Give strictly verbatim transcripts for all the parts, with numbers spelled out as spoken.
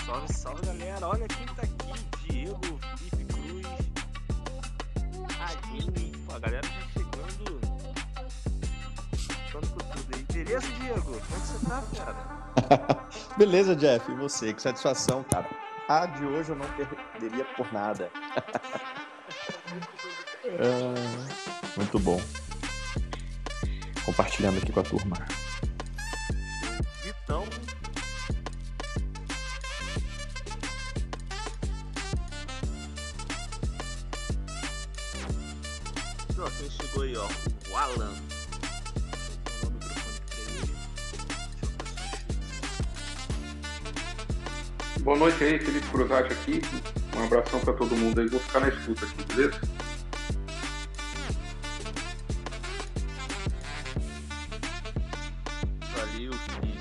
Salve, salve, galera. Olha quem tá aqui. Diego, Felipe Cruz, Aline. Pô, a galera tá chegando. Chegando com tudo aí. Beleza, Diego? Como é que você tá, cara? Beleza, Jeff. E você? Que satisfação, cara. A de hoje eu não perderia por nada. É, muito bom. Compartilhando aqui com a turma. Vitão. Ó, quem chegou aí, ó, o Alan. Deixa eu dar o microfone pra ele. Boa noite aí, Felipe Cruzati aqui. Um abração pra todo mundo aí. Vou ficar na escuta aqui, beleza? Valeu, Felipe.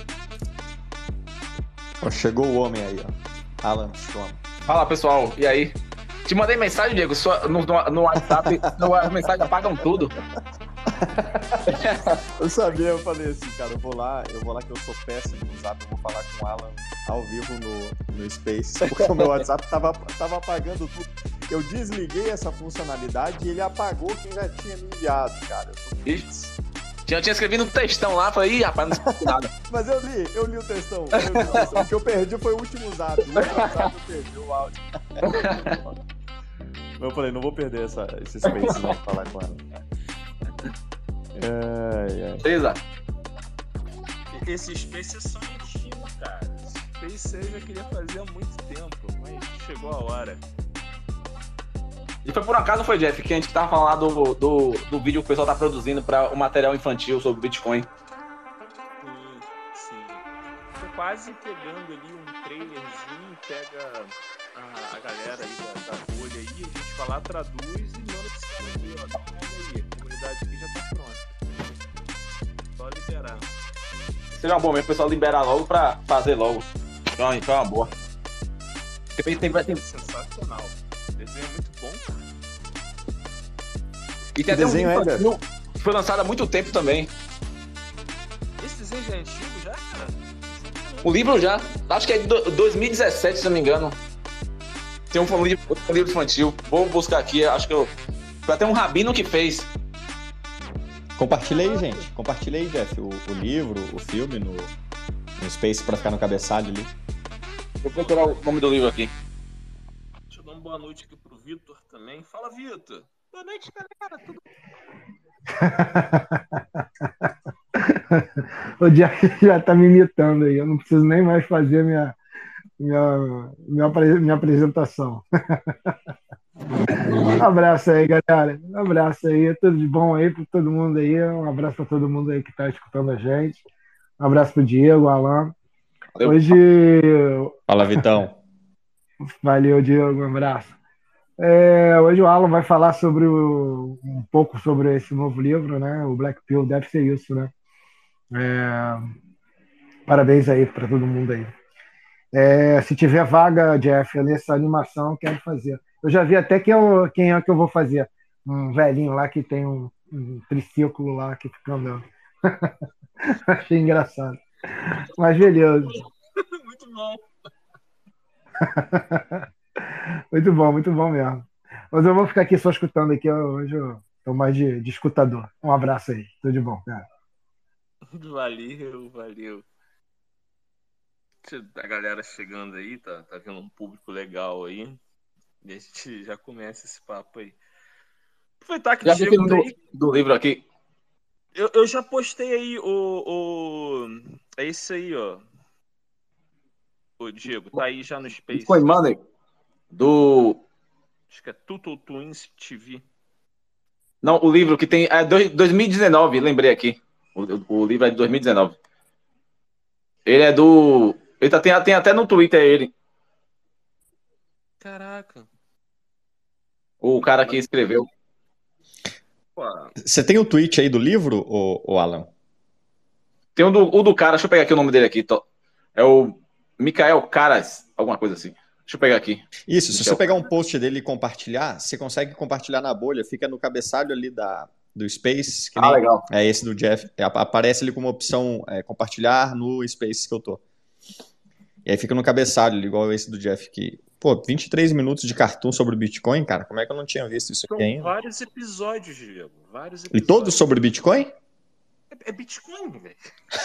Ó, chegou o homem aí, ó. Alan Strom. Fala, pessoal. E aí? Te mandei mensagem, Diego, só no, no, no WhatsApp, no, as mensagens apagam tudo. Eu sabia, eu falei assim, cara, eu vou lá, eu vou lá que eu sou péssimo no Zap, eu vou falar com o Alan ao vivo no, no Space, porque o meu WhatsApp tava, tava apagando tudo. Eu desliguei essa funcionalidade e ele apagou quem já tinha me enviado, cara. Eu tô... Isso. Tinha, tinha escrevido um textão lá, falei, ih, rapaz, não escrevi nada. Mas eu li, eu li o textão, eu li o textão. O que eu perdi foi o último Zap, o último Zap eu perdi o áudio. Eu falei, não vou perder essa, esse Space não, pra falar com ela. Ai, ai. Beleza? Esse Space é só antigo, cara. Esse Space eu já queria fazer há muito tempo, mas chegou a hora. E foi por um acaso, foi, Jeff, que a gente tava falando lá do, do, do vídeo que o pessoal tá produzindo para o material infantil sobre Bitcoin. Sim, sim. Tô quase pegando ali um trailerzinho, pega a, a galera aí da, da bolha aí, a gente vai lá, traduz e manda pra esse cara aqui, ó. Dá uma olhada aí, a comunidade aqui já tá pronta. Só liberar. Seria bom mesmo o pessoal liberar logo pra fazer logo. Então, então é uma boa. Tem, tem, tem... Sensacional. O desenho é muito bom, cara. E tem Que até um desenho é, vídeo Jeff? infantil que foi lançado há muito tempo também. Esse desenho já é antigo, já, cara? O livro já, acho que é de do- dois mil e dezessete, se não me engano. Tem um livro, um livro infantil. Vou buscar aqui, acho que eu... Foi até um rabino que fez. Compartilha aí, gente. Compartilha aí, Jeff, o, o livro, o filme no, no Space pra ficar no cabeçalho ali. Vou procurar o nome do livro aqui. Deixa eu dar uma boa noite aqui pro Vitor também. Fala, Vitor. Boa noite, galera. Tudo O Jack já tá me imitando aí, eu não preciso nem mais fazer minha, minha, minha, apre- minha apresentação. Um abraço aí, galera. Um abraço aí, tudo de bom aí para todo mundo aí. Um abraço para todo mundo aí que tá escutando a gente. Um abraço pro Diego, Alan. Valeu. Hoje, Fala, Vitão. valeu, Diego, um abraço. É, hoje o Alan vai falar sobre o- um pouco sobre esse novo livro, né? O Black Pill, deve ser isso, né? É, parabéns aí para todo mundo aí. É, se tiver vaga, Jeff, nessa animação, quero fazer. Eu já vi até quem, eu, quem é que eu vou fazer. Um velhinho lá que tem um, um triciclo lá que fica andando. Achei engraçado. Mas beleza. muito bom. Muito bom, muito bom mesmo. Mas eu vou ficar aqui só escutando aqui. Hoje eu tô mais de, de escutador. Um abraço aí. Tudo de bom, cara. Valeu, valeu. Deixa eu- A galera chegando aí, tá, tá vendo um público legal aí. E a gente já começa esse papo aí. Aproveitar que o Já vi o Diego filme tá do, aí. do livro aqui. Eu, eu já postei aí o, o. É esse aí, ó. O Diego, tá aí já no Space. Bitcoin Money. Do... Acho que é Tutu Twins T V. Não, o livro que tem... É dois- dois mil e dezenove, lembrei aqui. O, o livro é de dois mil e dezenove. Ele é do... Ele tá, tem, tem até no Twitter ele. Caraca. O cara que escreveu. Pô, Você tem o tweet aí do livro, ô, ô Alan? Tem um do, o do cara, deixa eu pegar aqui o nome dele aqui. Tô. É o Michael Caras, alguma coisa assim. Deixa eu pegar aqui. Isso, se Michel. você pegar um post dele e compartilhar, você consegue compartilhar na bolha, fica no cabeçalho ali da, do Space. Que Ah, nem- legal. É esse do Jeff. É, ap- aparece ali como opção é, compartilhar no Space que eu tô. E aí fica no cabeçalho, igual esse do Jeff, que, pô, vinte e três minutos de cartoon sobre o Bitcoin, cara, como é que eu não tinha visto isso aqui São ainda? vários episódios, Diego. Vários E episódios. todos sobre Bitcoin? É, é Bitcoin, velho.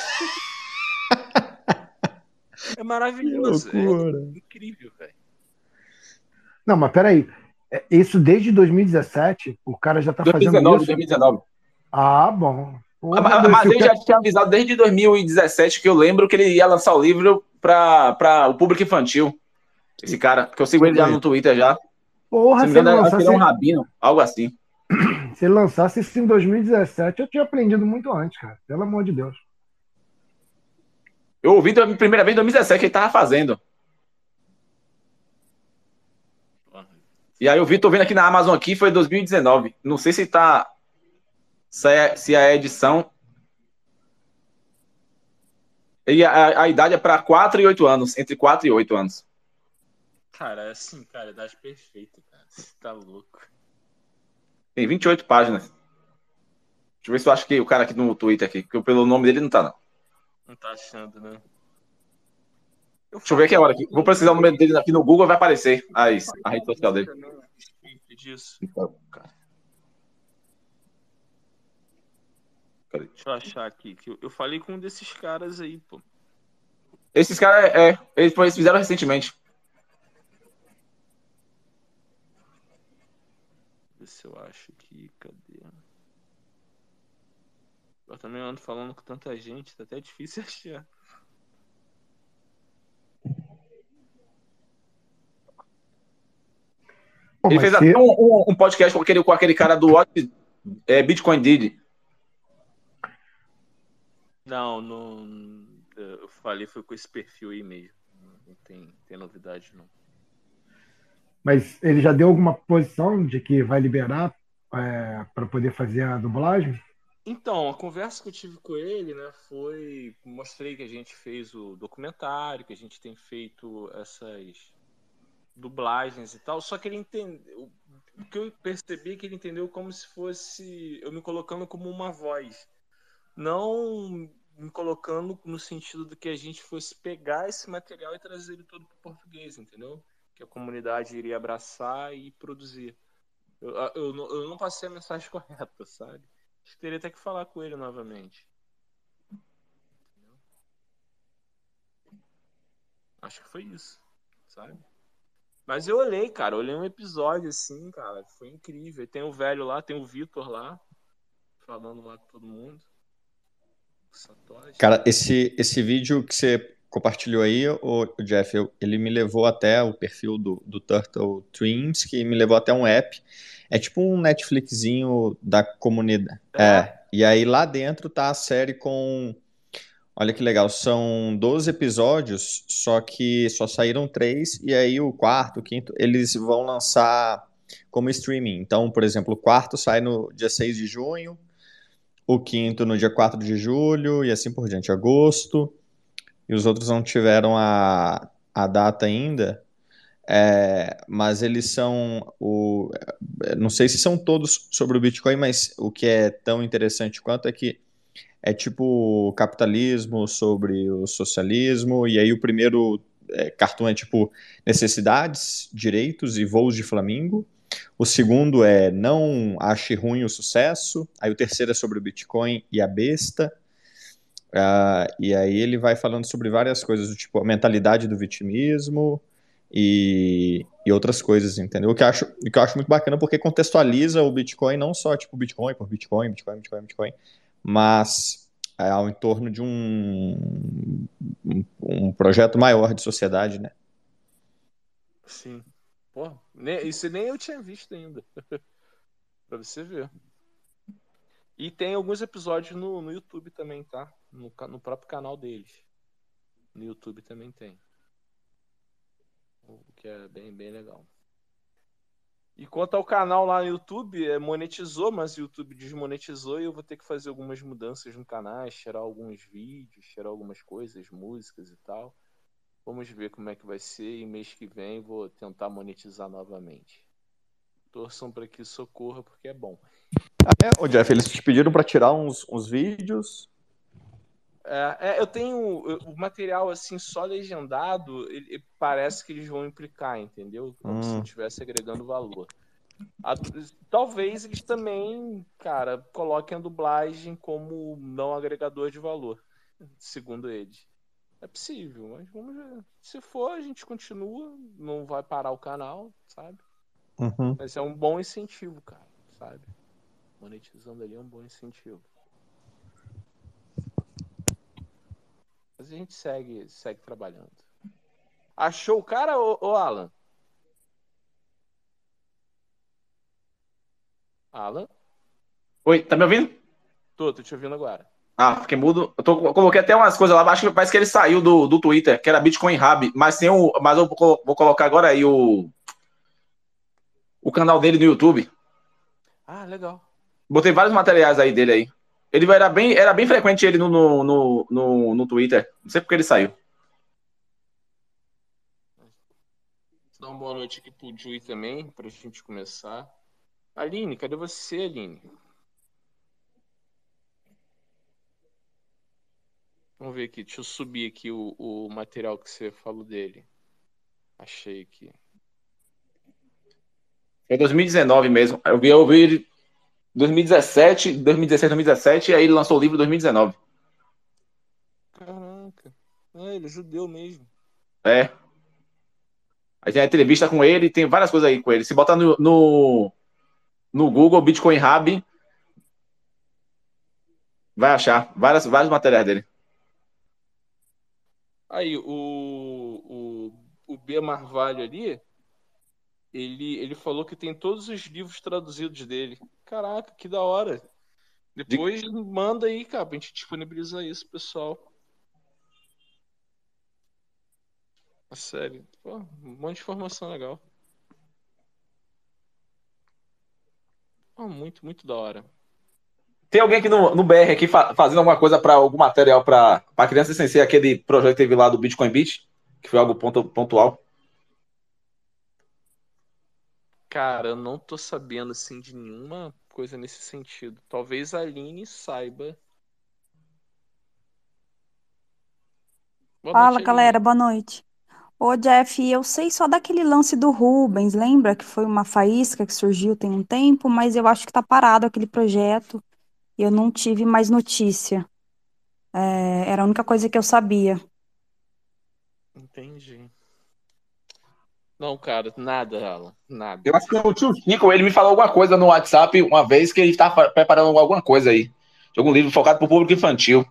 É maravilhoso. Que loucura. É incrível, velho. Não, mas peraí. É, isso desde dois mil e dezessete, o cara já tá fazendo isso? dois mil e dezenove. Ah, bom. Porra, Mas, Deus, mas se o ele cara- já tinha avisado desde dois mil e dezessete que eu lembro que ele ia lançar o livro para o público infantil. Esse cara, que eu sigo ele já no Twitter já. Porra, Se não se me ele, engano, acho que lançasse, ele é um rabino, algo assim. se ele lançasse isso em dois mil e dezessete, eu tinha aprendido muito antes, cara. Pelo amor de Deus. Eu ouvi a primeira vez em dois mil e dezessete que ele tava fazendo. E aí eu vi, tô vendo aqui na Amazon aqui, foi dois mil e dezenove. Não sei se tá. Se é, se é a edição. E a, a idade é para quatro e oito anos, entre quatro e oito anos. Cara, é assim, cara, idade perfeita, cara. Você tá louco. Tem vinte e oito páginas. Deixa eu ver se eu acho que o cara aqui no Twitter aqui, porque pelo nome dele não tá, não. Não tá achando, né? Deixa eu ver que hora aqui. Vou precisar o nome dele aqui no Google, vai aparecer as, a rede social dele. Disso. Então, cara. Cadê? Deixa eu achar aqui. Que eu, eu falei com um desses caras aí, pô. Esses caras, é, é, eles, eles fizeram recentemente. Ver se eu acho aqui. Cadê? Eu também ando falando com tanta gente, tá até difícil achar. Pô, Ele mas fez se- até um, um- um podcast com aquele, com aquele cara do What, é, Bitcoin Did. Não, não. Eu falei foi com esse perfil aí mesmo. Não tem, tem novidade, não. mas ele já deu alguma posição de que vai liberar é, para poder fazer a dublagem? Então, a conversa que eu tive com ele, né, foi... Mostrei que a gente fez o documentário, que a gente tem feito essas dublagens e tal, só que ele entendeu... O que eu percebi é que ele entendeu como se fosse eu me colocando como uma voz. Não me colocando no sentido do que a gente fosse pegar esse material e trazer ele todo para o português, entendeu? Que a comunidade iria abraçar e produzir. Eu, eu, não- eu não passei a mensagem correta, sabe? Acho que teria até que falar com ele novamente. Entendeu? Acho que foi isso, sabe? Mas eu olhei, cara, eu olhei um episódio assim, cara, foi incrível. Tem o velho lá, tem o Vitor lá, falando lá com todo mundo. O Satoshi. Cara, esse, esse vídeo que você compartilhou aí, o, o Jeff, eu- ele me levou até o perfil do, do Turtle Twins, que me levou até um app. É tipo um Netflixzinho da comunidade. É? É. E aí lá dentro tá a série com. Olha que legal, são doze episódios, só que só saíram três, e aí o quarto, o quinto, eles vão lançar como streaming. Então, por exemplo, o quarto sai no dia seis de junho, o quinto no dia quatro de julho, e assim por diante, agosto, e os outros não tiveram a, a data ainda, é, mas eles são, o, não sei se são todos sobre o Bitcoin, mas o que é tão interessante quanto é que é tipo o capitalismo sobre o socialismo, e aí o primeiro é, cartoon é tipo necessidades, direitos e voos de flamingo. O segundo é não ache ruim o sucesso. Aí o terceiro é sobre o Bitcoin e a besta. Ah, e aí ele vai falando sobre várias coisas, do tipo a mentalidade do vitimismo e, e outras coisas, entendeu? O que eu acho, o que eu acho muito bacana porque contextualiza o Bitcoin não só tipo Bitcoin por Bitcoin, Bitcoin, Bitcoin, Bitcoin, mas é, ao entorno de um, um, um projeto maior de sociedade, né? Sim. Pô, nem- isso nem eu tinha visto ainda. Pra você ver. E tem alguns episódios no, no YouTube também, tá? No, ca- no próprio canal deles. No YouTube também tem. O que é bem, bem legal. E quanto ao canal lá no YouTube, é, monetizou, mas o YouTube desmonetizou e eu vou ter que fazer algumas mudanças no canal, tirar alguns vídeos, tirar algumas coisas, músicas e tal. Vamos ver como é que vai ser e mês que vem vou tentar monetizar novamente. Torçam para que isso ocorra porque é bom. É, ô Jeff, eles te pediram para tirar uns, uns vídeos. É, é, eu tenho o material assim só legendado, ele, ele parece que eles vão implicar, entendeu? Como se não Hum. estivesse agregando valor. A, talvez eles também, cara, coloquem a dublagem como não agregador de valor, segundo eles. É possível, mas vamos ver. Se for, a gente continua, não vai parar o canal, sabe? Uhum. Mas é um bom incentivo, cara, sabe? Monetizando ali é um bom incentivo. Mas a gente segue, segue trabalhando. Achou o cara, ô, ô Alan? Alan? Oi, tá me ouvindo? Tô, tô te ouvindo agora. Ah, fiquei mudo. Eu, tô, eu coloquei até umas coisas lá, acho que parece que ele saiu do, do Twitter, que era Bitcoin Hub, mas tem o. Mas eu vou, vou colocar agora aí o, o canal dele no YouTube. Ah, legal. Botei vários materiais aí dele aí. Ele era bem, era bem frequente ele no, no, no, no, no Twitter. Não sei porque ele saiu. Vou dar uma boa noite aqui pro Jui também, pra gente começar. Aline, cadê você, Aline? Vamos ver aqui, deixa eu subir aqui o, o material que você falou dele. Achei aqui. É dois mil e dezenove mesmo. Eu vi, eu vi ele dois mil e dezessete, dois mil e dezesseis, dois mil e dezessete, e aí ele lançou o livro em dois mil e dezenove. Caraca. Ah, ele é judeu mesmo. É. Aí tem a entrevista com ele, tem várias coisas aí com ele. Se botar no, no, no Google Bitcoin Hub, vai achar várias, vários materiais dele. Aí, o, o, o B. Marvalho ali, ele, ele falou que tem todos os livros traduzidos dele. Caraca, que da hora. Depois manda aí, cara, pra gente disponibilizar isso, pessoal. A sério. Pô, um monte de informação legal. Pô, muito, muito da hora. Tem alguém aqui no, no B R aqui fa- fazendo alguma coisa para algum material para criança sem ser aquele projeto que teve lá do Bitcoin Beach, que foi algo pontu, pontual? Cara, eu não tô sabendo, assim, de nenhuma coisa nesse sentido. Talvez a Aline saiba. Boa Fala, noite, galera, Aline. boa noite. Ô, Jeff, eu sei só daquele lance do Rubens, lembra que foi uma faísca que surgiu tem um tempo, mas eu acho que tá parado aquele projeto e eu não tive mais notícia. É, era a única coisa que eu sabia. Entendi. Não, cara, nada, Alan. Nada. Eu acho que o tio Chico, ele me falou alguma coisa no WhatsApp uma vez que ele estava preparando alguma coisa aí. De algum livro focado para o público infantil.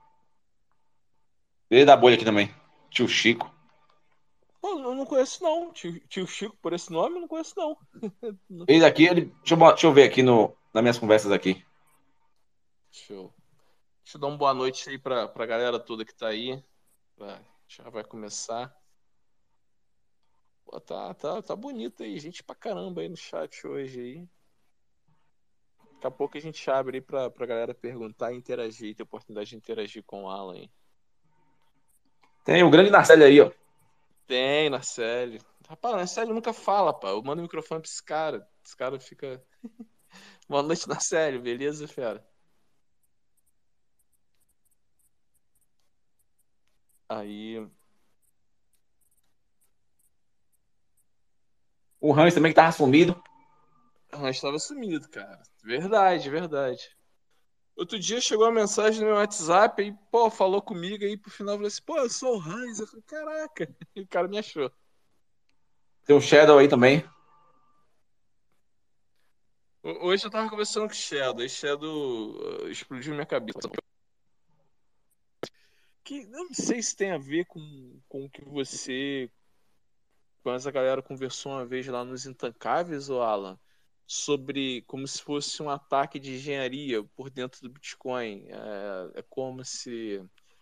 Ele é da bolha aqui também. Tio Chico. Pô, eu não conheço, não. Tio, tio Chico, por esse nome, eu não conheço, não. Ele aqui, ele. Deixa eu, bo- deixa eu ver aqui no, nas minhas conversas aqui. Deixa eu, deixa eu dar uma boa noite aí pra, pra galera toda que tá aí. Vai, já vai começar. Pô, tá, tá, tá bonito aí. Gente pra caramba aí no chat hoje aí. Daqui a pouco a gente abre aí pra, pra galera perguntar e interagir. Ter oportunidade de interagir com o Alan aí. Tem o grande Narcélio aí, ó. Tem, Narcélio. Rapaz, Narcélio nunca fala, pá. Eu mando o microfone pra esse cara. Esse cara fica. Boa noite, Narcélio. Beleza, fera? Aí. O Hans também que tava sumido. Nós estava sumido, cara. Verdade, verdade. Outro dia chegou uma mensagem no meu WhatsApp e, pô, falou comigo aí pro final, falou assim, pô, eu sou o Hans. Eu falei, caraca. E o cara me achou. Tem o Shadow aí também. Ho- Hoje eu tava conversando com o Shadow, e Shadow uh, explodiu minha cabeça. Que eu não sei se tem a ver com, com o que você, com essa galera conversou uma vez lá nos Intancáveis, ô Alan, sobre como se fosse um ataque de engenharia por dentro do Bitcoin. É, é como se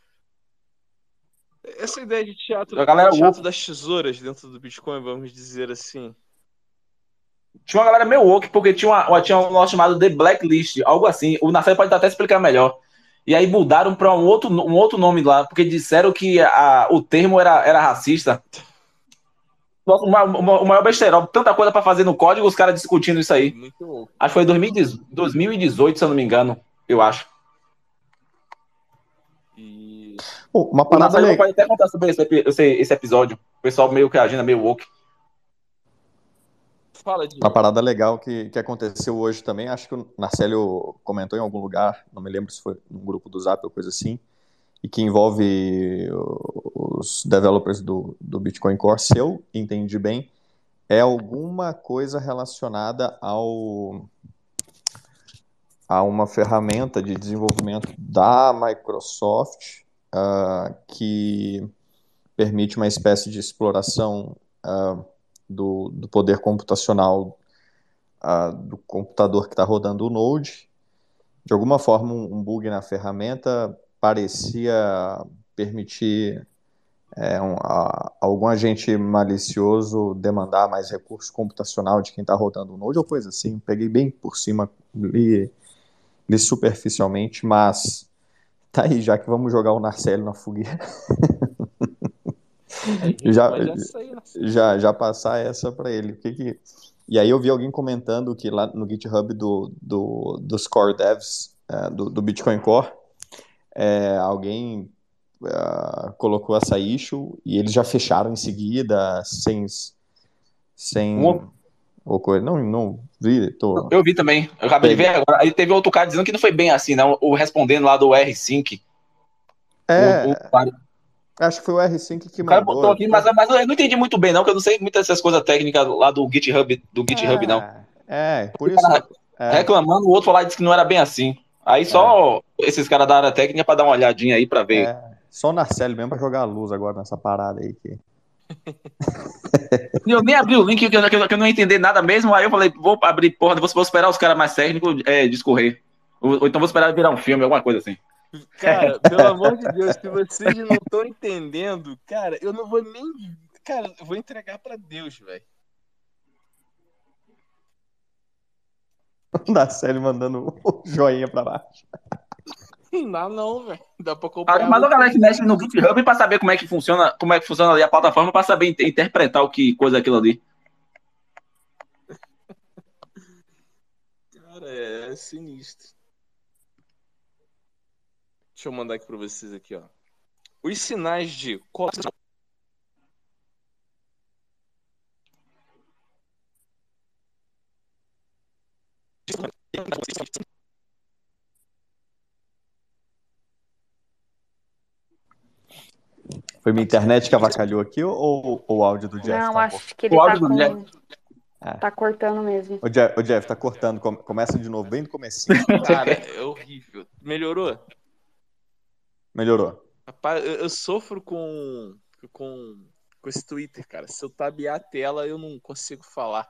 essa ideia de A teatro, galera teatro woke. das tesouras dentro do Bitcoin, vamos dizer assim. Tinha uma galera meio woke, porque tinha, uma, tinha um negócio chamado The Blacklist, algo assim. O Narcélio pode até explicar melhor. E aí mudaram para um outro, um outro nome lá, porque disseram que a, o termo era, era racista. Nossa, o maior, o maior besterol, tanta coisa para fazer no código, os caras discutindo isso aí. Muito louco. Acho que foi em dois mil e dezoito, se eu não me engano, eu acho. E Oh, uma O parada Marcelo legal. pode até contar sobre esse, epi- esse, esse episódio. O pessoal meio que agindo meio woke. Fala, de Uma parada legal que, que aconteceu hoje também, acho que o Marcelo comentou em algum lugar, não me lembro se foi num grupo do Zap ou coisa assim, e que envolve os developers do, do Bitcoin Core, se eu entendi bem, é alguma coisa relacionada ao, a uma ferramenta de desenvolvimento da Microsoft uh, que permite uma espécie de exploração uh, do, do poder computacional uh, do computador que está rodando o Node. De alguma forma, um, um bug na ferramenta parecia permitir é, um, a, algum agente malicioso demandar mais recurso computacional de quem está rodando o Node ou coisa assim. Peguei bem por cima, li, li superficialmente, mas tá aí, já que vamos jogar o Narcélio na fogueira. já, já, saí, já, já passar essa para ele. O que que... E aí eu vi alguém comentando que lá no GitHub do, do, dos Core Devs, é, do, do Bitcoin Core, é, alguém uh, colocou essa issue e eles já fecharam em seguida, sem... sem Um- ou coisa. Não, não vi. Tô... Eu vi também. Eu acabei de ver agora. Aí teve outro cara dizendo que não foi bem assim, não. O respondendo lá do R cinco. É, O, o, acho que foi o R cinco que o cara mandou. botou aqui, mas, mas eu não entendi muito bem, não, porque eu não sei muitas dessas coisas técnicas lá do GitHub, do GitHub, não. É, é por O isso. cara É, reclamando, o outro lá disse que não era bem assim. Aí só esses caras da área técnica pra dar uma olhadinha aí pra ver. é, só o Narcélio mesmo pra jogar a luz agora nessa parada aí. Que... E eu nem abri o link, que eu, que eu- que eu não ia entender nada mesmo. Aí eu falei, vou abrir, porra, vou, vou esperar os caras mais técnicos é, discorrer. Ou, ou então vou esperar virar um filme, alguma coisa assim. Cara, pelo amor de Deus, se vocês não estão entendendo, cara, eu não vou nem. Cara, eu vou entregar pra Deus, velho. O Narcélio mandando o joinha pra baixo. Não dá não, velho. Dá pra Ah, acompanhar. mas a muito galera que bem. mexe no GitHub pra saber como é que funciona, como é que funciona ali a plataforma, pra saber in- interpretar o que coisa é aquilo ali. Cara, é sinistro. Deixa eu mandar aqui pra vocês aqui, ó. Os sinais de colapso. Foi minha internet que avacalhou aqui ou, ou o áudio do Jeff? Não, tá um acho que ele O tá áudio do com. Jeff. É. Tá cortando mesmo. O Jeff, o Jeff tá cortando. Come- Começa de novo, bem do comecinho. Cara, é horrível. Melhorou? Melhorou. Rapaz, eu, eu sofro com, com, com esse Twitter, cara. Se eu tabear a tela, eu não consigo falar.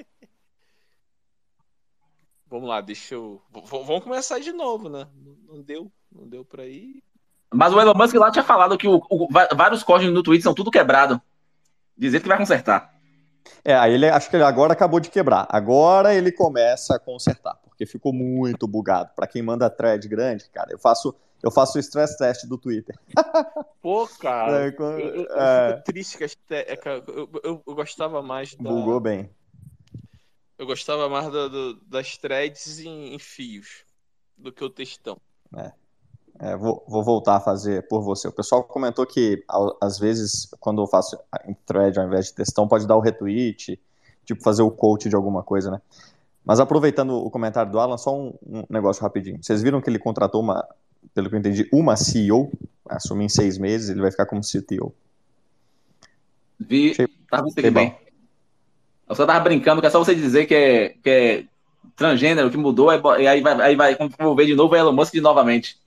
Vamos lá, deixa eu. v- Vamos começar de novo, né? Não não deu, não deu pra ir. Mas o Elon Musk lá tinha falado que o, o- va- vários códigos no Twitter são tudo quebrado. Dizer que vai consertar. É, aí ele acho que ele agora acabou de quebrar. Agora ele começa a consertar, porque ficou muito bugado. Pra quem manda thread grande, cara, eu faço eu faço o stress test do Twitter. Pô, cara, É, quando- eu, eu- eu é. fico triste que as te- é, cara, eu, eu- eu gostava mais da. Bugou bem. Eu gostava mais do- do- das threads em, em fios do que o textão. É, vou, vou voltar a fazer por você. O pessoal comentou que, ao- às vezes, quando eu faço em thread ao invés de textão, pode dar o retweet, tipo fazer o quote de alguma coisa, né? Mas aproveitando o comentário do Alan, só um, um negócio rapidinho. Vocês viram que ele contratou uma, pelo que eu entendi, uma C E O, assumir em seis meses, ele vai ficar como C T O. Vi, Achei- tava achei muito bem. bom. Eu só tava brincando, que é só você dizer que é, que é transgênero, que mudou, aí, bo- e aí vai, aí vai quando for ver de novo é Elon Musk de novamente.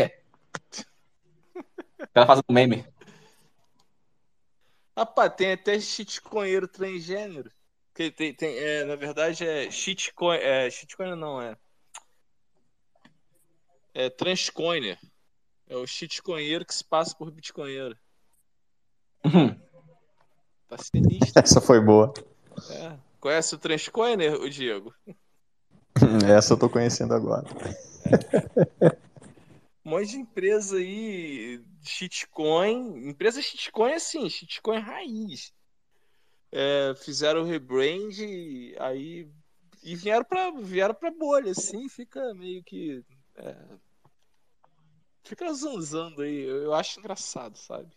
O cara fazendo meme. Rapaz, tem até shitcoinheiro transgênero. Que tem, tem, é, na verdade é shitcoin. É, shitcoin não, é. É transcoiner. É o shitcoinheiro que se passa por bitcoinheiro. Uhum. Tá sinistro. Essa foi boa. É. Conhece o transcoiner, o Diego? Essa eu tô conhecendo agora. Um monte de empresa aí, shitcoin. Empresa shitcoin assim, shitcoin raiz. É, fizeram o rebrand aí e vieram pra, vieram pra bolha, assim, fica meio que. É, Fica zanzando aí, eu, eu acho engraçado, sabe?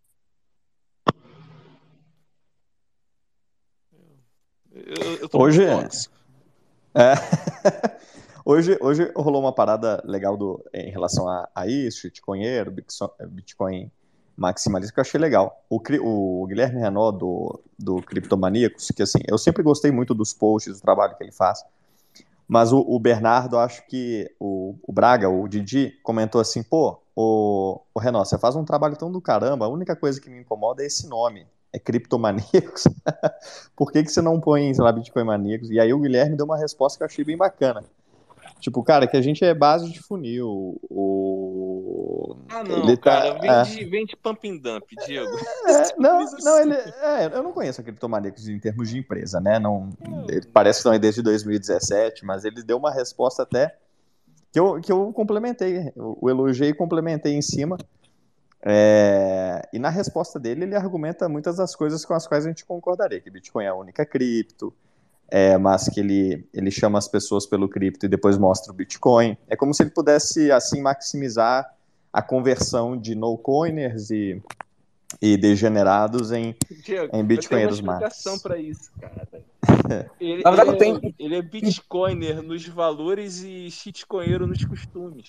Eu, eu tô Hoje, muito tóxico. é, hoje, hoje rolou uma parada legal do, em relação a, a isso, shitcoinheiro, Bitso- Bitcoin maximalista, que eu achei legal. O, Cri- o Guilherme Renaud, do, do Criptomaníacos, que assim, eu sempre gostei muito dos posts, do trabalho que ele faz, mas o, o Bernardo, acho que o, o Braga, o Didi, comentou assim, pô, o, o Renaud, você faz um trabalho tão do caramba, a única coisa que me incomoda é esse nome, é Criptomaníacos. Por que que você não põe, sei lá, Bitcoin Maníacos? E aí o Guilherme deu uma resposta que eu achei bem bacana. Tipo, cara, que a gente é base de funil. O... Ah, Ele não, cara, tá. vende, vende pump and dump, Diego. É, é, não, Simples não, ele. assim. É, eu não conheço a Criptomaníacos em termos de empresa, né? Não, ele É, parece que não é desde dois mil e dezessete, mas ele deu uma resposta até que eu, que eu complementei. Eu, eu elogiei e complementei em cima. É, e na resposta dele, ele argumenta muitas das coisas com as quais a gente concordaria, que Bitcoin é a única cripto, é, mas que ele, ele chama as pessoas pelo cripto e depois mostra o Bitcoin. É como se ele pudesse, assim, maximizar a conversão de no-coiners e, e degenerados em, Diego, em eu tenho uma bitcoinheiros explicação max. pra isso, cara. Ele, Na ele, verdade, não tem. é, ele é bitcoiner nos valores e shitcoinheiro nos costumes.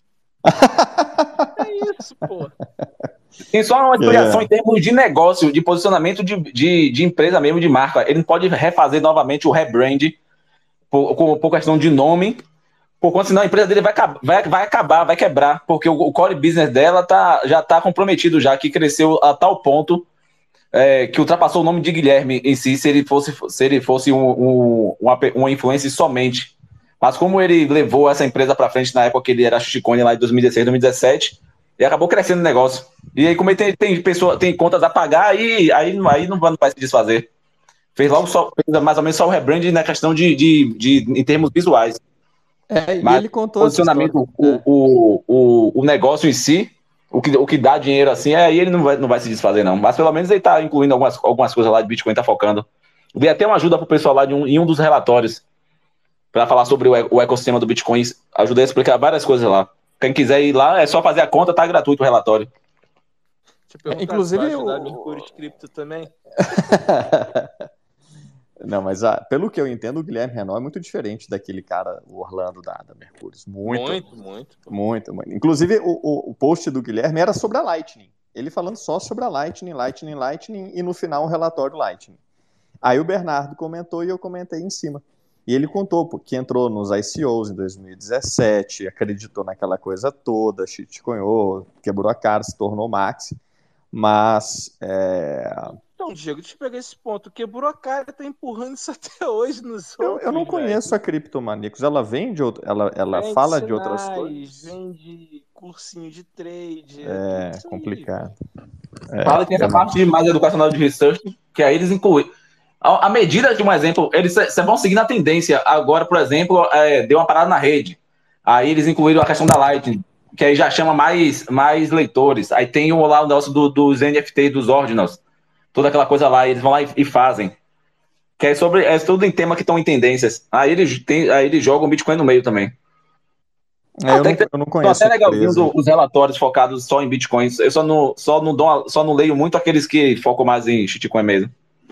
É isso, pô. Tem só uma explicação É. em termos de negócio, de posicionamento de, de, de empresa mesmo, de marca. Ele não pode refazer novamente o rebrand por, por, por questão de nome, por conta senão a empresa dele vai, vai, vai acabar, vai quebrar, porque o, o core business dela tá, já está comprometido, já que cresceu a tal ponto é, que ultrapassou o nome de Guilherme em si, se ele fosse, se ele fosse um, um, uma, uma influência somente. Mas como ele levou essa empresa para frente na época que ele era shitcoin lá em dois mil e dezesseis, dois mil e dezessete, e acabou crescendo o negócio. E aí, como ele tem, tem, pessoa, tem contas a pagar, aí, aí, aí não, vai, não vai se desfazer. Fez logo só, fez mais ou menos só o rebrand na questão de, de, de, em termos visuais. É, e Mas ele o contou essa história. posicionamento, o, É. o, o, o negócio em si, o que, o que dá dinheiro assim, aí ele não vai, não vai se desfazer, não. Mas pelo menos ele está incluindo algumas, algumas coisas lá de Bitcoin, está focando. Dei até uma ajuda pro pessoal lá de um, em um dos relatórios para falar sobre o, o ecossistema do Bitcoin. Ajudei a explicar várias coisas lá. Quem quiser ir lá, é só fazer a conta, tá gratuito o relatório. Deixa eu perguntar, Inclusive, tu vai ajudar o- Mercúrio Cripto também? Não, mas ah, pelo que eu entendo, o Guilherme Renault é muito diferente daquele cara, o Orlando da, da Mercúrios. Muito, Muito, muito. pô. muito, muito. Inclusive, o, o, o post do Guilherme era sobre a Lightning. Ele falando só sobre a Lightning, Lightning, Lightning, e no final um relatório Lightning. Aí o Bernardo comentou e eu comentei em cima. E ele contou pô, que entrou nos I C Os em dois mil e dezessete, acreditou naquela coisa toda, shitcoinou, quebrou a cara, se tornou maxi. Mas é, Então, Diego, deixa eu pegar esse ponto. Quebrou a cara e tá empurrando isso até hoje nos eu, outros, eu não velho. conheço a Criptomaníacos. Ela vende, out- ela, ela Vende fala de outras sinais, coisas? vende cursinho de trade, é É tudo isso aí. complicado. Fala que tem essa eu não- parte de mais educacional de research, que aí eles incluem. A, a medida de um exemplo, eles cê- cê vão seguindo a tendência. Agora, por exemplo, é, deu uma parada na rede. Aí eles incluíram a questão da Lightning, que aí já chama mais, mais leitores. Aí tem o, lá o negócio do, dos N F T, dos Ordinals. Toda aquela coisa lá, eles vão lá e, e fazem. Que é sobre. É tudo em tema que estão em tendências. Aí eles, tem, aí eles jogam Bitcoin no meio também. é, eu, Até não, que eu não estão conheço até a legalzinhos empresa. os relatórios focados só em Bitcoins. Eu só não, só não, dou, só não leio muito aqueles que focam mais em shitcoin mesmo.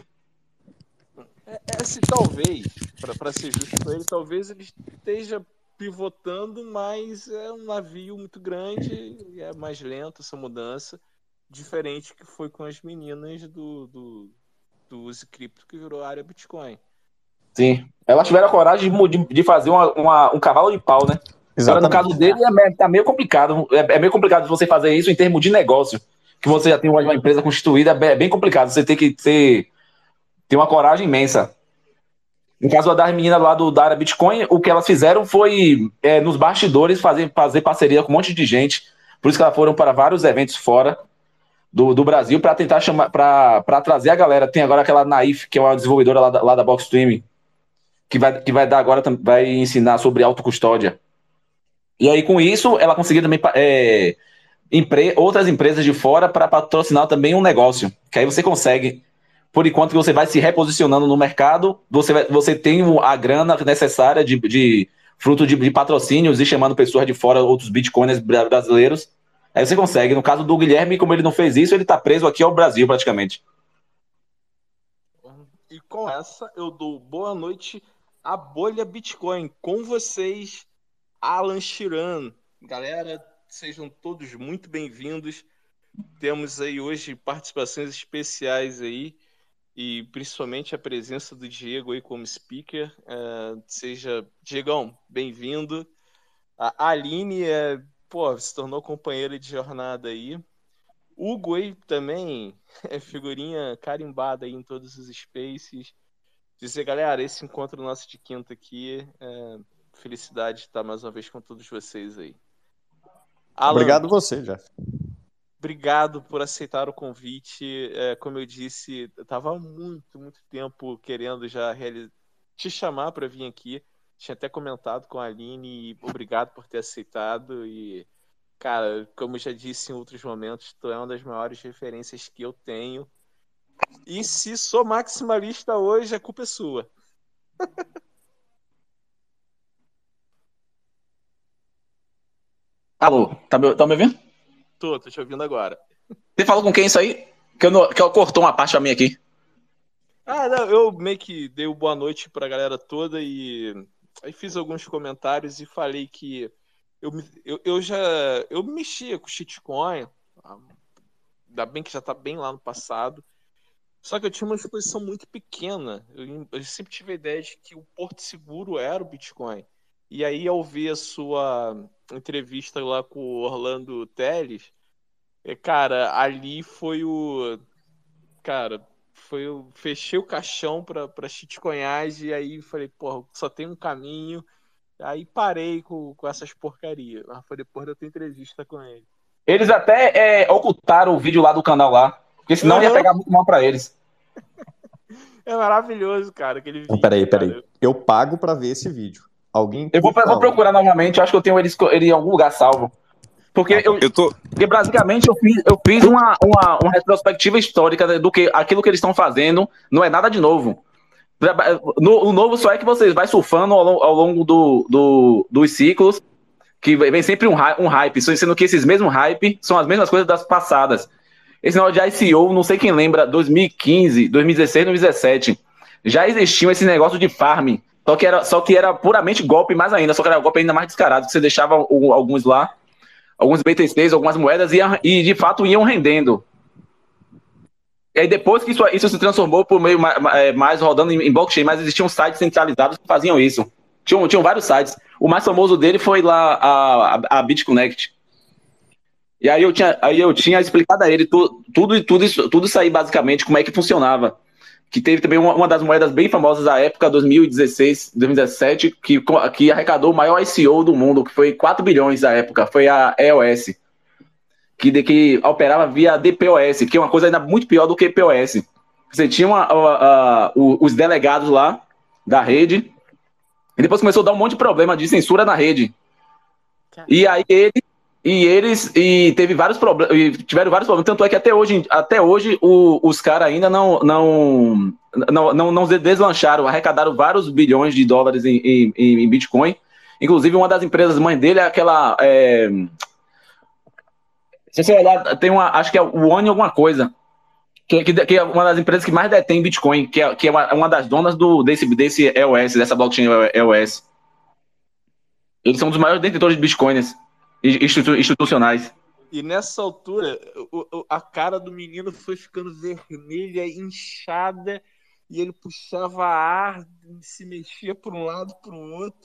É, é se talvez, para ser justo com ele, talvez ele esteja pivotando, mas é um navio muito grande e é mais lento essa mudança, diferente que foi com as meninas do, do, do Use Crypto que virou área Bitcoin. Sim. Elas tiveram a coragem de, de, de fazer uma, uma, um cavalo de pau, né? Agora, no Exatamente. caso dele, é, me- tá meio complicado. É, é meio complicado você fazer isso em termos de negócio. Que você já tem uma, uma empresa constituída, é bem, é bem complicado. Você tem que ter, ter uma coragem imensa. No caso das meninas lá do, da área Bitcoin, o que elas fizeram foi, é, nos bastidores, fazer, fazer parceria com um monte de gente. Por isso que elas foram para vários eventos fora do, do Brasil para tentar chamar, para trazer a galera. Tem agora aquela Naif, que é uma desenvolvedora lá da, lá da Blockstream, que vai, que vai dar agora, vai ensinar sobre autocustódia. E aí, com isso, ela conseguiu também é, empre, outras empresas de fora para patrocinar também um negócio. Que aí você consegue, por enquanto que você vai se reposicionando no mercado, você, vai, você tem a grana necessária de, de fruto de, de patrocínios e chamando pessoas de fora, outros bitcoiners brasileiros, Aí você consegue. No caso do Guilherme, como ele não fez isso, ele tá preso aqui ao Brasil, praticamente. E com essa, eu dou boa noite à Bolha Bitcoin. Com vocês, Alan Chiran. Galera, sejam todos muito bem-vindos. Temos aí hoje participações especiais aí, e principalmente a presença do Diego aí como speaker. Uh, seja, Diegão, bem-vindo. A Aline é, pô, se tornou companheira de jornada aí. Hugo aí também é figurinha carimbada aí em todos os spaces. Dizer, galera, esse encontro nosso de quinta aqui, é felicidade de estar mais uma vez com todos vocês aí. Alan, obrigado você, Jeff. Obrigado por aceitar o convite. É, como eu disse, eu estava há muito, muito tempo querendo já realiz... te chamar para vir aqui. Tinha até comentado com a Aline e obrigado por ter aceitado. E, cara, como eu já disse em outros momentos, tu é uma das maiores referências que eu tenho. E se sou maximalista hoje, a culpa é sua. Alô, tá me, tá me ouvindo? Tô, tô te ouvindo agora. Você falou com quem isso aí? Que eu, não, que eu cortou uma parte pra mim aqui. Ah, não, eu meio que dei uma boa noite pra galera toda e aí fiz alguns comentários e falei que eu, eu, eu já eu mexia com shitcoin, ainda bem que já tá bem lá no passado, só que eu tinha uma exposição muito pequena. Eu, eu sempre tive a ideia de que o porto seguro era o Bitcoin. E aí, ao ver a sua entrevista lá com o Orlando Telles, cara, ali foi o... Cara, foi o... fechei o caixão pra, pra shitcoinhas e aí falei, porra, só tem um caminho. Aí parei com, com essas porcarias. Mas foi depois da tua entrevista com ele. Eles até é, ocultaram o vídeo lá do canal lá, porque senão uhum. ia pegar muito mal pra eles. É maravilhoso, cara, aquele vídeo. Não, peraí, peraí. Cara. Eu pago pra ver esse vídeo. Alguém eu vou, vou procurar novamente, eu acho que eu tenho ele, ele em algum lugar salvo. Porque, ah, eu, eu tô... porque basicamente eu fiz, eu fiz uma, uma, uma retrospectiva histórica do que aquilo que eles estão fazendo não é nada de novo. No, o novo só é que vocês vai surfando ao, ao longo do, do, dos ciclos, que vem sempre um, um hype, sendo que esses mesmos hype são as mesmas coisas das passadas. Esse negócio de I C O, não sei quem lembra, dois mil e quinze, dois mil e dezesseis, dois mil e dezessete, já existiam esse negócio de farm, só que era, só que era puramente golpe mais ainda, só que era golpe ainda mais descarado, que você deixava o, alguns lá, alguns B T Cs, algumas moedas, e, e de fato iam rendendo. E aí depois que isso, isso se transformou por meio mais, mais rodando em blockchain, mas existiam sites centralizados que faziam isso. Tinham, tinham vários sites. O mais famoso dele foi lá a, a, a BitConnect. E aí eu tinha, aí eu tinha explicado a ele tu, tudo e tudo isso, tudo isso aí basicamente, como é que funcionava. Que teve também uma, uma das moedas bem famosas da época, dois mil e dezesseis, dois mil e dezessete, que, que arrecadou o maior I C O do mundo, que foi quatro bilhões da época, foi a E O S. Que, de, que operava via D P O S, que é uma coisa ainda muito pior do que P O S. Você tinha uma, a, a, os delegados lá da rede, e depois começou a dar um monte de problema de censura na rede. E aí ele, e eles e teve vários problemas, tiveram vários problemas, tanto é que até hoje, até hoje o, os caras ainda não, não, não, não, não deslancharam, arrecadaram vários bilhões de dólares em, em, em Bitcoin. Inclusive, uma das empresas mãe dele é aquela. É, se você olhar, tem uma, acho que é o One alguma coisa, que, que, que é uma das empresas que mais detém Bitcoin, que é, que é uma, uma das donas do, desse, desse E O S, dessa blockchain E O S. Eles são um dos maiores detentores de Bitcoins institu, institucionais. E nessa altura, o, a cara do menino foi ficando vermelha, inchada, e ele puxava ar, se mexia para um lado, para o outro.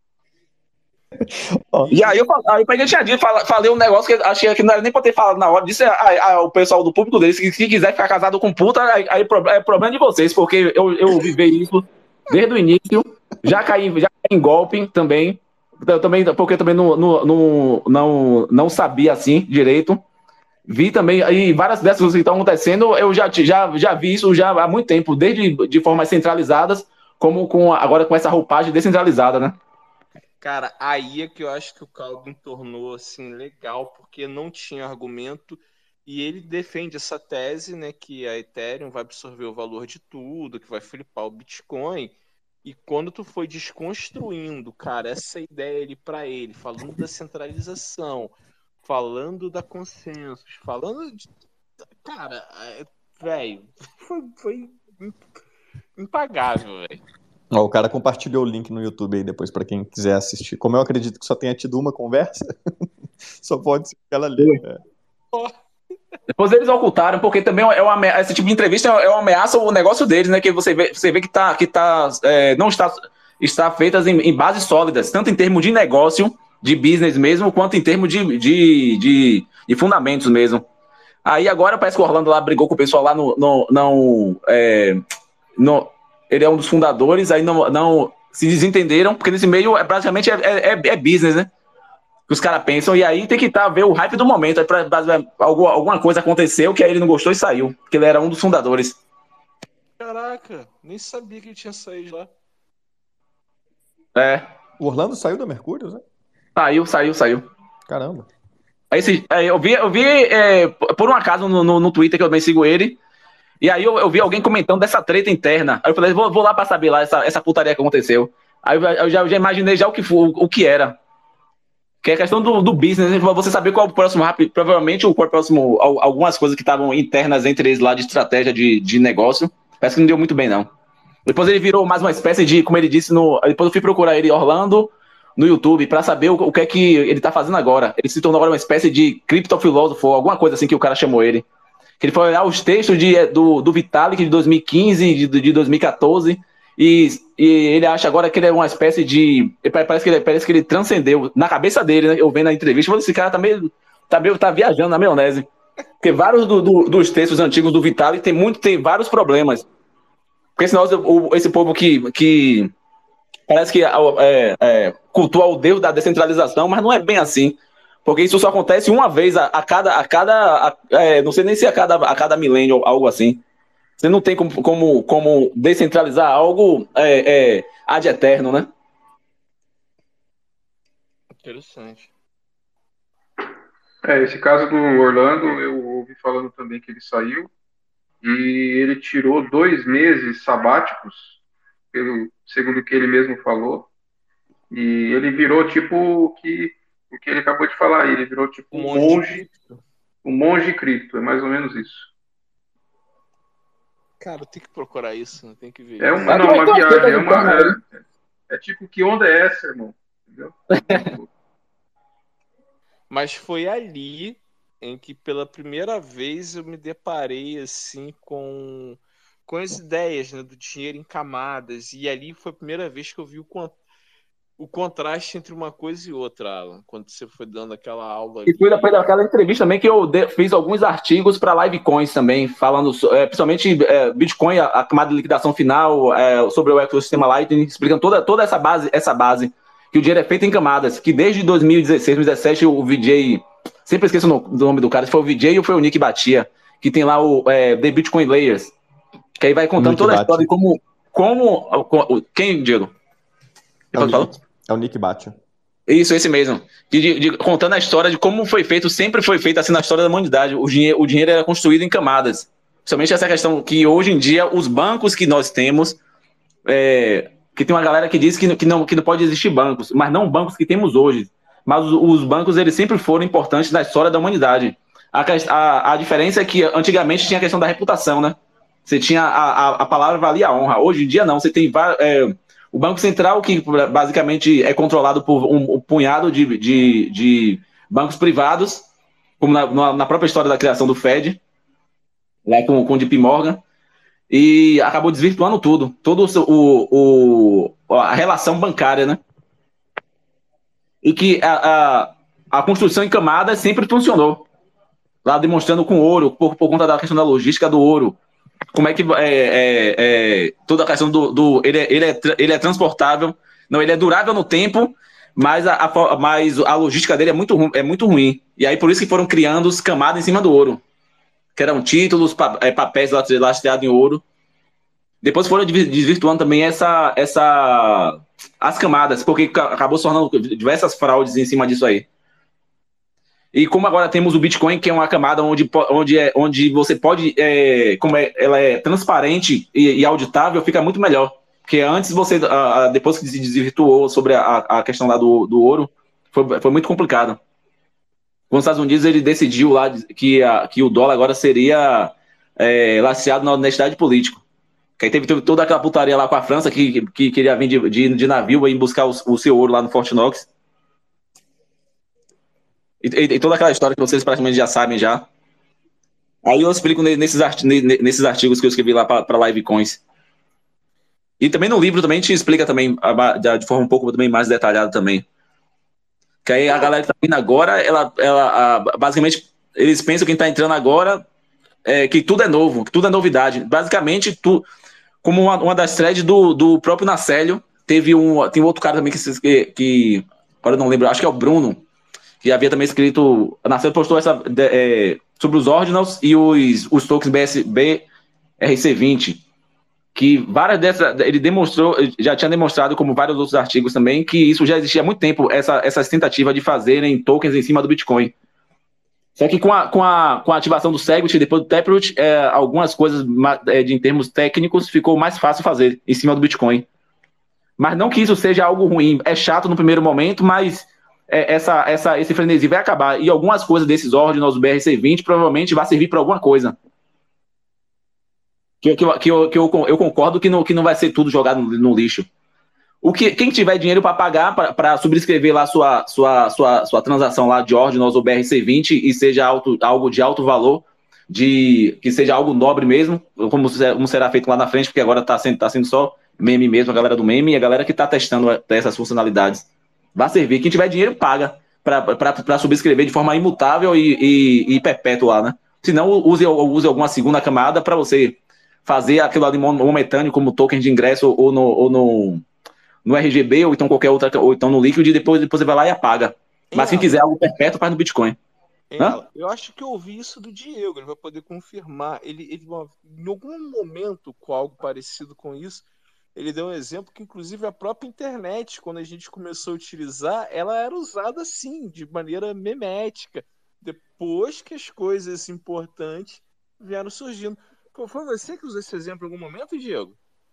E aí eu, aí eu peguei tinha dito, falei um negócio que achei que não era nem pra ter falado na hora. Disse a, a, a, o pessoal do público deles que se quiser ficar casado com puta, aí, aí é problema de vocês, porque eu, eu vivi isso desde o início. Já caí, já caí em golpe também. Eu também porque eu também não, não, não, não, não sabia assim direito. Vi também, aí várias dessas coisas que estão acontecendo, eu já, já, já vi isso já há muito tempo, desde de formas centralizadas, como com, agora com essa roupagem descentralizada, né? Cara, aí é que eu acho que o Calvin tornou assim legal, porque não tinha argumento, e ele defende essa tese, né, que a Ethereum vai absorver o valor de tudo, que vai flipar o Bitcoin. E quando tu foi desconstruindo, cara, essa ideia ali para ele, falando da centralização, falando da Consensus, falando de. Cara, velho, foi, foi impagável, velho. Ó, o cara compartilhou o link no YouTube aí depois pra quem quiser assistir. Como eu acredito que só tenha tido uma conversa, só pode ser aquela ali. É. Depois eles ocultaram, porque também é uma ameaça, esse tipo de entrevista é uma ameaça ao negócio deles, né? Que você vê, você vê que, tá, que tá, é, não está, está feitas em, em bases sólidas, tanto em termos de negócio, de business mesmo, quanto em termos de, de, de, de fundamentos mesmo. Aí agora parece que o Orlando lá brigou com o pessoal lá no... no, no, é, no ele é um dos fundadores, aí não, não se desentenderam, porque nesse meio é praticamente é, é, é business, né? Que os caras pensam, e aí tem que tá, ver o hype do momento. Aí pra, pra, alguma, alguma coisa aconteceu que aí ele não gostou e saiu, porque ele era um dos fundadores. Caraca, nem sabia que ele tinha saído lá. É. O Orlando saiu da Mercúrio, né? Saiu, saiu, saiu. Caramba. Aí, esse, aí eu vi, eu vi é, por um acaso no, no, no Twitter, que eu bem sigo ele, e aí eu, eu vi alguém comentando dessa treta interna. Aí eu falei, vou, vou lá pra saber lá essa, essa putaria que aconteceu. Aí eu, eu, já, eu já imaginei já o que, o, o que era. Que é a questão do, do business, né? Você saber qual é o próximo rápido. Provavelmente o próximo, algumas coisas que estavam internas entre eles lá de estratégia de, de negócio. Parece que não deu muito bem, não. Depois ele virou mais uma espécie de, como ele disse, no, depois eu fui procurar ele, Orlando, no YouTube, pra saber o, o que é que ele tá fazendo agora. Ele se tornou agora uma espécie de criptofilósofo, alguma coisa assim que o cara chamou ele. Que ele foi olhar os textos de, do, do Vitalik de dois mil e quinze, de, de dois mil e quatorze. E, e ele acha agora que ele é uma espécie de... Parece que ele, parece que ele transcendeu na cabeça dele, né? Eu vendo a entrevista, esse cara tá meio, tá meio tá viajando na maionese. Porque vários do, do, dos textos antigos do Vitalik tem, muito, tem vários problemas. Porque senão o, esse povo que, que parece que é, é, cultua o Deus da descentralização, mas não é bem assim. Porque isso só acontece uma vez a, a cada... A cada a, é, não sei nem se a cada, a cada milênio ou algo assim. Você não tem como, como, como descentralizar algo é, é, ad eterno, né? Interessante. É, esse caso do Orlando, eu ouvi falando também que ele saiu e ele tirou dois meses sabáticos, pelo, segundo o que ele mesmo falou, e ele virou tipo o que, o que ele acabou de falar, ele virou tipo um monge, um monge cripto, é mais ou menos isso. Cara, tem que procurar isso, tem que ver. É uma, não, uma viagem, é uma. É, é tipo, que onda é essa, irmão? Entendeu? Mas foi ali em que pela primeira vez eu me deparei assim com, com as ideias, né, do dinheiro em camadas. E ali foi a primeira vez que eu vi o quanto. O contraste entre uma coisa e outra, Alan, quando você foi dando aquela aula. E foi depois daquela entrevista também que eu de, fiz alguns artigos para Livecoins também, falando é, principalmente é, Bitcoin, a, a camada de liquidação final, é, sobre o ecossistema Lightning, explicando toda, toda essa base, essa base, que o dinheiro é feito em camadas, que desde dois mil e dezesseis, dois mil e dezessete, o V J, sempre esqueço o nome do cara, se foi o V J ou foi o Nick Batia, que tem lá o é, The Bitcoin Layers, que aí vai contando Nick toda a história de como, como. Quem, Diego? É o, Nick, é o Nick Batia. Isso, esse mesmo. De, de, de, contando a história de como foi feito, sempre foi feito assim na história da humanidade. O dinheiro, o dinheiro era construído em camadas. Principalmente essa questão que hoje em dia os bancos que nós temos, é, que tem uma galera que diz que, que, não, que não pode existir bancos, mas não bancos que temos hoje. Mas os, os bancos, eles sempre foram importantes na história da humanidade. A, a, a diferença é que antigamente tinha a questão da reputação, né? Você tinha a, a, a palavra valia a honra. Hoje em dia não, você tem é, o Banco Central, que basicamente é controlado por um, um punhado de, de, de bancos privados, como na, na própria história da criação do Fed, lá com, com o J P Morgan, e acabou desvirtuando tudo, todo o, o, a relação bancária, né? E que a, a, a construção em camadas sempre funcionou, lá demonstrando com ouro, por, por conta da questão da logística do ouro, como é que é, é, é, toda a questão do, do ele, é, ele, é, ele é transportável, não, ele é durável no tempo, mas a, a, mas a logística dele é muito, é muito ruim, e aí por isso que foram criando os camadas em cima do ouro, que eram títulos, papéis lastreados em ouro. Depois foram desvirtuando também essa, essa, as camadas, porque acabou se tornando diversas fraudes em cima disso aí. E como agora temos o Bitcoin, que é uma camada onde, onde, é, onde você pode, é, como é, ela é transparente e, e auditável, fica muito melhor. Porque antes você, a, depois que se desvirtuou sobre a, a questão lá do, do ouro, foi, foi muito complicado. quando os Estados Unidos ele decidiu lá que, a, que o dólar agora seria é, laceado na honestidade política. Que aí teve, teve toda aquela putaria lá com a França que, que, que queria vir de, de, de navio e buscar o, o seu ouro lá no Fort Knox. E, e, e toda aquela história que vocês praticamente já sabem já. Aí eu explico nesses, arti nesses artigos que eu escrevi lá para Livecoins. E também no livro também te explica também de forma um pouco também mais detalhada também. Que aí a galera que tá vindo agora, ela, ela a, basicamente, eles pensam que quem tá entrando agora é que tudo é novo, que tudo é novidade. Basicamente, tu, como uma, uma das threads do, do próprio Nacélio, teve um, tem um outro cara também que, que, que agora eu não lembro, acho que é o Bruno, que havia também escrito, a Nacélio postou essa, é, sobre os ordinals e os, os tokens B R C vinte, que várias dessas, ele demonstrou, já tinha demonstrado, como vários outros artigos também, que isso já existia há muito tempo, essa, essas tentativas de fazerem tokens em cima do Bitcoin. Só que com a, com a, com a ativação do Segwit e depois do Taproot, é, algumas coisas é, de, em termos técnicos ficou mais fácil fazer em cima do Bitcoin. Mas não que isso seja algo ruim, é chato no primeiro momento, mas é, essa, essa, esse frenesi vai acabar. E algumas coisas desses ordens do B R C vinte provavelmente vai servir para alguma coisa. Que, que, que, eu, que eu, eu concordo que não, que não vai ser tudo jogado no, no lixo. O que, quem tiver dinheiro para pagar, para subscrever lá sua, sua, sua, sua transação lá de Ordinals ou B R C vinte e seja alto, algo de alto valor, de, que seja algo nobre mesmo, como, como será feito lá na frente, porque agora está sendo, tá sendo só meme mesmo, a galera do meme e a galera que está testando essas funcionalidades. Vai servir. Quem tiver dinheiro, paga para subscrever de forma imutável e, e, e perpétua, né? Se não, use, use alguma segunda camada para você fazer aquilo ali momentâneo como token de ingresso ou no, ou no, no R G B ou então qualquer outra, ou então no Liquid e depois, depois você vai lá e apaga. Mas se quiser algo perpétuo, faz no Bitcoin. Eu acho que eu ouvi isso do Diego, ele vai poder confirmar. Ele, ele, em algum momento, com algo parecido com isso, ele deu um exemplo que, inclusive, a própria internet, quando a gente começou a utilizar, ela era usada assim, de maneira memética. Depois que as coisas importantes vieram surgindo. Foi você que usou esse exemplo em algum momento, Diego?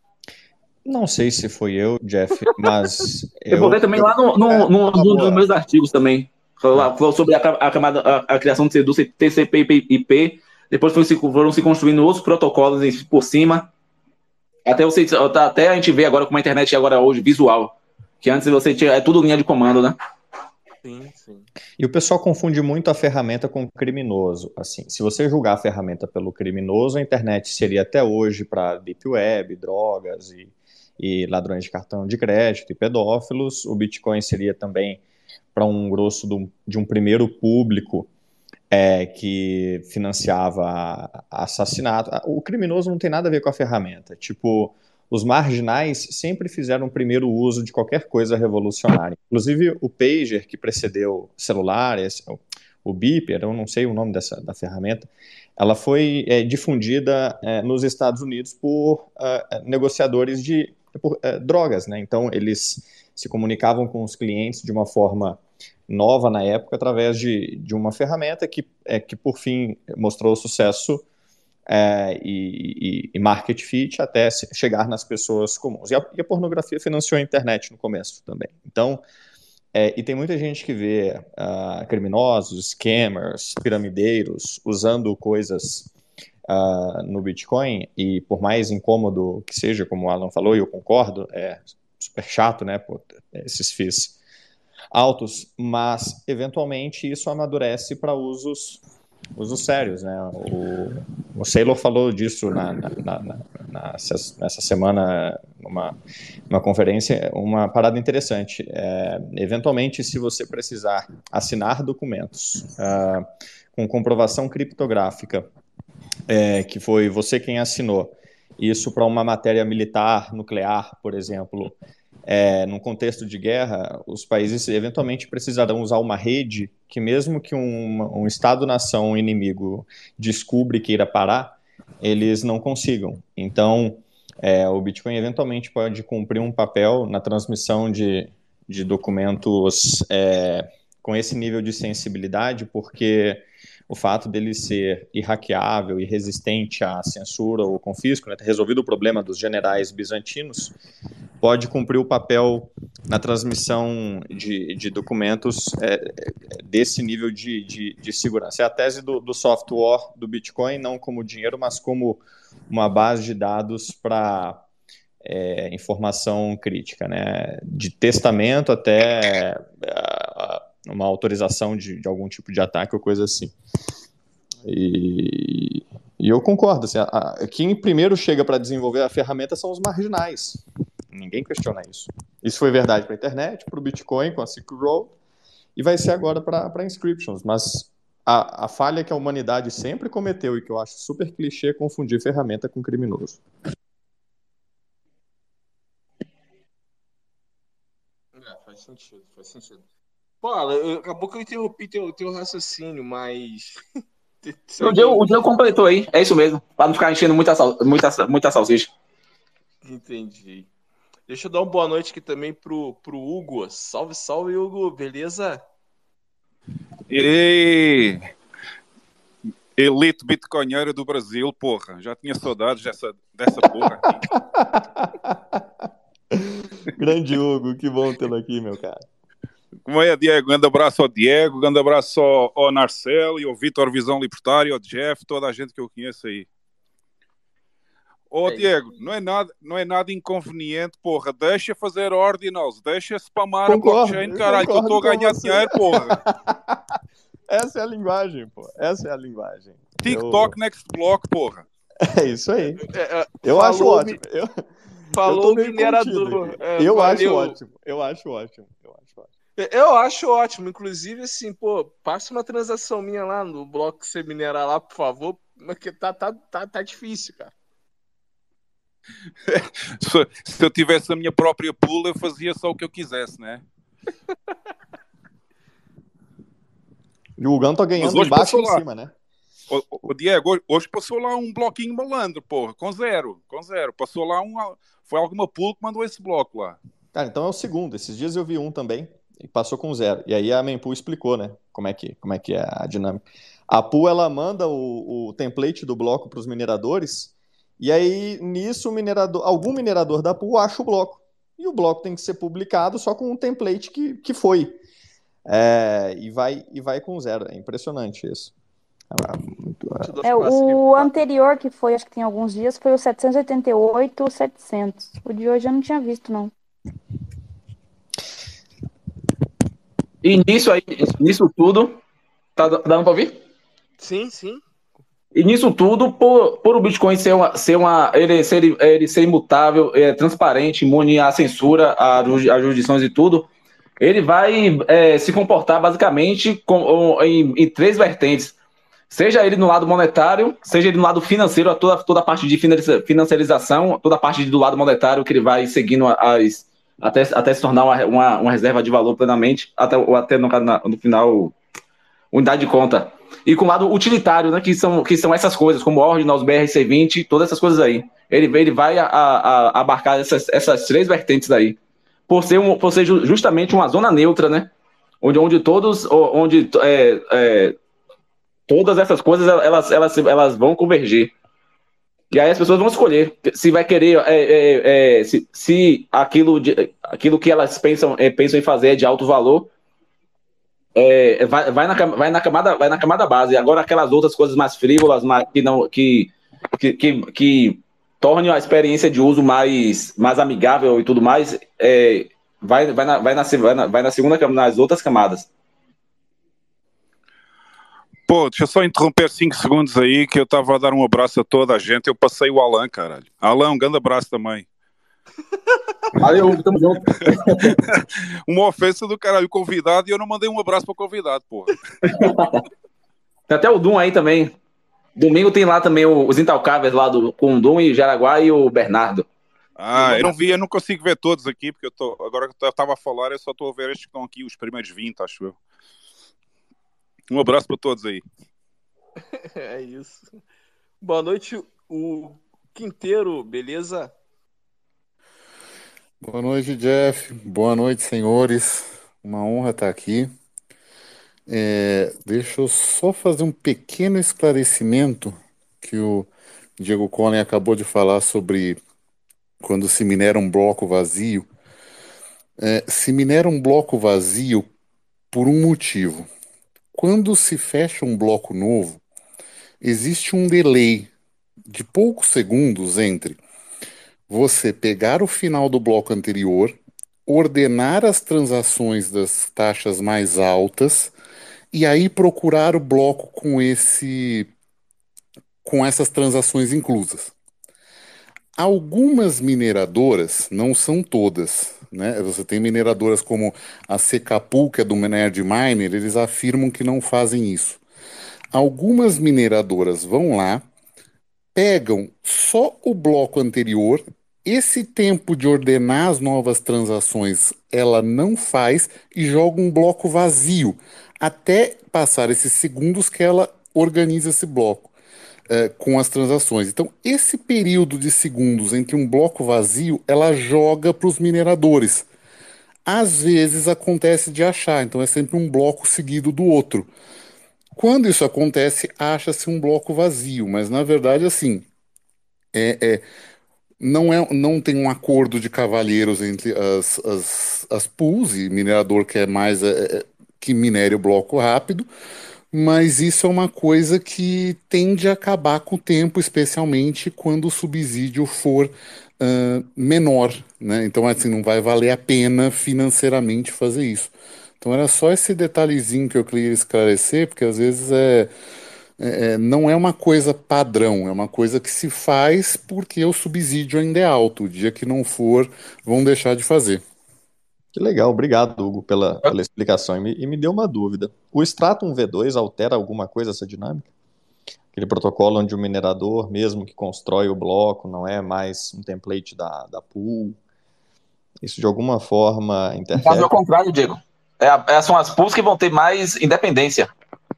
Não sei se foi eu, Jeff, mas... eu botei também lá no, no, no, no, nos meus artigos também. Falou, falou sobre a, a, camada, a, a criação do T C P I P, depois foram se, foram se construindo outros protocolos por cima, até, você, até a gente vê agora como a internet é agora hoje, visual, que antes você tinha, é tudo linha de comando, né? Sim, sim. E o pessoal confunde muito a ferramenta com o criminoso. Assim, se você julgar a ferramenta pelo criminoso, a internet seria até hoje para Deep Web, drogas e, e ladrões de cartão de crédito e pedófilos. O Bitcoin seria também para um grosso do, de um primeiro público é, que financiava assassinato. O criminoso não tem nada a ver com a ferramenta. Tipo, os marginais sempre fizeram o primeiro uso de qualquer coisa revolucionária. Inclusive, o pager que precedeu celular, esse, o beeper, eu não sei o nome dessa, da ferramenta, ela foi é, difundida é, nos Estados Unidos por uh, negociadores de por, uh, drogas, né? Então, eles se comunicavam com os clientes de uma forma nova na época, através de, de uma ferramenta que, é, que, por fim, mostrou sucesso É, e, e, e market fit até chegar nas pessoas comuns. E a, e a pornografia financiou a internet no começo também. Então, é, e tem muita gente que vê uh, criminosos, scammers, piramideiros usando coisas uh, no Bitcoin, e por mais incômodo que seja, como o Alan falou, e eu concordo, é super chato, né, pô, esses fees altos, mas eventualmente isso amadurece para usos usos sérios, né? O, o Saylor falou disso na, na, na, na, nessa semana numa, numa conferência, uma parada interessante. É, eventualmente, se você precisar assinar documentos uh, com comprovação criptográfica, é, que foi você quem assinou, isso para uma matéria militar, nuclear, por exemplo, É, num contexto de guerra, os países eventualmente precisarão usar uma rede que, mesmo que um, um Estado-nação inimigo descubra e queira parar, eles não consigam. Então, é, o Bitcoin eventualmente pode cumprir um papel na transmissão de, de documentos é, com esse nível de sensibilidade, porque o fato dele ser irhackeável e resistente à censura ou confisco, né, ter resolvido o problema dos generais bizantinos, pode cumprir o papel na transmissão de, de documentos é, desse nível de, de, de segurança. É a tese do, do software do Bitcoin, não como dinheiro, mas como uma base de dados para é, informação crítica, né? De testamento até é, uma autorização de, de algum tipo de ataque ou coisa assim. E, e eu concordo. Assim, a, a, quem primeiro chega para desenvolver a ferramenta são os marginais. Ninguém questiona isso. Isso foi verdade para a internet, para o Bitcoin com a Silk Road, e vai ser agora para inscriptions. Mas a, a falha que a humanidade sempre cometeu e que eu acho super clichê é confundir ferramenta com criminoso. É, faz sentido, faz sentido. Pô, Alan, acabou que eu interrompi teu, teu raciocínio, mas. O Diego, o Diego completou aí, é isso mesmo, para não ficar enchendo muita, sal, muita, muita salsicha. Entendi. Deixa eu dar uma boa noite aqui também pro, pro Hugo. Salve, salve, Hugo, beleza? E elite bitcoinheira do Brasil, porra. Já tinha saudades dessa, dessa porra aqui. Grande Hugo, que bom tê-lo aqui, meu cara. Como é, Diego? Grande abraço ao Diego, grande abraço ao, ao Narcelo e ao Vitor Visão Libertário, ao Jeff, toda a gente que eu conheço aí. Ô, É Diego, não é, nada, não é nada inconveniente, porra. Deixa fazer ordinals, deixa spamar Concordo, a blockchain, caralho, que eu estou a concordo com ganhar você. dinheiro, porra. Essa é a linguagem, pô. Essa é a linguagem. TikTok Eu... Next Block, porra. É isso aí. É, é, Eu falou, acho ótimo. Eu, falou eu tô o meio minerador. contido aqui. É, eu acho valeu. ótimo. Eu acho ótimo. Eu acho ótimo. Eu acho ótimo. Inclusive, assim, pô, passa uma transação minha lá no bloco que você minerar lá, por favor, porque tá, tá, tá, tá difícil, cara. Se, se eu tivesse a minha própria pool, eu fazia só o que eu quisesse, né? E o Gão tá ganhando embaixo e em cima, né? O, o Diego, hoje, hoje passou lá um bloquinho malandro, porra, com zero, com zero. Passou lá um, foi alguma pool que mandou esse bloco lá. Cara, então é o segundo. Esses dias eu vi um também e passou com zero. E aí a mempool explicou, né? Como é que, como é, que é a dinâmica. A pool, ela manda o, o template do bloco para os mineradores. E aí, nisso, o minerador, algum minerador da pool acha o bloco. E o bloco tem que ser publicado só com um template que, que foi. É, e, vai, e vai com zero. É impressionante isso. É, o anterior, que foi, acho que tem alguns dias, foi o setecentos e oitenta e oito, setecentos. O de hoje eu não tinha visto, não. E nisso aí, nisso tudo, tá dando pra ouvir? Sim, sim. E nisso tudo, por, por o Bitcoin ser uma, ser uma ele, ser, ele ser imutável, é, transparente, imune à censura, à, à jurisdições e tudo, ele vai é, se comportar basicamente com, em, em três vertentes. Seja ele no lado monetário, seja ele no lado financeiro, toda, toda a parte de financiarização, toda a parte do lado monetário que ele vai seguindo as, até, até se tornar uma, uma, uma reserva de valor plenamente, até, ou até no, no final, unidade de conta. E com o lado utilitário, né, que, são, que são essas coisas, como Ordinals, B R C vinte, todas essas coisas aí. Ele, ele vai a, a, a abarcar essas, essas três vertentes aí. Por ser, um, por ser justamente uma zona neutra, né? Onde, onde todos, onde é, é, todas essas coisas elas, elas, elas vão convergir. E aí as pessoas vão escolher se vai querer, é, é, é, se, se aquilo, de, aquilo que elas pensam, é, pensam em fazer é de alto valor, é, vai, vai, na, vai, na camada, vai na camada base. Agora aquelas outras coisas mais frívolas, mais, que, não, que, que, que, que tornem a experiência de uso mais, mais amigável e tudo mais, é, vai, vai, na, vai, na, vai, na, vai na segunda, nas outras camadas. Pô, deixa eu só interromper cinco segundos aí, que eu estava a dar um abraço a toda a gente. Eu passei o Alan, caralho. Alan, um grande abraço também. Valeu, tamo junto. Uma ofensa do caralho, o convidado, e eu não mandei um abraço para o convidado, porra. Tem até o Dum aí também. Domingo tem lá também os Intalcáveis lá do, com o Dum e o Jaraguá e o Bernardo. Ah, eu não vi, eu não consigo ver todos aqui, porque eu tô, agora que eu estava a falar, eu só estou a ver estes que estão aqui, os primeiros vinte, acho eu. Um abraço para todos aí. É isso. Boa noite, o Quinteiro, beleza? Boa noite, Jeff. Boa noite, senhores. Uma honra estar aqui. É, deixa eu só fazer um pequeno esclarecimento que o Diego Conley acabou de falar sobre quando se minera um bloco vazio, é, se minera um bloco vazio por um motivo. Quando se fecha um bloco novo, existe um delay de poucos segundos entre você pegar o final do bloco anterior, ordenar as transações das taxas mais altas e aí procurar o bloco com esse com essas transações inclusas. Algumas mineradoras, não são todas, né? Você tem mineradoras como a C K Pool, que é do Nerd Miner, eles afirmam que não fazem isso. Algumas mineradoras vão lá, pegam só o bloco anterior, esse tempo de ordenar as novas transações ela não faz e joga um bloco vazio, até passar esses segundos que ela organiza esse bloco é, com as transações. Então, esse período de segundos entre um bloco vazio, ela joga para os mineradores. Às vezes acontece de achar, então é sempre um bloco seguido do outro. Quando isso acontece, acha-se um bloco vazio, mas na verdade, assim, é, é, não, é, não tem um acordo de cavalheiros entre as, as, as pools, e minerador quer mais é, que minere o bloco rápido, mas isso é uma coisa que tende a acabar com o tempo, especialmente quando o subsídio for uh, menor, né? Então, assim, não vai valer a pena financeiramente fazer isso. Então, era só esse detalhezinho que eu queria esclarecer, porque às vezes é, é, não é uma coisa padrão, é uma coisa que se faz porque o subsídio ainda é alto. O dia que não for, vão deixar de fazer. Que legal, obrigado, Hugo, pela, pela explicação. E me, e me deu uma dúvida. O Stratum V dois altera alguma coisa essa dinâmica? Aquele protocolo onde o minerador, mesmo que constrói o bloco, não é mais um template da, da pool. Isso de alguma forma interfere? Faz ao contrário, Diego. É, é, são as pools que vão ter mais independência.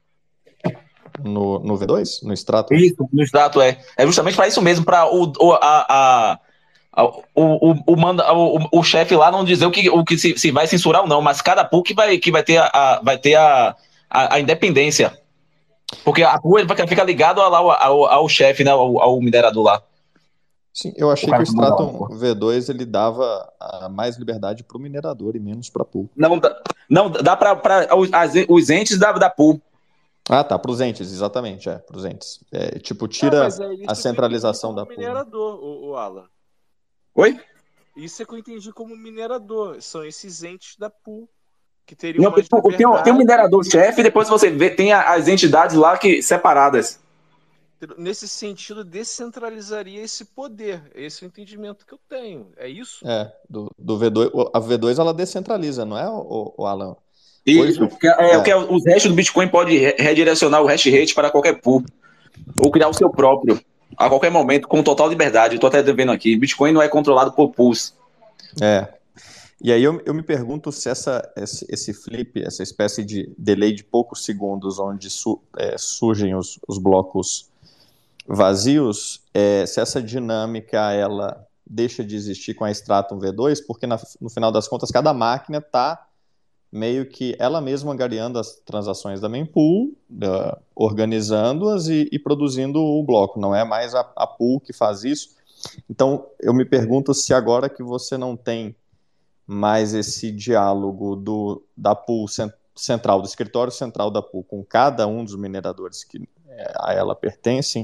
No, no V dois? No Stratum? Isso, no Stratum, é. É justamente para isso mesmo, para o, o, a, a, o, o, o, manda, o, o chefe lá não dizer o que, o que se, se vai censurar ou não, mas cada pool que vai, que vai ter, a, a, vai ter a, a, a independência. Porque a pool vai ficar ligado ao, ao, ao, ao chefe, né, ao, ao minerador lá. Sim, eu achei O que o cara que manda lá, Stratum V dois ele dava a mais liberdade para o minerador e menos para a pool. Não, dá- não dá para os, as- os entes da, da pool. Ah, tá, para os entes, exatamente, é, para os entes. É, tipo, Ah, tira mas é isso a que eu centralização entendi da como pool. minerador, o, o Alan. Oi? Isso é que eu entendi como minerador. São esses entes da pool que teriam Não, tem, mais tem, tem um liberdade. minerador-chefe e depois você vê, tem a- as entidades lá que, separadas. Nesse sentido, descentralizaria esse poder. Esse é o entendimento que eu tenho. É isso? É, do, do V dois, o- a V dois ela descentraliza, não é, o, o Alan? Isso. Hoje, Que é, é, que é, é, os hashes do Bitcoin pode re- redirecionar o hash rate para qualquer pool. Ou criar o seu próprio. A qualquer momento, com total liberdade. Estou até vendo aqui. Bitcoin não é controlado por pools. é. E aí eu, eu me pergunto se essa, esse, esse flip, essa espécie de delay de poucos segundos onde su, é, surgem os, os blocos vazios, é, se essa dinâmica ela deixa de existir com a Stratum V dois, porque na- no final das contas cada máquina está meio que ela mesma angariando as transações da mempool, da- organizando-as e, e produzindo o bloco, não é mais a, a pool que faz isso. Então eu me pergunto se agora que você não tem mais esse diálogo do, da pool cen- central, do escritório central da pool com cada um dos mineradores que é, a ela pertencem,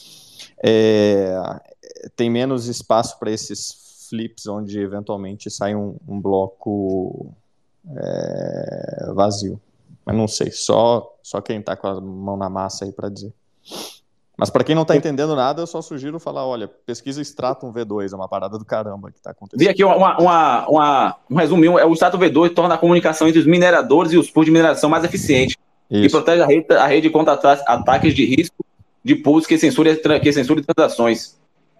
é, tem menos espaço para esses flips onde eventualmente sai um, um bloco é, vazio. Mas não sei, só, só quem está com a mão na massa aí para dizer. Mas para quem não está entendendo nada, eu só sugiro falar, olha, pesquisa Stratum V dois, é uma parada do caramba que está Vi acontecendo. aqui uma, uma, uma- um resuminho. É o Stratum V dois torna a comunicação entre os mineradores e os pools de mineração mais eficiente. E Isso. protege a rede, a rede contra ata- ataques de risco de pools que censurem, tra- que censurem transações.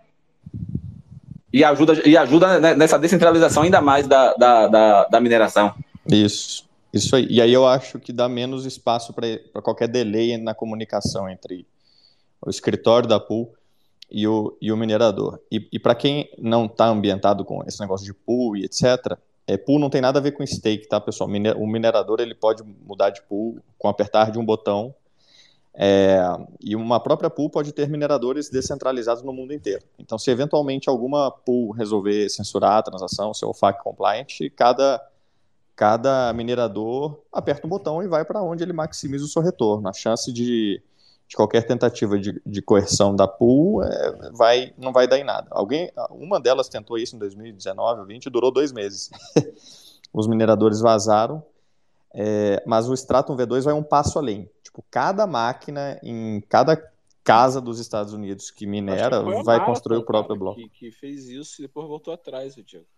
E ajuda, e ajuda ne- nessa descentralização ainda mais da, da, da, da mineração. Isso, isso aí. E aí eu acho que dá menos espaço para qualquer delay na comunicação entre o escritório da pool e o, e o minerador. E, e para quem não está ambientado com esse negócio de pool e etcétera, é, pool não tem nada a ver com stake, tá, pessoal? Mine- O minerador ele pode mudar de pool com apertar de um botão. É, e uma própria pool pode ter mineradores descentralizados no mundo inteiro. Então, se eventualmente alguma pool resolver censurar a transação, ser O F A C compliant, cada, cada minerador aperta um botão e vai para onde ele maximiza o seu retorno. A chance de, de qualquer tentativa de, de coerção da pool é, vai, não vai dar em nada. Alguém, uma delas tentou isso em dois mil e dezenove ou vinte e durou dois meses. Os mineradores vazaram, é, mas o Stratum V dois vai um passo além. Tipo, cada máquina em cada casa dos Estados Unidos que minera Acho que foi a vai Marathon, construir o próprio cara, bloco. Que, que fez isso e depois voltou atrás, o Diego.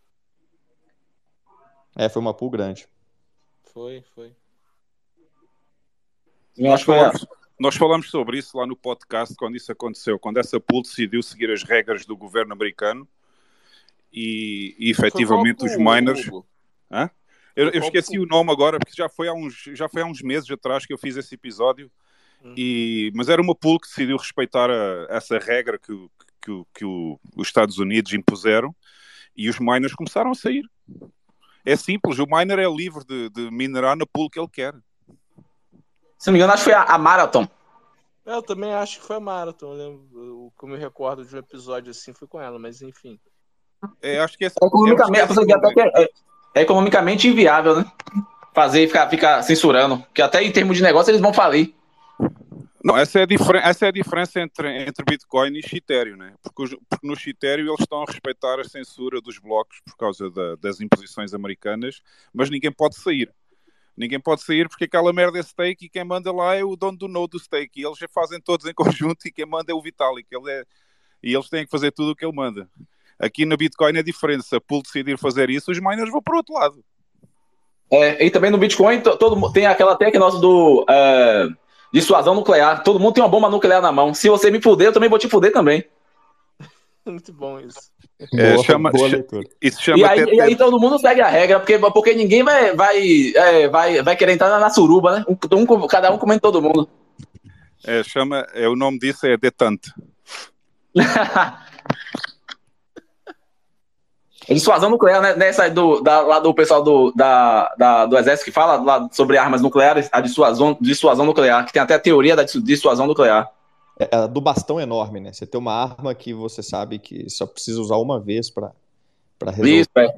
É, foi uma pool grande. Foi, foi. Eu Nós acho que foi a- falamos, nós falamos sobre isso lá no podcast quando isso aconteceu, quando essa pool decidiu seguir as regras do governo americano e, e efetivamente Foi os qual pool, miners. Hugo? Hã? Eu, Foi eu qual esqueci pool? o nome agora, porque já foi, há uns, já foi há uns meses atrás que eu fiz esse episódio, Hum. e, mas era uma pool que decidiu respeitar a- essa regra que, o- que, o- que o- os Estados Unidos impuseram, e os miners começaram a sair. É simples, o miner é livre de, de minerar na pool que ele quer. Se não me engano, acho que foi a, a Marathon. Eu também acho que foi a Marathon. Eu lembro, o que eu me recordo de um episódio assim foi com ela, mas enfim. É, acho que é, É eu economicamente, a esqueci pessoa o que até nome. que é, é economicamente inviável, né? Fazer e ficar, ficar censurando. Porque até em termos de negócio eles vão falir. Não, essa é a, difer- essa é a diferença entre, entre Bitcoin e Ethereum, né? Porque, os- porque no Ethereum eles estão a respeitar a censura dos blocos por causa da- das imposições americanas, mas ninguém pode sair. Ninguém pode sair porque aquela merda é stake e quem manda lá é o dono do node do stake. E eles já fazem todos em conjunto e quem manda é o Vitalik. Ele é, e eles têm que fazer tudo o que ele manda. Aqui na Bitcoin é diferente. Se a pool decidir fazer isso, os miners vão para o outro lado. É, e também no Bitcoin to- todo, mu- tem aquela técnica nossa do é, dissuasão nuclear. Todo mundo tem uma bomba nuclear na mão. Se você me fuder, eu também vou te fuder também. Muito bom isso. É, boa, chama- boa cha- leitura. Isso chama E aí, até e aí todo mundo segue a regra, porque, porque ninguém vai, vai, é, vai, vai querer entrar na, na suruba, né? Um, um- cada um comendo todo mundo. é, chama, é, o nome disso é detente. É dissuasão nuclear, né? Nessa aí do, da, lá do pessoal do, da, da- do exército que fala lá sobre armas nucleares, a dissuasão, dissuasão nuclear, que tem até a teoria da dissu- dissuasão nuclear. É, a do bastão é enorme, né? Você tem uma arma que você sabe que só precisa usar uma vez para resolver. Isso, é.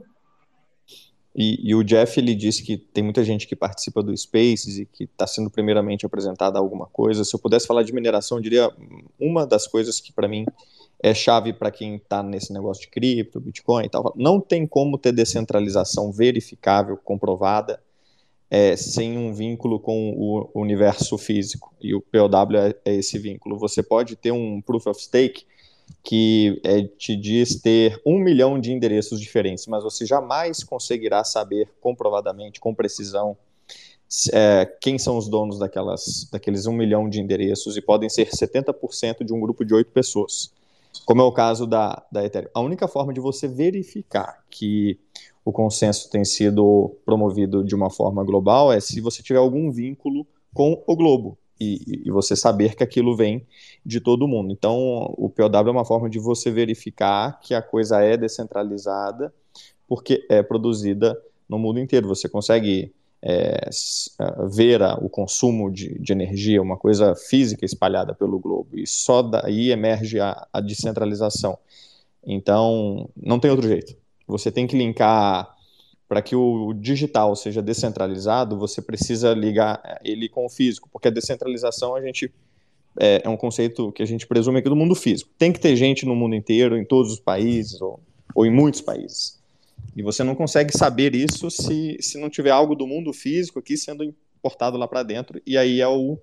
E, e o Jeff, ele disse que tem muita gente que participa do Spaces e que está sendo primeiramente apresentada alguma coisa. Se eu pudesse falar de mineração, eu diria uma das coisas que para mim é chave para quem está nesse negócio de cripto, Bitcoin e tal. Não tem como ter descentralização verificável, comprovada, é, sem um vínculo com o universo físico. E o P O W é, é esse vínculo. Você pode ter um Proof of Stake que é, te diz ter um milhão de endereços diferentes, mas você jamais conseguirá saber comprovadamente, com precisão, é, quem são os donos daquelas, daqueles um milhão de endereços, e podem ser setenta por cento de um grupo de oito pessoas, como é o caso da, da Ethereum. A única forma de você verificar que o consenso tem sido promovido de uma forma global é se você tiver algum vínculo com o globo, e, e você saber que aquilo vem de todo mundo. Então, o P O W é uma forma de você verificar que a coisa é descentralizada, porque é produzida no mundo inteiro. Você consegue é, ver a, o consumo de, de energia, uma coisa física espalhada pelo globo, e só daí emerge a, a descentralização. Então, não tem outro jeito. Você tem que linkar. Para que o digital seja descentralizado, você precisa ligar ele com o físico, porque a descentralização a gente, é, é um conceito que a gente presume aqui do mundo físico. Tem que ter gente no mundo inteiro, em todos os países, ou, ou em muitos países. E você não consegue saber isso se, se não tiver algo do mundo físico aqui sendo importado lá para dentro, e aí é o,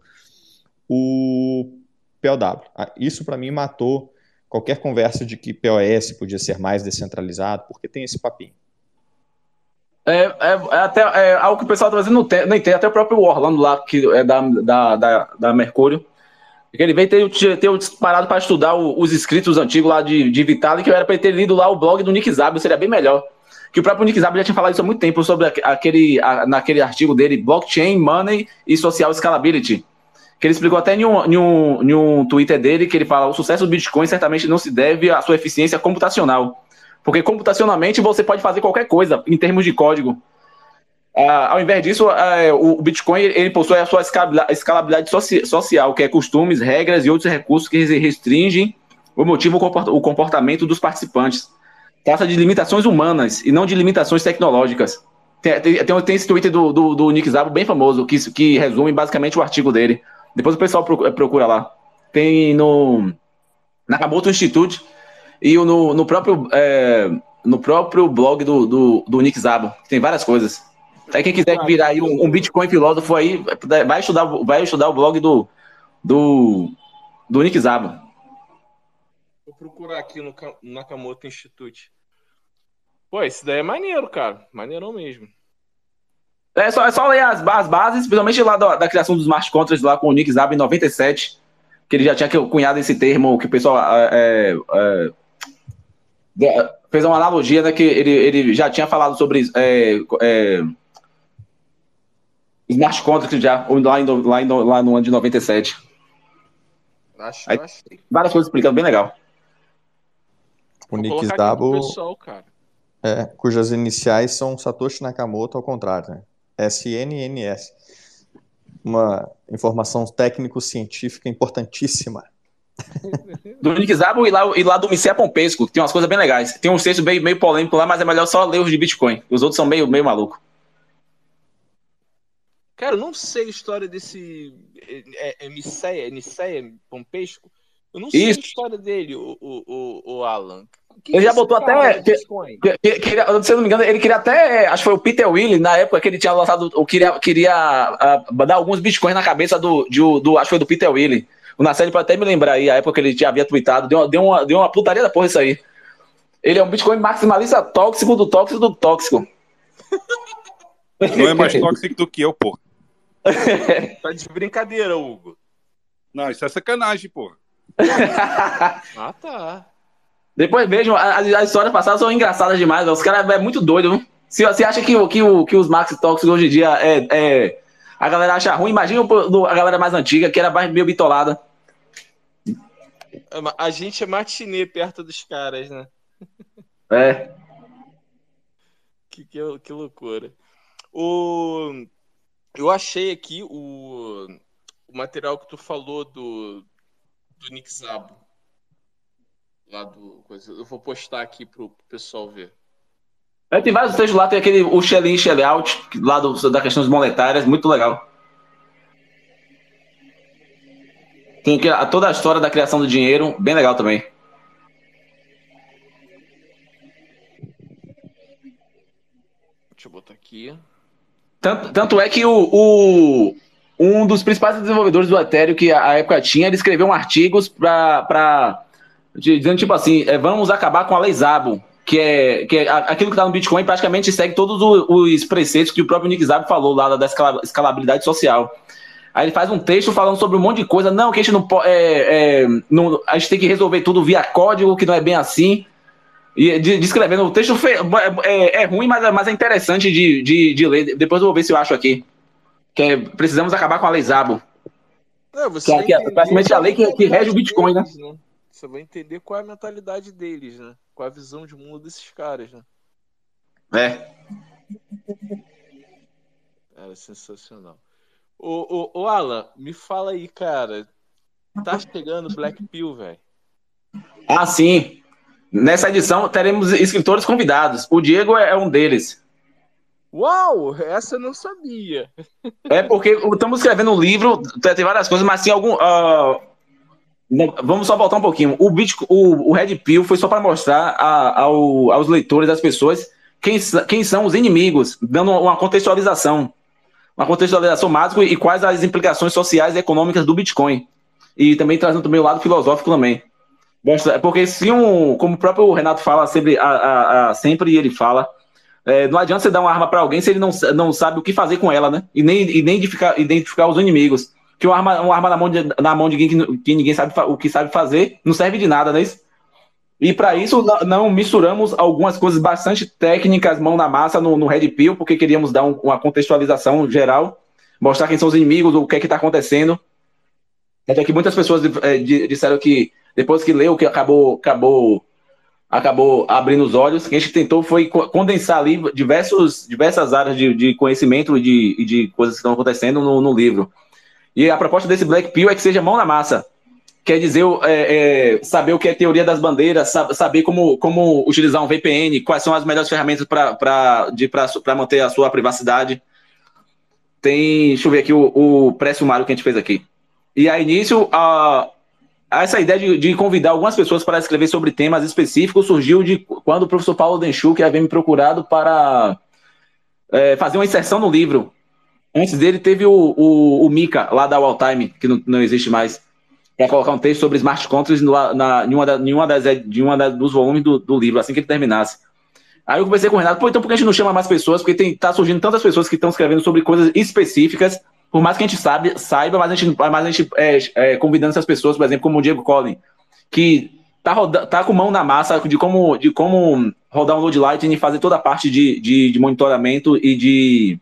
o P O W. Isso, para mim, matou qualquer conversa de que P O S podia ser mais descentralizado, porque tem esse papinho. É, é, é até é algo que o pessoal está fazendo, não tem, nem tem, até o próprio Orlando lá, que é da, da, da, da Mercúrio, que ele veio ter, ter parado para estudar o, os escritos antigos lá de, de Vitalik, que era para ele ter lido lá o blog do Nick Szabo, seria bem melhor. Que o próprio Nick Szabo já tinha falado isso há muito tempo, sobre aquele, a, naquele artigo dele, Blockchain, Money e Social Scalability, que ele explicou até em um, em, um, em um Twitter dele, que ele fala: o sucesso do Bitcoin certamente não se deve à sua eficiência computacional, porque computacionalmente você pode fazer qualquer coisa em termos de código. Ah, ao invés disso, ah, o Bitcoin ele possui a sua escalabilidade soci social, que é costumes, regras e outros recursos que restringem ou motivam o comportamento dos participantes. Trata de limitações humanas e não de limitações tecnológicas. Tem, tem, tem esse Twitter do, do, do Nick Szabo bem famoso, que, que resume basicamente o artigo dele. Depois o pessoal procura lá. Tem no Nakamoto Institute e no, no, próprio, é, no próprio blog do, do, do Nick Szabo. Tem várias coisas. Aí quem quiser virar aí um, um Bitcoin filósofo aí, vai estudar, vai estudar o blog do, do, do Nick Szabo. Vou procurar aqui no Nakamoto Institute. Pô, esse daí é maneiro, cara. Maneirão mesmo. É só, é só ler as, as bases, principalmente lá da, da criação dos smart contracts lá com o Nick Szabo em noventa e sete, que ele já tinha cunhado esse termo, que o pessoal é, é, fez uma analogia, né, que ele, ele já tinha falado sobre é, é, smart contracts já, lá, em, lá, em, lá no ano de noventa e sete. Acho, Aí, achei. várias coisas explicando, bem legal. O Vou Nick colocar aqui pro Szabo, pessoal, cara. é, cujas iniciais são Satoshi Nakamoto ao contrário, né? S N N S. Uma informação técnico-científica importantíssima. Do Nick Szabo e lá, e lá do Mircea Pompesco, que tem umas coisas bem legais. Tem um texto meio, meio polêmico lá, mas é melhor só ler os de Bitcoin. Os outros são meio, meio malucos. Cara, eu não sei a história desse é, é, Mircea, Mircea Pompesco. Eu não sei Isso. a história dele, o, o, o, o Alan. Que Ele que já esse botou cara até. do Que, Bitcoin? que, que, que, se eu não me engano, ele queria até. Acho que foi o Peter Willy, na época que ele tinha lançado. Ou queria, queria uh, dar alguns bitcoins na cabeça do, de, do. Acho que foi do Peter Willy. O Nassel pode até me lembrar aí, a época que ele já havia tweetado. Deu, deu, uma, deu uma putaria da porra isso aí. Ele é um Bitcoin maximalista tóxico do tóxico do tóxico. Não é mais tóxico do que eu, pô. Tá de brincadeira, Hugo. Não, isso é sacanagem, pô. Ah, tá. Depois vejam, as, as histórias passadas são engraçadas demais. Os caras é muito doido, viu? Se você acha que, que, o, que os Max tóxicos hoje em dia é, é. A galera acha ruim, imagina a galera mais antiga, que era mais meio bitolada. A gente é matinê perto dos caras, né? É. Que, que, que loucura. O... Eu achei aqui o... o material que tu falou do, do Nick Szabo. Lá do... Eu vou postar aqui pro pessoal ver. É, tem vários textos lá, tem aquele o Shell in, Shell out, lá do, da questões monetárias, muito legal. Tem aqui a, toda a história da criação do dinheiro, bem legal também. Deixa eu botar aqui. Tanto, tanto é que o, o, um dos principais desenvolvedores do Ethereum que a, a época tinha, ele escreveu um artigos para dizendo tipo assim, é, vamos acabar com a lei Szabo, que é, que é aquilo que está no Bitcoin praticamente segue todos os, os preceitos que o próprio Nick Szabo falou lá da escalabilidade social. Aí ele faz um texto falando sobre um monte de coisa, não, que a gente não pode, é, é, não, a gente tem que resolver tudo via código, que não é bem assim. E descrevendo, o texto fe... é, é ruim, mas é, mas é interessante de, de, de ler. Depois eu vou ver se eu acho aqui. Que é, precisamos acabar com a lei Szabo. Não, você que, que é praticamente a lei que, que rege o Bitcoin, deles, né? né? Você vai entender qual é a mentalidade deles, né? Qual é a visão de mundo desses caras, né? É. Era sensacional. Ô, ô, ô, Alan, me fala aí, cara. Tá chegando Black Pill, velho? Ah, sim. Nessa edição teremos escritores convidados. O Diego é um deles. Uau, essa eu não sabia. É porque estamos escrevendo um livro, tem várias coisas, mas tem algum... Uh, vamos só voltar um pouquinho. O, Bitcoin, o, o Red Pill foi só para mostrar a, ao, aos leitores, às pessoas, quem, quem são os inimigos, dando uma contextualização. Uma contextualização básica e quais as implicações sociais e econômicas do Bitcoin. E também trazendo também o lado filosófico também. Porque se um, como o próprio Renato fala sempre, a, a, a, sempre ele fala, é, não adianta você dar uma arma para alguém se ele não, não sabe o que fazer com ela, né? E nem identificar, identificar os inimigos. Que uma arma, uma arma na mão de, na mão de alguém que, que ninguém sabe o que sabe fazer não serve de nada, né? E para isso não, não misturamos algumas coisas bastante técnicas, mão na massa no, no Red Pill, porque queríamos dar um, uma contextualização geral, mostrar quem são os inimigos, o que é que está acontecendo. Até que muitas pessoas é, disseram que depois que leu, que acabou, acabou acabou abrindo os olhos. O que a gente tentou foi condensar ali diversos, diversas áreas de, de conhecimento e de, de coisas que estão acontecendo no, no livro. E a proposta desse Black Pill é que seja mão na massa. Quer dizer, é, é, saber o que é teoria das bandeiras, saber como, como utilizar um V P N, quais são as melhores ferramentas para manter a sua privacidade. Tem, deixa eu ver aqui o, o pré-sumário que a gente fez aqui. E a início, a, essa ideia de, de convidar algumas pessoas para escrever sobre temas específicos surgiu de quando o professor Paulo Denchuk havia me procurado para é, fazer uma inserção no livro. Antes dele teve o, o, o Mika, lá da Walltime, que não, não existe mais, para colocar um texto sobre smart contracts no, na, em uma, da, em uma das, de uma da, dos volumes do, do livro, assim que ele terminasse. Aí eu conversei com o Renato, pô, então por que a gente não chama mais pessoas? Porque tem, tá surgindo tantas pessoas que estão escrevendo sobre coisas específicas, por mais que a gente sabe, saiba, mas a gente, mas a gente é, é, convidando essas pessoas, por exemplo, como o Diego Collin, que tá, roda, tá com mão na massa de como, de como rodar um load lightning e fazer toda a parte de, de, de monitoramento e de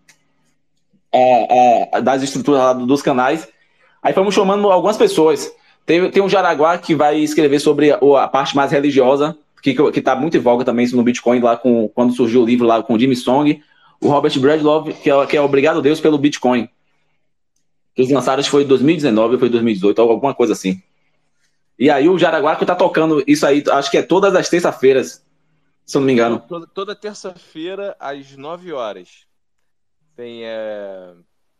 é, é, das estruturas dos canais. Aí fomos chamando algumas pessoas. Tem, tem um Jaraguá que vai escrever sobre a, a parte mais religiosa, que, que tá muito em voga também isso no Bitcoin, lá com, quando surgiu o livro lá com o Jimmy Song, o Robert Breedlove, que é, que é Obrigado Deus pelo Bitcoin. Que eles lançaram, acho que foi em dois mil e dezenove ou foi dois mil e dezoito, alguma coisa assim. E aí o Jaraguá que tá tocando isso aí, acho que é todas as terças-feiras, se eu não me engano. Toda, toda terça-feira, às nove horas. Tem é,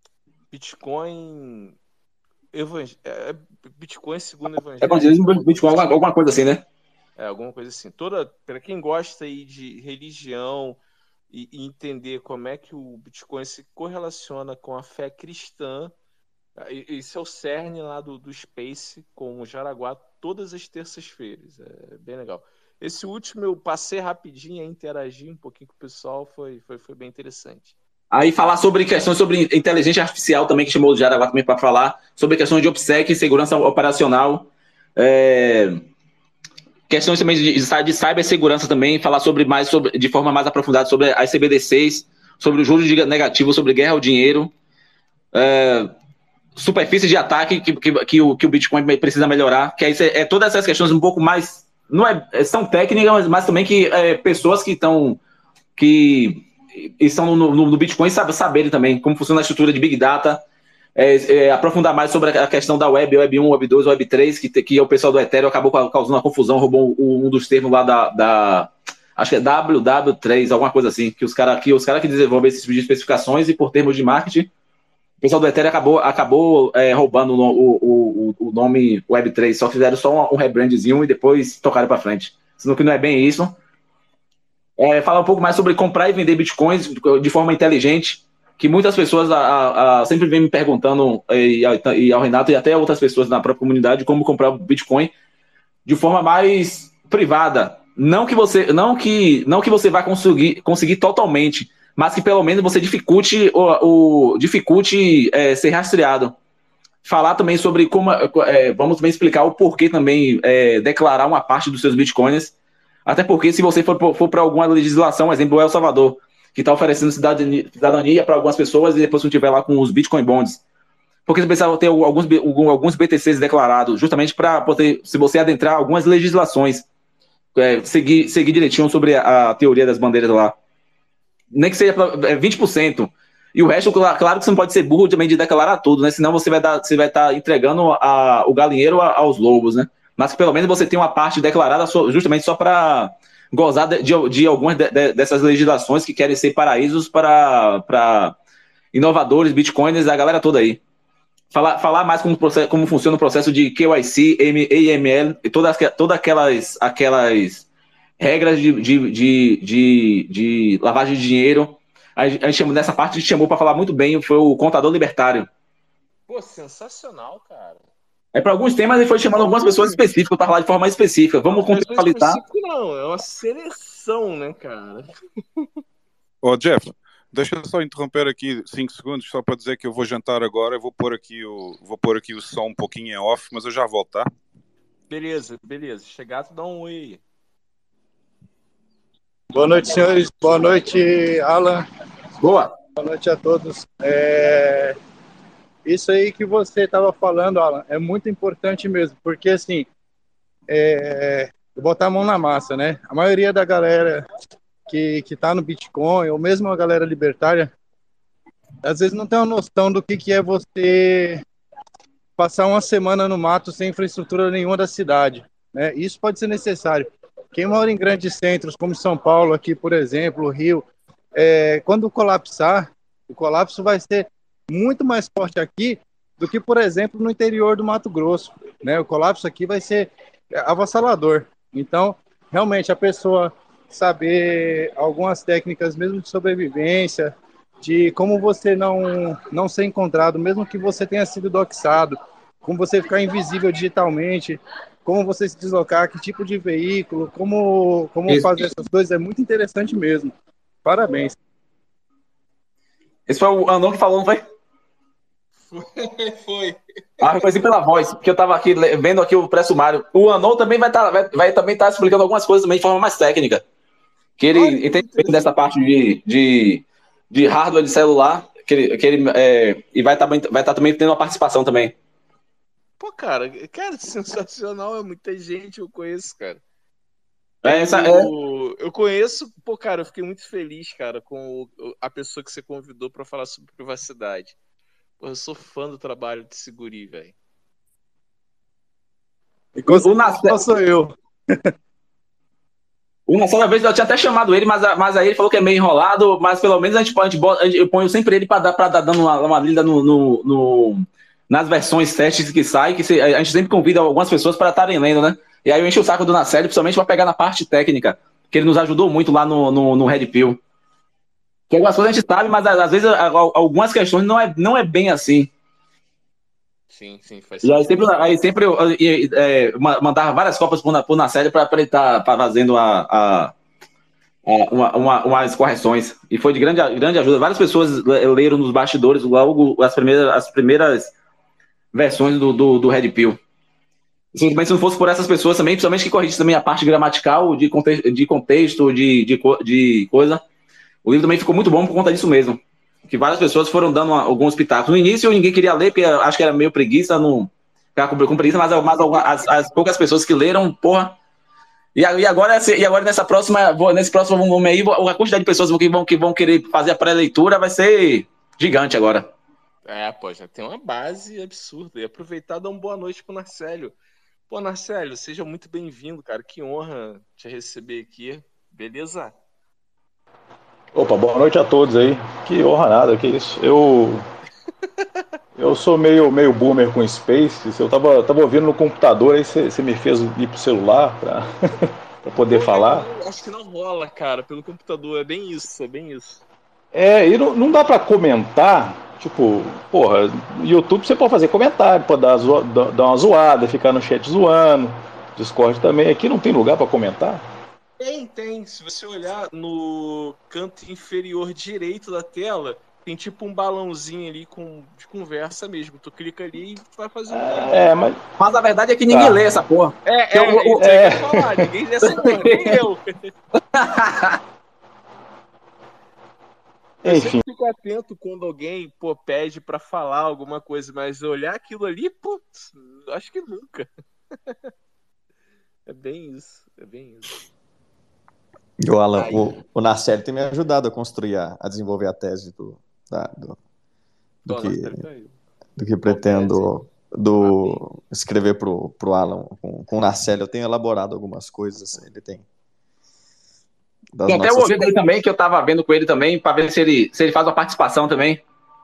Bitcoin... Evang... É, Bitcoin segundo o Evangelho. Evangelismo, Bitcoin, alguma, alguma coisa assim, né? É, alguma coisa assim. Toda, para quem gosta aí de religião e, e entender como é que o Bitcoin se correlaciona com a fé cristã, esse é o cerne lá do, do Space com o Jaraguá todas as terças-feiras. É bem legal. Esse último eu passei rapidinho a interagir um pouquinho com o pessoal, foi, foi, foi bem interessante. Aí falar sobre questões sobre inteligência artificial também, que chamou o Jaraguá também para falar, sobre questões de OPSEC, segurança operacional, é, questões também de, de cibersegurança também, falar sobre mais sobre, de forma mais aprofundada sobre as C B D Cs, sobre o juros negativos, sobre guerra ao dinheiro, é, superfície de ataque que, que, que, o, que o Bitcoin precisa melhorar, que aí é, é todas essas questões um pouco mais, não é, são técnicas, mas também que é, pessoas que estão que estão no, no, no Bitcoin sabe, saberem também como funciona a estrutura de Big Data, é, é, aprofundar mais sobre a questão da Web, Web um, Web dois, Web três, que, que o pessoal do Ethereum acabou causando uma confusão, roubou um, um dos termos lá da, da acho que é W W três, alguma coisa assim, que os caras que, os cara que desenvolvem esses tipo de especificações e por termos de marketing, o pessoal do Ethereum acabou, acabou é, roubando o, o, o, o nome Web três, só que fizeram só um rebrandzinho e depois tocaram para frente. Senão que não é bem isso. É, falar um pouco mais sobre comprar e vender bitcoins de forma inteligente, que muitas pessoas a, a, a, sempre vêm me perguntando, e, a, e ao Renato e até outras pessoas na própria comunidade, como comprar bitcoin de forma mais privada. Não que você, não que, não que você vá conseguir, conseguir totalmente, mas que pelo menos você dificulte, o, o, dificulte é, ser rastreado. Falar também sobre como, é, vamos também explicar o porquê também é, declarar uma parte dos seus bitcoins. Até porque, se você for, for para alguma legislação, exemplo, o El Salvador, que está oferecendo cidadania para algumas pessoas e depois não tiver lá com os Bitcoin Bonds. Porque você precisava ter alguns, alguns B T Cs declarados, justamente para poder, se você adentrar algumas legislações, é, seguir, seguir direitinho sobre a, a teoria das bandeiras lá. Nem que seja pra, é, vinte por cento. E o resto, claro que você não pode ser burro também de declarar tudo, né? Senão você vai estar você vai estar entregando a, o galinheiro a, aos lobos, né? Mas pelo menos você tem uma parte declarada justamente só para gozar de, de, de algumas de, de, dessas legislações que querem ser paraísos para, para inovadores, bitcoins, a galera toda aí. Falar, falar mais como, como funciona o processo de K Y C, A M L e todas, todas aquelas, aquelas regras de, de, de, de, de lavagem de dinheiro. A gente chamou, nessa parte a gente chamou para falar muito bem, foi o contador libertário. Pô, sensacional, cara. É para alguns temas ele foi chamando algumas pessoas específicas para falar de forma específica. Vamos contextualizar. Não, é uma seleção, né, cara? Ô, Jeff, deixa eu só interromper aqui cinco segundos, só para dizer que eu vou jantar agora. Eu vou pôr aqui o, vou pôr aqui o som um pouquinho em off, mas eu já volto, tá? Beleza, beleza. Chegar, tu dá um oi aí. Boa noite, senhores. Boa noite, Alan. Boa. Boa noite a todos. É... Isso aí que você estava falando, Alan, é muito importante mesmo, porque assim, é... e botar a mão na massa, né? A maioria da galera que, que tá no Bitcoin, ou mesmo a galera libertária, às vezes não tem uma noção do que, que é você passar uma semana no mato sem infraestrutura nenhuma da cidade, né? Isso pode ser necessário. Quem mora em grandes centros, como São Paulo, aqui, por exemplo, Rio, é, quando colapsar, o colapso vai ser muito mais forte aqui do que, por exemplo, no interior do Mato Grosso, né? O colapso aqui vai ser avassalador. Então, realmente, a pessoa saber algumas técnicas mesmo de sobrevivência, de como você não, não ser encontrado, mesmo que você tenha sido doxado, como você ficar invisível digitalmente, como você se deslocar, que tipo de veículo, como, como Isso. fazer essas coisas, é muito interessante mesmo. Parabéns. Esse foi o Anon que falou, não foi? Foi, foi. Ah, reconheci pela voz, porque eu tava aqui le- vendo aqui o pré-sumário. O Anon também vai, tá, vai, vai também estar explicando algumas coisas também de forma mais técnica. Que ele Olha, entende muito bem dessa parte de, de, de hardware de celular, que ele, que ele, é, e vai estar vai tá também tendo uma participação também. Pô, cara, cara, sensacional, é muita gente eu conheço, cara. É, essa, é, Eu, eu conheço, pô, cara, eu fiquei muito feliz, cara, com o- a pessoa que você convidou pra falar sobre privacidade. Pô, eu sou fã do trabalho de Seguri, velho. E com o, o certeza Nacel, não sou eu. o Nacel, uma vez eu tinha até chamado ele, mas, a- mas aí ele falou que é meio enrolado, mas pelo menos a gente, pode- a gente, bota- a gente- eu ponho sempre ele para dar, pra dar dando uma, uma lida no, no, no- nas versões testes que saem, que se- a gente sempre convida algumas pessoas para estarem lendo, né? E aí eu encho o saco do Nacel, principalmente para pegar na parte técnica, que ele nos ajudou muito lá no, no, no Red Pill. Que algumas coisas a gente sabe, mas às vezes a- a- algumas questões não é, não é bem assim. Sim, sim, faz E aí sentido. sempre, aí sempre eu, eu, eu, é, ma- mandava várias copas por, na, por na série para ele estar fazendo a, a, a- uma, uma, umas correções. E foi de grande, grande ajuda. Várias pessoas le- leram nos bastidores logo as primeiras, as primeiras versões do, do, do Red Pill. Simplesmente se não fosse por essas pessoas também, principalmente que corrigisse também a parte gramatical, de, conte de contexto, de, de, co de coisa, o livro também ficou muito bom por conta disso mesmo. Que várias pessoas foram dando uma, alguns pitacos. No início ninguém queria ler, porque acho que era meio preguiça, não ficava com, com preguiça, mas, mas as, as poucas pessoas que leram, porra. E, e, agora, e agora nessa próxima, nesse próximo volume aí, a quantidade de pessoas que vão, que vão querer fazer a pré-leitura vai ser gigante agora. É, pô, já tem uma base absurda. E aproveitar e dar uma boa noite pro Narcélio. Pô, Narcélio, seja muito bem-vindo, cara. Que honra te receber aqui. Beleza? Opa, boa noite a todos aí. Que honra nada, que isso. Eu eu sou meio, meio boomer com Space. Eu tava, tava ouvindo no computador, aí você me fez ir pro celular pra, pra poder Pô, falar. não, acho que não rola, cara, pelo computador. É bem isso, é bem isso. É, e não, não dá pra comentar. Tipo, porra, no YouTube você pode fazer comentário, pode dar, zo- dar dar uma zoada, ficar no chat zoando. Discord também. Aqui não tem lugar pra comentar. Tem, tem. Se você olhar no canto inferior direito da tela, tem tipo um balãozinho ali com, de conversa mesmo. Tu clica ali e vai fazer um vídeo. É, mas. Mas a verdade é que ninguém Tá. lê essa porra. É, Que é, eu- eu- isso aí é. que eu ia falar. Ninguém lê essa porra, nem eu. Eu Enfim. sempre fico atento quando alguém, pô, pede pra falar alguma coisa, mas olhar aquilo ali, putz, acho que nunca. É bem isso, é bem isso. E o Alan, Aí. o, o Narcélio tem me ajudado a construir, a, a desenvolver a tese do, da- do, do Pô, que, Marcelo, tá aí. do que pretendo do, escrever pro, pro Alan. Com, com o Narcélio eu tenho elaborado algumas coisas, ele tem. Das Tem até o nossas... ouvido dele também, que eu tava vendo com ele também, pra ver se ele, se ele faz uma participação também.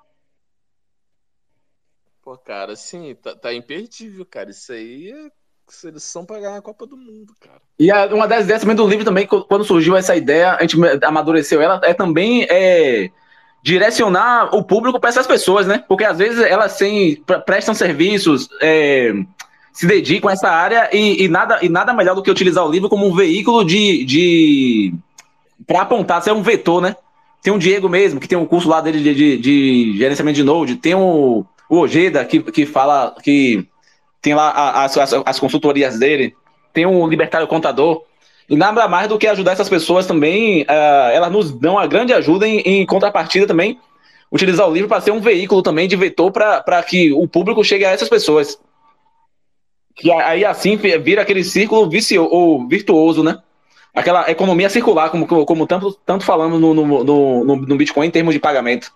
Pô, cara, assim, tá, tá imperdível, cara. Isso aí é seleção pra ganhar a Copa do Mundo, cara. E a- uma das ideias também do livro também, qu- quando surgiu essa ideia, a gente amadureceu ela, é também é, direcionar o público para essas pessoas, né? Porque às vezes elas têm, pre- prestam serviços, é, se dedicam a essa área e, e nada, e nada melhor do que utilizar o livro como um veículo de, de para apontar, ser um vetor, né? Tem o Diego mesmo, que tem um curso lá dele de, de, de gerenciamento de Node, tem o, o Ojeda, que, que fala que tem lá a- as, as, as consultorias dele, tem o Libertário Contador, e nada mais do que ajudar essas pessoas também, uh, elas nos dão uma grande ajuda em, em contrapartida também, utilizar o livro para ser um veículo também de vetor para que o público chegue a essas pessoas. Que aí assim vira aquele círculo vicio, ou virtuoso, né? Aquela economia circular, como, como, como tanto, tanto falamos no, no, no, no Bitcoin em termos de pagamento.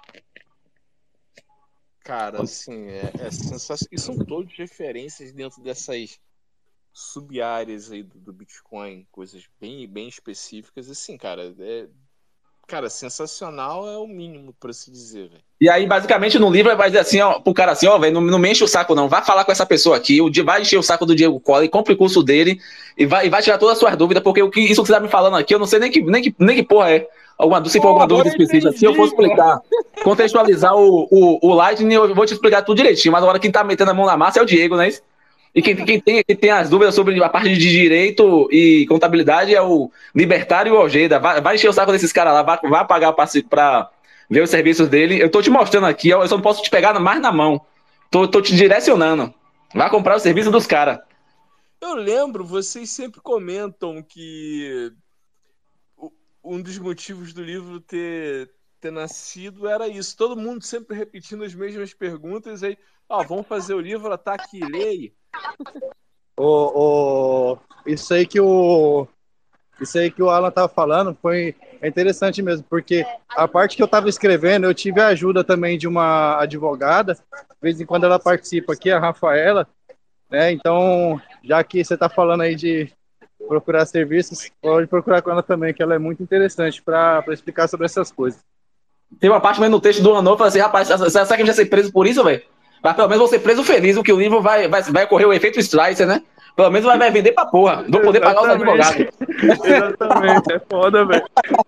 Cara, assim, é, é sensacional. E são todas referências dentro dessas sub-áreas aí do, do Bitcoin, coisas bem, bem específicas. Assim, cara, é, cara, sensacional é o mínimo, para se dizer, velho. E aí, basicamente, no livro vai dizer assim, ó, pro cara assim, ó, velho, não, não me enche o saco, não. Vai falar com essa pessoa aqui, o, vai encher o saco do Diego Cola, compre o curso dele e vai, e vai tirar todas as suas dúvidas, porque o que, isso que você tá me falando aqui, eu não sei nem que, nem que, nem que porra é. Alguma, se for alguma dúvida específica, se eu for explicar, contextualizar o, o, o Lightning, eu vou te explicar tudo direitinho, mas agora quem tá metendo a mão na massa é o Diego, né? E quem, quem, tem, quem tem as dúvidas sobre a parte de direito e contabilidade é o Libertário e o Ojeda. Vai, vai encher o saco desses caras lá, vai, vai pagar para ver os serviços dele. Eu tô te mostrando aqui, eu só não posso te pegar mais na mão. Tô, tô te direcionando. Vai comprar o serviço dos caras. Eu lembro, vocês sempre comentam que um dos motivos do livro ter, ter nascido era isso. Todo mundo sempre repetindo as mesmas perguntas. Aí, ó, vamos fazer o livro, tá aqui, leia. O, o, isso aí que o isso aí que o Alan tava falando foi é interessante mesmo, porque a parte que eu tava escrevendo, eu tive a ajuda também de uma advogada, de vez em quando ela participa aqui, a Rafaela, né? Então, já que você tá falando aí de procurar serviços, pode procurar com ela também, que ela é muito interessante para explicar sobre essas coisas. Tem uma parte mesmo no texto do Anô, fala assim, rapaz, será que a gente vai ser preso por isso, velho? Mas pelo menos vou ser preso feliz, porque o livro vai, vai, vai ocorrer o efeito Streiser, né? Pelo menos vai, vai vender pra porra. Vou poder pagar os advogados. Exatamente, é foda, velho.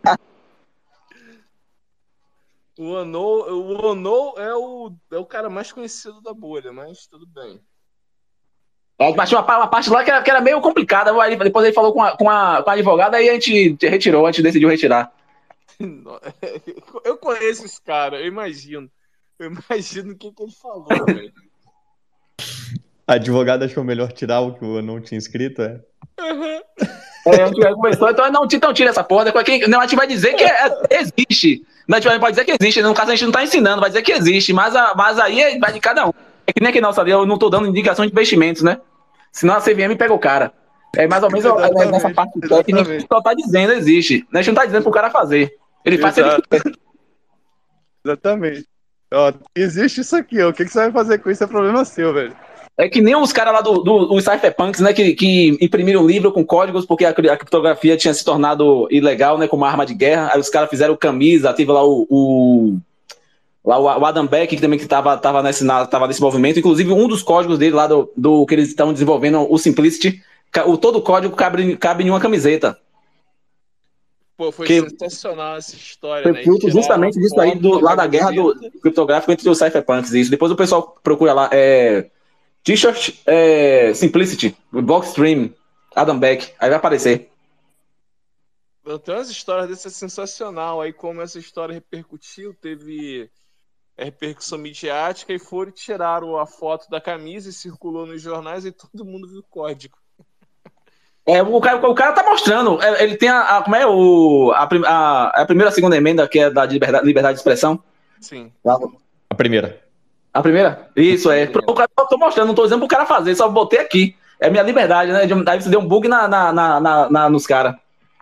O Anô, o Anô é o, é o cara mais conhecido da bolha, mas tudo bem. É, mas tinha uma, uma parte lá que era, que era meio complicada. Aí, depois ele falou com a, com, a, com a advogada, aí a gente retirou, a gente decidiu retirar. Eu conheço esse cara, eu imagino. Eu imagino o que, que ele falou, velho. A advogada achou melhor tirar o que eu não tinha escrito, é? Uhum. É, a gente começou, então não, então tira essa porra. Não, a gente vai dizer que é, existe. Não, a gente pode dizer que existe. No caso, a gente não tá ensinando, vai dizer que existe. Mas, a, mas aí vai de cada um. É que nem aqui, nossa, eu não tô dando indicação de investimentos, né? Senão a C V M pega o cara. É mais ou menos exatamente, nessa parte técnica que só tá dizendo, existe. A gente não tá dizendo pro cara fazer. Ele faz se ele quiser. Exatamente. Ó, existe isso aqui, ó. O que, que você vai fazer com isso é problema seu, velho. É que nem os caras lá do, do, do Cypherpunks, né, que, que imprimiram um livro com códigos porque a, a criptografia tinha se tornado ilegal, né, como arma de guerra. Aí os caras fizeram camisa, teve lá o, o, lá o, o Adam Beck, que também estava tava nesse, tava nesse movimento. Inclusive, um dos códigos dele lá do, do que eles estão desenvolvendo, o Simplicity, o, todo o código cabe, cabe em uma camiseta. Pô, foi que sensacional essa história, foi né? fruto justamente disso aí, do, lá da guerra do criptográfico entre os Cypherpunks. Isso. Depois o pessoal procura lá. É, T-shirt é, Simplicity, Blockstream, Adam Beck, aí vai aparecer. Tem umas histórias dessa sensacional. Aí, como essa história repercutiu, teve repercussão midiática e foram e tiraram a foto da camisa e circulou nos jornais e todo mundo viu o código. É, o, cara, o cara tá mostrando. Ele tem a. a como é o. A, a, a primeira e a segunda emenda, que é da liberdade, liberdade de expressão? Sim. A primeira. A primeira? Isso, é. O cara, eu tô mostrando, não tô dizendo pro cara fazer, só botei aqui. É minha liberdade, né? Aí você deu um bug na, na, na, na, na nos caras.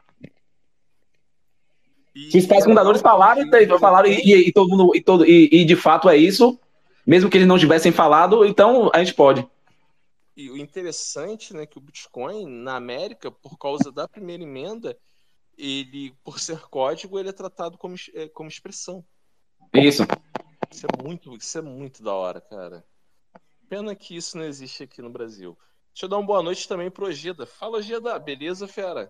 Se os pais fundadores falaram, falaram e, e, e todo mundo. E, todo, e, e de fato é isso. Mesmo que eles não tivessem falado, então a gente pode. E o interessante, né, que o Bitcoin, na América, por causa da primeira emenda, ele, por ser código, ele é tratado como, como expressão. Isso. Isso é muito, isso é muito da hora, cara. Pena que isso não existe aqui no Brasil. Deixa eu dar uma boa noite também pro Ojeda. Fala, Ojeda. Beleza, fera?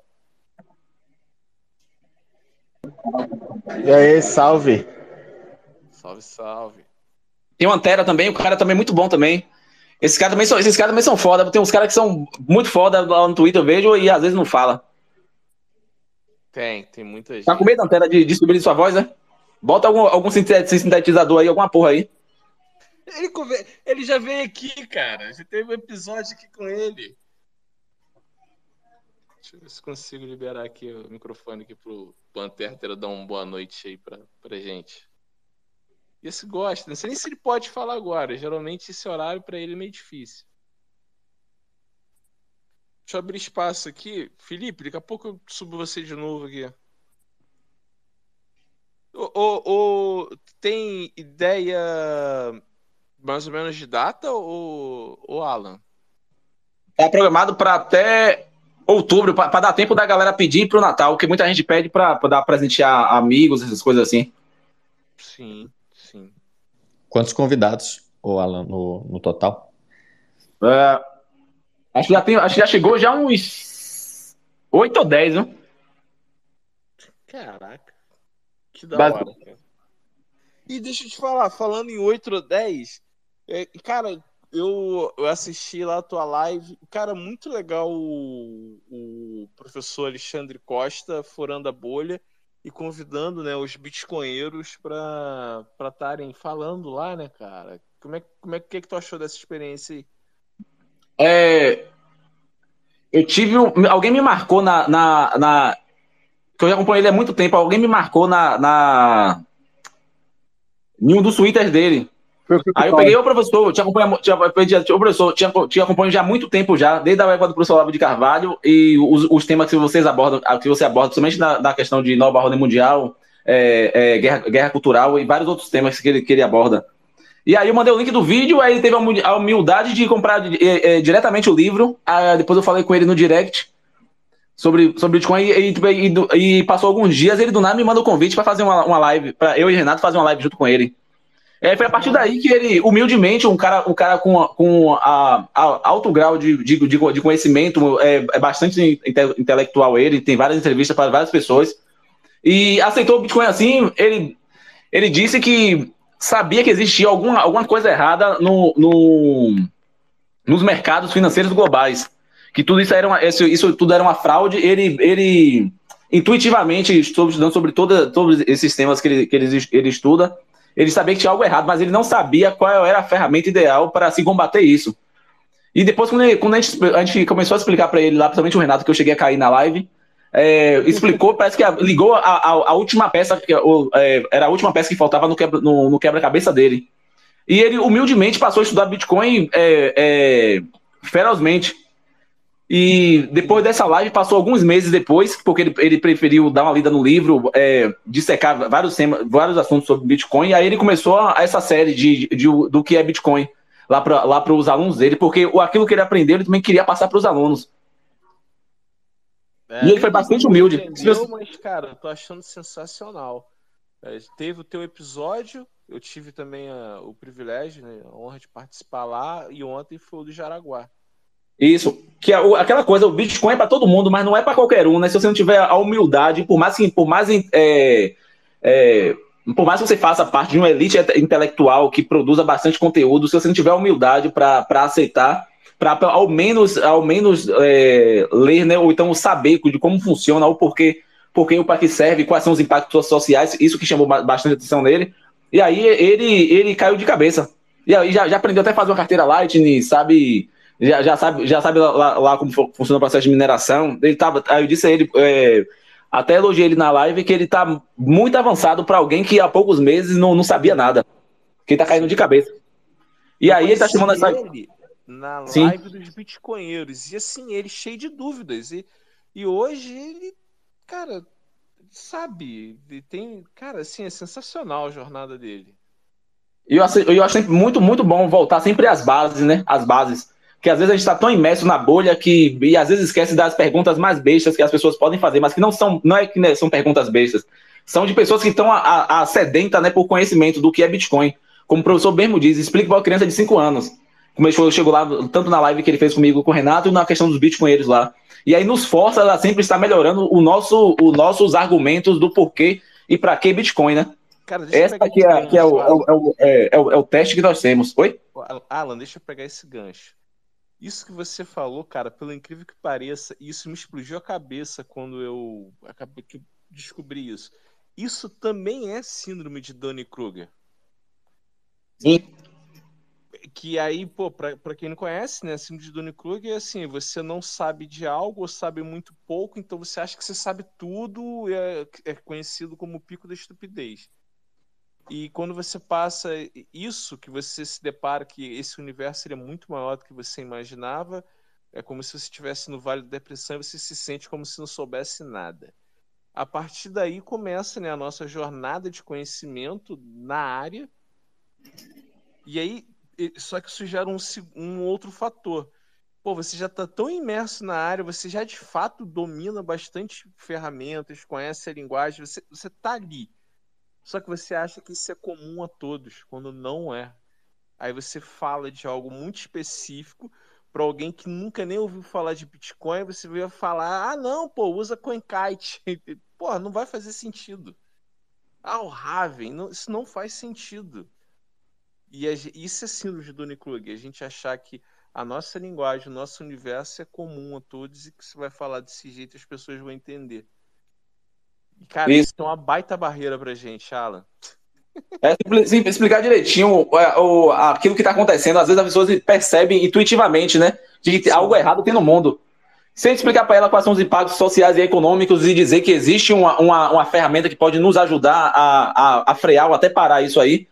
E aí, salve. Salve, salve. Tem o Antera também, o cara também é muito bom também. Esses caras também são, esses caras também são foda. Tem uns caras que são muito foda lá no Twitter, eu vejo, e às vezes não fala. Tem, tem muita gente. Tá com medo, Antera, de, de subir sua voz, né? Bota algum, algum sintetizador aí, alguma porra aí. Ele, ele já veio aqui, cara. Já teve um episódio aqui com ele. Deixa eu ver se consigo liberar aqui o microfone aqui pro Pantera dar uma boa noite aí pra, pra gente. E esse gosta, não sei nem se ele pode falar agora. Geralmente esse horário pra ele é meio difícil. deixa eu abrir espaço aqui. Felipe, daqui a pouco eu subo você de novo aqui. O, o, o- tem ideia mais ou menos de data, ou, ou Alan? Tá programado para até outubro, para dar tempo da galera pedir pro Natal, porque muita gente pede para dar presentear amigos, essas coisas assim. Sim, sim. Quantos convidados, ô Alan, no, no total? É, acho que já tem, acho que já chegou já uns oito ou dez, né? Caraca, que da Bas- hora, cara. E deixa eu te falar, falando em oito ou dez, é, cara, eu, eu assisti lá a tua live. Cara, muito legal o, o professor Alexandre Costa furando a bolha e convidando, né, os bitcoinheiros para para estarem falando lá, né, cara? Como é, como é que, que tu achou dessa experiência aí? É, eu tive um, alguém me marcou na, na, na que eu já acompanho ele há muito tempo. Alguém me marcou na, na em um dos twitters dele. Foi, foi, Aí eu peguei o professor, eu te acompanho, tinha, eu pedi- o professor, te, te acompanho já há muito tempo já, desde a época do professor Olavo de Carvalho, e os, os temas que vocês abordam, que você aborda, principalmente na, na questão de nova ordem mundial, é, é, guerra, guerra cultural e vários outros temas que ele, que ele aborda. E aí eu mandei o link do vídeo, aí ele teve a humi- a humildade de comprar é, é, diretamente o livro, aí depois eu falei com ele no direct sobre, sobre Bitcoin, e, e, e, e passou alguns dias, ele do nada me manda o convite para fazer uma, uma live, para eu e Renato fazer uma live junto com ele. É, foi a partir daí que ele, humildemente, um cara, um cara com, a- com a, a- alto grau de, de, de de conhecimento, é, é bastante inte- intelectual ele, tem várias entrevistas para várias pessoas, e aceitou o Bitcoin assim. Ele, ele disse que sabia que existia alguma, alguma coisa errada no, no, nos mercados financeiros globais, que tudo isso era uma, isso, isso tudo era uma fraude. Ele, ele intuitivamente, estou estudando sobre toda, todos esses temas que ele, que ele, ele estuda, ele sabia que tinha algo errado, mas ele não sabia qual era a ferramenta ideal para se combater isso. E depois, quando, ele, quando a, gente, a gente começou a explicar para ele lá, principalmente o Renato, que eu cheguei a cair na live, é, explicou, parece que a, ligou a, a, a última peça, que, o, é, era a última peça que faltava no, quebra, no, no quebra-cabeça dele. E ele humildemente passou a estudar Bitcoin é, é, ferozmente. E depois dessa live, passou alguns meses depois, porque ele, ele preferiu dar uma lida no livro, é, dissecar vários, temas, vários assuntos sobre Bitcoin, e aí ele começou a, essa série de, de, de, do que é Bitcoin lá para lá os alunos dele, porque o, aquilo que ele aprendeu, ele também queria passar para os alunos. É, E ele foi bastante não humilde. entendeu, mas, cara, eu tô achando sensacional. É, teve o teu episódio, eu tive também a- o privilégio, né, a honra de participar lá, e ontem foi o do Jaraguá. Isso, que é o- aquela coisa, o Bitcoin é para todo mundo, mas não é para qualquer um, né? Se você não tiver a humildade, por mais que, por mais, é, é, por mais que você faça parte de uma elite intelectual que produza bastante conteúdo, se você não tiver a humildade para aceitar, para ao menos, ao menos é, ler, né? Ou então saber de como funciona, o porquê, porquê, para que serve, quais são os impactos sociais, isso que chamou ba- bastante atenção nele. E aí ele, ele caiu de cabeça. E aí já, já aprendeu até a fazer uma carteira Lightning, sabe? Já, já sabe, já sabe lá, lá como fu- funciona o processo de mineração. Ele tava, aí eu disse a ele, é, até elogiei ele na live, que ele está muito avançado para alguém que há poucos meses não, não sabia nada. Que ele tá caindo de cabeça. E Eu aí ele tá conheci chamando essa. ele na Sim. live dos bitcoinheiros, e assim, ele cheio de dúvidas. E, e hoje ele, cara, sabe, ele tem, cara, assim, é sensacional a jornada dele. E eu acho, eu acho sempre muito, muito bom voltar sempre às bases, né? Às bases. Porque às vezes a gente está tão imerso na bolha que. E às vezes esquece das perguntas mais bestas que as pessoas podem fazer, mas que não são. Não é que né, são perguntas bestas. São de pessoas que estão a, a, a sedenta, né, por conhecimento do que é Bitcoin. Como o professor mesmo diz, explica para uma criança de cinco anos. Como ele chegou lá, tanto na live que ele fez comigo com o Renato, e na questão dos bitcoinheiros lá. E aí nos força a sempre estar melhorando o nosso, os nossos argumentos do porquê e para que Bitcoin, né? Cara, deixa eu Essa pegar aqui esse é, que é, o, gancho, é, o, é, é, o, é o teste que nós temos. Oi? Alan, deixa eu pegar esse gancho. Isso que você falou, cara, pelo incrível que pareça, isso me explodiu a cabeça quando eu acabei que descobri isso. Isso também é síndrome de Dunning-Kruger. Sim. Que aí, pô, pra, pra quem não conhece, né, síndrome de Dunning-Kruger é assim, você não sabe de algo ou sabe muito pouco, então você acha que você sabe tudo, é, é conhecido como o pico da estupidez. E quando você passa isso, que você se depara que esse universo seria muito maior do que você imaginava, É como se você estivesse no Vale da Depressão e você se sente como se não soubesse nada. A partir daí começa, né, a nossa jornada de conhecimento na área. E aí, só que isso gera um, um outro fator. Pô, você já está tão imerso na área, você já de fato domina bastante ferramentas, conhece a linguagem, você você está ali. Só que você acha que isso é comum a todos, quando não é. Aí você fala de algo muito específico para alguém que nunca nem ouviu falar de Bitcoin, você veio falar, ah, não, pô, usa CoinKite. Pô, não vai fazer sentido. Ah, o Raven, não, isso não faz sentido. E a, isso é síndrome do Niklug, a gente achar que a nossa linguagem, o nosso universo é comum a todos e que você vai falar desse jeito as pessoas vão entender. E, cara, isso, isso é uma baita barreira pra gente, Alan. É, sim, explicar direitinho o, o, aquilo que está acontecendo. Às vezes as pessoas percebem intuitivamente, né, de que algo errado tem no mundo. Se a gente explicar para ela quais são os impactos sociais e econômicos e dizer que existe uma, uma, uma ferramenta que pode nos ajudar a, a, a frear ou até parar isso aí,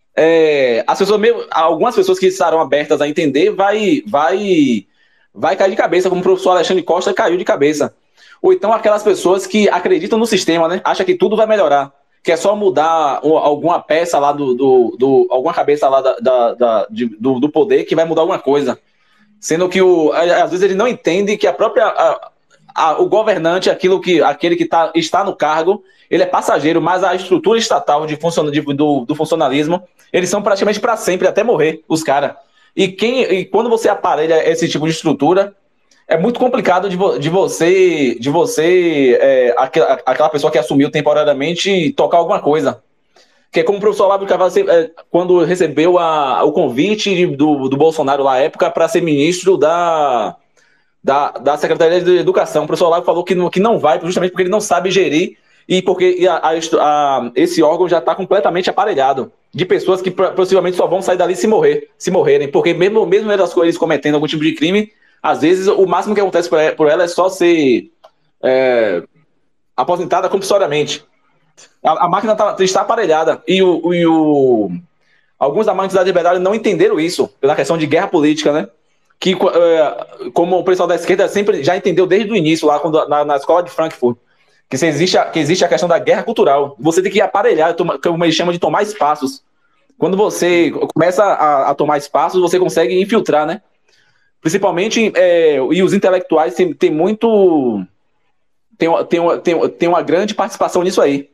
é, as pessoas mesmo, algumas pessoas que estarão abertas a entender vai, vai, vai cair de cabeça, como o professor Alexandre Costa caiu de cabeça. Ou então aquelas pessoas que acreditam no sistema, né, acham que tudo vai melhorar, que é só mudar alguma peça lá do, do, do alguma cabeça lá da, da, da, de, do, do poder que vai mudar alguma coisa. Sendo que o, às vezes ele não entende que a própria a, a, o governante, aquilo que, aquele que tá, está no cargo, ele é passageiro, mas a estrutura estatal de funcion, de, do, do funcionalismo, eles são praticamente para sempre, até morrer, os caras. E, quem, e quando você aparelha esse tipo de estrutura, é muito complicado de, vo, de você, de você é, aquela, aquela pessoa que assumiu temporariamente tocar alguma coisa. Que é como o professor Olavo de Carvalho, quando recebeu a, o convite do, do Bolsonaro na época para ser ministro da, da, da Secretaria de Educação. O professor Olavo falou que não, que não vai, justamente porque ele não sabe gerir e porque a, a, a, esse órgão já está completamente aparelhado de pessoas que possivelmente só vão sair dali se morrer, se morrerem. Porque mesmo, mesmo eles cometendo algum tipo de crime, às vezes o máximo que acontece por ela é só ser é, aposentada compulsoriamente. A, a máquina tá, está aparelhada. E, o, e o, alguns amantes da liberdade não entenderam isso, pela questão de guerra política, né? Que, é, como o pessoal da esquerda sempre já entendeu desde o início, lá quando, na, na escola de Frankfurt, que, se existe a, que existe a questão da guerra cultural. Você tem que aparelhar, como eles chamam de tomar espaços. Quando você começa a, a tomar espaços, você consegue infiltrar, né? Principalmente, é, e os intelectuais têm tem muito. Tem, tem, tem, tem uma grande participação nisso aí.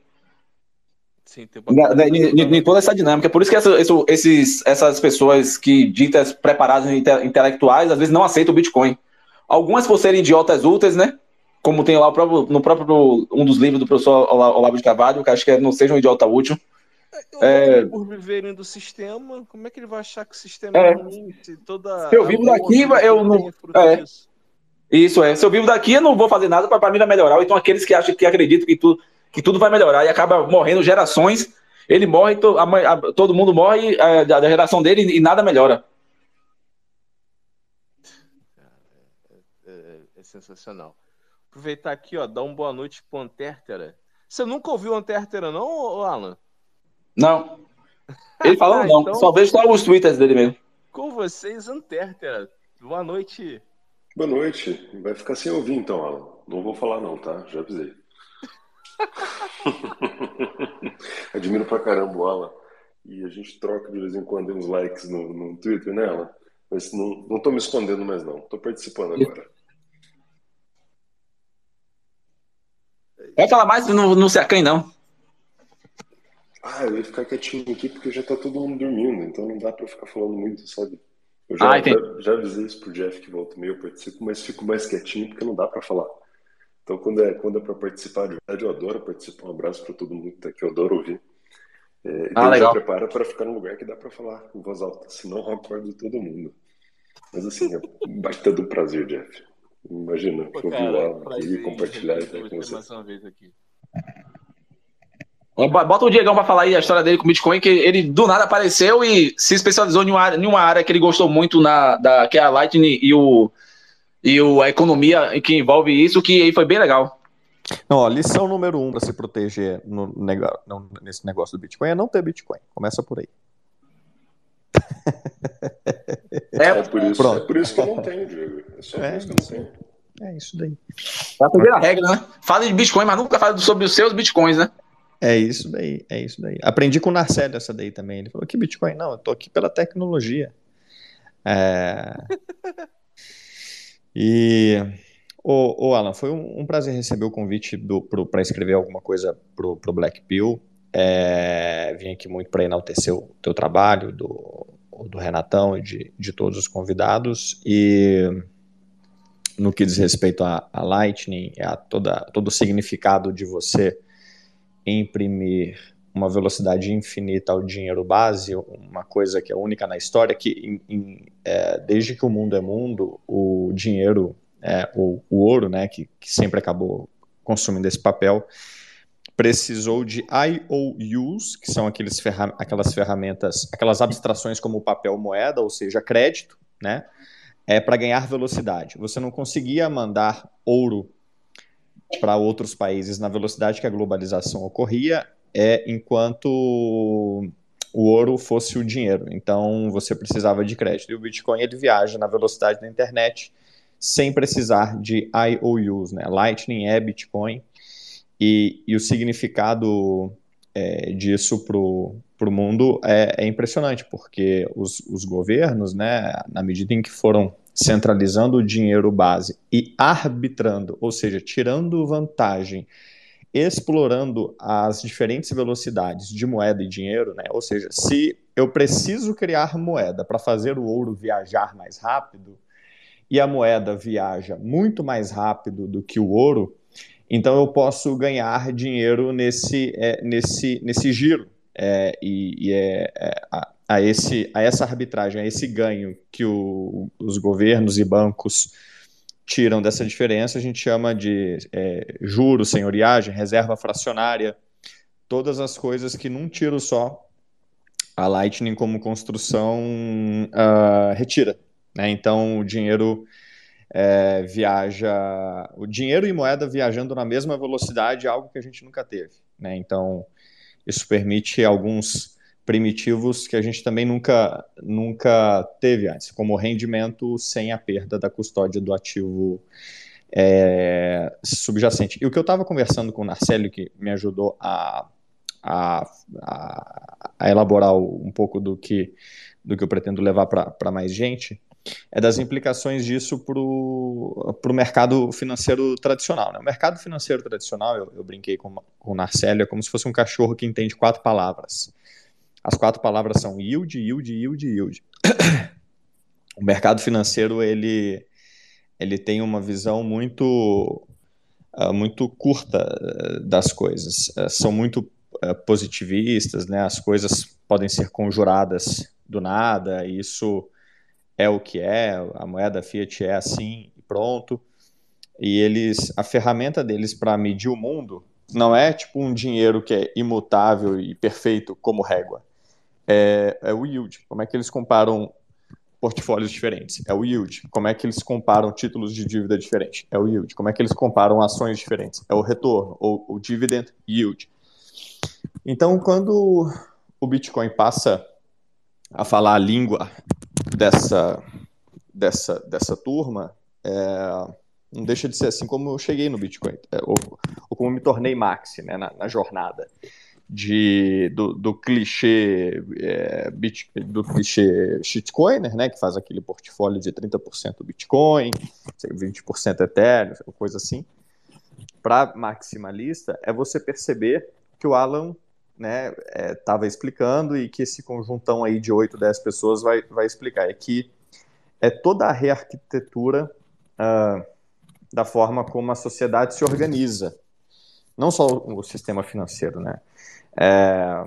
Sim, tem em toda essa dinâmica. Por isso que essa, esses, essas pessoas que ditas preparadas intelectuais às vezes não aceitam o Bitcoin. Algumas por serem idiotas úteis, né? Como tem lá o próprio, no próprio um dos livros do professor Olavo de Carvalho, que acho que é Não Seja um Idiota Útil. É, por viverem do sistema, como é que ele vai achar que o sistema é, é ruim? Se, toda se eu vivo daqui, eu não. É. Isso é. Se eu vivo daqui, eu não vou fazer nada para mim vai melhorar. Então, aqueles que acham que acreditam que tudo, que tudo vai melhorar e acaba morrendo gerações, ele morre, to, a, a, todo mundo morre a, da geração dele e, e nada melhora. É, é, é sensacional. Aproveitar aqui, ó, dar uma boa noite pro Antértera. Você nunca ouviu Antértera, não, Alan? Não. Ele falou ah, não, então... só vejo só os twitters dele mesmo. Com vocês, Antértera. Boa noite. Boa noite. Vai ficar sem ouvir então, Alan. Não vou falar não, tá? Já avisei. Admiro pra caramba o Alan. E a gente troca de vez em quando uns likes no, no Twitter, né, Alan? Mas não, não tô me escondendo mais não. Tô participando agora. Vai falar mais, não, não se acanhe, não. Ah, eu ia ficar quietinho aqui porque já tá todo mundo dormindo, então não dá pra ficar falando muito, sabe? Eu já, ah, já, já avisei isso pro Jeff que volta meio, eu participo, mas fico mais quietinho porque não dá pra falar. Então quando é, quando é pra participar de verdade, eu adoro participar. Um abraço pra todo mundo que tá aqui, eu adoro ouvir. É, então ah, legal. Já prepara pra ficar num lugar que dá pra falar em voz alta, senão eu acordo todo mundo. Mas assim, é um baita do prazer, Jeff. Imagina, Pô, ouvir o Alan aqui e compartilhar ideia com você. Mais uma vez aqui. Bota o Diegão pra falar aí a história dele com o Bitcoin, que ele do nada apareceu e se especializou em uma área, em uma área que ele gostou muito, na, da, que é a Lightning e, o, e o, a economia que envolve isso, que aí foi bem legal. Não, ó, lição número um para se proteger no, no, nesse negócio do Bitcoin é não ter Bitcoin. Começa por aí. É, é, por, isso, é por isso que eu não tenho, Diego. É só por É isso que eu não isso. tenho. É isso daí. É a primeira regra, né? Fala de Bitcoin, mas nunca fala sobre os seus Bitcoins, né? É isso daí, é isso daí. Aprendi com o Narcélio essa daí também. Ele falou que Bitcoin não, eu tô aqui pela tecnologia. É... E, ô, ô Alan, foi um, um prazer receber o convite para escrever alguma coisa pro, pro Black Pill. É, vim aqui muito para enaltecer o teu trabalho, do, do Renatão e de, de todos os convidados. E no que diz respeito a, a Lightning, a toda, todo o significado de você imprimir uma velocidade infinita ao dinheiro base, uma coisa que é única na história, que em, em, é, desde que o mundo é mundo, o dinheiro, é, o, o ouro, né, que, que sempre acabou consumindo esse papel, precisou de I O Us, que são aqueles ferra aquelas ferramentas, aquelas abstrações como o papel moeda, ou seja, crédito, né, é, para ganhar velocidade. Você não conseguia mandar ouro para outros países na velocidade que a globalização ocorria, é enquanto o ouro fosse o dinheiro. Então você precisava de crédito. E o Bitcoin ele viaja na velocidade da internet sem precisar de I O Us, né? Lightning é Bitcoin. E, e o significado é, disso para o mundo é, é impressionante, porque os, os governos, né, na medida em que foram centralizando o dinheiro base e arbitrando, ou seja, tirando vantagem, explorando as diferentes velocidades de moeda e dinheiro, né? Ou seja, se eu preciso criar moeda para fazer o ouro viajar mais rápido e a moeda viaja muito mais rápido do que o ouro, então eu posso ganhar dinheiro nesse, é, nesse, nesse giro. É, e, e é, é a, a, esse, a essa arbitragem, a esse ganho que o, os governos e bancos tiram dessa diferença, a gente chama de é, juros, senhoriagem, reserva fracionária, todas as coisas que num tiro só a Lightning como construção uh, retira, né? Então o dinheiro é, viaja, o dinheiro e moeda viajando na mesma velocidade é algo que a gente nunca teve, né? Então isso permite alguns primitivos que a gente também nunca, nunca teve antes, como o rendimento sem a perda da custódia do ativo é, subjacente. E o que eu estava conversando com o Narcélio, que me ajudou a, a, a, a elaborar um pouco do que, do que eu pretendo levar para mais gente, é das implicações disso para o mercado financeiro tradicional, né? O mercado financeiro tradicional, eu, eu brinquei com, com o Narcélio, é como se fosse um cachorro que entende quatro palavras. As quatro palavras são yield, yield, yield, yield. O mercado financeiro, ele, ele tem uma visão muito, uh, muito curta das coisas. Uh, são muito uh, positivistas, né? As coisas podem ser conjuradas do nada, e isso é o que é, a moeda fiat é assim, e pronto. E eles, a ferramenta deles para medir o mundo não é tipo um dinheiro que é imutável e perfeito como régua. É, é o yield. Como é que eles comparam portfólios diferentes? É o yield. Como é que eles comparam títulos de dívida diferentes? É o yield. Como é que eles comparam ações diferentes? É o retorno, ou o dividend yield. Então, quando o Bitcoin passa a falar a língua dessa, dessa, dessa turma, é, não deixa de ser assim como eu cheguei no Bitcoin, é, ou, ou como me tornei maxi, né, na, na jornada. De, do, do clichê é, bit, do clichê shitcoiner, né, que faz aquele portfólio de trinta por cento Bitcoin, vinte por cento Ethereum, coisa assim, para maximalista, é você perceber que o Alan estava né, é, explicando e que esse conjuntão aí de oito, dez pessoas vai, vai explicar, é que é toda a rearquitetura uh, da forma como a sociedade se organiza, não só o, o sistema financeiro, né? É,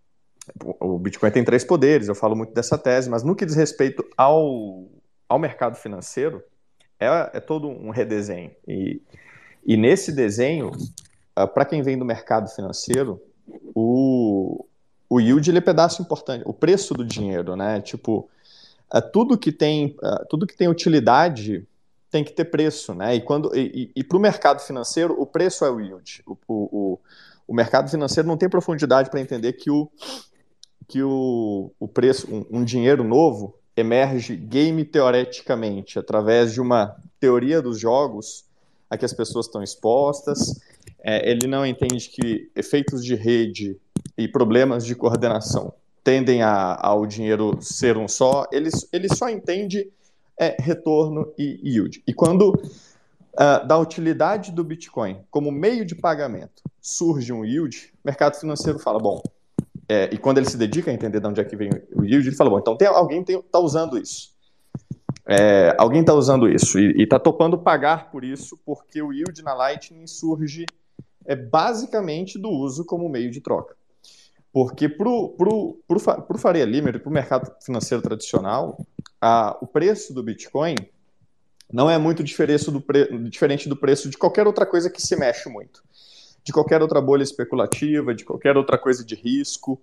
o Bitcoin tem três poderes, eu falo muito dessa tese, mas no que diz respeito ao, ao mercado financeiro, é, é todo um redesenho. E, e nesse desenho, uh, para quem vem do mercado financeiro, o, o yield ele é pedaço importante, o preço do dinheiro, né? Tipo, uh, tudo que tem, uh, tudo que tem utilidade tem que ter preço, né? E, quando, e, e, e para o mercado financeiro, o preço é o yield. O, o, o mercado financeiro não tem profundidade para entender que o, que o, o preço, um, um dinheiro novo, emerge game teoreticamente, através de uma teoria dos jogos a que as pessoas estão expostas. É, ele não entende que efeitos de rede e problemas de coordenação tendem a, ao dinheiro ser um só. Ele, ele só entende é, retorno e yield. E quando uh, da utilidade do Bitcoin como meio de pagamento surge um yield, o mercado financeiro fala, bom, é, e quando ele se dedica a entender de onde é que vem o yield, ele fala, bom, então tem, alguém está usando isso. É, alguém está usando isso e está topando pagar por isso, porque o yield na Lightning surge é, basicamente do uso como meio de troca. Porque para o Faria Limer e para o mercado financeiro tradicional, a, o preço do Bitcoin não é muito diferente do, pre, diferente do preço de qualquer outra coisa que se mexe muito. De qualquer outra bolha especulativa, de qualquer outra coisa de risco.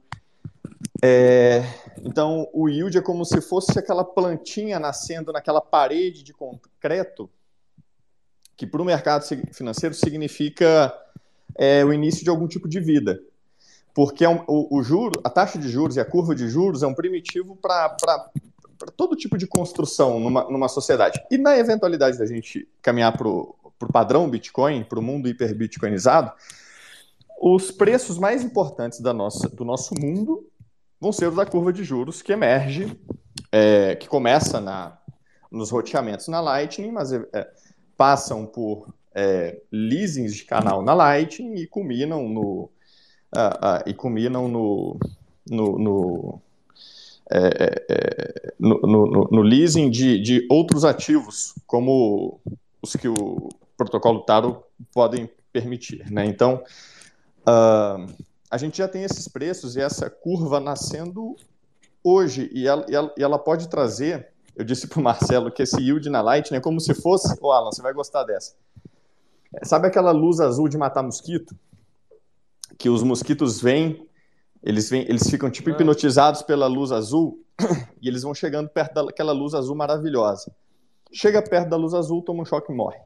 É, então, o yield é como se fosse aquela plantinha nascendo naquela parede de concreto, que para o mercado financeiro significa é, o início de algum tipo de vida. Porque é um, o, o juro, a taxa de juros e a curva de juros é um primitivo para todo tipo de construção numa, numa sociedade. E na eventualidade da gente caminhar para o padrão Bitcoin, para o mundo hiperbitcoinizado, os preços mais importantes da nossa, do nosso mundo vão ser os da curva de juros, que emerge, é, que começa na, nos roteamentos na Lightning, mas é, passam por é, leasings de canal na Lightning e culminam no... Uh, uh, e culminam no, no, no, é, é, no, no, no leasing de, de outros ativos, como os que o protocolo Taro podem permitir, né? Então, uh, a gente já tem esses preços e essa curva nascendo hoje, e ela, e ela, e ela pode trazer, eu disse para o Marcelo que esse yield na Lightning é como se fosse, ô Alan, você vai gostar dessa, sabe aquela luz azul de matar mosquito? Que os mosquitos vêm, eles, vêm, eles ficam tipo hipnotizados pela luz azul e eles vão chegando perto daquela luz azul maravilhosa. Chega perto da luz azul, toma um choque e morre.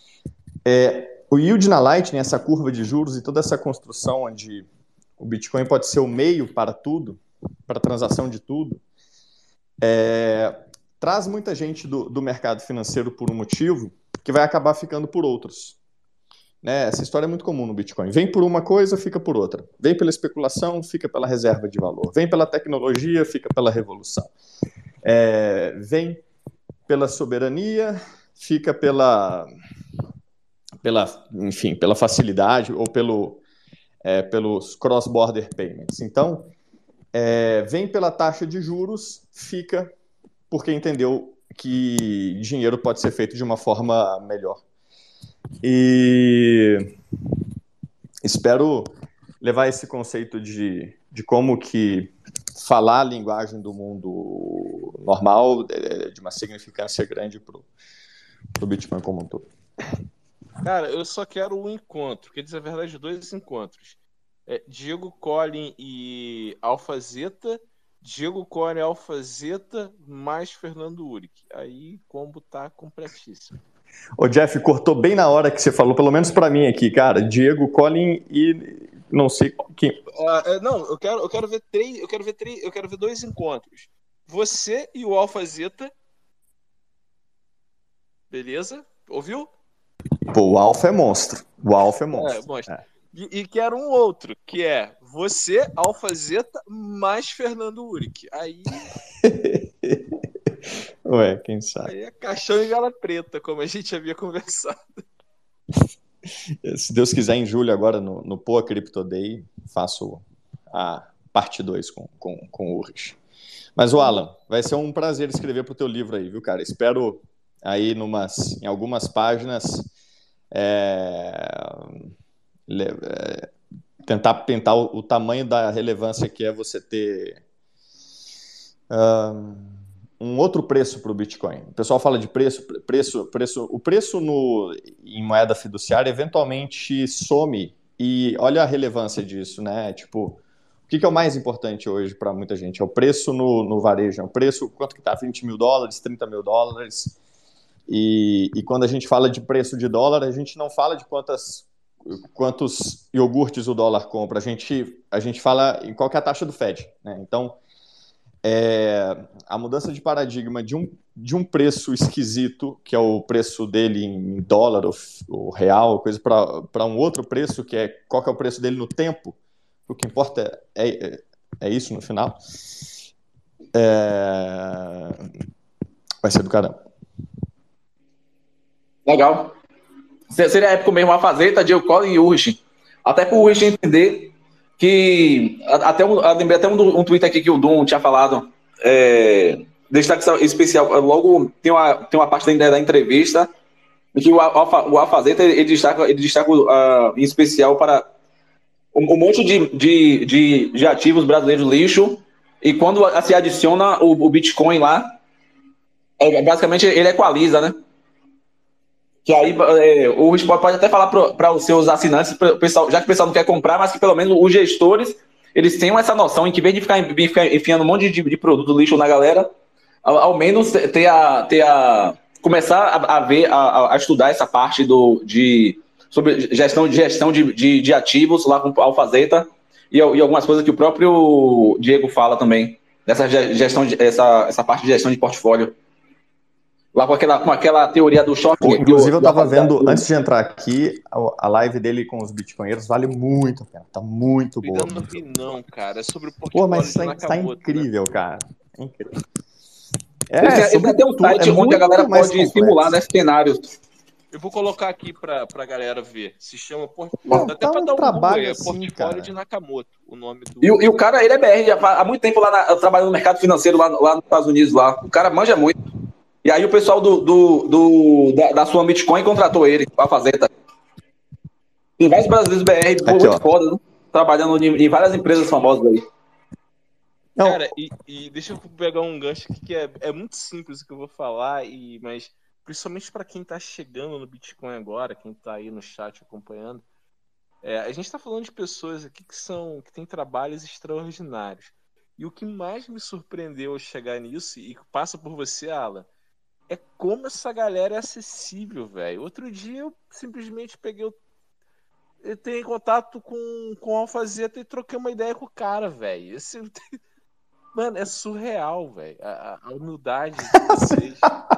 É, o yield na Lightning, essa curva de juros e toda essa construção onde o Bitcoin pode ser o meio para tudo, para a transação de tudo, é, traz muita gente do, do mercado financeiro por um motivo que vai acabar ficando por outros. Né, essa história é muito comum no Bitcoin. Vem por uma coisa, fica por outra. Vem pela especulação, fica pela reserva de valor. Vem pela tecnologia, fica pela revolução. É, vem pela soberania, fica pela, pela, enfim, pela facilidade ou pelo, é, pelos cross-border payments. Então, é, vem pela taxa de juros, fica porque entendeu que dinheiro pode ser feito de uma forma melhor. E espero levar esse conceito de, de como que falar a linguagem do mundo normal é de uma significância grande para o Bitcoin como um todo. Cara, eu só quero um encontro, quer dizer, na verdade, dois encontros. É, Diego Collin e Alpha Zeta, Diego Collin e Alpha Zeta mais Fernando Uric. Aí o combo tá completíssimo. Ô Jeff, cortou bem na hora que você falou, pelo menos para mim aqui, cara. Diego Collin e não sei quem. Uh, não, eu quero, eu quero ver três, eu quero ver três, eu quero ver dois encontros. Você e o Alpha Zeta. Beleza? Ouviu? Pô, o Alpha é monstro. O Alpha é monstro. É, monstro. É. E, e quero um outro, que é você, Alpha Zeta, mais Fernando Uric. Aí. Ué, quem sabe? Aí é caixão e gala preta, como a gente havia conversado. Se Deus quiser, em julho, agora, no, no Poa Crypto Day, faço a parte dois com, com, com o Urich. Mas, o Alan, vai ser um prazer escrever pro teu livro aí, viu, cara? Espero aí numas, em algumas páginas é, é, tentar pintar o, o tamanho da relevância que é você ter... Um, um outro preço para o Bitcoin. O pessoal fala de preço, preço, preço. O preço no, em moeda fiduciária eventualmente some e olha a relevância disso, né? Tipo, o que, que é o mais importante hoje para muita gente? É o preço no, no varejo, é o preço, quanto que tá? vinte mil dólares, trinta mil dólares. E, e quando a gente fala de preço de dólar, a gente não fala de quantas, quantos iogurtes o dólar compra, a gente, a gente fala em qual que é a taxa do Fed, né? Então, é, a mudança de paradigma de um, de um preço esquisito, que é o preço dele em dólar ou, ou real, coisa para um outro preço, que é qual que é o preço dele no tempo, o que importa é, é, é isso no final, é, vai ser do caramba. Legal. Seria a época mesmo a Fazenda, Diego Collin e Urich. Até para o Urich entender que, até um, lembrei até um, um tweet aqui que o Dum tinha falado, é, destaque especial, logo tem uma, tem uma parte da, da entrevista em que o, o Alfazeta ele destaca, ele destaca uh, em especial para um, um monte de, de, de, de ativos brasileiros lixo, e quando se adiciona o, o Bitcoin lá, é, basicamente ele equaliza, né? Que aí é, o Rich pode até falar para os seus assinantes, pro pessoal, já que o pessoal não quer comprar, mas que pelo menos os gestores eles tenham essa noção em que, em vez de ficar, ficar enfiando um monte de, de produto lixo na galera, ao, ao menos ter a, ter a começar a, a ver, a, a estudar essa parte do, de, sobre gestão, gestão de, de, de ativos lá com o Alfazeta e, e algumas coisas que o próprio Diego fala também, dessa gestão, de, essa, essa parte de gestão de portfólio. Lá com aquela, com aquela teoria do choque. Inclusive, eu estava vendo, antes de entrar aqui, a live dele com os bitcoinheiros vale muito a pena. Tá muito boa. Eu não vi, não, cara. É sobre o portfólio. Pô, mas tá, tá incrível, né? Cara. É incrível. É, é sobre tem um site é onde a galera pode complexo. simular, né, cenários. Eu vou colocar aqui pra, pra galera ver. Se chama Portfólio. Dá até pra um dar um trabalho Google, é assim, Portfólio cara. de Nakamoto, o nome do... E, e o cara, ele é B R, já há muito tempo lá na, trabalhando no mercado financeiro lá, lá nos Estados Unidos. Lá. O cara manja muito. E aí o pessoal do, do, do, da, da sua Bitcoin contratou ele pra fazer. Tá? Tem vários brasileiros B R, pô, muito foda, né? Trabalhando em, em várias empresas famosas aí. Não. Cara, e, e deixa eu pegar um gancho aqui que é, é muito simples o que eu vou falar, e, mas principalmente para quem tá chegando no Bitcoin agora, quem tá aí no chat acompanhando, é, a gente tá falando de pessoas aqui que são que têm trabalhos extraordinários. E o que mais me surpreendeu ao chegar nisso, e passa por você, Alan, é como essa galera é acessível, velho. Outro dia eu simplesmente peguei o... Eu tenho contato com, com o Alfazeta e troquei uma ideia com o cara, velho. Esse... Mano, é surreal, velho. A, a humildade de vocês.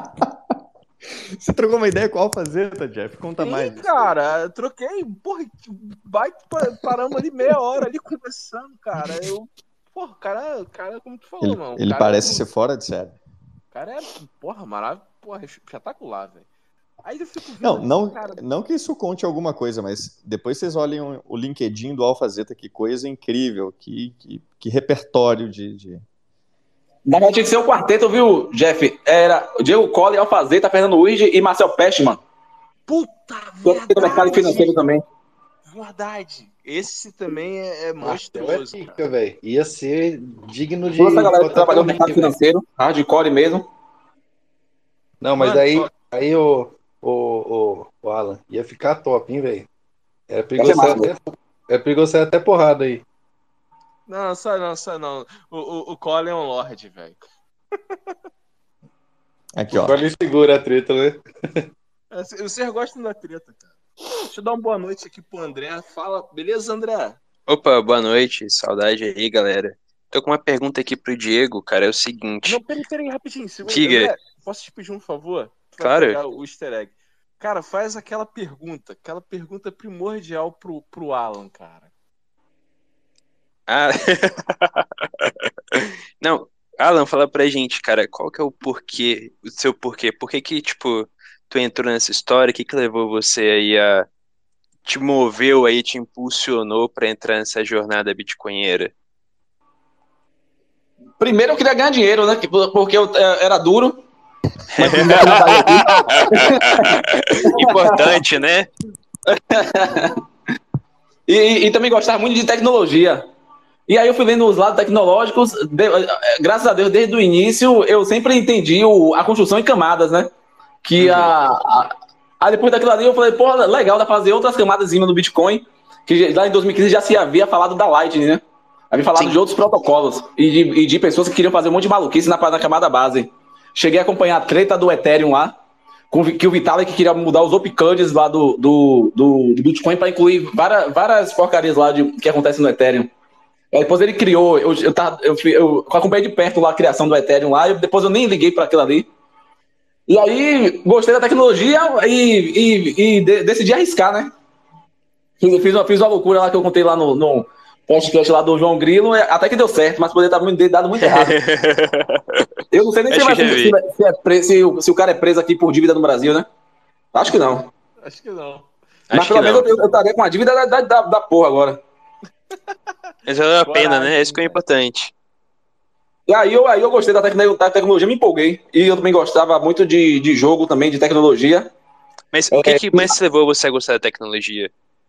Você trocou uma ideia com o Alfazeta, Jeff? Conta Sim, mais. cara. Eu troquei, porra, baita, paramos ali meia hora ali conversando, cara. Eu... Porra, o cara, o cara, como tu falou, ele, não. Ele cara parece é... ser fora de série. O cara é, porra, maravilhoso, porra, espetacular, velho. Aí eu fico vendo, não, não, cara... não que isso conte alguma coisa, mas depois vocês olhem o LinkedIn do Alfazeta, que coisa incrível, que, que, que repertório de... de... Na verdade tinha que ser um quarteto, viu, Jeff? Era Diego Collin, Alfazeta, Fernando Luiz e Marcel Pestman. Puta, verdade! No mercado financeiro também. Verdade. Esse também é, é monstruoso. É velho. Ia ser digno de... Toda essa galera que trabalhou no mercado financeiro, hardcore mesmo. Não, mas Mano, aí, ó... aí o, o, o, o Alan, ia ficar top, hein, velho? É perigoso até, é perigoso até porrada aí. Não, só não, só não. O, o, o Colin é um lorde, velho. Aqui, ó. O Colin segura a treta, né? Vocês gostam da treta, cara. Deixa eu dar uma boa noite aqui pro André. Fala, beleza, André? Opa, boa noite. Saudade aí, galera. Tô com uma pergunta aqui pro Diego, cara. É o seguinte. Não, peraí, peraí, rapidinho. Segura, Diga. André, posso te pedir um favor? Tu vai claro. pegar o easter egg. Cara, faz aquela pergunta. Aquela pergunta primordial pro, pro Alan, cara. Ah. Não, Alan, fala pra gente, cara. Qual que é o porquê, o seu porquê? Por que que, tipo, tu entrou nessa história? O que que levou você aí a... te moveu aí, te impulsionou pra entrar nessa jornada bitcoinheira? Primeiro eu queria ganhar dinheiro, né? Porque eu era duro. Importante, né? e, e também gostava muito de tecnologia. E aí eu fui vendo os lados tecnológicos. De, graças a Deus, desde o início, eu sempre entendi o, a construção em camadas, né? Que uhum. a, a... Aí depois daquilo ali eu falei, pô, legal, dá pra fazer outras camadas em cima do Bitcoin. Que lá em dois mil e quinze já se havia falado da Lightning, né? Havia falado Sim. de outros protocolos. E de, e de pessoas que queriam fazer um monte de maluquice na, na camada base. Cheguei a acompanhar a treta do Ethereum lá. que o Vitalik queria mudar os opcodes lá do, do, do, do Bitcoin para incluir várias, várias porcarias lá de, que acontecem no Ethereum. Aí depois ele criou, eu, eu, tava, eu, eu acompanhei de perto lá a criação do Ethereum lá, e depois eu nem liguei para aquilo ali. E aí gostei da tecnologia e, e, e de, decidi arriscar, né? Fiz, fiz, uma, fiz uma loucura lá que eu contei lá no, no podcast lá do João Grilo, até que deu certo, mas poderia estar dado muito errado. Eu não sei nem se, vai, se, se, é preso, se, o, se o cara é preso aqui por dívida no Brasil, né? Acho que não. Acho que não. Mas Acho pelo que menos não. eu, eu estaria com a dívida da, da, da porra agora. Mas valeu a pena, né? Isso que é importante. E aí eu, aí eu gostei da, tec da tecnologia, me empolguei. E eu também gostava muito de, de jogo também, de tecnologia. Mas o que, é, que mais levou você a gostar da tecnologia?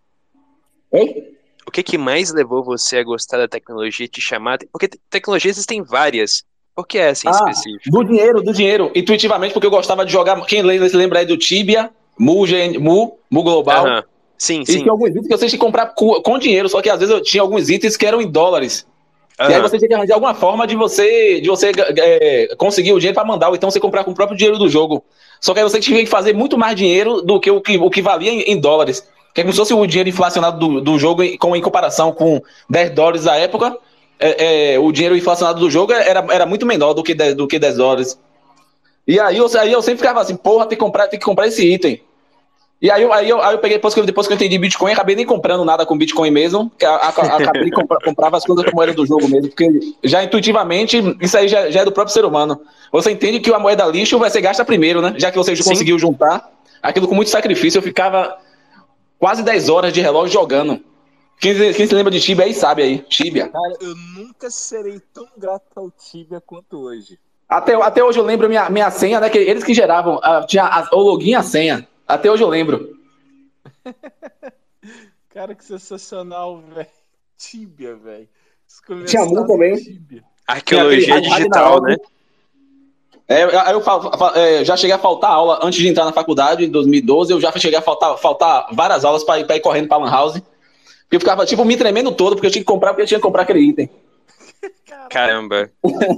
Oi? O que, que mais levou você a gostar da tecnologia e te chamar? Porque tecnologia existem várias. Por que essa em ah, específico? Do dinheiro, do dinheiro. Intuitivamente, porque eu gostava de jogar. Quem se lembra aí do Tibia, Mu, Mu, Mu Global. Uhum. Sim, e sim. tinha alguns itens que você tinha que comprar com, com dinheiro, só que às vezes eu tinha alguns itens que eram em dólares. Uhum. E aí você tinha que arranjar alguma forma de você, de você é, conseguir o dinheiro para mandar, ou então você comprar com o próprio dinheiro do jogo. Só que aí você tinha que fazer muito mais dinheiro do que o que, o que valia em, em dólares. Que é como se fosse o dinheiro inflacionado do, do jogo em, com, em comparação com dez dólares da época. É, é, o dinheiro inflacionado do jogo era, era muito menor do que, dez, do que dez dólares. E aí eu, aí eu sempre ficava assim, porra, tem que comprar, tem que comprar esse item. E aí eu, aí eu, aí eu peguei, depois que, eu, depois que eu entendi Bitcoin, acabei nem comprando nada com Bitcoin mesmo, que a, a, acabei compra, comprava as coisas com moeda do jogo mesmo, porque já intuitivamente, isso aí já, já é do próprio ser humano. Você entende que a moeda lixo vai ser gasta primeiro, né? Já que você Sim. conseguiu juntar aquilo com muito sacrifício, eu ficava quase dez horas de relógio jogando. Quem, quem se lembra de Tibia aí sabe aí, Tibia. Cara, eu nunca serei tão grato ao Tibia quanto hoje. Até, até hoje eu lembro minha, minha senha, né? Que eles que geravam, uh, tinha a, o login e a senha. Até hoje eu lembro. Cara, que sensacional, velho. Tibia, velho. Tinha Mu também. Tibia. Arqueologia digital, né? É, aí eu é, já cheguei a faltar aula antes de entrar na faculdade, em dois mil e doze. Eu já cheguei a faltar, faltar várias aulas para ir, ir correndo para a Lan House. Porque eu ficava, tipo, me tremendo todo, porque eu tinha que comprar, porque eu tinha que comprar aquele item. Caramba.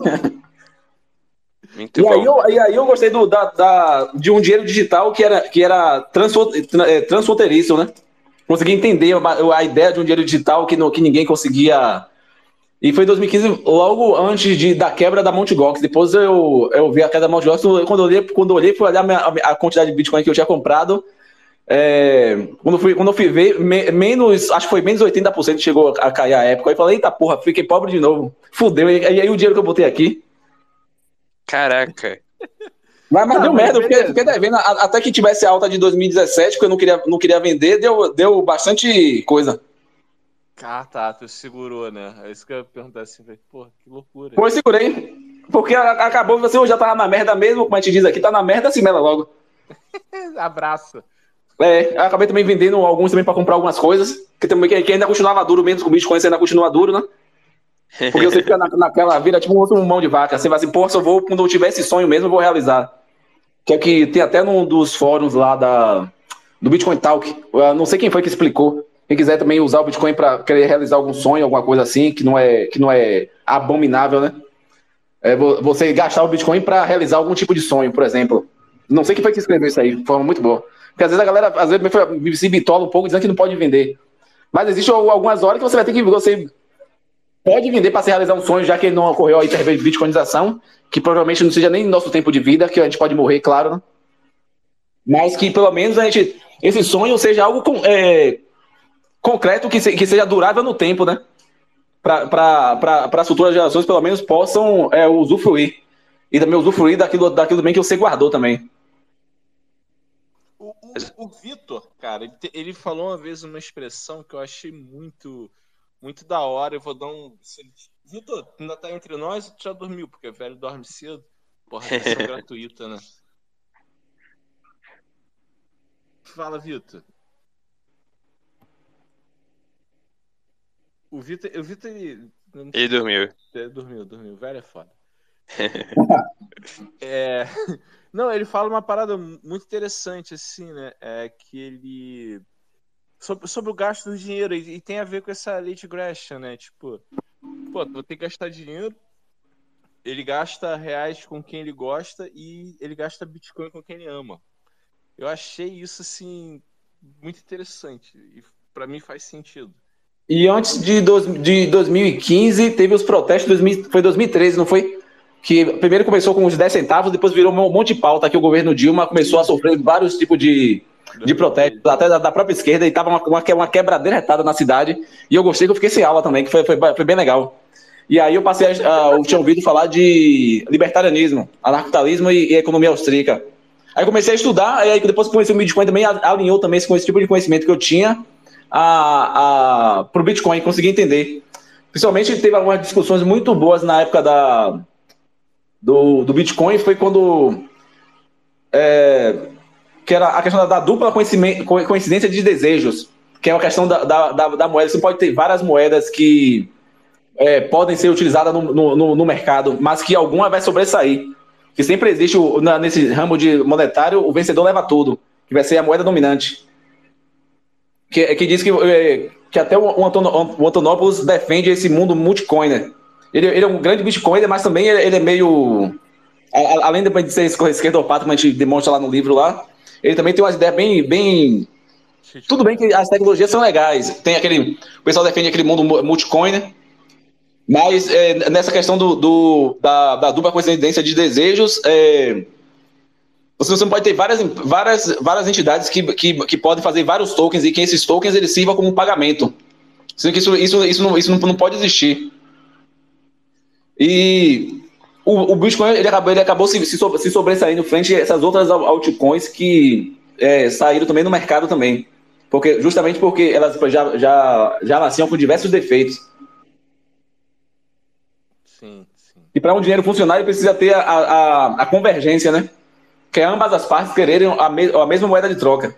Muito e, bom. Aí eu, e aí eu gostei do, da, da, de um dinheiro digital que era, que era transfronteiriço, né? Consegui entender a, a ideia de um dinheiro digital que, no, que ninguém conseguia. E foi em dois mil e quinze, logo antes de, da quebra da Mt. Gox. Depois eu, eu vi a queda da Mt. Gox. Quando eu olhei, quando eu olhei fui olhar a, minha, a quantidade de Bitcoin que eu tinha comprado. É, quando, eu fui, quando eu fui ver, me, menos, acho que foi menos oitenta por cento chegou a cair a época. Aí eu falei, eita porra, fiquei pobre de novo. Fudeu. E, e aí o dinheiro que eu botei aqui. Caraca. Mas, mas ah, deu mas merda, eu fiquei, fiquei devendo. Até que tivesse a alta de dois mil e dezessete, porque eu não queria, não queria vender, deu, deu bastante coisa. Ah, tá, tu segurou, né? É isso que eu ia perguntar assim, pô, que loucura. Pô, eu segurei. Porque acabou, você já tava na merda mesmo, como a gente diz aqui, tá na merda, se mela logo. Abraço. É, eu acabei também vendendo alguns também pra comprar algumas coisas, que, também, que ainda continuava duro mesmo, com o Bitcoin ainda continua duro, né? Porque você fica na, naquela vida, tipo um outro mão de vaca. Você vai assim, pô, se eu vou, quando eu tiver esse sonho mesmo, eu vou realizar. Que é que tem até num dos fóruns lá da, do Bitcoin Talk. Eu não sei quem foi que explicou. Quem quiser também usar o Bitcoin para querer realizar algum sonho, alguma coisa assim, que não é, que não é abominável, né? É você gastar o Bitcoin para realizar algum tipo de sonho, por exemplo. Não sei quem foi que escreveu isso aí, de forma muito boa. Porque às vezes a galera às vezes se bitola um pouco dizendo que não pode vender. Mas existem algumas horas que você vai ter que. Você pode vender para se realizar um sonho, já que não ocorreu a hiperbitcoinização, que provavelmente não seja nem nosso tempo de vida, que a gente pode morrer, claro, né? Mas que pelo menos a gente, esse sonho seja algo com, é, concreto, que, se, que seja durável no tempo, né? Para as futuras gerações, pelo menos, possam é, usufruir. E também usufruir daquilo, daquilo bem que você guardou também. O, o, o Vitor, cara, ele, te, ele falou uma vez uma expressão que eu achei muito, muito da hora. Eu vou dar um... Vitor, ainda tá entre nós ou tu já dormiu? Porque velho dorme cedo. Porra, é gratuita, né? Fala, Vitor. O Vitor, o Vitor ele... Ele dormiu. Ele dormiu, dormiu. O velho é foda. é... Não, ele fala uma parada muito interessante, assim, né? É que ele... Sobre, sobre o gasto do dinheiro, e, e tem a ver com essa lei de Gresham, né? Tipo, pô, tu vai ter que gastar dinheiro, ele gasta reais com quem ele gosta e ele gasta Bitcoin com quem ele ama. Eu achei isso, assim, muito interessante. E pra mim faz sentido. E antes de, dois, de dois mil e quinze, teve os protestos, dois mil, foi dois mil e treze, não foi? Que primeiro começou com uns dez centavos, depois virou um monte de pauta que o governo Dilma começou a sofrer vários tipos de, de protestos, até da, da própria esquerda, e tava uma, uma, uma quebradeira retada na cidade. E eu gostei que eu fiquei sem aula também, que foi, foi, foi bem legal. E aí eu passei a, eu tinha ouvido falar de libertarianismo, anarcapitalismo e, e economia austríaca. Aí comecei a estudar, aí depois que conheci o Bitcoin também alinhou também com esse tipo de conhecimento que eu tinha a, a, pro Bitcoin, consegui entender. Principalmente teve algumas discussões muito boas na época da, do, do Bitcoin, foi quando é, que era a questão da, da dupla coincidência de desejos, que é a questão da, da, da, da moeda. Você pode ter várias moedas que é, podem ser utilizadas no, no, no mercado, mas que alguma vai sobressair. Que sempre existe, o, na, nesse ramo de monetário, o vencedor leva tudo, que vai ser a moeda dominante. Que, que diz que, é, que até o, o, Antono, o Antonopoulos defende esse mundo multicoiner. Ele, ele é um grande bitcoiner, mas também ele, ele é meio... A, além de ser esquerdopata, como a gente demonstra lá no livro lá, ele também tem umas ideias bem... bem tudo bem que as tecnologias são legais. Tem aquele, o pessoal defende aquele mundo multicoiner, mas é, nessa questão do, do, da, da dupla coincidência de desejos, é, você, você pode ter várias, várias, várias entidades que, que, que podem fazer vários tokens e que esses tokens eles sirvam como pagamento. Sendo que isso, isso, isso, não, isso não, não pode existir. E o, o Bitcoin ele acabou, ele acabou se, se, se sobressaindo frente a essas outras altcoins que é, saíram também no mercado também. Porque, justamente porque elas já, já, já nasciam com diversos defeitos. Sim, sim. E para um dinheiro funcionar, ele precisa ter a, a, a convergência, né? Que é ambas as partes quererem a, me, a mesma moeda de troca.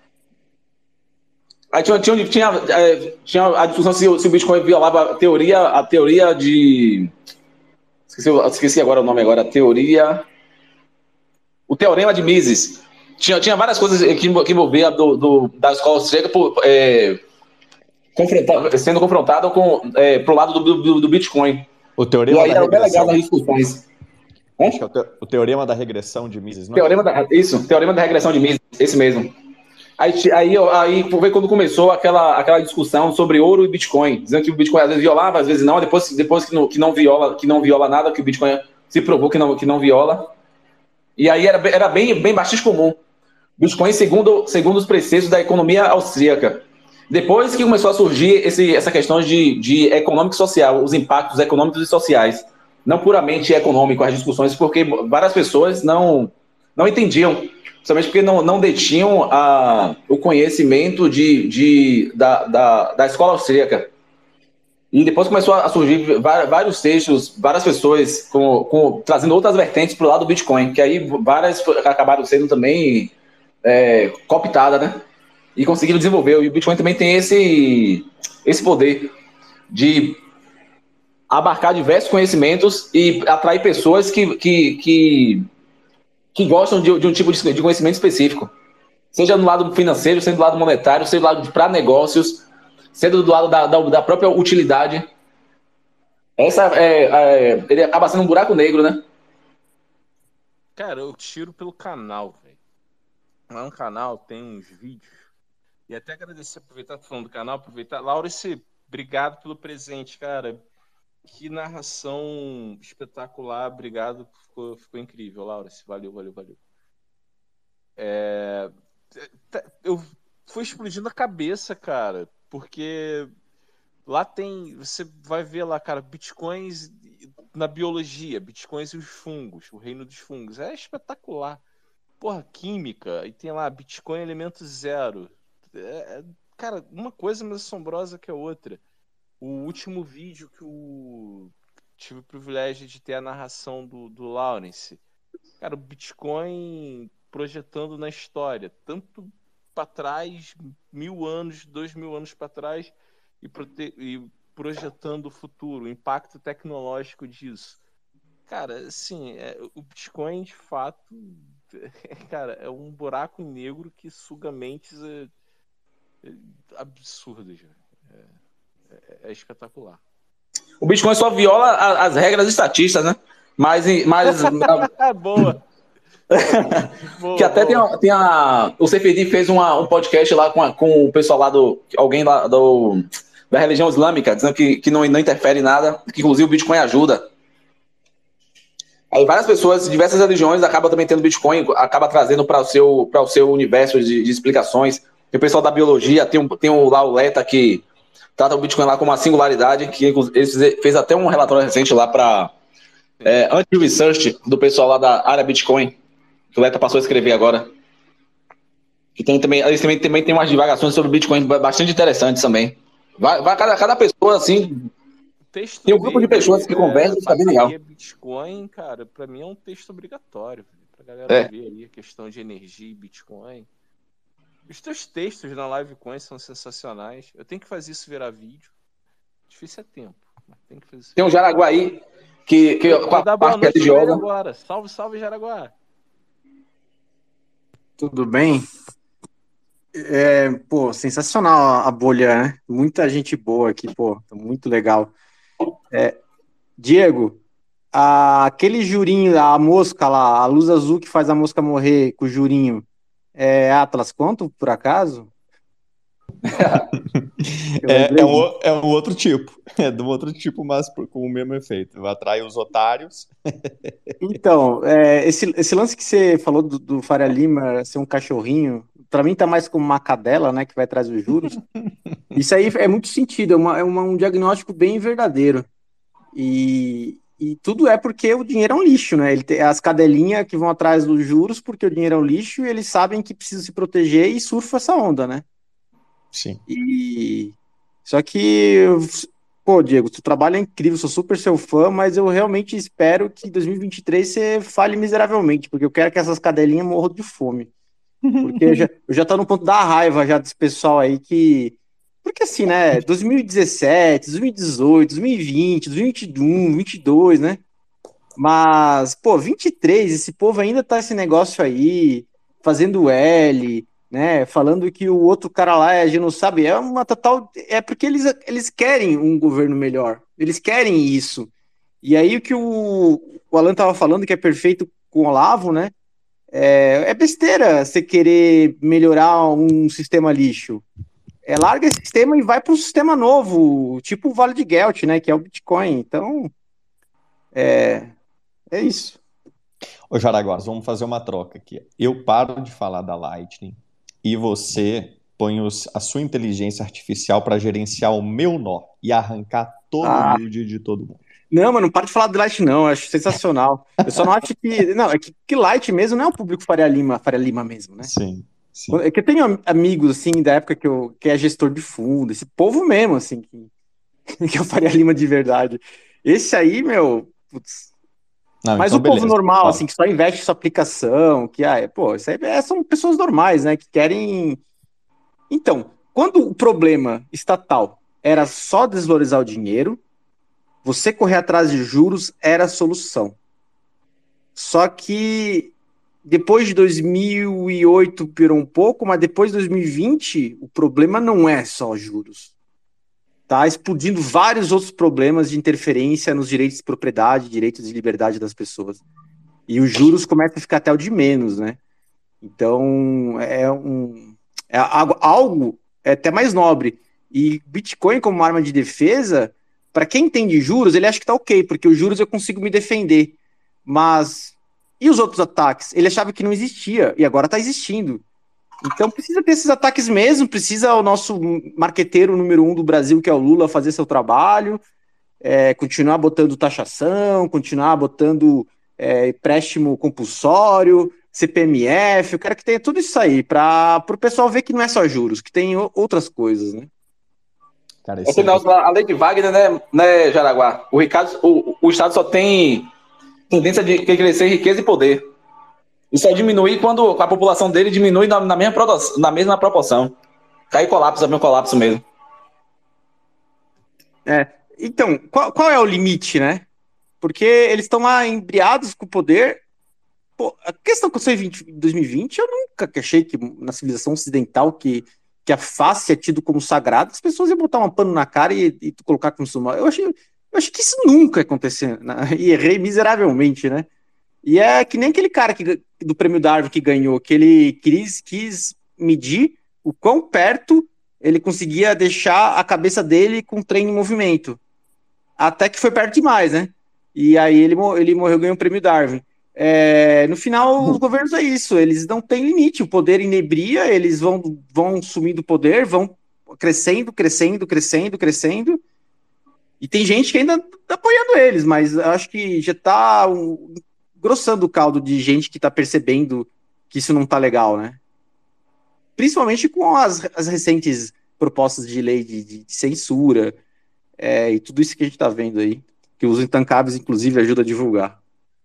Aí tinha, tinha, tinha, tinha a discussão se, se o Bitcoin violava a teoria, a teoria de... Esqueci, esqueci agora o nome agora. A teoria... O teorema de Mises. Tinha, tinha várias coisas que, que envolvia do, do, da escola austríaca é, sendo confrontada com, é, pro lado do, do, do Bitcoin. O teorema e aí da era bem legal regressão. nas discussões. Acho que é o, te, o teorema da regressão de Mises, não? Teorema da, isso, teorema da regressão de Mises, esse mesmo. Aí, aí, aí foi quando começou aquela, aquela discussão sobre ouro e Bitcoin, dizendo que o Bitcoin às vezes violava, às vezes não, depois, depois que, não, que, não viola, que não viola nada, que o Bitcoin se provou que não, que não viola. E aí era, era bem, bem bastante comum. Bitcoin segundo, segundo os preceitos da economia austríaca. Depois que começou a surgir esse, essa questão de, de econômico e social, os impactos econômicos e sociais, não puramente econômicos, as discussões, porque várias pessoas não, não entendiam, principalmente porque não, não detinham a, o conhecimento de, de, da, da, da escola austríaca. E depois começou a surgir vários textos, várias pessoas com, com, trazendo outras vertentes para o lado do Bitcoin, que aí várias acabaram sendo também é, cooptadas, né? E conseguiram desenvolver. E o Bitcoin também tem esse, esse poder de abarcar diversos conhecimentos e atrair pessoas que, que, que, que gostam de, de um tipo de conhecimento específico. Seja no lado financeiro, seja do lado monetário, seja do lado para negócios, seja do lado da, da, da própria utilidade. Essa é, é, ele acaba sendo um buraco negro, né? Cara, eu tiro pelo canal, velho. Lá no canal tem uns vídeos. E até agradecer, aproveitar falando do canal, aproveitar. Laurice, obrigado pelo presente, cara. Que narração espetacular, obrigado. Ficou, ficou incrível, Laurice. Valeu, valeu, valeu. É... Eu fui explodindo a cabeça, cara, porque lá tem. Você vai ver lá, cara, bitcoins na biologia, bitcoins e os fungos, o reino dos fungos. É espetacular. Porra, química, e tem lá Bitcoin elemento zero. É, cara, uma coisa mais assombrosa que a outra. O último vídeo que eu tive o privilégio de ter a narração do, do Lawrence. Cara, o Bitcoin projetando na história, tanto para trás, mil anos, dois mil anos para trás, e, prote... e projetando o futuro, o impacto tecnológico disso. Cara, assim, é, o Bitcoin, de fato, cara, é um buraco negro que suga mentes é, é, absurdas. É, é, é espetacular. O Bitcoin só viola a, as regras estatísticas, né? Mas... mas Boa. Boa, que até boa. tem, a, tem a. O C F D fez uma, um podcast lá com, a, com o pessoal lá do. Alguém lá do, da religião islâmica, dizendo que, que não, não interfere em nada, que inclusive o Bitcoin ajuda. Aí várias pessoas de diversas religiões acabam também tendo Bitcoin, acaba trazendo para o seu, para o seu universo de, de explicações. Tem o pessoal da biologia, tem, um, tem o, lá o Leta que trata o Bitcoin lá como uma singularidade, que ele fez até um relatório recente lá para é, anti-research do pessoal lá da área Bitcoin, que o Leta passou a escrever agora. Que tem também, eles também, também tem umas divagações sobre Bitcoin bastante interessantes também. Vai, vai cada, cada pessoa assim. Texto tem um grupo de pessoas que é, conversam, está bem legal. Bitcoin, cara, para mim é um texto obrigatório para galera é. ver aí a questão de energia e Bitcoin. Os teus textos na Livecoin são sensacionais. Eu tenho que fazer isso virar vídeo. Difícil é tempo. Mas tem que fazer isso. Tem um Jaraguá aí que, que eu vou dar boa noite pra ele agora. Salve, salve, Jaraguá. Tudo bem? É, pô, sensacional a bolha, né? Muita gente boa aqui, pô, muito legal. É, Diego, a, aquele jurinho, a mosca lá, a luz azul que faz a mosca morrer com o jurinho, é Atlas quanto, por acaso? é, é, um, é um outro tipo, é de um outro tipo, mas com o mesmo efeito, atrai os otários. Então, é, esse, esse lance que você falou do, do Faria Lima ser um cachorrinho, pra mim tá mais como uma cadela, né, que vai atrás dos juros. Isso aí é muito sentido, é, uma, é uma, um diagnóstico bem verdadeiro. E, e tudo é porque o dinheiro é um lixo, né? Ele tem as cadelinhas que vão atrás dos juros porque o dinheiro é um lixo e eles sabem que precisam se proteger e surfam essa onda, né? Sim. E... Só que, pô, Diego, seu trabalho é incrível, sou super seu fã, mas eu realmente espero que em dois mil e vinte e três você falhe miseravelmente, porque eu quero que essas cadelinhas morram de fome. Porque eu já, eu já tô no ponto da raiva já desse pessoal aí que... Porque assim, né, dois mil e dezessete, dois mil e dezoito, dois mil e vinte, dois mil e vinte e um, vinte e dois, né? Mas, pô, vinte e três, esse povo ainda tá esse negócio aí, fazendo L, né, falando que o outro cara lá é genocídio, é uma total... É porque eles, eles querem um governo melhor, eles querem isso. E aí o que o, o Alan tava falando, que é perfeito com o Olavo, né, é, é besteira você querer melhorar um sistema lixo. É, larga esse sistema e vai para um sistema novo, tipo o Vale de Gelt, né, que é o Bitcoin. Então, é, é isso. Ô, Jaraguá, vamos fazer uma troca aqui. Eu paro de falar da Lightning e você põe os, a sua inteligência artificial para gerenciar o meu nó e arrancar todo ah. o build de todo mundo. Não, mas não para de falar do Light, não. Eu acho sensacional. Eu só não acho que... Não, é que, que Light mesmo não é o público Faria Lima, Faria Lima mesmo, né? Sim. Sim. É que eu tenho amigos, assim, da época que, eu, que é gestor de fundo, esse povo mesmo, assim, que, que eu Faria Lima de verdade. Esse aí, meu, putz. Não, mas então o povo beleza. normal, Ó. assim, que só investe em sua aplicação, que, ah, é, pô, isso aí é, são pessoas normais, né, que querem... Então, quando o problema estatal era só desvalorizar o dinheiro, você correr atrás de juros era a solução. Só que... Depois de dois mil e oito pirou um pouco, mas depois de dois mil e vinte o problema não é só juros. Tá explodindo vários outros problemas de interferência nos direitos de propriedade, direitos de liberdade das pessoas. E os juros começam a ficar até o de menos, né? Então, é um é algo é até mais nobre. E Bitcoin como arma de defesa, para quem entende juros, ele acha que tá ok, porque os juros eu consigo me defender. Mas... E os outros ataques? Ele achava que não existia, e agora está existindo. Então precisa ter esses ataques mesmo, precisa o nosso marqueteiro número um do Brasil, que é o Lula, fazer seu trabalho, é, continuar botando taxação, continuar botando é, empréstimo compulsório, C P M F, eu quero que tenha tudo isso aí, para o pessoal ver que não é só juros, que tem outras coisas, né? Cara, é final, é... A lei de Wagner, né, né Jaraguá? O, Ricardo, o, o Estado só tem... tendência de crescer riqueza e poder. Isso só diminui quando a população dele diminui na, na, mesma, na mesma proporção. Cai colapso, é meu colapso mesmo. É, então, qual, qual é o limite, né? Porque eles estão lá embriados com o poder. Pô, a questão com o dois mil e vinte, eu nunca achei que na civilização ocidental que, que a face é tido como sagrada, as pessoas iam botar um pano na cara e, e colocar como suma. Eu achei... Eu acho que isso nunca ia acontecer, né? E errei miseravelmente, né? E é que nem aquele cara que do prêmio Darwin que ganhou, que ele quis, quis medir o quão perto ele conseguia deixar a cabeça dele com o trem em movimento. Até que foi perto demais, né? E aí ele, ele morreu e ganhou o prêmio Darwin. É, no final, os governos é isso, eles não têm limite, o poder inebria, eles vão, vão sumindo o poder, vão crescendo, crescendo, crescendo, crescendo, e tem gente que ainda tá apoiando eles, mas acho que já tá um, grossando o caldo de gente que tá percebendo que isso não tá legal, né? Principalmente com as, as recentes propostas de lei de, de, de censura, é, e tudo isso que a gente tá vendo aí, que os Intancáveis, inclusive, ajuda a divulgar.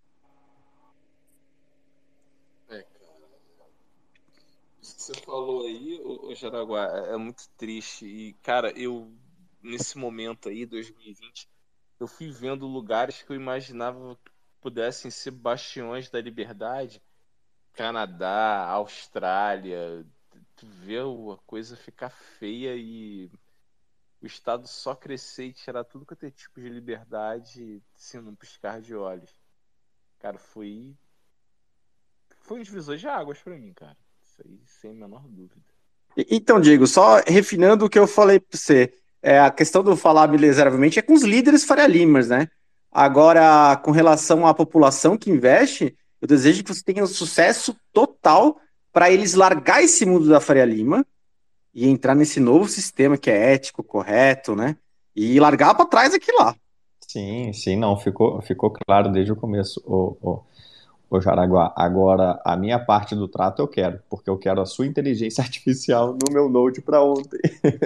Você falou aí, o Jaraguá, é muito triste. E, cara, eu, nesse momento aí, dois mil e vinte, eu fui vendo lugares que eu imaginava que pudessem ser bastiões da liberdade. Canadá, Austrália. Tu vê a coisa ficar feia e o Estado só crescer e tirar tudo que tem tipo de liberdade, assim, num piscar de olhos. Cara, foi... Foi um divisor de águas pra mim, cara. Isso aí, sem a menor dúvida. Então, Diego, só refinando o que eu falei para você, é, a questão do falar miseravelmente é com os líderes Faria Limers, né? Agora, com relação à população que investe, eu desejo que você tenha um sucesso total para eles largar esse mundo da Faria Lima e entrar nesse novo sistema que é ético, correto, né? E largar para trás aquilo lá. Sim, sim, não, ficou, ficou claro desde o começo, o, o... Ô Jaraguá, agora a minha parte do trato eu quero, porque eu quero a sua inteligência artificial no meu Node para ontem.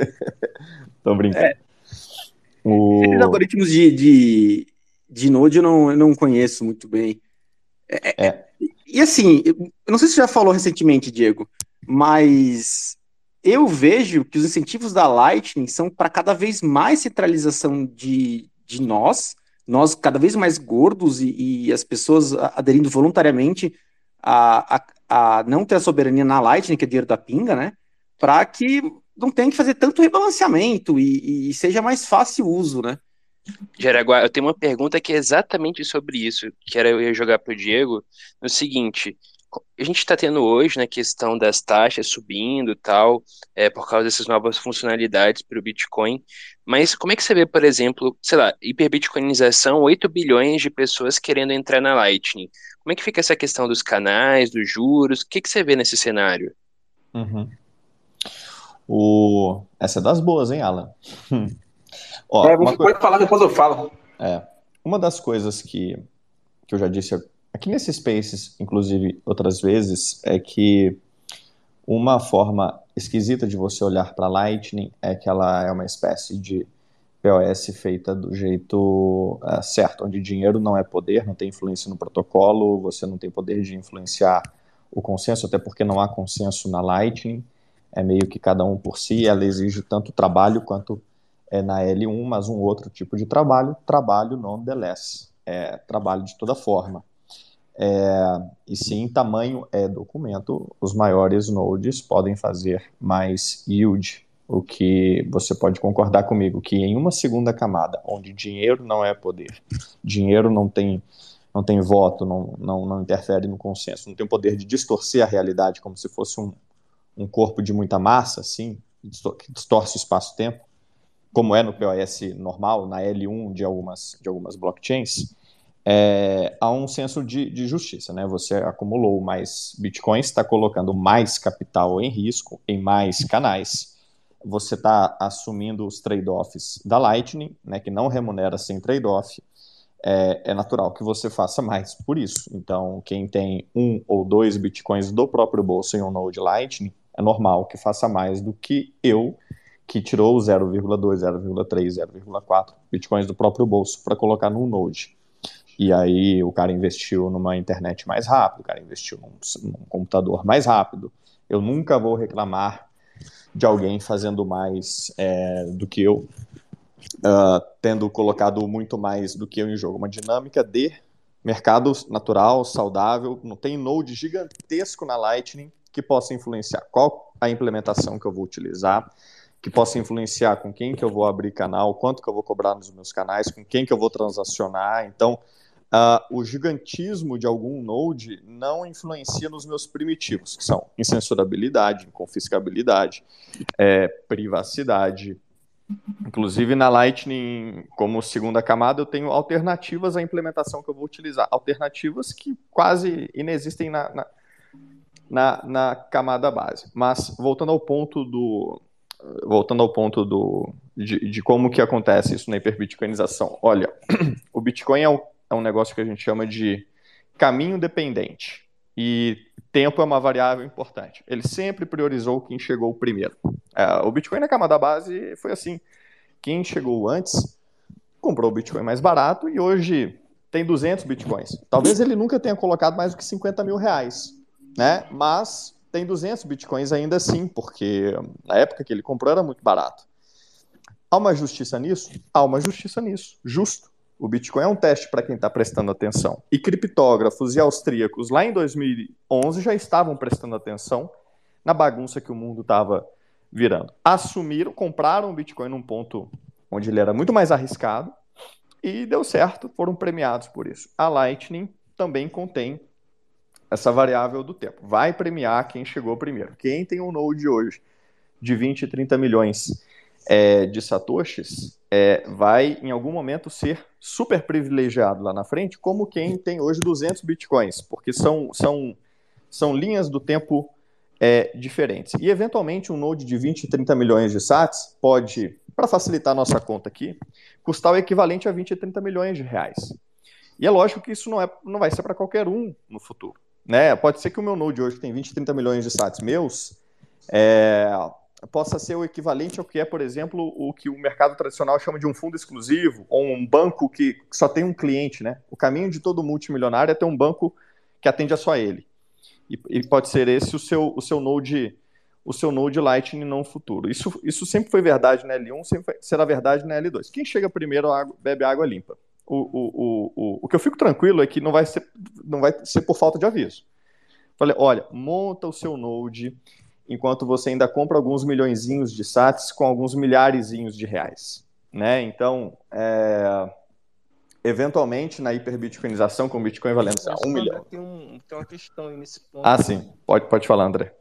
Tô brincando. É. O... Esses algoritmos de, de, de Node eu não, eu não conheço muito bem. É, é. E assim, eu não sei se você já falou recentemente, Diego, mas eu vejo que os incentivos da Lightning são para cada vez mais centralização de, de nós, nós cada vez mais gordos e, e as pessoas aderindo voluntariamente a, a, a não ter a soberania na Lightning, que é dinheiro da pinga, né? Para que não tenha que fazer tanto rebalanceamento e, e seja mais fácil o uso, né? Jaraguá, eu tenho uma pergunta que é exatamente sobre isso, que era eu ia jogar para o Diego, no seguinte, a gente está tendo hoje, né, questão das taxas subindo e tal, é, por causa dessas novas funcionalidades para o Bitcoin, mas como é que você vê, por exemplo, sei lá, hiperbitcoinização, oito bilhões de pessoas querendo entrar na Lightning, como é que fica essa questão dos canais, dos juros, o que, que você vê nesse cenário? Uhum. O... Essa é das boas, hein, Alan? Ó, é, você pode falar, depois eu falo. É, uma das coisas que, que eu já disse aqui nesse Spaces, inclusive outras vezes, é que uma forma esquisita de você olhar para Lightning é que ela é uma espécie de P O S feita do jeito uh, certo, onde dinheiro não é poder, não tem influência no protocolo, você não tem poder de influenciar o consenso, até porque não há consenso na Lightning, é meio que cada um por si, ela exige tanto trabalho quanto é na L um, mas um outro tipo de trabalho, trabalho nonetheless, é trabalho de toda forma. É, e sim, tamanho é documento, os maiores nodes podem fazer mais yield, o que você pode concordar comigo, que em uma segunda camada, onde dinheiro não é poder, dinheiro não tem, não tem voto, não, não, não interfere no consenso, não tem o poder de distorcer a realidade como se fosse um, um corpo de muita massa, assim, que distorce o espaço-tempo, como é no P O S normal, na L um de algumas, de algumas blockchains, é, há um senso de, de justiça, né? Você acumulou mais bitcoins, está colocando mais capital em risco, em mais canais, você está assumindo os trade-offs da Lightning, né, que não remunera sem trade-off, é, é natural que você faça mais por isso. Então, quem tem um ou dois bitcoins do próprio bolso em um node Lightning, é normal que faça mais do que eu, que tirou zero vírgula dois, zero vírgula três, zero vírgula quatro bitcoins do próprio bolso para colocar num node. E aí o cara investiu numa internet mais rápida, o cara investiu num, num computador mais rápido. Eu nunca vou reclamar de alguém fazendo mais é, do que eu, uh, tendo colocado muito mais do que eu em jogo. Uma dinâmica de mercado natural, saudável, não tem node gigantesco na Lightning que possa influenciar qual a implementação que eu vou utilizar, que possa influenciar com quem que eu vou abrir canal, quanto que eu vou cobrar nos meus canais, com quem que eu vou transacionar. Então, uh, o gigantismo de algum node não influencia nos meus primitivos, que são incensurabilidade, inconfiscabilidade, é, privacidade. Inclusive, na Lightning, como segunda camada, eu tenho alternativas à implementação que eu vou utilizar. Alternativas que quase inexistem na, na, na, na camada base. Mas, voltando ao ponto do... Voltando ao ponto do, de, de como que acontece isso na hiperbitcoinização. Olha, o Bitcoin é um, é um negócio que a gente chama de caminho dependente. E tempo é uma variável importante. Ele sempre priorizou quem chegou primeiro. É, o Bitcoin na camada base foi assim. Quem chegou antes comprou o Bitcoin mais barato e hoje tem duzentos Bitcoins. Talvez ele nunca tenha colocado mais do que cinquenta mil reais, né? Mas tem duzentos Bitcoins ainda assim, porque na época que ele comprou era muito barato. Há uma justiça nisso? Há uma justiça nisso. Justo. O Bitcoin é um teste para quem está prestando atenção. E criptógrafos e austríacos lá em dois mil e onze já estavam prestando atenção na bagunça que o mundo estava virando. Assumiram, compraram o Bitcoin num ponto onde ele era muito mais arriscado e deu certo, foram premiados por isso. A Lightning também contém essa variável do tempo. Vai premiar quem chegou primeiro. Quem tem um node hoje de vinte, trinta milhões é, de satoshis é, vai, em algum momento, ser super privilegiado lá na frente, como quem tem hoje duzentos bitcoins, porque são, são, são linhas do tempo é, diferentes. E, eventualmente, um node de vinte, trinta milhões de sats pode, para facilitar a nossa conta aqui, custar o equivalente a vinte, trinta milhões de reais. E é lógico que isso não, é, não vai ser para qualquer um no futuro. Né? Pode ser que o meu node hoje, que tem vinte, trinta milhões de sats meus, é, possa ser o equivalente ao que é, por exemplo, o que o mercado tradicional chama de um fundo exclusivo, ou um banco que só tem um cliente. Né? O caminho de todo multimilionário é ter um banco que atende a só ele. E, e pode ser esse o seu, o seu node, o seu node Lightning no futuro. Isso, isso sempre foi verdade na L um, sempre foi, será verdade na L dois. Quem chega primeiro água, bebe água limpa. O, o, o, o, o que eu fico tranquilo é que não vai ser, não vai ser por falta de aviso. Falei, olha, monta o seu node enquanto você ainda compra alguns milhõezinhos de sats com alguns milharezinhos de reais. Né? Então, é, eventualmente, na hiperbitcoinização, com o Bitcoin valendo sei lá, um milhão. Tem, um, tem uma questão aí nesse ponto. Ah, sim. Pode, pode falar, André.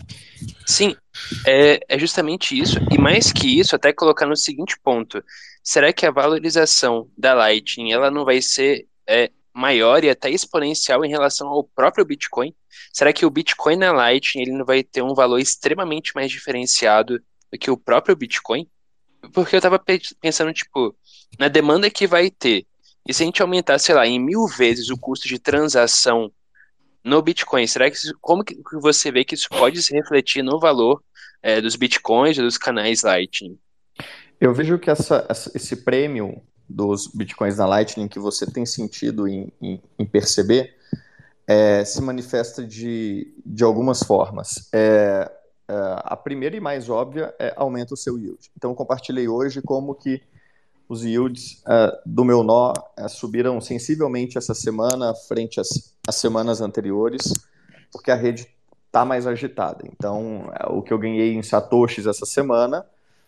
Sim, é, é justamente isso. E mais que isso, até colocar no seguinte ponto. Será que a valorização da Lightning ela não vai ser é, maior e até exponencial em relação ao próprio Bitcoin? Será que o Bitcoin na Lightning ele não vai ter um valor extremamente mais diferenciado do que o próprio Bitcoin? Porque eu tava pensando, tipo, na demanda que vai ter. E se a gente aumentar, sei lá, em mil vezes o custo de transação no Bitcoin, será que isso, como que você vê que isso pode se refletir no valor é, dos Bitcoins e dos canais Lightning? Eu vejo que essa, esse prêmio dos Bitcoins na Lightning que você tem sentido em, em, em perceber é, se manifesta de, de algumas formas. É, é, a primeira e mais óbvia é aumenta o seu yield. Então, eu compartilhei hoje como que os yields uh, do meu nó uh, subiram sensivelmente essa semana frente às, às semanas anteriores, porque a rede está mais agitada. Então, uh, o que eu ganhei em satoshis essa semana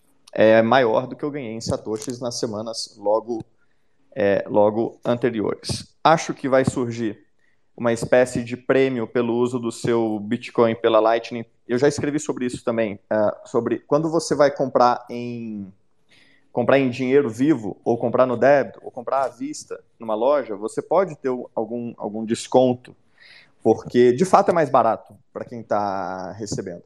é maior do que eu ganhei em satoshis nas semanas logo, é, logo anteriores. Acho que vai surgir uma espécie de prêmio pelo uso do seu Bitcoin pela Lightning. Eu já escrevi sobre isso também, uh, sobre quando você vai comprar em... comprar em dinheiro vivo, ou comprar no débito, ou comprar à vista numa loja, você pode ter algum, algum desconto, porque de fato é mais barato para quem está recebendo.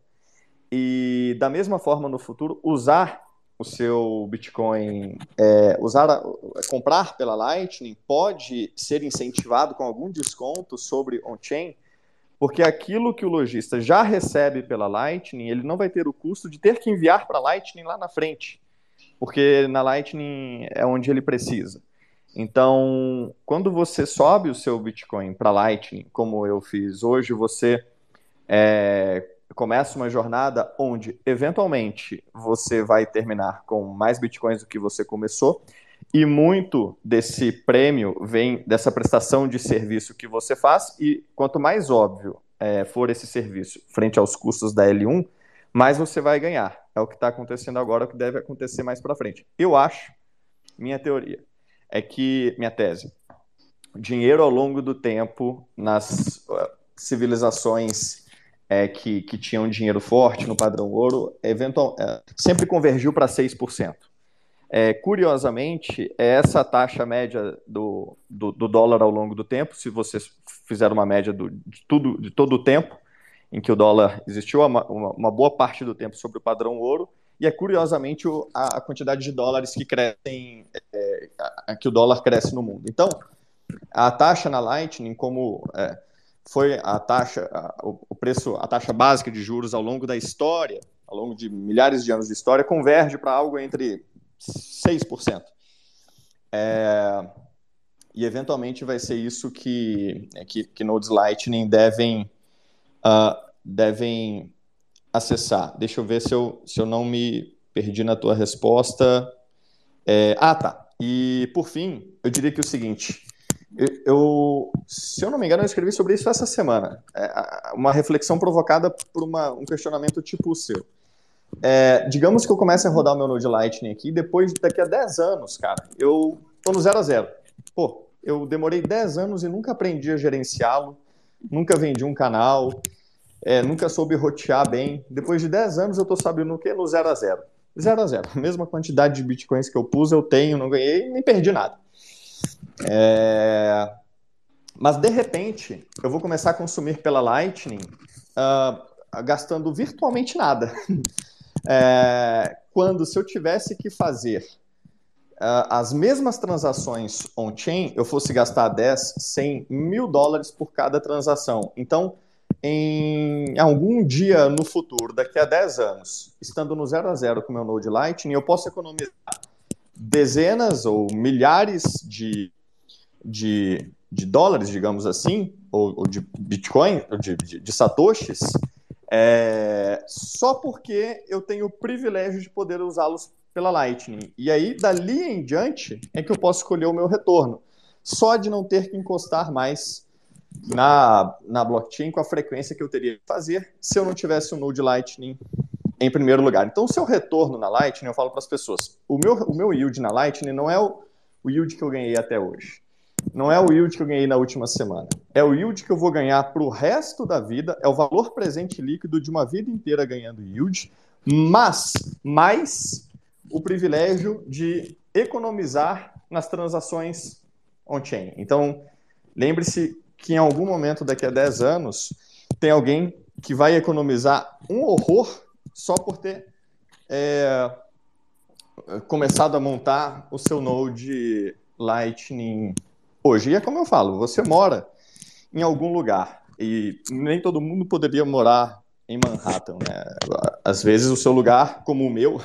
E da mesma forma no futuro, usar o seu Bitcoin, é, usar a, comprar pela Lightning pode ser incentivado com algum desconto sobre on-chain, porque aquilo que o lojista já recebe pela Lightning, ele não vai ter o custo de ter que enviar para a Lightning lá na frente, porque na Lightning é onde ele precisa. Então, quando você sobe o seu Bitcoin para Lightning, como eu fiz hoje, você é, começa uma jornada onde, eventualmente, você vai terminar com mais Bitcoins do que você começou, e muito desse prêmio vem dessa prestação de serviço que você faz, e quanto mais óbvio é, for esse serviço frente aos custos da L um, mais você vai ganhar. É o que está acontecendo agora, é o que deve acontecer mais para frente. Eu acho, minha teoria, é que, minha tese, dinheiro ao longo do tempo nas uh, civilizações é, que, que tinham dinheiro forte no padrão ouro, eventual, é, sempre convergiu para seis por cento. É, curiosamente, é essa taxa média do, do, do dólar ao longo do tempo, se vocês fizeram uma média do, de, tudo, de todo o tempo em que o dólar existiu, uma, uma, uma boa parte do tempo sobre o padrão ouro, e é curiosamente o, a, a quantidade de dólares que crescem, é, a, que o dólar cresce no mundo. Então, a taxa na Lightning, como é, foi a taxa, a, o preço, a taxa básica de juros ao longo da história, ao longo de milhares de anos de história, converge para algo entre seis por cento. É, e eventualmente vai ser isso que, que, que nodes Lightning devem, uh, devem acessar. Deixa eu ver se eu, se eu não me perdi na tua resposta. É, ah, tá. E, por fim, eu diria que é o seguinte, eu, eu, se eu não me engano, eu escrevi sobre isso essa semana. É, uma reflexão provocada por uma, um questionamento tipo o seu. É, digamos que eu comece a rodar o meu Node Lightning aqui, depois, daqui a dez anos, cara, eu tô no zero a zero. Pô, eu demorei dez anos e nunca aprendi a gerenciá-lo, nunca vendi um canal, é, nunca soube rotear bem. Depois de dez anos eu tô sabendo o quê? No zero a zero. Zero a zero. A mesma quantidade de bitcoins que eu pus, eu tenho, não ganhei, nem perdi nada. É... Mas, de repente, eu vou começar a consumir pela Lightning uh, gastando virtualmente nada. É, quando, se eu tivesse que fazer uh, as mesmas transações on-chain, eu fosse gastar dez, cem, mil dólares por cada transação. Então, em algum dia no futuro, daqui a dez anos, estando no zero a zero com o meu Node Lightning, eu posso economizar dezenas ou milhares de, de, de dólares, digamos assim, ou, ou de Bitcoin, ou de, de, de satoshis, É, só porque eu tenho o privilégio de poder usá-los pela Lightning. E aí, dali em diante, é que eu posso escolher o meu retorno. Só de não ter que encostar mais na, na blockchain com a frequência que eu teria que fazer se eu não tivesse o Node Lightning em primeiro lugar. Então, o seu retorno na Lightning, eu falo para as pessoas, o meu, o meu yield na Lightning não é o, o yield que eu ganhei até hoje. Não é o yield que eu ganhei na última semana. É o yield que eu vou ganhar para o resto da vida, é o valor presente líquido de uma vida inteira ganhando yield, mas mais o privilégio de economizar nas transações on-chain. Então, lembre-se que em algum momento daqui a dez anos, tem alguém que vai economizar um horror só por ter é, começado a montar o seu Node Lightning hoje. E é como eu falo, você mora em algum lugar e nem todo mundo poderia morar em Manhattan, né? Às vezes o seu lugar, como o meu,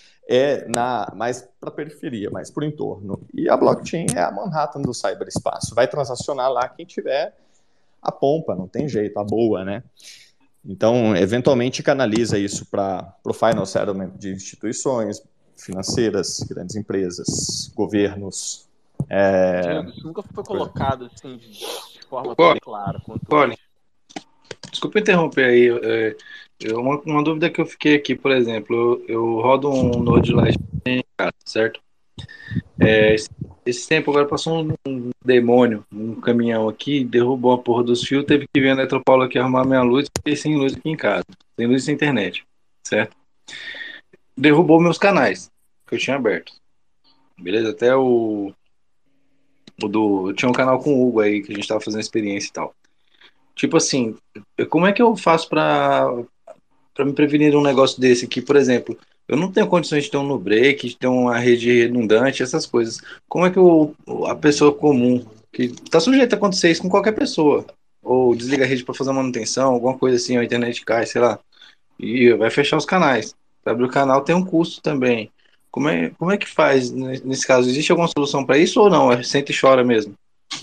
é na, mais para a periferia, mais para o entorno. E a blockchain é a Manhattan do cyberespaço. Vai transacionar lá quem tiver a pompa, não tem jeito, a boa, né? Então, eventualmente canaliza isso para o final settlement de instituições financeiras, grandes empresas, governos. É... Diego, isso nunca foi colocado assim, de, de forma Pô, tão clara quanto Poli, desculpa interromper aí. É, eu, uma, uma dúvida que eu fiquei aqui, por exemplo, eu, eu rodo um Node Lightning em casa, certo? É, esse, esse tempo agora passou um, um demônio, um caminhão aqui, derrubou a porra dos fios, teve que vir a Eletropaulo aqui arrumar minha luz, fiquei sem luz aqui em casa, sem luz e sem internet, certo? Derrubou meus canais que eu tinha aberto, beleza? Até o O do, eu tinha um canal com o Hugo aí, que a gente tava fazendo experiência e tal. Tipo assim, como é que eu faço pra, pra me prevenir de um negócio desse aqui? Por exemplo, eu não tenho condições de ter um no break, de ter uma rede redundante, essas coisas. Como é que eu, a pessoa comum, que tá sujeita a acontecer isso com qualquer pessoa, ou desliga a rede pra fazer manutenção, alguma coisa assim, a internet cai, sei lá, e vai fechar os canais. Pra abrir o canal tem um custo também. Como é, como é que faz nesse caso? Existe alguma solução para isso ou não? É senta e chora mesmo?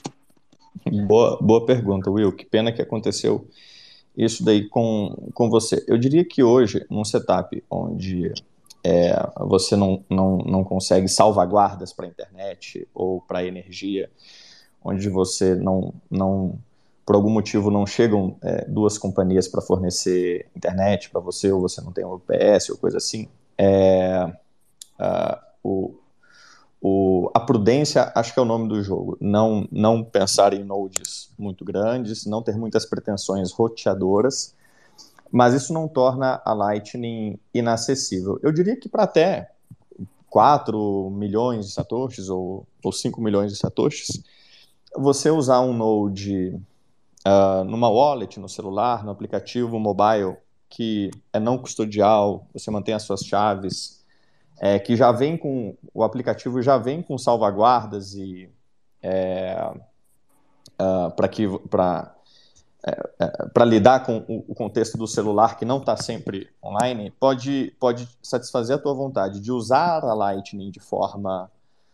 Boa, boa pergunta, Will. Que pena que aconteceu isso daí com, com você. Eu diria que hoje, num setup onde é, você não, não, não consegue salvaguardas para a internet ou para a energia, onde você não, não, por algum motivo, não chegam é, duas companhias para fornecer internet para você, ou você não tem um U P S ou coisa assim, é... Uh, o, o, a prudência, acho que é o nome do jogo. Não, não pensar em nodes muito grandes, não ter muitas pretensões roteadoras, mas isso não torna a Lightning inacessível. Eu diria que para até quatro milhões de satoshis ou, ou cinco milhões de satoshis, você usar um node uh, numa wallet, no celular, no aplicativo mobile, que é não custodial, você mantém as suas chaves, é, que já vem com, o aplicativo já vem com salvaguardas e é, uh, para que para é, é, para lidar com o, o contexto do celular que não está sempre online, pode, pode satisfazer a tua vontade de usar a Lightning de forma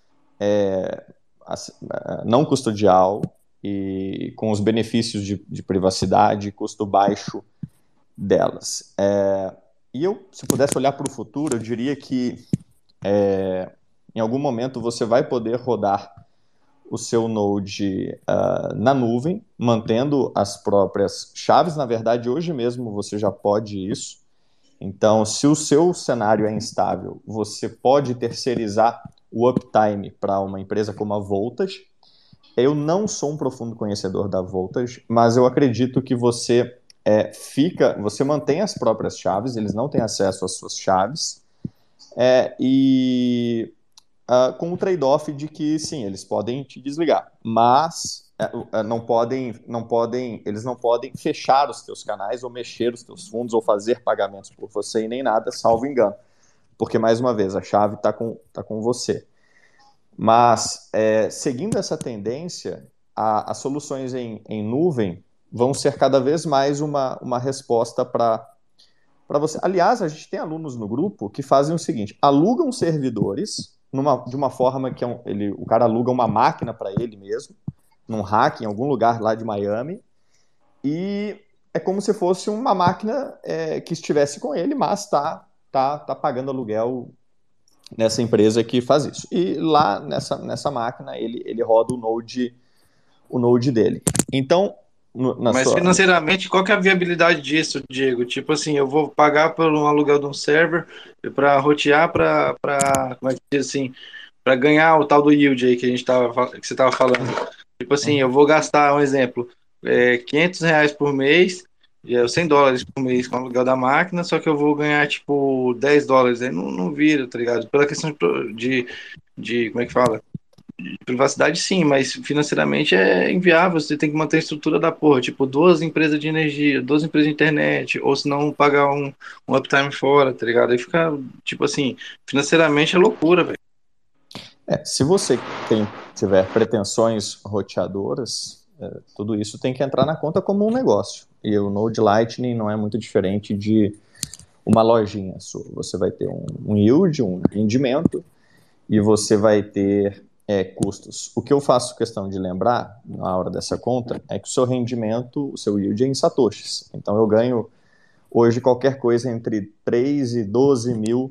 é, não custodial e com os benefícios de, de privacidade e custo baixo delas. É, e eu, se pudesse olhar para o futuro, eu diria que é, em algum momento você vai poder rodar o seu Node uh, na nuvem, mantendo as próprias chaves. Na verdade, hoje mesmo você já pode isso. Então, se o seu cenário é instável, você pode terceirizar o uptime para uma empresa como a Voltage. Eu não sou um profundo conhecedor da Voltage, mas eu acredito que você é, fica, você mantém as próprias chaves, eles não têm acesso às suas chaves, é, e Uh, com o trade-off de que, sim, eles podem te desligar, mas uh, uh, não podem, não podem, eles não podem fechar os teus canais ou mexer os teus fundos ou fazer pagamentos por você e nem nada, salvo engano. Porque, mais uma vez, a chave está com, tá com você. Mas, é, seguindo essa tendência, a, as soluções em, em nuvem vão ser cada vez mais uma, uma resposta para para você. Aliás, a gente tem alunos no grupo que fazem o seguinte, alugam servidores Numa, de uma forma que é um, ele, o cara aluga uma máquina para ele mesmo, num rack em algum lugar lá de Miami, e é como se fosse uma máquina é, que estivesse com ele, mas está tá, tá pagando aluguel nessa empresa que faz isso. E lá nessa, nessa máquina ele, ele roda o Node, o Node dele. Então, no, na Mas sua... financeiramente, qual que é a viabilidade disso, Diego? Tipo assim, eu vou pagar por um aluguel de um server para rotear, para, como é que diz assim, para ganhar o tal do yield aí que a gente tava, que você estava falando. Tipo assim, eu vou gastar, um exemplo, é, quinhentos reais por mês, cem dólares por mês com o aluguel da máquina, só que eu vou ganhar, tipo, dez dólares. Aí não, não vira, tá ligado? Pela questão de, de, de como é que fala? Privacidade sim, mas financeiramente é inviável, você tem que manter a estrutura da porra, tipo, duas empresas de energia, duas empresas de internet, ou se não pagar um, um uptime fora, tá ligado? Aí fica, tipo assim, financeiramente é loucura, velho. É, se você tem, tiver pretensões roteadoras, é, tudo isso tem que entrar na conta como um negócio. E o Node Lightning não é muito diferente de uma lojinha sua. Você vai ter um, um yield, um rendimento, e você vai ter É, custos. O que eu faço questão de lembrar na hora dessa conta é que o seu rendimento, o seu yield é em satoshis. Então eu ganho hoje qualquer coisa entre três e doze mil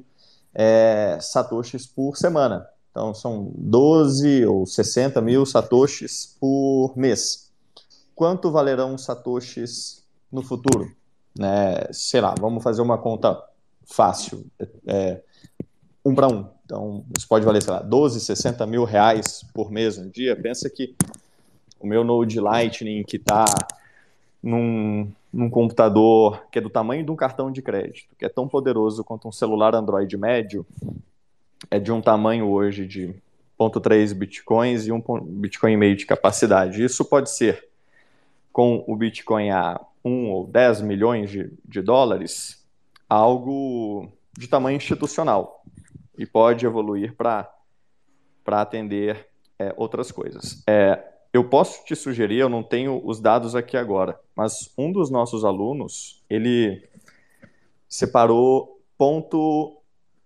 é, satoshis por semana. Então são doze ou sessenta mil satoshis por mês. Quanto valerão satoshis no futuro? Né? Sei lá, vamos fazer uma conta fácil. É, um para um. Então, isso pode valer, sei lá, doze, sessenta mil reais por mês um dia. Pensa que o meu Node Lightning, que está num, num computador que é do tamanho de um cartão de crédito, que é tão poderoso quanto um celular Android médio, é de um tamanho hoje de zero vírgula três bitcoins e um bitcoin e meio de capacidade. Isso pode ser com o Bitcoin a um ou dez milhões de, de dólares, algo de tamanho institucional. E pode evoluir para atender é, outras coisas. É, eu posso te sugerir, eu não tenho os dados aqui agora, mas um dos nossos alunos, ele separou ponto,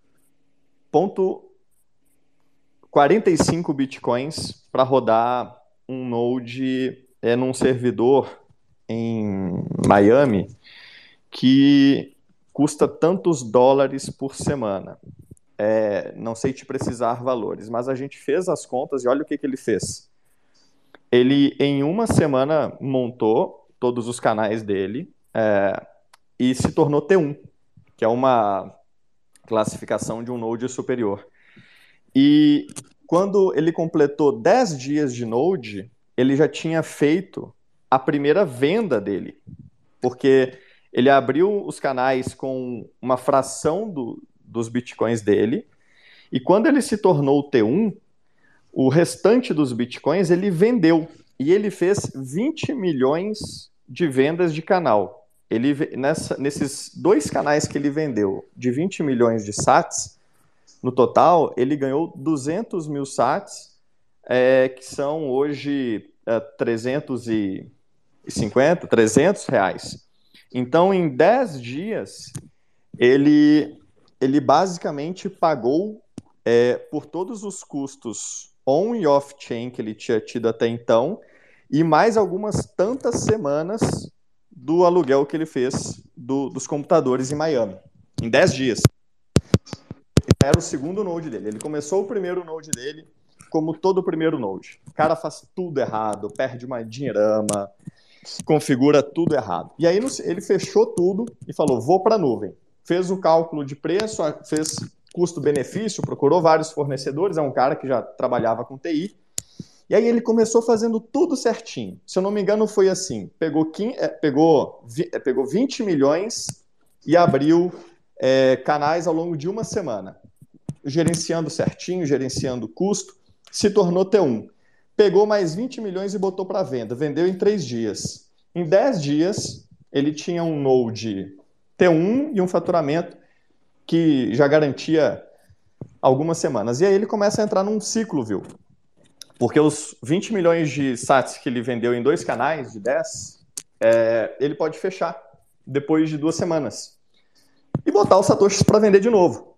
ponto quarenta e cinco bitcoins para rodar um node é, num servidor em Miami que custa tantos dólares por semana. É, não sei te precisar valores, mas a gente fez as contas e olha o que, que ele fez. Ele, em uma semana, montou todos os canais dele é, e se tornou T um, que é uma classificação de um node superior. E Quando ele completou dez dias de Node, ele já tinha feito a primeira venda dele, porque ele abriu os canais com uma fração do, dos bitcoins dele, e quando ele se tornou T um, o restante dos bitcoins ele vendeu, e ele fez vinte milhões de vendas de canal. Ele, nessa, nesses dois canais que ele vendeu, de vinte milhões de sats, no total, ele ganhou duzentos mil sats, é, que são hoje é, trezentos e cinquenta, trezentos reais. Então, em dez dias, ele, ele basicamente pagou é, por todos os custos on e off-chain que ele tinha tido até então, e mais algumas tantas semanas do aluguel que ele fez do, dos computadores em Miami. Em dez dias. Era o segundo node dele. Ele começou o primeiro node dele como todo o primeiro node. O cara faz tudo errado, perde uma dinheirama, configura tudo errado. E aí ele fechou tudo e falou, vou para a nuvem. Fez o cálculo de preço, fez custo-benefício, procurou vários fornecedores, é um cara que já trabalhava com T I. E aí ele começou fazendo tudo certinho. Se eu não me engano, foi assim, pegou, quinze, pegou, pegou vinte milhões e abriu é, canais ao longo de uma semana. Gerenciando certinho, gerenciando custo, se tornou T um. Pegou mais vinte milhões e botou para venda. Vendeu em três dias. Em dez dias, ele tinha um node T um e um faturamento que já garantia algumas semanas. E aí ele começa a entrar num ciclo, viu? Porque os vinte milhões de sats que ele vendeu em dois canais, de dez, é, ele pode fechar depois de duas semanas. E botar os satoshis para vender de novo.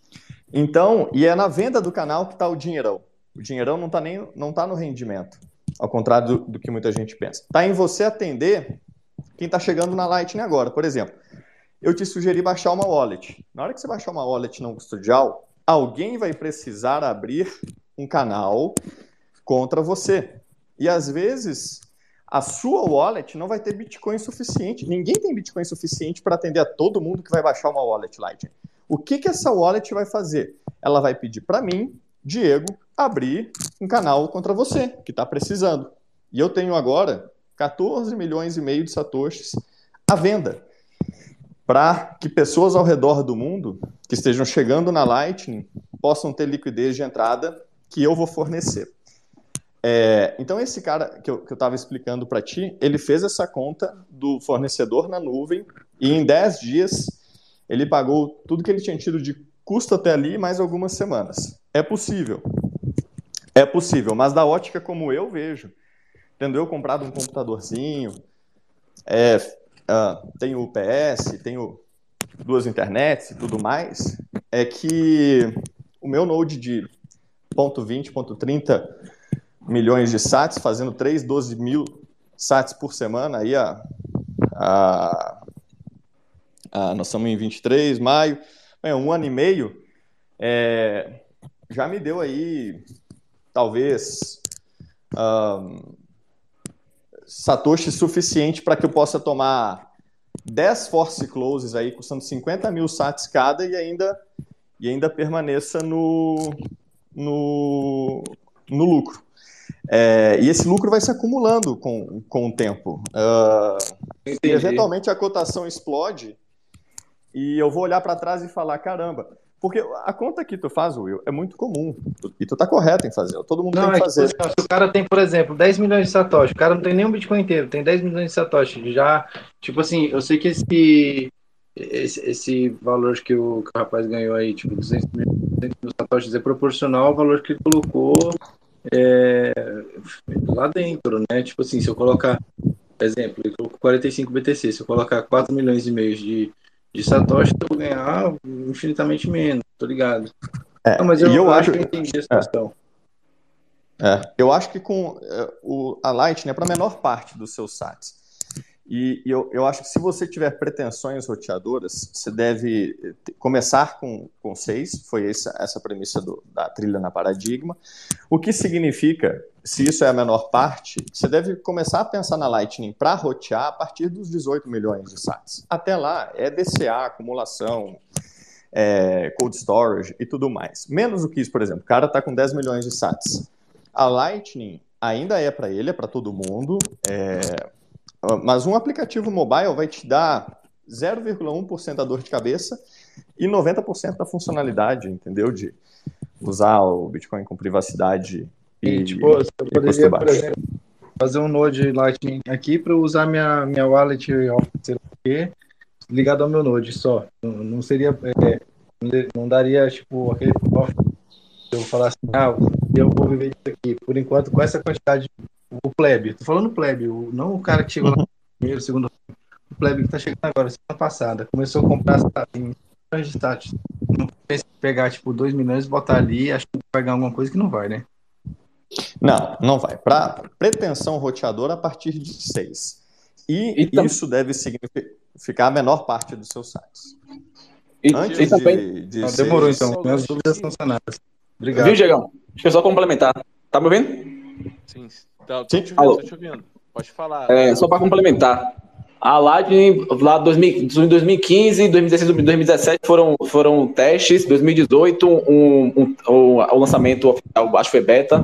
Então, e é na venda do canal que está o dinheirão. O dinheirão não está nem não tá no rendimento, ao contrário do, do que muita gente pensa. Está em você atender quem está chegando na Lightning agora. Por exemplo, eu te sugeri baixar uma wallet. Na hora que você baixar uma wallet não custodial, alguém vai precisar abrir um canal contra você. E às vezes a sua wallet não vai ter Bitcoin suficiente. Ninguém tem Bitcoin suficiente para atender a todo mundo que vai baixar uma wallet Lightning. O que, que essa wallet vai fazer? Ela vai pedir para mim, Diego, abrir um canal contra você, que está precisando. E eu tenho agora quatorze milhões e meio de satoshis à venda, para que pessoas ao redor do mundo que estejam chegando na Lightning possam ter liquidez de entrada que eu vou fornecer. É, então esse cara que eu estava explicando para ti, ele fez essa conta do fornecedor na nuvem e em dez dias ele pagou tudo que ele tinha tido de custo até ali, mais algumas semanas. É possível. É possível, mas da ótica como eu vejo, tendo eu comprado um computadorzinho, é, uh, tenho U P S, tenho duas internets e tudo mais, é que o meu node de ponto vinte, ponto trinta milhões de sats, fazendo três, doze mil sats por semana, aí a... a Ah, nós estamos em vinte e três de maio, é, um ano e meio, é, já me deu aí, talvez, um, satoshi suficiente para que eu possa tomar dez force closes aí, custando cinquenta mil sats cada e ainda, e ainda permaneça no, no, no lucro. É, e esse lucro vai se acumulando com, com o tempo. Uh, e eventualmente a cotação explode, e eu vou olhar para trás e falar, caramba, porque a conta que tu faz, Will, é muito comum, e tu tá correto em fazer, todo mundo não, tem que fazer. Tipo, se o cara tem, por exemplo, dez milhões de satoshi, o cara não tem nem um Bitcoin inteiro, tem dez milhões de satoshi, já, tipo assim, eu sei que esse, esse, esse valor que o, que o rapaz ganhou aí, tipo, duzentos mil satoshis é proporcional ao valor que ele colocou é, lá dentro, né, tipo assim, se eu colocar, por exemplo, ele colocou quarenta e cinco B T C, se eu colocar quatro milhões e meio de de satoshi, eu vou ganhar infinitamente menos, tô ligado. É, não, mas eu, eu, eu acho que eu entendi a situação. É, é, eu acho que com é, o, a Lightning é para a menor parte dos seus sats. E, e eu, eu acho que se você tiver pretensões roteadoras, você deve começar com, com seis, foi essa, essa premissa do, da trilha na paradigma, o que significa, se isso é a menor parte, você deve começar a pensar na Lightning para rotear a partir dos dezoito milhões de sats. Até lá é D C A, acumulação, é, cold storage e tudo mais. Menos do que isso, por exemplo, o cara está com dez milhões de sats. A Lightning ainda é para ele, é para todo mundo, é, mas um aplicativo mobile vai te dar zero vírgula um por cento da dor de cabeça e noventa por cento da funcionalidade, entendeu? De usar o Bitcoin com privacidade e, e tipo, eu e poderia, por exemplo, fazer um Node Lightning aqui para usar minha, minha wallet, sei lá o quê, ligado ao meu Node só. Não, não seria, é, não daria, tipo, aquele eu falar assim, ah, eu vou viver disso aqui. Por enquanto, com essa quantidade, o plebe, tô falando plebe, o, não o cara que chegou lá no primeiro, segundo, o plebe que tá chegando agora, semana passada, começou a comprar em de status. Não pensa em pegar, tipo, dois milhões e botar ali, acho que vai ganhar alguma coisa que não vai, né? Não, não vai. Para pretensão roteadora, a partir de seis. E então, isso deve significar a menor parte dos seus sites. E, Antes e de, também... de ah, demorou, seis, então. Minhas dúvidas são sanadas. Obrigado. Viu, Diegão? Deixa eu só complementar. Tá me ouvindo? Sim, tá, tô, Sim. te ouvindo, tô te ouvindo. Pode falar. É, só para complementar. A Lightning, lá dois mil, dois mil e quinze, dois mil e dezesseis, dois mil e dezessete foram, foram testes. dois mil e dezoito, um, um, um, o lançamento oficial, acho que foi beta.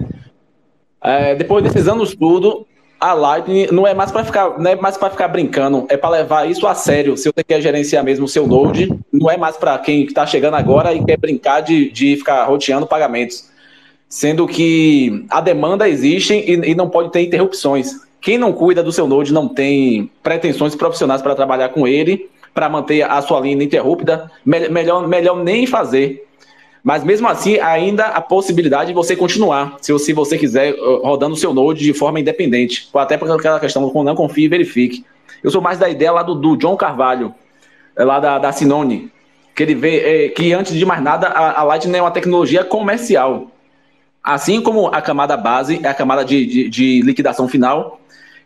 É, depois desses anos tudo, a Lightning não é mais para ficar, não é mais para ficar brincando, é para levar isso a sério. Se você quer gerenciar mesmo o seu Node, não é mais para quem está chegando agora e quer brincar de, de ficar roteando pagamentos. Sendo que a demanda existe e, e não pode ter interrupções. Quem não cuida do seu Node não tem pretensões profissionais para trabalhar com ele, para manter a sua linha ininterrupta, me- melhor, melhor nem fazer. Mas mesmo assim, ainda há possibilidade de você continuar, se, se você quiser, rodando o seu Node de forma independente. Até por aquela questão do não confie e verifique. Eu sou mais da ideia lá do, do John Carvalho, lá da, da Sinone, que ele vê é, que antes de mais nada, a, a Lightning é uma tecnologia comercial. Assim como a camada base é a camada de, de, de liquidação final,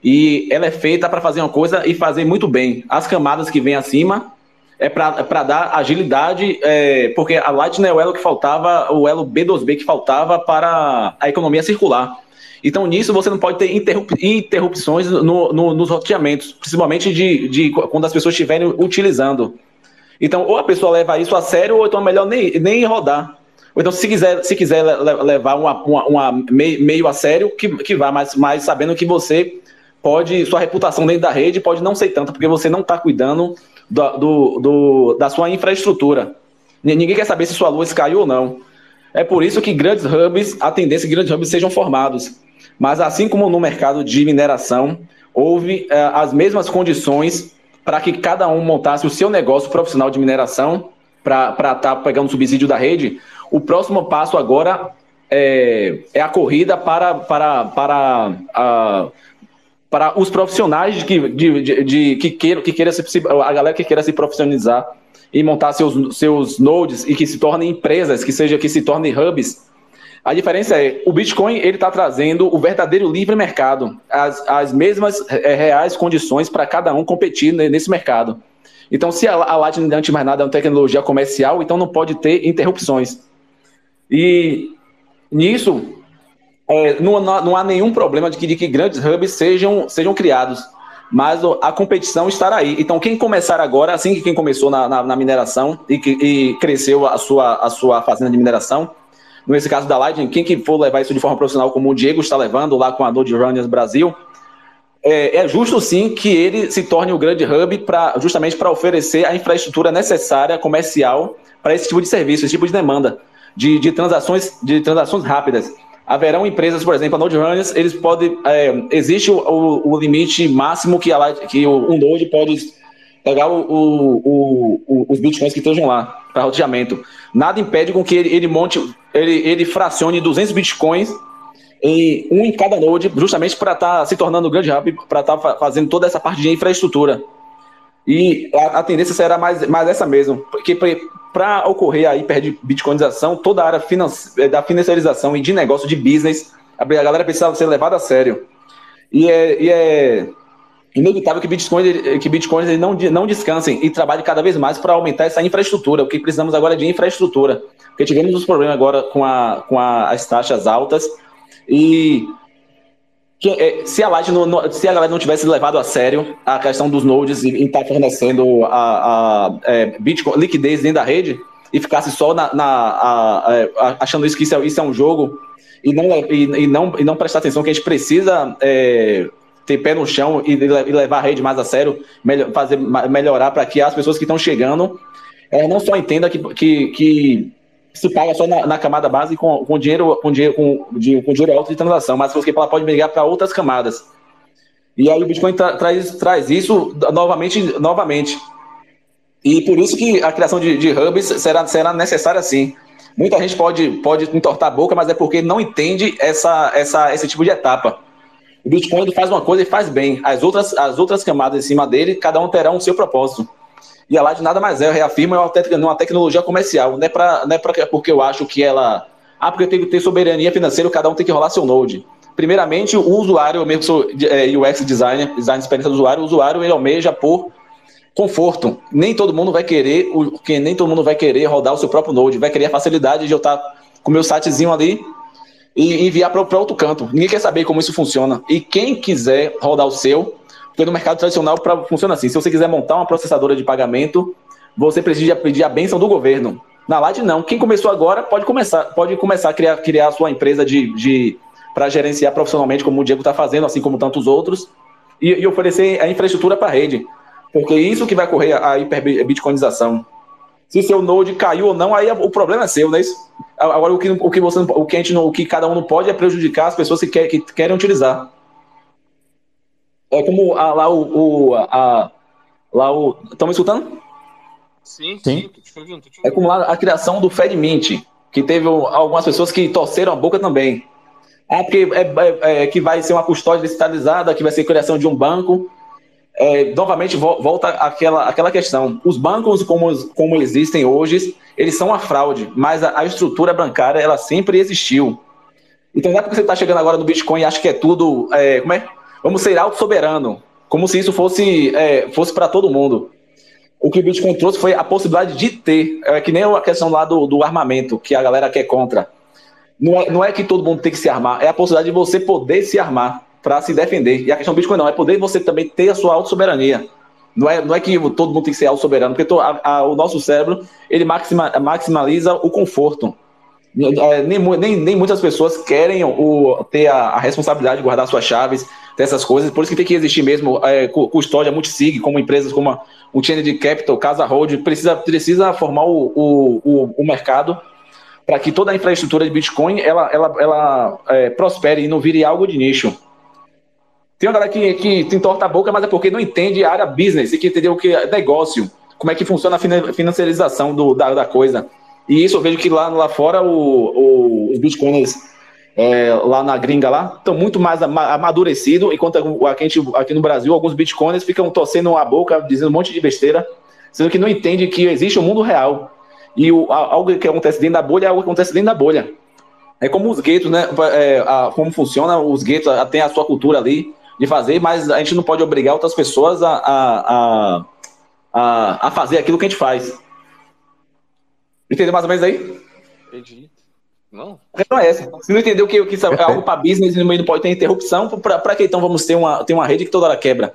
e ela é feita para fazer uma coisa e fazer muito bem. As camadas que vêm acima é para dar agilidade, é, porque a Lightning é o elo que faltava, o elo B dois B que faltava para a economia circular. Então, nisso, você não pode ter interrup, interrupções no, no, nos roteamentos, principalmente de, de quando as pessoas estiverem utilizando. Então, ou a pessoa leva isso a sério, ou então é melhor nem, nem rodar. Ou então, se quiser, se quiser levar uma, uma, uma meio a sério, que, que vá, mas, mas sabendo que você pode, sua reputação dentro da rede pode não ser tanta, porque você não está cuidando do, do, do, da sua infraestrutura. Ninguém quer saber se sua luz caiu ou não. É por isso que grandes hubs, a tendência é que grandes hubs sejam formados. Mas assim como no mercado de mineração, houve é, as mesmas condições para que cada um montasse o seu negócio profissional de mineração para estar tá pegando subsídio da rede. O próximo passo agora é, é a corrida para, para, para, a, para os profissionais que, de, de, de, que queiram, que queira se, a galera que queira se profissionalizar e montar seus, seus nodes e que se tornem empresas, que seja que se tornem hubs. A diferença é, o Bitcoin ele está trazendo o verdadeiro livre mercado, as, as mesmas é, reais condições para cada um competir nesse mercado. Então, se a, a Lightning, antes de mais nada, é uma tecnologia comercial, então não pode ter interrupções. E nisso, é, não, não há nenhum problema de que, de que grandes hubs sejam, sejam criados, mas a competição estará aí. Então, quem começar agora, assim que quem começou na, na, na mineração e, que, e cresceu a sua, a sua fazenda de mineração, nesse caso da Lightning, quem que for levar isso de forma profissional, como o Diego está levando lá com a Node Runners Brasil, é, é justo sim que ele se torne o grande hub pra, justamente para oferecer a infraestrutura necessária comercial para esse tipo de serviço, esse tipo de demanda, de, de, transações, de transações rápidas. Haverão empresas, por exemplo, a Node Runners, eles podem, é, existe o, o, o limite máximo que, a, que o, um Node pode pegar o, o, o, os bitcoins que estejam lá para roteamento. Nada impede com que ele, ele monte, ele, ele fracione duzentos bitcoins em um em cada node, justamente para estar tá se tornando um grande hub, para estar tá fazendo toda essa parte de infraestrutura. E a, a tendência será mais, mais essa mesmo, porque para ocorrer a hiperbitcoinização, toda a área finance, da financiarização e de negócio, de business, a galera precisa ser levada a sério. E é, e é inevitável que Bitcoin, que Bitcoin ele não, não descansem e trabalhem cada vez mais para aumentar essa infraestrutura. O que precisamos agora é de infraestrutura, porque tivemos os problemas agora com, a, com a, as taxas altas e que, se, a Light não, se a galera não tivesse levado a sério a questão dos nodes e estar tá fornecendo a, a é, Bitcoin, liquidez dentro da rede, e ficasse só na, na a, a, achando isso que isso é, isso é um jogo e não, e, e, não, e não prestar atenção que a gente precisa é, ter pé no chão e, e levar a rede mais a sério, melhor, fazer, melhorar para que as pessoas que estão chegando é, não só entendam que, que, que se paga só na, na camada base com, com dinheiro com dinheiro com, de, com dinheiro alto de transação, mas que ela pode migrar para outras camadas. E aí o Bitcoin tra, traz, traz isso novamente, novamente. E por isso que a criação de, de hubs será, será necessária sim. Muita gente pode, pode entortar a boca, mas é porque não entende essa, essa, esse tipo de etapa. O Bitcoin ele faz uma coisa e faz bem. As outras, as outras camadas em cima dele, cada um terá um seu propósito. E a Light nada mais é, eu reafirmo, é uma, te- uma tecnologia comercial. Não é, pra, não é pra, porque eu acho que ela... Ah, porque tem que ter soberania financeira, cada um tem que rolar seu node. Primeiramente, o usuário, eu mesmo sou é, U X designer, design de experiência do usuário, o usuário ele almeja por conforto. Nem todo mundo vai querer, o, que nem todo mundo vai querer rodar o seu próprio node, vai querer a facilidade de eu estar com o meu sitezinho ali e enviar para outro canto. Ninguém quer saber como isso funciona. E quem quiser rodar o seu, porque no mercado tradicional pra, funciona assim, se você quiser montar uma processadora de pagamento, você precisa pedir a bênção do governo. Na Light não. Quem começou agora pode começar, pode começar a criar, criar a sua empresa de, de, para gerenciar profissionalmente, como o Diego está fazendo, assim como tantos outros, e, e oferecer a infraestrutura para a rede. Porque é isso que vai correr a hiperbitcoinização. Se seu node caiu ou não, aí o problema é seu, não é isso? Agora, o que, o que, você, o que, a gente não, o que cada um não pode é prejudicar as pessoas que, quer, que querem utilizar. É como a, lá o... o a, lá o estão me escutando? Sim, sim. Tô te ouvindo, tô te ouvindo. É como lá a criação do FedMint, que teve algumas pessoas que torceram a boca também. Ah, porque é, é, é, que vai ser uma custódia descentralizada, que vai ser criação de um banco. É, novamente volta àquela, àquela questão. Os bancos, como, como existem hoje, eles são uma fraude, mas a, a estrutura bancária, ela sempre existiu. Então não é porque você está chegando agora no Bitcoin e acha que é tudo... É, como é? Vamos ser autossoberano, como se isso fosse, é, fosse para todo mundo. O que o Bitcoin trouxe foi a possibilidade de ter, é que nem a questão lá do, do armamento, que a galera quer contra. Não é, não é que todo mundo tem que se armar, é a possibilidade de você poder se armar para se defender. E a questão do Bitcoin não, é poder você também ter a sua autossoberania. Não é, não é que todo mundo tem que ser autossoberano, porque to, a, a, o nosso cérebro, ele maxima, maximaliza o conforto. Nem, nem, nem muitas pessoas querem o, ter a, a responsabilidade de guardar suas chaves, ter essas coisas, por isso que tem que existir mesmo é, custódia multisig, como empresas como a, o Chained Capital, Casa Hold, precisa, precisa formar o, o, o mercado para que toda a infraestrutura de Bitcoin ela, ela, ela é, prospere e não vire algo de nicho. Tem uma galera que, que te entorta a boca, mas é porque não entende a área business, e que entendeu o que é negócio, como é que funciona a financiarização do, da, da coisa. E isso eu vejo que lá, lá fora o, o, os bitcoiners é, lá na gringa lá estão muito mais amadurecidos, enquanto aqui, aqui no Brasil alguns bitcoiners ficam torcendo a boca, dizendo um monte de besteira, sendo que não entende que existe um mundo real. E o, algo que acontece dentro da bolha é algo que acontece dentro da bolha. É como os guetos, né? É, a, como funciona, os guetos tem a sua cultura ali de fazer, mas a gente não pode obrigar outras pessoas a, a, a, a, a fazer aquilo que a gente faz. Entendeu mais ou menos aí? Entendi. Não? A questão é essa. Se não entendeu que, que isso é algo para business e no meio não pode ter interrupção, para que então vamos ter uma, ter uma rede que toda hora quebra?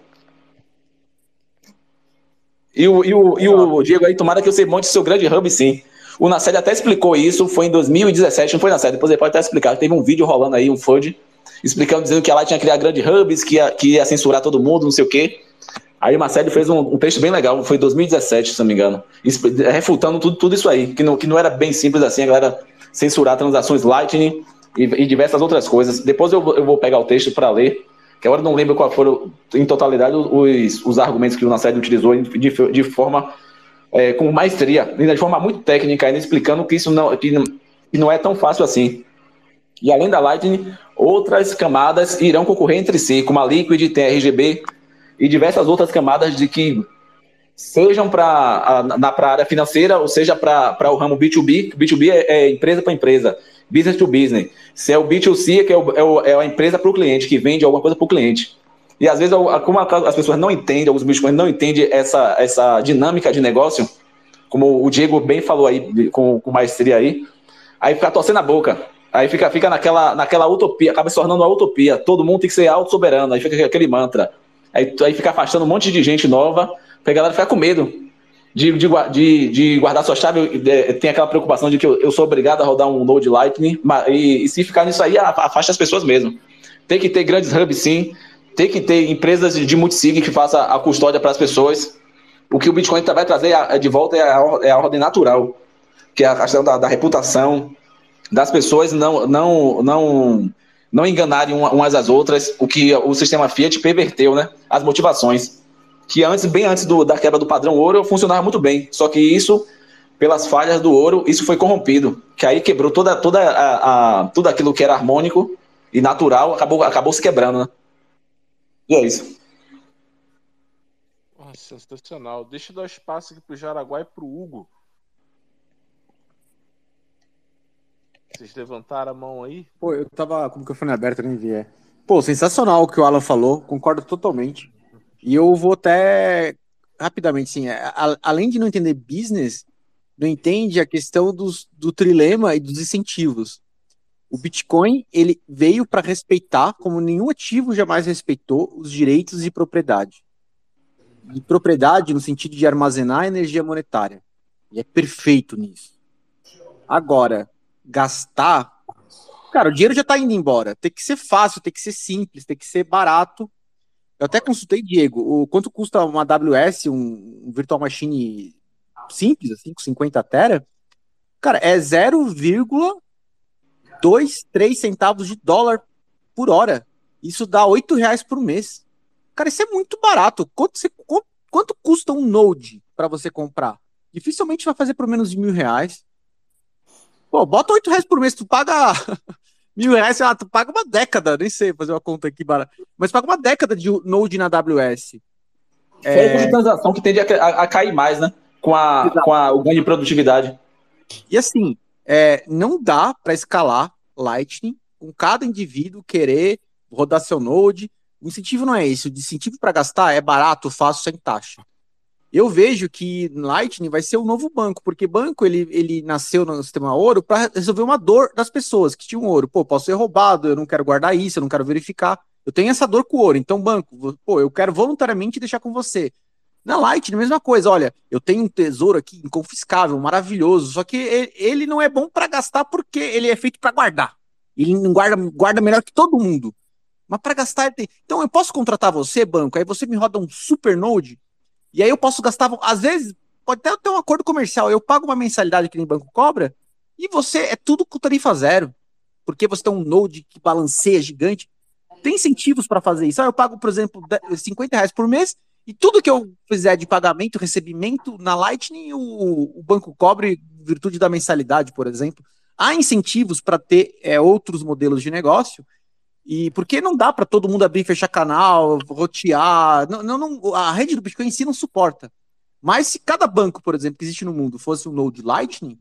E o, e, o, e o Diego aí, tomara que você monte seu grande hub, sim. O Naced até explicou isso, foi em dois mil e dezessete, não foi, Naced? Depois ele pode até explicar. Teve um vídeo rolando aí, um F U D, explicando, dizendo que ela tinha que criar grandes hubs, que ia, que ia censurar todo mundo, não sei o quê. Aí o Marcelo fez um, um texto bem legal, foi em dois mil e dezessete, se não me engano, refutando tudo, tudo isso aí, que não, que não era bem simples assim, a galera censurar transações Lightning e, e diversas outras coisas. Depois eu, eu vou pegar o texto para ler, que agora eu não lembro qual foram, em totalidade, os, os argumentos que o Naced utilizou de, de forma, é, com maestria, de forma muito técnica, ainda explicando que isso não, que não, que não é tão fácil assim. E além da Lightning, outras camadas irão concorrer entre si, como a Liquid, tem a R G B, e diversas outras camadas de que sejam para a área financeira, ou seja, para o ramo B dois B. B dois B é, é empresa para empresa, business to business. Se é o B dois C, que é, o, é, o, é a empresa para o cliente, que vende alguma coisa para o cliente. E às vezes, como as pessoas não entendem, alguns bitcoins não entendem essa, essa dinâmica de negócio, como o Diego bem falou aí, com, com maestria aí, aí fica torcendo a boca. Aí fica, fica naquela, naquela utopia, acaba se tornando uma utopia. Todo mundo tem que ser autossoberano, aí fica aquele mantra. Aí, aí fica afastando um monte de gente nova, pra a galera ficar com medo. de, de, de, de guardar sua chave, tem aquela preocupação de que eu, eu sou obrigado a rodar um Node Lightning, e, e se ficar nisso aí, afasta as pessoas mesmo. Tem que ter grandes hubs, sim. Tem que ter empresas de multisig que façam a custódia para as pessoas. O que o Bitcoin vai trazer de volta é a, é a ordem natural, que é a questão da, da reputação, das pessoas não, não, não, não enganarem umas às outras, o que o sistema Fiat perverteu, né? As motivações. Que antes, bem antes do, da quebra do padrão ouro, funcionava muito bem. Só que isso, pelas falhas do ouro, isso foi corrompido. Que aí quebrou toda, toda a, a, tudo aquilo que era harmônico e natural, acabou, acabou se quebrando, né? E é isso. Oh, sensacional. Deixa eu dar espaço aqui pro Jaraguá e pro Hugo. Vocês levantaram a mão aí? Pô, eu tava com o microfone aberto, nem vi. É. Pô, sensacional o que o Alan falou, concordo totalmente. E eu vou até rapidamente, assim, a, além de não entender business, não entende a questão dos, do trilema e dos incentivos. O Bitcoin, ele veio para respeitar, como nenhum ativo jamais respeitou, os direitos de propriedade. De propriedade no sentido de armazenar energia monetária. E é perfeito nisso. Agora, gastar... Cara, o dinheiro já tá indo embora. Tem que ser fácil, tem que ser simples, tem que ser barato. Eu até consultei, Diego, o quanto custa uma A W S, um, um Virtual Machine simples, assim, com cinquenta tera? Cara, é zero vírgula dois três centavos de dólar por hora. Isso dá oito reais por mês. Cara, isso é muito barato. Quanto, você, quanto, quanto custa um Node para você comprar? Dificilmente vai fazer por menos de mil reais. Pô, bota oito reais por mês, tu paga mil reais, sei lá, tu paga uma década, nem sei fazer uma conta aqui, barata, mas paga uma década de Node na A W S. Fora é... o custo de transação que tende a, a, a cair mais, né? Com, a, com a, o ganho de produtividade. E assim, é, não dá para escalar Lightning com cada indivíduo querer rodar seu Node. O incentivo não é esse. O incentivo para gastar é barato, fácil, sem taxa. Eu vejo que Lightning vai ser o novo banco, porque banco ele, ele nasceu no sistema ouro para resolver uma dor das pessoas que tinham ouro. Pô, posso ser roubado, eu não quero guardar isso, eu não quero verificar. Eu tenho essa dor com o ouro, então banco, pô, eu quero voluntariamente deixar com você. Na Lightning, a mesma coisa. Olha, eu tenho um tesouro aqui inconfiscável, maravilhoso, só que ele, ele não é bom para gastar porque ele é feito para guardar. Ele não guarda, guarda melhor que todo mundo. Mas para gastar, ele tem... Então eu posso contratar você, banco, aí você me roda um super node, e aí eu posso gastar, às vezes, pode até ter um acordo comercial, eu pago uma mensalidade que nem banco cobra, e você, é tudo com tarifa zero, porque você tem um node que balanceia gigante. Tem incentivos para fazer isso. Eu pago, por exemplo, cinquenta reais por mês, e tudo que eu fizer de pagamento, recebimento na Lightning, o, o banco cobre em virtude da mensalidade, por exemplo. Há incentivos para ter é, outros modelos de negócio, e porque não dá para todo mundo abrir e fechar canal, rotear. Não, não, não, a rede do Bitcoin em si não suporta. Mas se cada banco, por exemplo, que existe no mundo fosse um node Lightning,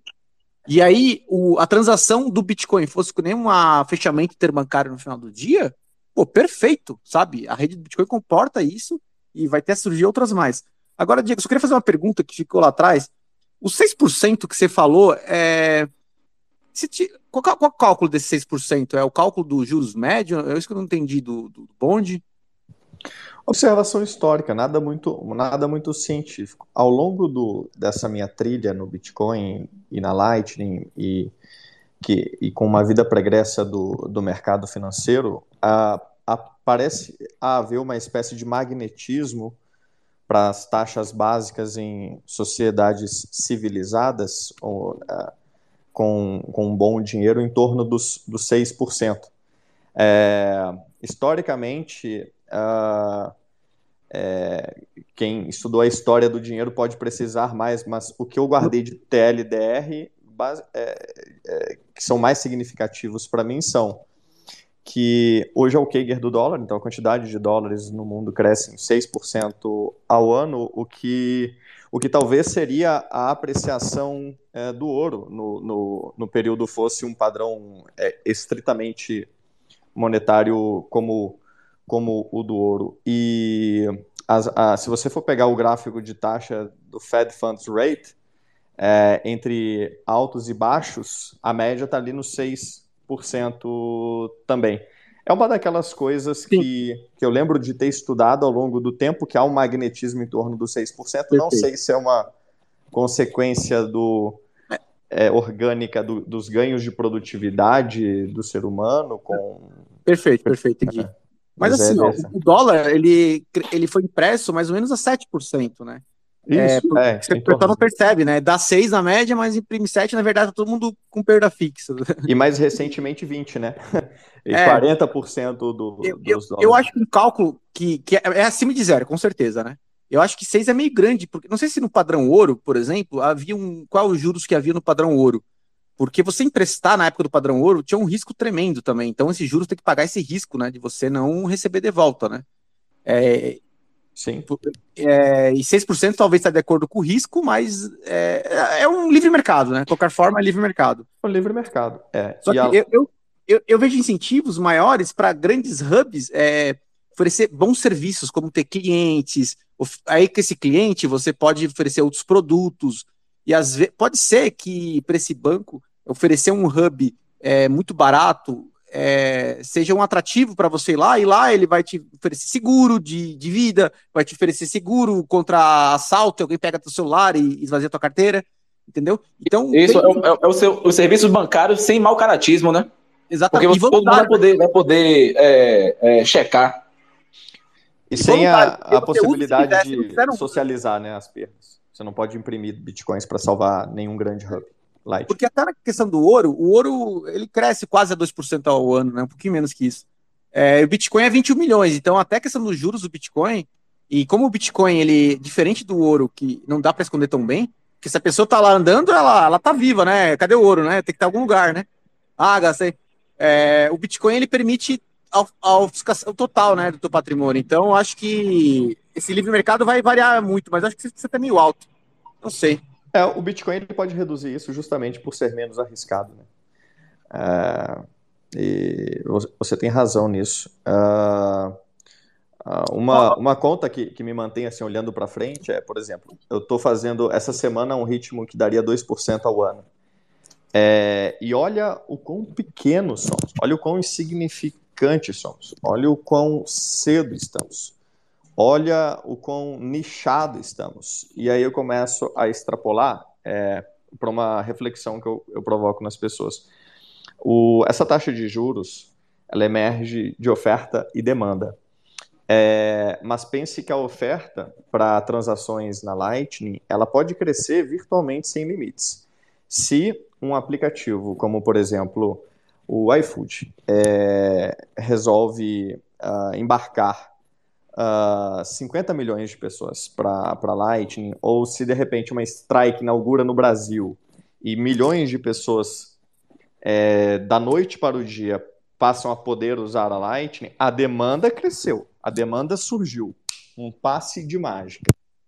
e aí o, a transação do Bitcoin fosse com nenhum fechamento interbancário no final do dia, pô, perfeito, sabe? A rede do Bitcoin comporta isso e vai até surgir outras mais. Agora, Diego, eu só queria fazer uma pergunta que ficou lá atrás. Os seis por cento que você falou, é... Se te... qual, qual é o cálculo desse seis por cento? É o cálculo dos juros médios? É isso que eu não entendi do, do bonde. Observação histórica, nada muito, nada muito científico. Ao longo do, dessa minha trilha no Bitcoin e na Lightning e, que, e com uma vida pregressa do, do mercado financeiro, a, a, parece haver uma espécie de magnetismo para as taxas básicas em sociedades civilizadas, ou, uh, com, com um bom dinheiro, em torno dos, dos seis por cento. É, historicamente, uh, é, quem estudou a história do dinheiro pode precisar mais, mas o que eu guardei de T L D R, base, é, é, que são mais significativos para mim, são que hoje é o Kager do dólar, então a quantidade de dólares no mundo cresce em seis por cento ao ano, o que, o que talvez seria a apreciação é, do ouro no, no, no período fosse um padrão é, estritamente monetário como, como o do ouro. E as, a, se você for pegar o gráfico de taxa do Fed Funds Rate, é, entre altos e baixos, a média está ali nos seis por cento também. É uma daquelas coisas que, que eu lembro de ter estudado ao longo do tempo, que há um magnetismo em torno dos seis por cento. Não sei se é uma, consequência do, é, orgânica do, dos ganhos de produtividade do ser humano com... Perfeito, perfeito, entendi. É. Mas assim, ó, o dólar, ele, ele foi impresso mais ou menos a sete por cento, né? Isso, é, é, o pessoal não percebe, né? Dá seis na média, mas imprime sete, na verdade, tá todo mundo com perda fixa. E mais recentemente vinte, né? E É. quarenta por cento do, Eu, dos eu, dólares. eu acho que um cálculo que, que é, é acima de zero, com certeza, né? Eu acho que seis é meio grande, porque não sei se no padrão ouro, por exemplo, havia um. Qual os juros que havia no padrão ouro? Porque você emprestar na época do padrão ouro tinha um risco tremendo também. Então, esses juros tem que pagar esse risco, né? De você não receber de volta, né? É, Sim. É, e seis por cento talvez está de acordo com o risco, mas é, é um livre mercado, né? De qualquer forma, é livre mercado. É um livre mercado. É. Só E que a- eu, eu, eu, eu vejo incentivos maiores para grandes hubs é, oferecer bons serviços, como ter clientes. of- Aí, com esse cliente, você pode oferecer outros produtos. E às vezes pode ser que para esse banco oferecer um hub é, muito barato é, seja um atrativo para você ir lá, e lá ele vai te oferecer seguro de, de vida, vai te oferecer seguro contra assalto, alguém pega teu celular e esvazia tua carteira, entendeu? Então, Isso tem- é, o- é o seu, o serviço bancário sem mau caratismo, né? Exatamente. Porque E você- todo mundo vai voluntário, poder, vai poder é, é, checar. E sem a, voluntário, porque a você usa se possibilidade quiser, se não quiser, de não usa. socializar, né, as perdas. Você não pode imprimir bitcoins para salvar nenhum grande hub. Light. Porque até na questão do ouro, o ouro ele cresce quase a dois por cento ao ano, né? Um pouquinho menos que isso. É, o Bitcoin é vinte e um milhões, então até a questão dos juros do Bitcoin, e como o Bitcoin, ele diferente do ouro, que não dá para esconder tão bem, porque se a pessoa tá lá andando, ela, ela tá viva, né? Cadê o ouro, né? Tem que estar em algum lugar, né? Ah, gastei. É, o Bitcoin, ele permite a a ofuscação total, né, do teu patrimônio. Então, eu acho que esse livre mercado vai variar muito, mas eu acho que você tá meio alto. Não sei. É, o Bitcoin ele pode reduzir isso justamente por ser menos arriscado, né? Ah, e você tem razão nisso. Ah, ah, uma, uma conta que, que me mantém assim olhando para frente é, por exemplo, eu estou fazendo essa semana um ritmo que daria dois por cento ao ano. É, e olha o quão pequenos somos, olha o quão insignificantes somos, olha o quão cedo estamos. Olha o quão nichado estamos. E aí eu começo a extrapolar é, para uma reflexão que eu, eu provoco nas pessoas. O, essa taxa de juros, ela emerge de oferta e demanda. É, mas pense que a oferta para transações na Lightning, ela pode crescer virtualmente sem limites. Se um aplicativo, como por exemplo o iFood, é, resolve uh, embarcar Uh, cinquenta milhões de pessoas para Lightning, ou se de repente uma strike inaugura no Brasil e milhões de pessoas é, da noite para o dia passam a poder usar a Lightning, a demanda cresceu, a demanda surgiu, um passe de mágica.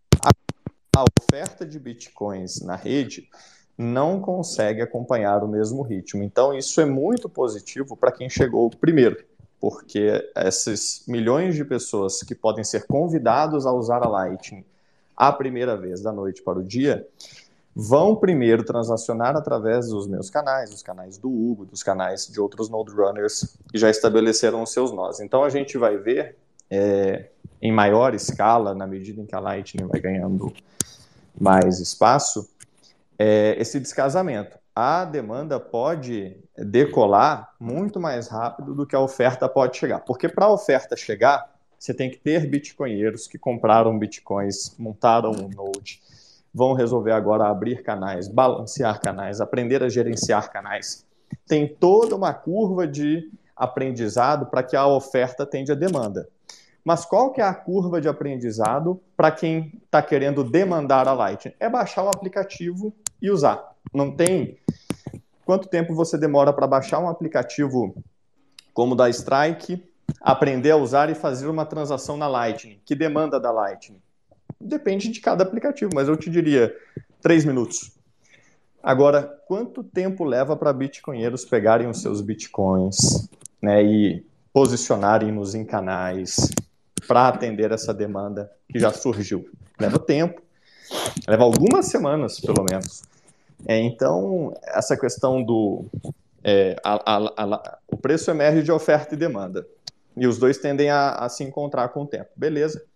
A, a oferta de bitcoins na rede não consegue acompanhar o mesmo ritmo. Então isso é muito positivo para quem chegou primeiro, porque esses milhões de pessoas que podem ser convidados a usar a Lightning a primeira vez da noite para o dia, vão primeiro transacionar através dos meus canais, dos canais do Hugo, dos canais de outros node runners que já estabeleceram os seus nós. Então a gente vai ver é, em maior escala, na medida em que a Lightning vai ganhando mais espaço, é, esse descasamento. A demanda pode decolar muito mais rápido do que a oferta pode chegar. Porque para a oferta chegar, você tem que ter bitcoinheiros que compraram bitcoins, montaram um node, vão resolver agora abrir canais, balancear canais, aprender a gerenciar canais. Tem toda uma curva de aprendizado para que a oferta atende a demanda. Mas qual que é a curva de aprendizado para quem está querendo demandar a Lightning? É baixar o aplicativo e usar. Não tem... Quanto tempo você demora para baixar um aplicativo como o da Strike, aprender a usar e fazer uma transação na Lightning? Que demanda da Lightning? Depende de cada aplicativo, mas eu te diria três minutos. Agora, quanto tempo leva para bitcoinheiros pegarem os seus bitcoins, né, e posicionarem-nos em canais para atender essa demanda que já surgiu? Leva tempo, leva algumas semanas, pelo menos. É, então, essa questão do... É, a, a, a, o preço emerge de oferta e demanda. E os dois tendem a, a se encontrar com o tempo. Beleza.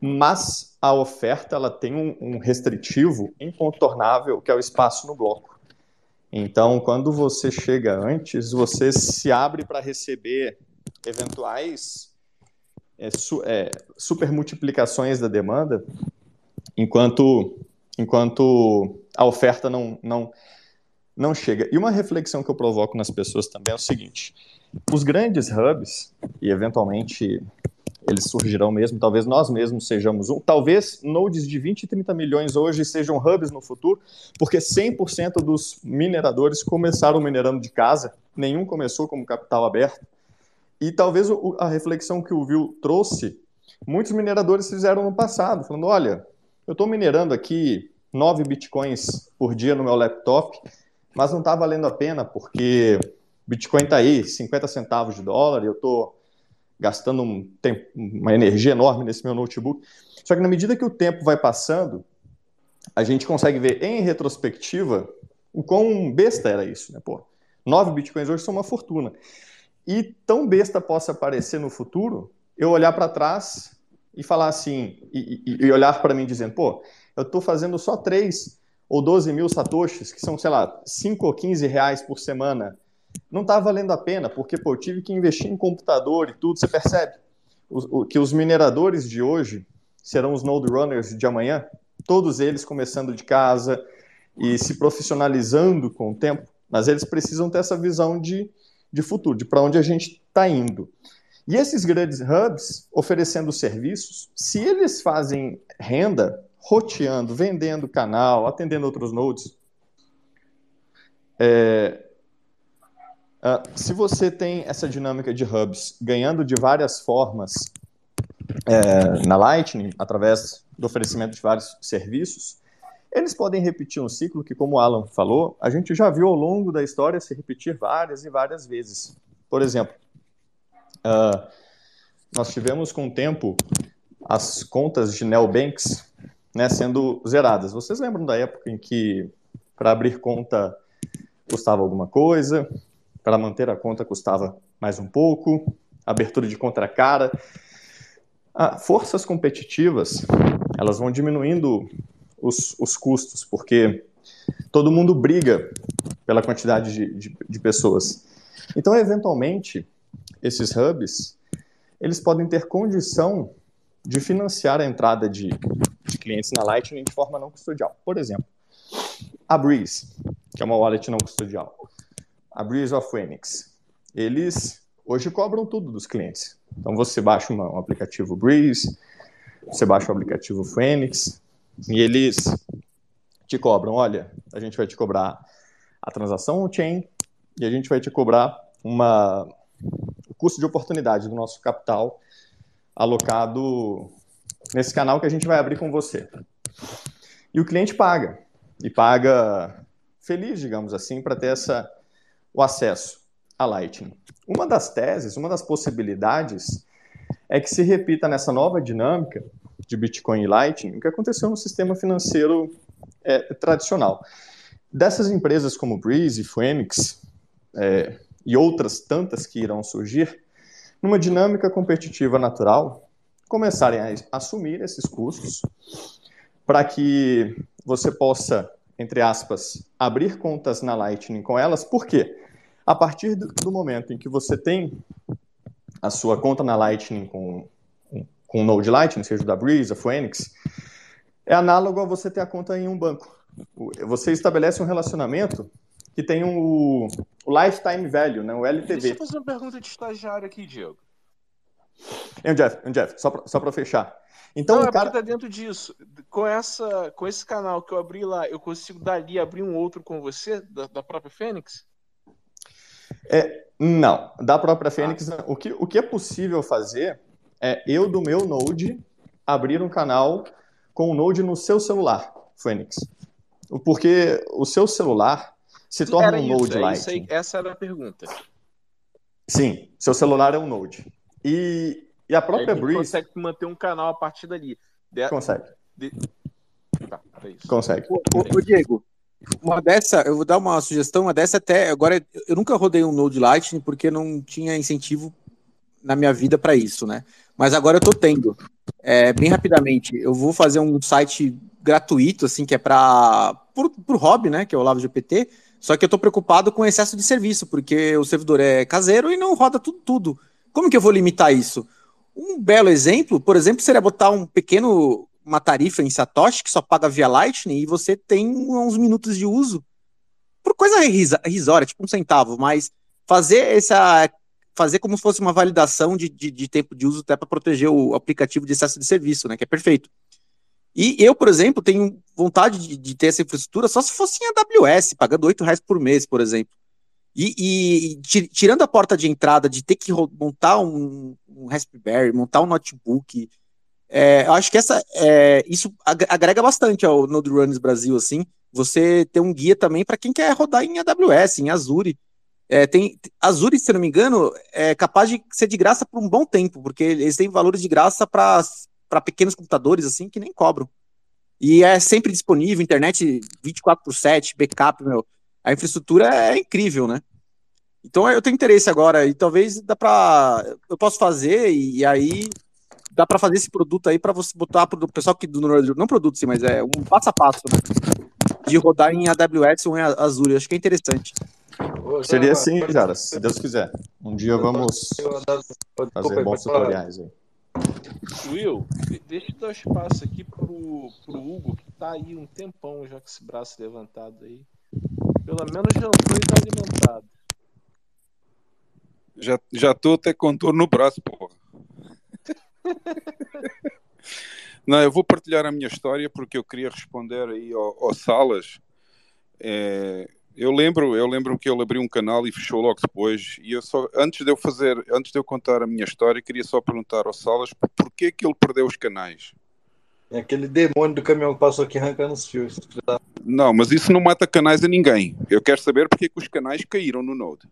mas a oferta ela tem um, um restritivo incontornável, que é o espaço no bloco. Então, quando você chega antes, você se abre para receber eventuais é, su, é, supermultiplicações da demanda, enquanto, enquanto a oferta não, não, não chega. E uma reflexão que eu provoco nas pessoas também é o seguinte: os grandes hubs, e eventualmente eles surgirão mesmo, talvez nós mesmos sejamos um, talvez nodes de vinte e trinta milhões hoje sejam hubs no futuro, porque cem por cento dos mineradores começaram minerando de casa, nenhum começou como capital aberto, e talvez o, a reflexão que o Will trouxe, muitos mineradores fizeram no passado, falando, olha, eu estou minerando aqui nove bitcoins por dia no meu laptop, mas não está valendo a pena, porque Bitcoin está aí, cinquenta centavos de dólar, e eu estou gastando um tempo, uma energia enorme nesse meu notebook. Só que na medida que o tempo vai passando, a gente consegue ver em retrospectiva o quão besta era isso, né? Pô, nove bitcoins hoje são uma fortuna. E tão besta possa parecer no futuro, eu olhar para trás e falar assim, e, e, e olhar para mim dizendo, pô, eu estou fazendo só três ou doze mil satoshis, que são, sei lá, cinco ou quinze reais por semana. Não está valendo a pena, porque pô, eu tive que investir em computador e tudo, você percebe? O, o, que os mineradores de hoje serão os node runners de amanhã, todos eles começando de casa e se profissionalizando com o tempo, mas eles precisam ter essa visão de, de futuro, de para onde a gente está indo. E esses grandes hubs, oferecendo serviços, se eles fazem renda, roteando, vendendo canal, atendendo outros nodes, é, Uh, se você tem essa dinâmica de hubs ganhando de várias formas é, na Lightning, através do oferecimento de vários serviços, eles podem repetir um ciclo que, como o Alan falou, a gente já viu ao longo da história se repetir várias e várias vezes. Por exemplo, uh, nós tivemos com o tempo as contas de neobanks, né, sendo zeradas. Vocês lembram da época em que para abrir conta custava alguma coisa? Para manter a conta custava mais um pouco, a abertura de conta era cara. Ah, forças competitivas, elas vão diminuindo os, os custos, porque todo mundo briga pela quantidade de, de, de pessoas. Então, eventualmente, esses hubs, eles podem ter condição de financiar a entrada de, de clientes na Lightning de forma não custodial. Por exemplo, a Breeze, que é uma wallet não custodial, a Breeze ou a Phoenix, eles hoje cobram tudo dos clientes. Então você baixa uma, um aplicativo Breeze, você baixa o aplicativo Phoenix, e eles te cobram, olha, a gente vai te cobrar a transação on-chain, e a gente vai te cobrar uma, o custo de oportunidade do nosso capital alocado nesse canal que a gente vai abrir com você. E o cliente paga, e paga feliz, digamos assim, para ter essa o acesso à Lightning. Uma das teses, uma das possibilidades é que se repita nessa nova dinâmica de Bitcoin e Lightning o que aconteceu no sistema financeiro é, tradicional. Dessas empresas como Breeze, Phoenix é, e outras tantas que irão surgir, numa dinâmica competitiva natural, começarem a assumir esses custos para que você possa, entre aspas, abrir contas na Lightning com elas. Por quê? A partir do momento em que você tem a sua conta na Lightning com, com o Node Lightning, seja da Breeze, a Phoenix, é análogo a você ter a conta em um banco. Você estabelece um relacionamento que tem o, o Lifetime Value, né, o L T V. Deixa eu fazer uma pergunta de estagiário aqui, Diego. É um Jeff, é um Jeff, só para só fechar. Então, Não, o é cara... porque tá dentro disso. Com, essa, com esse canal que eu abri lá, eu consigo dali abrir um outro com você, da, da própria Phoenix? É, não, da própria Phoenix, ah. o, que, o que é possível fazer é eu, do meu Node, abrir um canal com o Node no seu celular, Phoenix. Porque o seu celular se torna era um isso, Node é Lightning. Isso aí, essa era a pergunta. Sim, seu celular é um Node. E, e a própria aí Breeze... consegue manter um canal a partir dali. De... Consegue. De... Tá, é isso. Consegue. Ô, ô, ô, Diego, uma dessa, eu vou dar uma sugestão, uma dessa até, agora, eu nunca rodei um Node Lightning porque não tinha incentivo na minha vida para isso, né? Mas agora eu tô tendo. É, bem rapidamente, eu vou fazer um site gratuito, assim, que é para o hobby, né, que é o Olavo G P T, só que eu estou preocupado com o excesso de serviço, porque o servidor é caseiro e não roda tudo, tudo. Como que eu vou limitar isso? Um belo exemplo, por exemplo, seria botar um pequeno, uma tarifa em Satoshi que só paga via Lightning e você tem uns minutos de uso por coisa irrisória, tipo um centavo, mas fazer essa fazer como se fosse uma validação de, de, de tempo de uso até para proteger o aplicativo de excesso de serviço, né, que é perfeito. E eu, por exemplo, tenho vontade de, de ter essa infraestrutura só se fosse em A W S, pagando oito reais por mês, por exemplo. E, e, e tirando a porta de entrada de ter que montar um, um Raspberry, montar um notebook, é, eu acho que essa, é, isso agrega bastante ao Node Runners Brasil, assim, você ter um guia também para quem quer rodar em A W S, em Azure. É, tem, Azure, se não me engano, é capaz de ser de graça por um bom tempo, porque eles têm valores de graça para pequenos computadores, assim, que nem cobram. E é sempre disponível, internet vinte e quatro por sete, backup, meu. A infraestrutura é incrível, né? Então eu tenho interesse agora, e talvez dá para eu posso fazer, e aí dá para fazer esse produto aí para você botar para o pessoal que do não produto, sim, mas é um passo a passo, né? De rodar em A W S ou em Azure. Eu acho que é interessante. Seria assim, Jara, se Deus quiser. Um dia vamos fazer bons tutoriais aí. Will, deixa eu dar um espaço aqui pro, pro Hugo, que tá aí um tempão já com esse braço levantado aí. Pelo menos jantou e tá alimentado. Já, já tô até com dor no braço, porra. Não, eu vou partilhar a minha história porque eu queria responder aí ao, ao Salas. É, eu lembro, eu lembro que ele abriu um canal e fechou logo depois. E eu só, antes de eu fazer, antes de eu contar a minha história, queria só perguntar ao Salas porquê que ele perdeu os canais. É aquele demônio do caminhão que passou aqui arrancando os fios. Não, mas isso não mata canais a ninguém. Eu quero saber porque que os canais caíram no Node.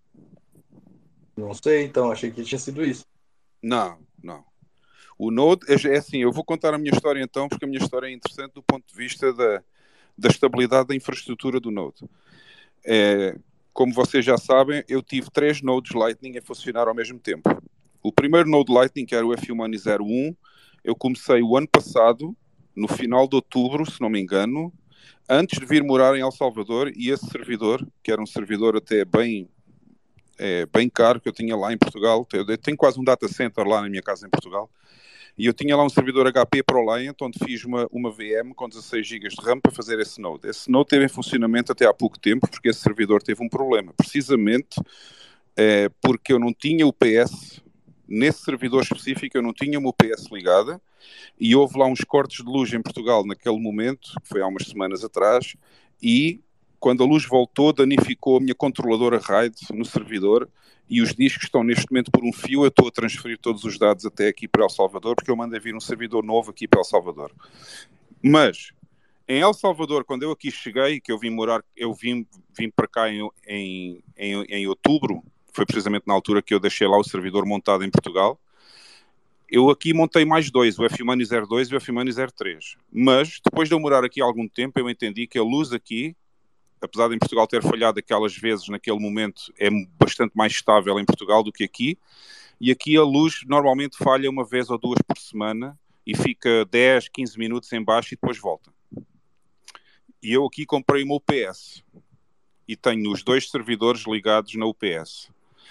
Não sei, então, achei que tinha sido isso. Não, não. O Node é assim, eu vou contar a minha história então, porque a minha história é interessante do ponto de vista da, da estabilidade da infraestrutura do Node. É, como vocês já sabem, eu tive três nodes Lightning a funcionar ao mesmo tempo. O primeiro node Lightning, que era o F Money zero um, eu comecei o ano passado, no final de outubro, se não me engano, antes de vir morar em El Salvador, e esse servidor, que era um servidor até bem, é, bem caro, que eu tinha lá em Portugal, eu tenho quase um data center lá na minha casa em Portugal, e eu tinha lá um servidor H P ProLiant, onde fiz uma, uma V M com dezasseis gigas de RAM para fazer esse node. Esse node teve em funcionamento até há pouco tempo, porque esse servidor teve um problema, precisamente é, porque eu não tinha o P S, nesse servidor específico eu não tinha uma U P S ligada, e houve lá uns cortes de luz em Portugal naquele momento, que foi há umas semanas atrás, e quando a luz voltou, danificou a minha controladora RAID no servidor, e os discos estão neste momento por um fio. Eu estou a transferir todos os dados até aqui para El Salvador, porque eu mandei vir um servidor novo aqui para El Salvador. Mas, em El Salvador, quando eu aqui cheguei, que eu vim morar, eu vim, vim para cá em, em, em, em outubro, foi precisamente na altura que eu deixei lá o servidor montado em Portugal, eu aqui montei mais dois, o F Money zero dois e o F Money zero três. Mas, depois de eu morar aqui há algum tempo, eu entendi que a luz aqui, apesar de em Portugal ter falhado aquelas vezes naquele momento, é bastante mais estável em Portugal do que aqui, e aqui a luz normalmente falha uma vez ou duas por semana e fica dez, quinze minutos em baixo e depois volta. E eu aqui comprei uma U P S e tenho os dois servidores ligados na U P S.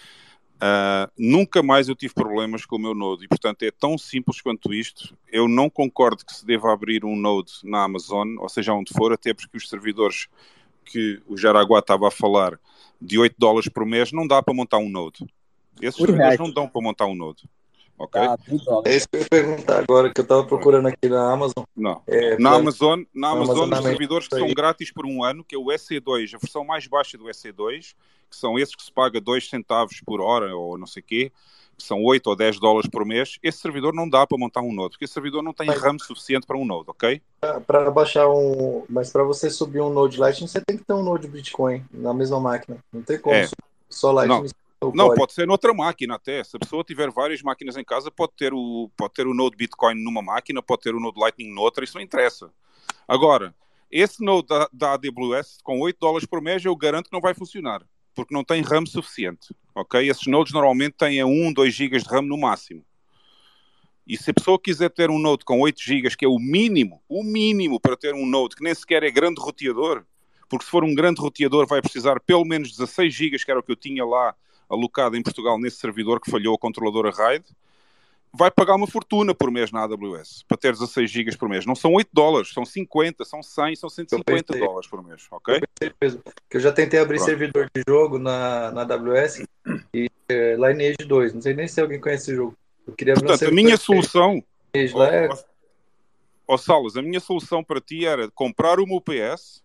Uh, nunca mais eu tive problemas com o meu Node e, portanto, é tão simples quanto isto. Eu não concordo que se deva abrir um Node na Amazon, ou seja, onde for, até porque os servidores que o Jaraguá estava a falar de oito dólares por mês, não dá para montar um Node. Esses servidores não dão para montar um Node. Ok? Ah, é isso que eu ia perguntar agora, que eu estava procurando aqui na Amazon. Não. É, na, pra... Amazon, na Amazon, Amazon, os servidores que são grátis por um ano, que é o E C dois, a versão mais baixa do E C dois, que são esses que se paga dois centavos por hora, ou não sei o quê, que são oito ou dez dólares por mês, esse servidor não dá para montar um Node, porque esse servidor não tem Mas... RAM suficiente para um Node, ok? Para baixar um... Mas para você subir um Node Lightning, você tem que ter um Node Bitcoin na mesma máquina. Não tem como é. só Lightning. Não. Não, pode ser noutra máquina até. Se a pessoa tiver várias máquinas em casa, pode ter o, pode ter o Node Bitcoin numa máquina, pode ter o Node Lightning noutra, isso não interessa. Agora, esse Node da, da A W S, com oito dólares por mês, eu garanto que não vai funcionar, porque não tem RAM suficiente, ok? Esses nodes normalmente têm um, dois gigas de RAM no máximo. E se a pessoa quiser ter um Node com oito gigas, que é o mínimo, o mínimo para ter um Node, que nem sequer é grande roteador, porque se for um grande roteador vai precisar pelo menos dezasseis gigas, que era o que eu tinha lá alocado em Portugal nesse servidor que falhou a controladora RAID, vai pagar uma fortuna por mês na A W S, para ter dezasseis gigas por mês. Não são oito dólares, são cinquenta, são cem, são cento e cinquenta dólares por mês, ok? Eu pensei mesmo, que eu já tentei abrir Pronto. servidor de jogo na, na A W S e é, Lineage dois, não sei nem se alguém conhece esse jogo. Eu queria abrir Portanto, um a minha solução, Lineage lá é... ó, ó, ó Salas, a minha solução para ti era comprar uma U P S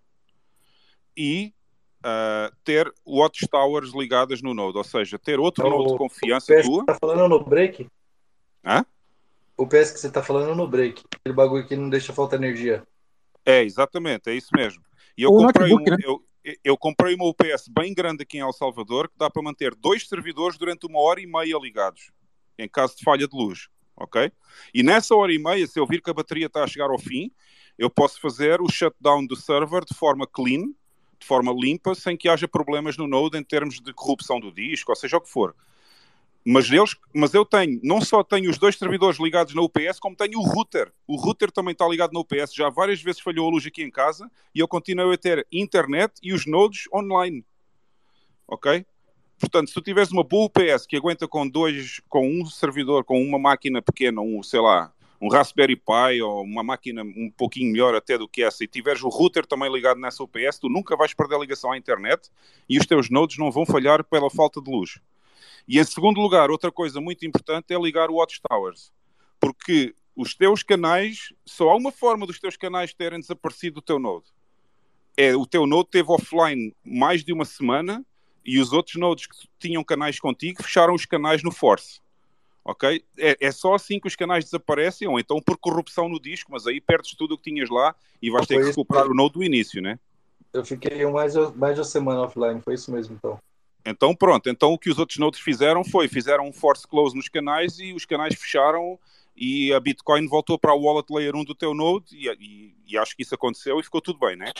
e uh, ter Watchtowers ligadas no Node, ou seja, ter outro o, Node de confiança o P S tua. que você tá falando no break? Hã? O P S que você tá falando no break, aquele bagulho que não deixa faltar energia. É, exatamente, é isso mesmo. E eu O comprei, um, notebook, né? eu, eu comprei uma U P S bem grande aqui em El Salvador que dá para manter dois servidores durante uma hora e meia ligados, em caso de falha de luz, ok? E nessa hora e meia, se eu vir que a bateria está a chegar ao fim, eu posso fazer o shutdown do server de forma clean, de forma limpa, sem que haja problemas no Node em termos de corrupção do disco, ou seja o que for. Mas, eles, mas eu tenho, não só tenho os dois servidores ligados na U P S, como tenho o router. O router também está ligado na U P S. Já várias vezes falhou a luz aqui em casa e eu continuo a ter internet e os nodes online. Ok? Portanto, se tu tiveres uma boa U P S que aguenta com dois, com um servidor, com uma máquina pequena, um, sei lá, um Raspberry Pi ou uma máquina um pouquinho melhor até do que essa, e tiveres o router também ligado nessa U P S, tu nunca vais perder a ligação à internet e os teus nodes não vão falhar pela falta de luz. E em segundo lugar, outra coisa muito importante é ligar o Watchtowers, porque os teus canais, só há uma forma dos teus canais terem desaparecido do teu Node. É, o teu Node teve offline mais de uma semana e os outros nodes que tinham canais contigo fecharam os canais no Force. Ok? É, é só assim que os canais desaparecem, ou então por corrupção no disco, mas aí perdes tudo o que tinhas lá e vais ter que recuperar o Node do início, né? Eu fiquei mais, mais de uma semana offline, foi isso mesmo, então. Então pronto, então o que os outros nodes fizeram foi, fizeram um force close nos canais e os canais fecharam e a Bitcoin voltou para a wallet layer um do teu node e, e, e acho que isso aconteceu e ficou tudo bem, né?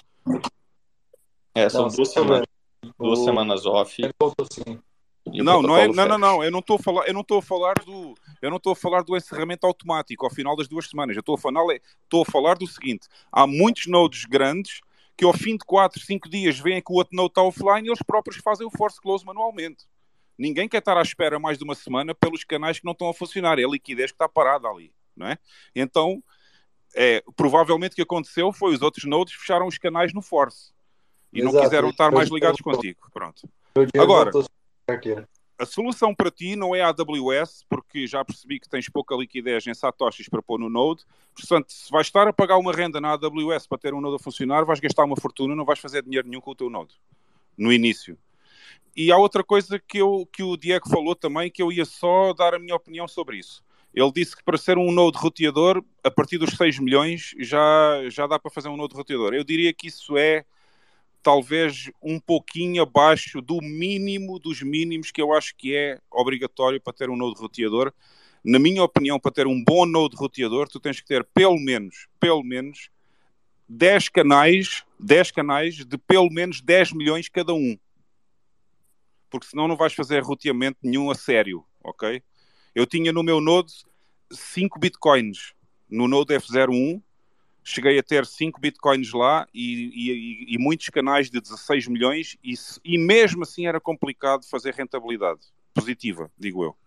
É, são Não, duas sem semanas, problema. duas O- semanas off. Voltou sim. E o Não, não é, protocolo não, não, fecha. não, eu não estou a falar, eu não estou a falar do, eu não estou a falar do encerramento automático ao final das duas semanas. Eu estou a falar, estou a falar do seguinte: há muitos nodes grandes que ao fim de quatro, cinco dias veem que o outro node está offline e eles próprios fazem o force close manualmente. Ninguém quer estar à espera mais de uma semana pelos canais que não estão a funcionar. É a liquidez que está parada ali, não é? Então, é, provavelmente o que aconteceu foi os outros nodes fecharam os canais no force e não Exato, quiseram estar meu mais dinheiro ligados voltou. contigo. Pronto. Meu dinheiro Agora, voltou pra carteira. a solução para ti não é a AWS, porque já percebi que tens pouca liquidez em satoshis para pôr no Node. Portanto, se vais estar a pagar uma renda na A W S para ter um Node a funcionar, vais gastar uma fortuna, não vais fazer dinheiro nenhum com o teu Node, no início. E há outra coisa que, eu, que o Diego falou também, que eu ia só dar a minha opinião sobre isso. Ele disse que para ser um Node roteador, a partir dos seis milhões, já, já dá para fazer um Node roteador. Eu diria que isso é talvez um pouquinho abaixo do mínimo dos mínimos que eu acho que é obrigatório para ter um Node roteador. Na minha opinião, para ter um bom Node roteador, tu tens que ter pelo menos, pelo menos dez canais, dez canais de pelo menos dez milhões cada um. Porque senão não vais fazer roteamento nenhum a sério, ok? Eu tinha no meu Node cinco bitcoins no Node F zero um, cheguei a ter cinco bitcoins lá e, e, e muitos canais de dezasseis milhões e, e mesmo assim era complicado fazer rentabilidade positiva, digo eu.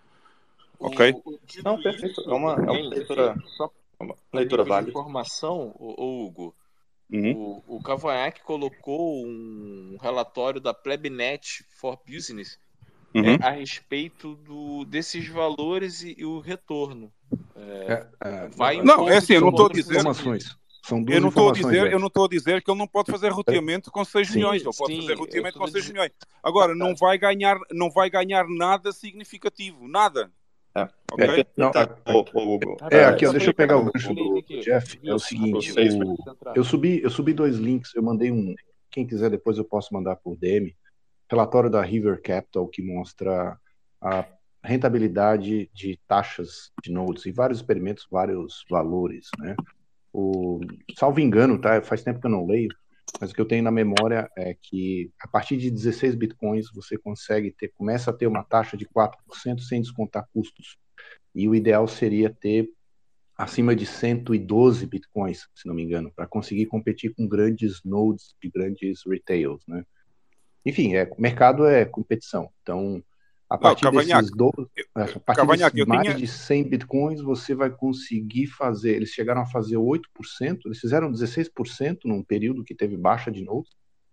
Ok? O- o- dito Não, perfeito. isso, É uma, é uma hein, leitura, só uma a leitura nível de válida. informação, o, o Hugo, Uhum. o, o Cavanhaque colocou um relatório da Plebnet for Business Uhum. é, a respeito do, desses valores e, e o retorno. É, É, é, vai um Não, pouco é assim, eu de não estou a encontro com dizer. isso. informações. São duas Eu não estou a informações, dizer, Jeff. eu não estou a dizer que ele não pode fazer roteamento com seis Sim. milhões. Ele pode Sim, fazer eu roteamento com estou seis dizendo. milhões. Agora, não vai ganhar, não vai ganhar nada significativo. Nada. É. Ok? É, Não, tá, a- ô, ô, Hugo. É, É, aqui, ó, Só deixa eu para pegar o ele gancho do, aqui. do Jeff. É o Isso, seguinte, vocês- o- eu subi, eu subi dois links, eu mandei um. Quem quiser depois eu posso mandar por D M. Relatório da River Capital que mostra a rentabilidade de taxas de nodes e vários experimentos, vários valores, né? O, salvo engano, tá? Faz tempo que eu não leio, mas o que eu tenho na memória é que a partir de dezesseis bitcoins você consegue ter, começa a ter uma taxa de quatro por cento sem descontar custos. E o ideal seria ter acima de cento e doze bitcoins, se não me engano, para conseguir competir com grandes nodes de grandes retails, né? Enfim, é, o mercado é competição. Então, a partir Não, desses, do, a partir Cavanhaque, desses eu mais tinha... de cem bitcoins, você vai conseguir fazer. Eles chegaram a fazer oito por cento, eles fizeram dezesseis por cento num período que teve baixa de nodes,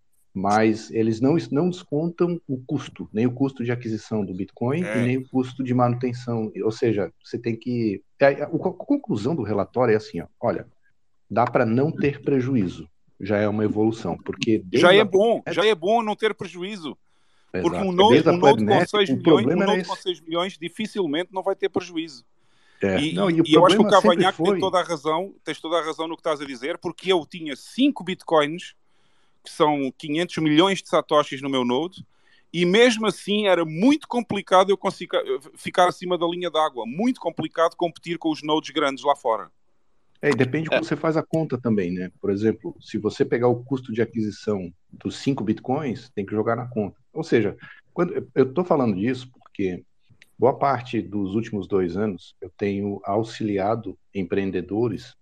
mas eles não, não descontam o custo, nem o custo de aquisição do Bitcoin É. e nem o custo de manutenção. Ou seja, você tem que. A, a, a conclusão do relatório é assim: ó, olha, dá para não ter prejuízo. Já é uma evolução, porque já é a... bom, já é bom não ter prejuízo. Exato. Porque um Node, um Node com seis milhões, um Node com esse... seis milhões dificilmente não vai ter prejuízo. É. E, não, e, e eu acho que o Cavanhaque foi... tem toda a razão, tens toda a razão no que estás a dizer, porque eu tinha cinco bitcoins, que são quinhentos milhões de satoshis no meu Node, e mesmo assim era muito complicado eu conseguir ficar acima da linha d'água. Muito complicado competir com os nodes grandes lá fora. É, e depende de como você faz a conta também, né? Por exemplo, se você pegar o custo de aquisição dos cinco bitcoins, tem que jogar na conta. Ou seja, quando eu estou falando disso porque boa parte dos últimos dois anos eu tenho auxiliado empreendedores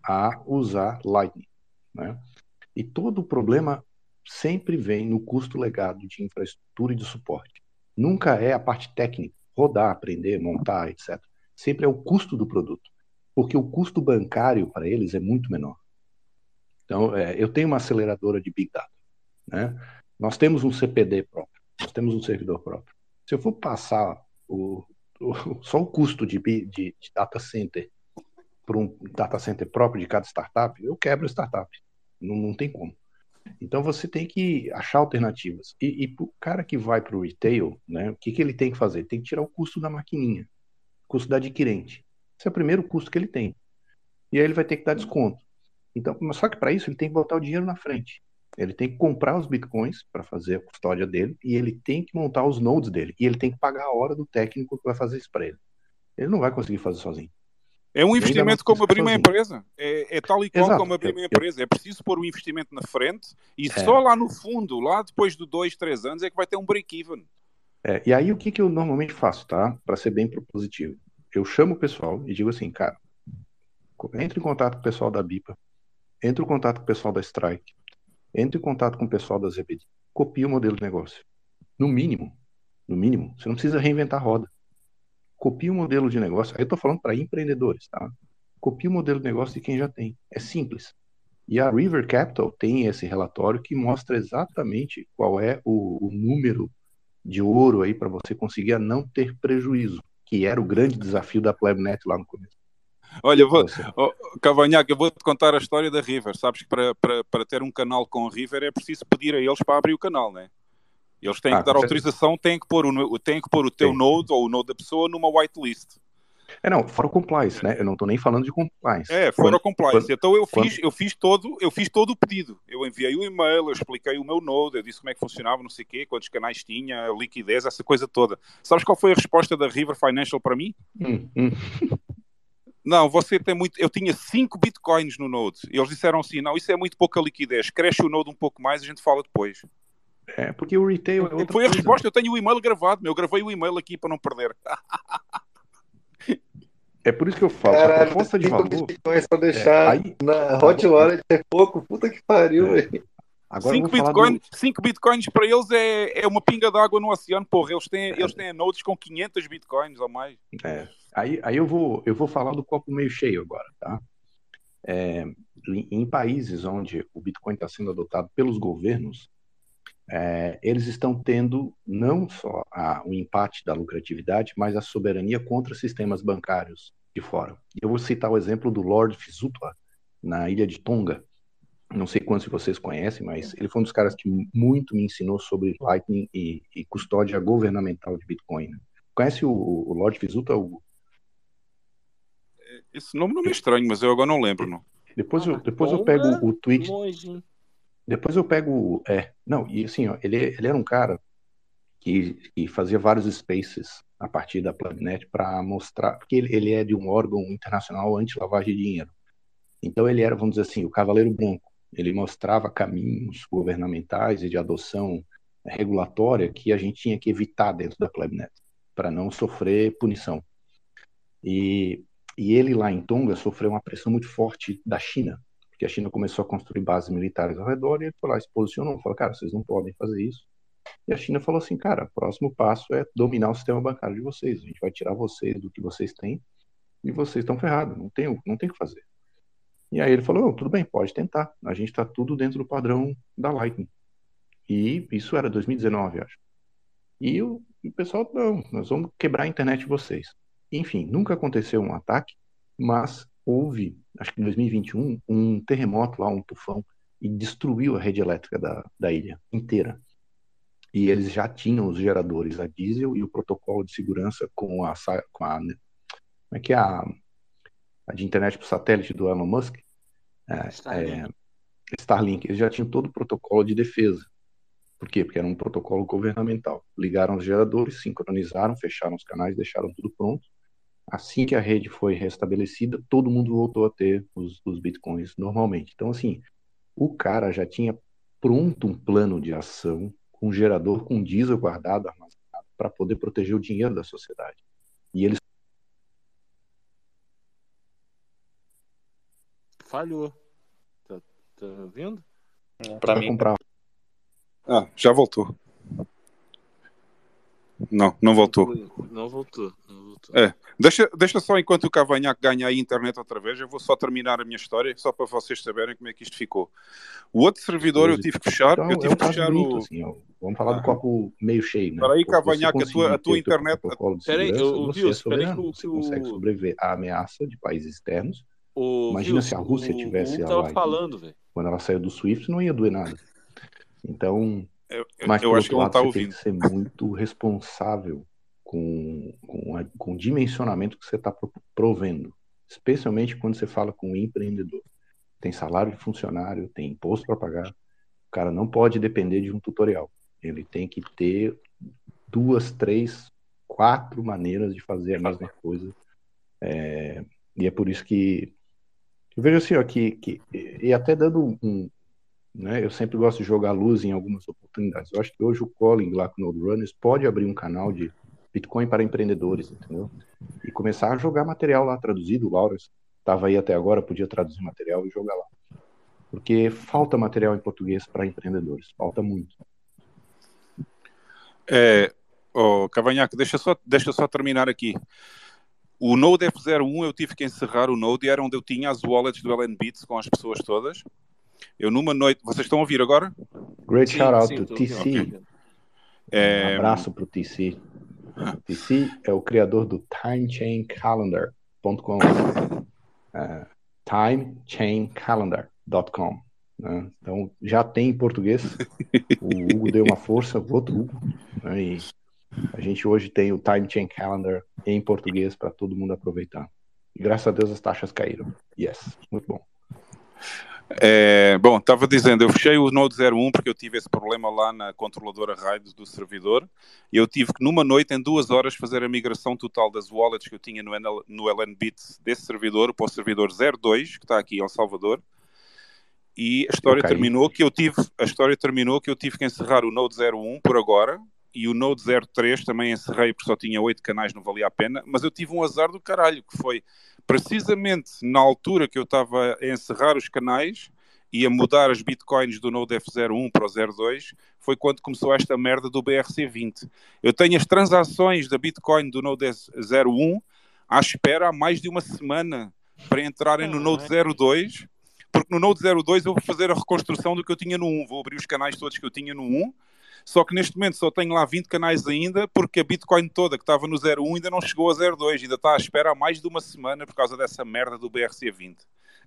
a usar Lightning, né? E todo o problema sempre vem no custo legado de infraestrutura e de suporte. Nunca é a parte técnica, rodar, aprender, montar, etcétera. Sempre é o custo do produto, porque o custo bancário para eles é muito menor. Então, é, eu tenho uma aceleradora de Big Data, né? Nós temos um C P D próprio, nós temos um servidor próprio. Se eu for passar o, o, só o custo de, de, de data center para um data center próprio de cada startup, eu quebro a startup. Não, não tem como. Então você tem que achar alternativas. E, e para o cara que vai para o retail, né, o que, que ele tem que fazer? Ele tem que tirar o custo da maquininha, custo da adquirente. Esse é o primeiro custo que ele tem. E aí ele vai ter que dar desconto. Então, mas só que para isso ele tem que botar o dinheiro na frente. Ele tem que comprar os bitcoins para fazer a custódia dele e ele tem que montar os nodes dele. E ele tem que pagar a hora do técnico que vai fazer isso para ele. Ele não vai conseguir fazer sozinho. É um investimento como abrir uma empresa. É, é tal e qual Exato. como abrir uma empresa. É preciso pôr o investimento na frente e É. só lá no fundo, lá depois de dois, três anos, é que vai ter um break-even. É, e aí o que, que eu normalmente faço, tá? Para ser bem propositivo. Eu chamo o pessoal e digo assim, cara, entre em contato com o pessoal da Bipa, entre em contato com o pessoal da Strike, entre em contato com o pessoal da Z B D, copia o modelo de negócio. No mínimo, no mínimo, você não precisa reinventar a roda. Copia o modelo de negócio. Aí eu estou falando para empreendedores, tá? Copia o modelo de negócio de quem já tem. É simples. E a River Capital tem esse relatório que mostra exatamente qual é o, o número de ouro aí para você conseguir a não ter prejuízo, que era o grande desafio da Plebnet lá no começo. Olha, eu vou, oh, Cavanhaque, eu vou-te contar a história da River. Sabes que para, para, para ter um canal com a River é preciso pedir a eles para abrir o canal, né? Eles têm Ah, que dar com autorização, têm que pôr o, têm que pôr o teu Sim. node ou o node da pessoa numa whitelist. É, não, fora o compliance, né? Eu não estou nem falando de compliance. É, fora o Quando- compliance. quando- Então eu quando- fiz, eu, fiz todo, eu fiz todo o pedido. Eu enviei o e-mail, eu expliquei o meu node, eu disse como é que funcionava, não sei o quê, quantos canais tinha, liquidez, essa coisa toda. Sabes qual foi a resposta da River Financial para mim? Hum, hum. Não, você tem muito... Eu tinha cinco bitcoins no node. Eles disseram assim, não, isso é muito pouca liquidez. Cresce o node um pouco mais, a gente fala depois. É, porque o retail é outra Foi a coisa. resposta, eu tenho o e-mail gravado, meu. Eu gravei o e-mail aqui para não perder. É por isso que eu falo, a Caralho, proposta de cinco valor... bitcoins pra deixar É, aí- na Hot Wallet é pouco. Puta que pariu, É. velho. Agora eu Cinco vou falar bitcoins, do... cinco bitcoins para eles é, é uma pinga d'água no oceano, porra. Eles têm, eles têm nodes com quinhentos bitcoins ou mais. É, aí aí eu, vou, eu vou falar do copo meio cheio agora, tá? É, em, em países onde o Bitcoin está sendo adotado pelos governos, é, eles estão tendo não só a, o empate da lucratividade, mas a soberania contra sistemas bancários de fora. Eu vou citar o exemplo do Lord Fizutwa, na ilha de Tonga. Não sei quantos de vocês conhecem, mas ele foi um dos caras que muito me ensinou sobre Lightning e, e custódia governamental de Bitcoin, né? Conhece o, o Lord Fizutwa, Hugo? Esse nome não me é estranho, mas eu agora não lembro, não. Depois, eu, depois eu Tonga, pego o tweet. longe, hein? Depois eu pego. É, não, e assim, ó, ele, ele era um cara que, que fazia vários spaces a partir da Plebnet para mostrar. Porque ele, ele é de um órgão internacional anti-lavagem de dinheiro. Então ele era, vamos dizer assim, o cavaleiro branco. Ele mostrava caminhos governamentais e de adoção regulatória que a gente tinha que evitar dentro da Plebnet, para não sofrer punição. E, e ele lá em Tonga sofreu uma pressão muito forte da China, porque a China começou a construir bases militares ao redor e ele foi lá, se posicionou, falou, cara, vocês não podem fazer isso. E a China falou assim, cara, o próximo passo é dominar o sistema bancário de vocês, a gente vai tirar vocês do que vocês têm e vocês estão ferrados, não tem, não tem o que fazer. E aí ele falou, oh, tudo bem, pode tentar, a gente está tudo dentro do padrão da Lightning. E isso era dois mil e dezenove, acho. E o, o pessoal, não, nós vamos quebrar a internet de vocês. Enfim, nunca aconteceu um ataque, mas houve, acho que em dois mil e vinte e um, um terremoto lá, um tufão, e destruiu a rede elétrica da, da ilha inteira. E eles já tinham os geradores a diesel e o protocolo de segurança com a, com a como é que é a, a de internet por satélite do Elon Musk, é, Starlink. é, Starlink, eles já tinham todo o protocolo de defesa. Por quê? Porque era um protocolo governamental. Ligaram os geradores, sincronizaram, fecharam os canais, deixaram tudo pronto. Assim que a rede foi restabelecida, todo mundo voltou a ter os, os bitcoins normalmente. Então, assim, o cara já tinha pronto um plano de ação com um gerador com diesel guardado, armazenado, para poder proteger o dinheiro da sociedade. E eles... Falhou. Tá, tá vendo? Pra mim. Comprar... Ah, já voltou. Não, não voltou. Não voltou. Não voltou. É, deixa, deixa só enquanto o Cavanhaque ganha a internet outra vez, eu vou só terminar a minha história, só para vocês saberem como é que isto ficou. O outro servidor eu tive que fechar, então, eu tive é um que fechar bonito, o... assim, ó. Vamos falar ah. do copo meio cheio, né? Espera aí, Pô, Cavanhaque, a tua, a tua internet... Peraí, o você Viu, é soberano, que o, você que consegue o... sobreviver à ameaça de países externos. O, Imagina Viu, se a Rússia o, tivesse o a tava Lightning. falando, velho. Quando ela saiu do Swift, não ia doer nada. Então, eu, eu, mas eu por acho outro que lado, não você tá tem que ser muito responsável com, com, a, com o dimensionamento que você está provendo. Especialmente quando você fala com um empreendedor. Tem salário de funcionário, tem imposto para pagar. O cara não pode depender de um tutorial. Ele tem que ter duas, três, quatro maneiras de fazer a mesma coisa. É, e é por isso que eu vejo assim, ó, que, que e até dando um, né, eu sempre gosto de jogar luz em algumas oportunidades. Eu acho que hoje o Colin lá com o Node Runners pode abrir um canal de Bitcoin para empreendedores, entendeu? E começar a jogar material lá traduzido. O Lawrence estava aí até agora, podia traduzir material e jogar lá. Porque falta material em português para empreendedores, falta muito. É, oh, Cavanhaque, deixa só, deixa só terminar aqui. O Node F zero um eu tive que encerrar o Node e era onde eu tinha as wallets do L N Bits com as pessoas todas. Eu numa noite... Vocês estão a ouvir agora? Great Sim, shout out sim, to tô T C. ouvindo. É... Um abraço pro T C. T C é o criador do time chain calendar ponto com. Uh, time chain calendar ponto com. Né? Então já tem em português. O Hugo deu uma força, o outro Hugo. Né? E a gente hoje tem o Time Chain Calendar em português para todo mundo aproveitar. E graças a Deus as taxas caíram. Yes, muito bom. É, bom, estava dizendo, eu fechei o Node zero um porque eu tive esse problema lá na controladora RAID do servidor e eu tive que numa noite, em duas horas, fazer a migração total das wallets que eu tinha no, N L, no L N Bits desse servidor para o servidor zero dois, que está aqui em El Salvador. E a história terminou que eu tive, a história terminou que eu tive que encerrar o Node zero um por agora e o Node zero três também encerrei porque só tinha oito canais, não valia a pena, mas eu tive um azar do caralho, que foi precisamente na altura que eu estava a encerrar os canais e a mudar as bitcoins do Node F zero um para o zero dois, foi quando começou esta merda do B R C vinte. Eu tenho as transações da bitcoin do Node zero um à espera há mais de uma semana para entrarem no Node zero dois, porque no Node zero dois eu vou fazer a reconstrução do que eu tinha no um, vou abrir os canais todos que eu tinha no um, só que neste momento só tenho lá vinte canais ainda, porque a Bitcoin toda que estava no zero um ainda não chegou a zero dois, ainda está à espera há mais de uma semana por causa dessa merda do B R C vinte.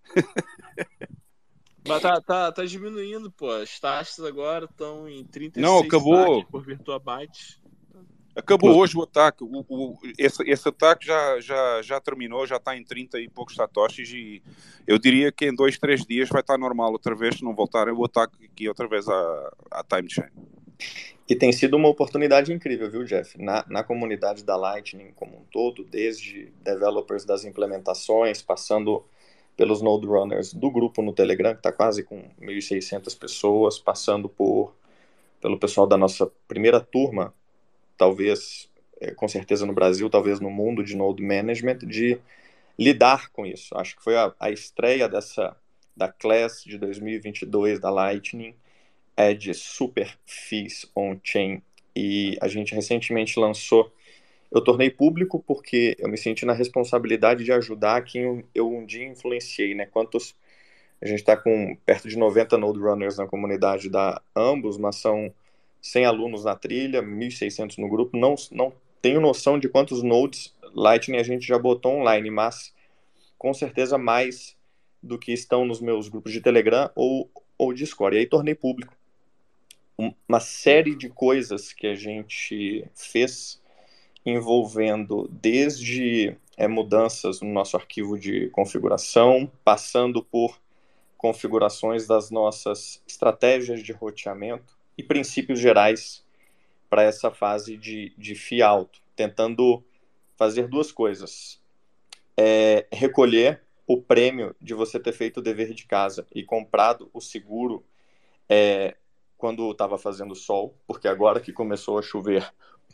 Mas tá, tá, tá diminuindo, pô. As taxas agora estão em trinta e seis não, acabou. por virtuabyte. Acabou hoje o ataque. O, o, esse, esse ataque já, já, já terminou, já está em trinta e poucos satoshis e eu diria que em dois, três dias vai estar normal outra vez, se não voltarem o ataque aqui outra vez à, à time chain. E tem sido uma oportunidade incrível, viu, Jeff? Na, na comunidade da Lightning como um todo, desde developers das implementações, passando pelos Node Runners do grupo no Telegram, que está quase com mil e seiscentas pessoas, passando por, pelo pessoal da nossa primeira turma, talvez com certeza no Brasil, talvez no mundo de node management, de lidar com isso. Acho que foi a, a estreia dessa, da class de dois mil e vinte e dois da Lightning Edge Superfees On-Chain, e a gente recentemente lançou. Eu tornei público porque eu me senti na responsabilidade de ajudar quem eu um dia influenciei, né? Quantos... A gente está com perto de noventa Node Runners na comunidade da Ambos, mas são cem alunos na trilha, mil e seiscentos no grupo. Não, não tenho noção de quantos nodes Lightning a gente já botou online, mas com certeza mais do que estão nos meus grupos de Telegram ou, ou Discord. E aí tornei público uma série de coisas que a gente fez envolvendo desde é, mudanças no nosso arquivo de configuração, passando por configurações das nossas estratégias de roteamento e princípios gerais para essa fase de, de F I I alto, tentando fazer duas coisas. É, recolher o prêmio de você ter feito o dever de casa e comprado o seguro é, quando estava fazendo sol, porque agora que começou a chover,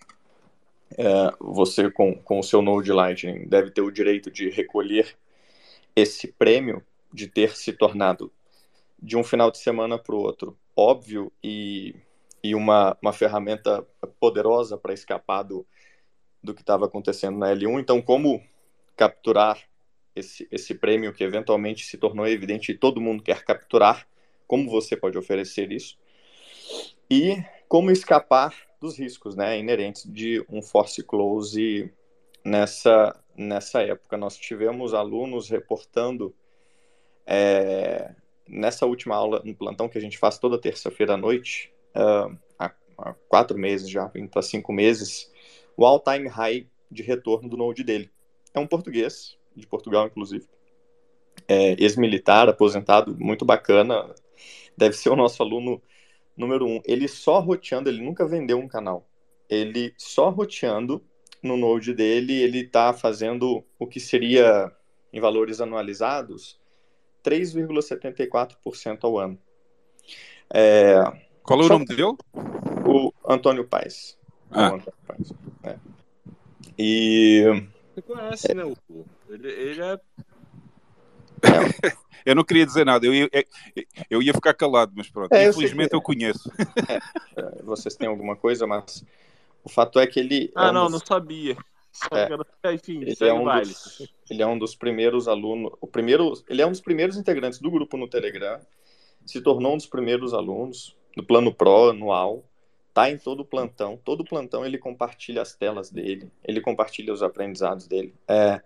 é, você com, com o seu Node Lightning deve ter o direito de recolher esse prêmio de ter se tornado de um final de semana para o outro óbvio e, e uma, uma ferramenta poderosa para escapar do, do que estava acontecendo na L um. Então, como capturar esse, esse prêmio que eventualmente se tornou evidente e todo mundo quer capturar, como você pode oferecer isso, e como escapar dos riscos, né, inerentes de um force close nessa, nessa época. Nós tivemos alunos reportando é, nessa última aula no plantão que a gente faz toda terça-feira à noite, uh, há, há quatro meses já, indo para cinco meses, o all-time high de retorno do Node dele. É um português, de Portugal inclusive, é, ex-militar, aposentado, muito bacana, deve ser o nosso aluno número um. Ele só roteando, ele nunca vendeu um canal, ele só roteando no Node dele, ele está fazendo o que seria, em valores anualizados, três vírgula setenta e quatro por cento ao ano. É, Qual é o nome dele? O Antônio Paes. Ah. O Antônio Paes. É. E... Você conhece, né? Ele, ele é... Eu não queria dizer nada, eu ia, eu ia ficar calado, mas pronto, é, infelizmente eu, eu conheço. É, vocês têm alguma coisa, mas o fato é que ele... Ah, é um não, dos... não sabia. É. Enfim, ele, é um dos, ele é um dos primeiros alunos, o primeiro, ele é um dos primeiros integrantes do grupo no Telegram, se tornou um dos primeiros alunos do plano Pro anual, tá em todo o plantão, todo plantão ele compartilha as telas dele, ele compartilha os aprendizados dele. É,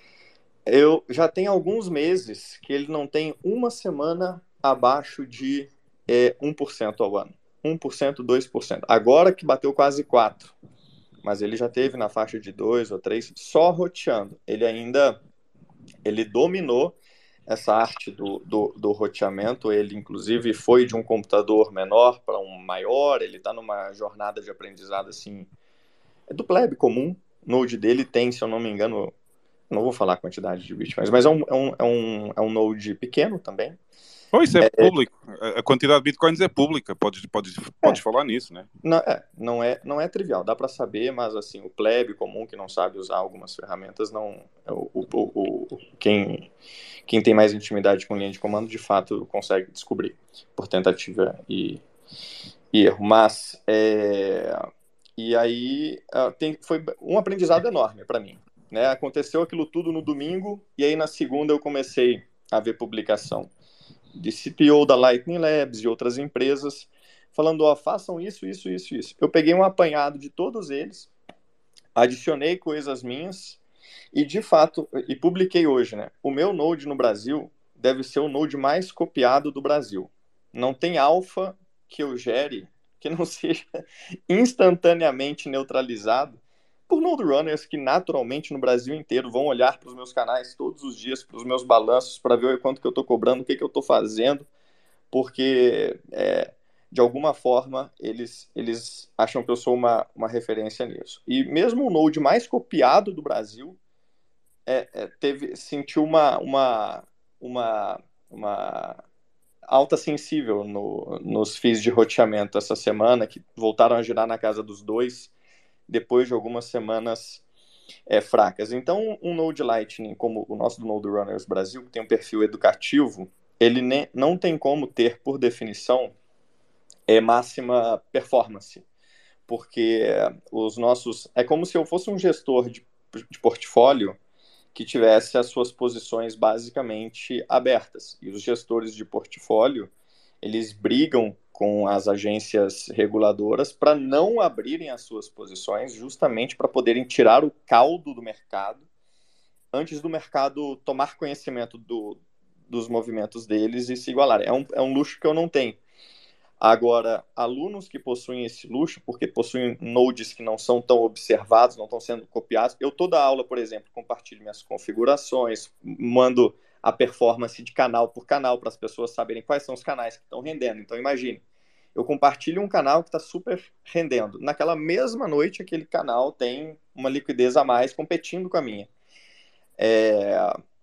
eu já tenho alguns meses que ele não tem uma semana abaixo de é, um por cento ao ano, um por cento, dois por cento, agora que bateu quase quatro por cento. Mas ele já teve na faixa de dois ou três, só roteando. Ele ainda, ele dominou essa arte do, do, do roteamento, ele inclusive foi de um computador menor para um maior, ele está numa jornada de aprendizado assim, é do plebe comum. O Node dele tem, se eu não me engano, não vou falar a quantidade de bitcoins, mas é um, é um, é um, é um Node pequeno também. Oh, isso é, é público. A quantidade de bitcoins é pública. Podes, podes, podes é. falar nisso, né? Não é, não é, não é trivial. Dá para saber, mas assim, o plebe comum que não sabe usar algumas ferramentas, não, o, o, o, o, quem, quem tem mais intimidade com linha de comando, de fato, consegue descobrir por tentativa e, e erro. Mas, é, e aí, tem, foi um aprendizado enorme para mim, né? Aconteceu aquilo tudo no domingo, e aí na segunda eu comecei a ver publicação de C T O da Lightning Labs e outras empresas, falando, ó, façam isso, isso, isso, isso. Eu peguei um apanhado de todos eles, adicionei coisas minhas e, de fato, e publiquei hoje, né? O meu Node no Brasil deve ser o Node mais copiado do Brasil. Não tem alfa que eu gere que não seja instantaneamente neutralizado por Node Runners que naturalmente no Brasil inteiro vão olhar para os meus canais todos os dias, para os meus balanços, para ver o quanto que eu estou cobrando, o que, que eu estou fazendo, porque é, de alguma forma eles, eles acham que eu sou uma, uma referência nisso. E mesmo o Node mais copiado do Brasil é, é, teve, sentiu uma, uma, uma, uma alta sensível no, nos fees de roteamento essa semana, que voltaram a girar na casa dos dois. depois de algumas semanas é, fracas. Então, um Node Lightning, como o nosso do Node Runners Brasil, que tem um perfil educativo, ele ne- não tem como ter, por definição, é, máxima performance, porque os nossos... É como se eu fosse um gestor de, de portfólio que tivesse as suas posições basicamente abertas. E os gestores de portfólio, eles brigam com as agências reguladoras para não abrirem as suas posições, justamente para poderem tirar o caldo do mercado antes do mercado tomar conhecimento do, dos movimentos deles e se igualar. É um, é um luxo que eu não tenho. Agora, alunos que possuem esse luxo, porque possuem nodes que não são tão observados, não estão sendo copiados, eu toda aula, por exemplo, compartilho minhas configurações, mando a performance de canal por canal para as pessoas saberem quais são os canais que estão rendendo. Então, imagine, eu compartilho um canal que está super rendendo. Naquela mesma noite, aquele canal tem uma liquidez a mais competindo com a minha. É...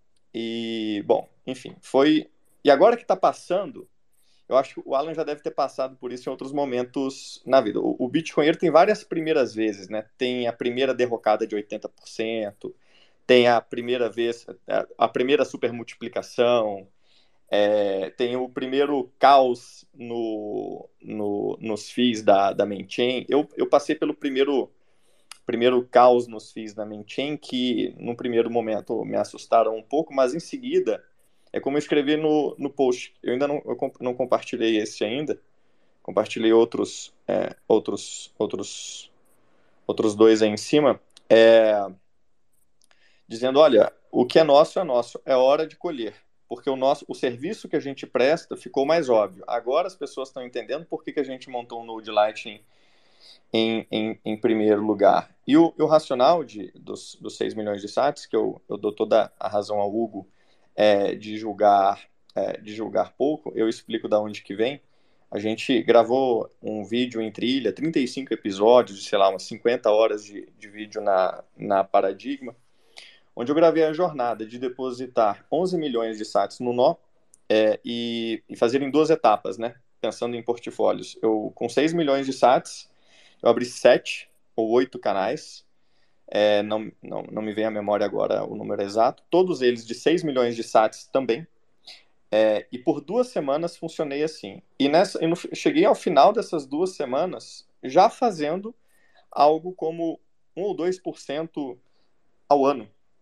E, bom, enfim, foi... E agora que está passando... Eu acho que o Alan já deve ter passado por isso em outros momentos na vida. O, o Bitcoin tem várias primeiras vezes, né? Tem a primeira derrocada de oitenta por cento, tem a primeira vez, a primeira supermultiplicação, é, tem o primeiro caos no, no, nos fees da, da main chain. Eu, eu passei pelo primeiro, primeiro caos nos fees da main chain, que no primeiro momento me assustaram um pouco, mas em seguida... É como eu escrevi no, no post. Eu ainda não, eu não compartilhei esse ainda. Compartilhei outros, é, outros, outros, outros dois aí em cima. É, dizendo, olha, o que é nosso é nosso. É hora de colher. Porque o, nosso, o serviço que a gente presta ficou mais óbvio. Agora as pessoas estão entendendo por que, que a gente montou um Node Lightning em, em, em primeiro lugar. E o, o racional de, dos, dos seis milhões de sats, que eu, eu dou toda a razão ao Hugo, É, de julgar é, de julgar pouco, eu explico da onde que vem. A gente gravou um vídeo em trilha, trinta e cinco episódios, de, sei lá, umas cinquenta horas de, de vídeo na, na Paradigma, onde eu gravei a jornada de depositar onze milhões de sats no nó é, e, e fazer em duas etapas, né? Pensando em portfólios. Eu, com seis milhões de sats, eu abri sete ou oito canais. É, não, não, não me vem à memória agora o número exato, todos eles de seis milhões de sats também, é, e por duas semanas funcionei assim, e, nessa, eu cheguei ao final dessas duas semanas já fazendo algo como um ou dois por cento ao ano,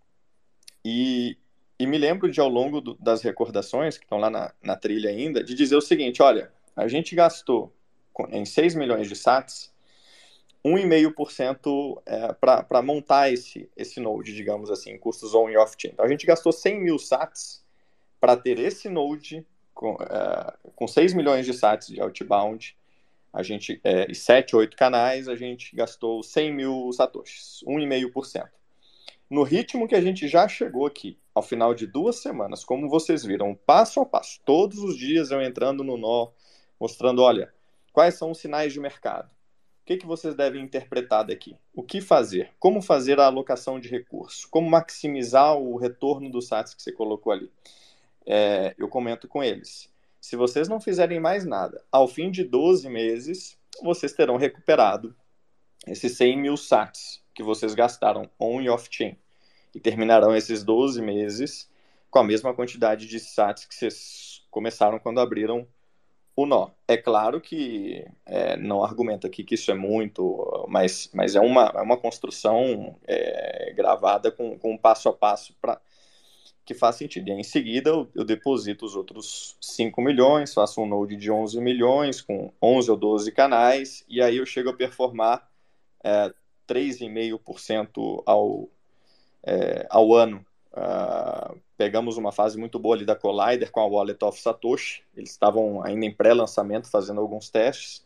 e, e me lembro de ao longo do, das recordações, que estão lá na, na trilha ainda, de dizer o seguinte, olha, a gente gastou em seis milhões de sats um vírgula cinco por cento é, para montar esse, esse node, digamos assim, custos on e off-chain. Então, a gente gastou cem mil sats para ter esse node com, é, com seis milhões de sats de outbound, a gente, é, e sete, oito canais, a gente gastou cem mil satoshis, um vírgula cinco por cento. No ritmo que a gente já chegou aqui, ao final de duas semanas, como vocês viram, passo a passo, todos os dias eu entrando no nó, mostrando, olha, quais são os sinais de mercado. O que, que vocês devem interpretar daqui? O que fazer? Como fazer a alocação de recursos? Como maximizar o retorno dos sats que você colocou ali? É, eu comento com eles. Se vocês não fizerem mais nada, ao fim de doze meses, vocês terão recuperado esses cem mil sats que vocês gastaram on e off-chain. E terminarão esses doze meses com a mesma quantidade de sats que vocês começaram quando abriram o nó. É claro que é, não argumento aqui que isso é muito, mas, mas é, uma, é uma construção é, gravada com, com um passo a passo para que faz sentido. E aí, em seguida eu, eu deposito os outros cinco milhões, faço um node de onze milhões com onze ou doze canais, e aí eu chego a performar é, três vírgula cinco por cento ao, é, ao ano. Uh, pegamos uma fase muito boa ali da Collider com a Wallet of Satoshi. Eles estavam ainda em pré-lançamento fazendo alguns testes,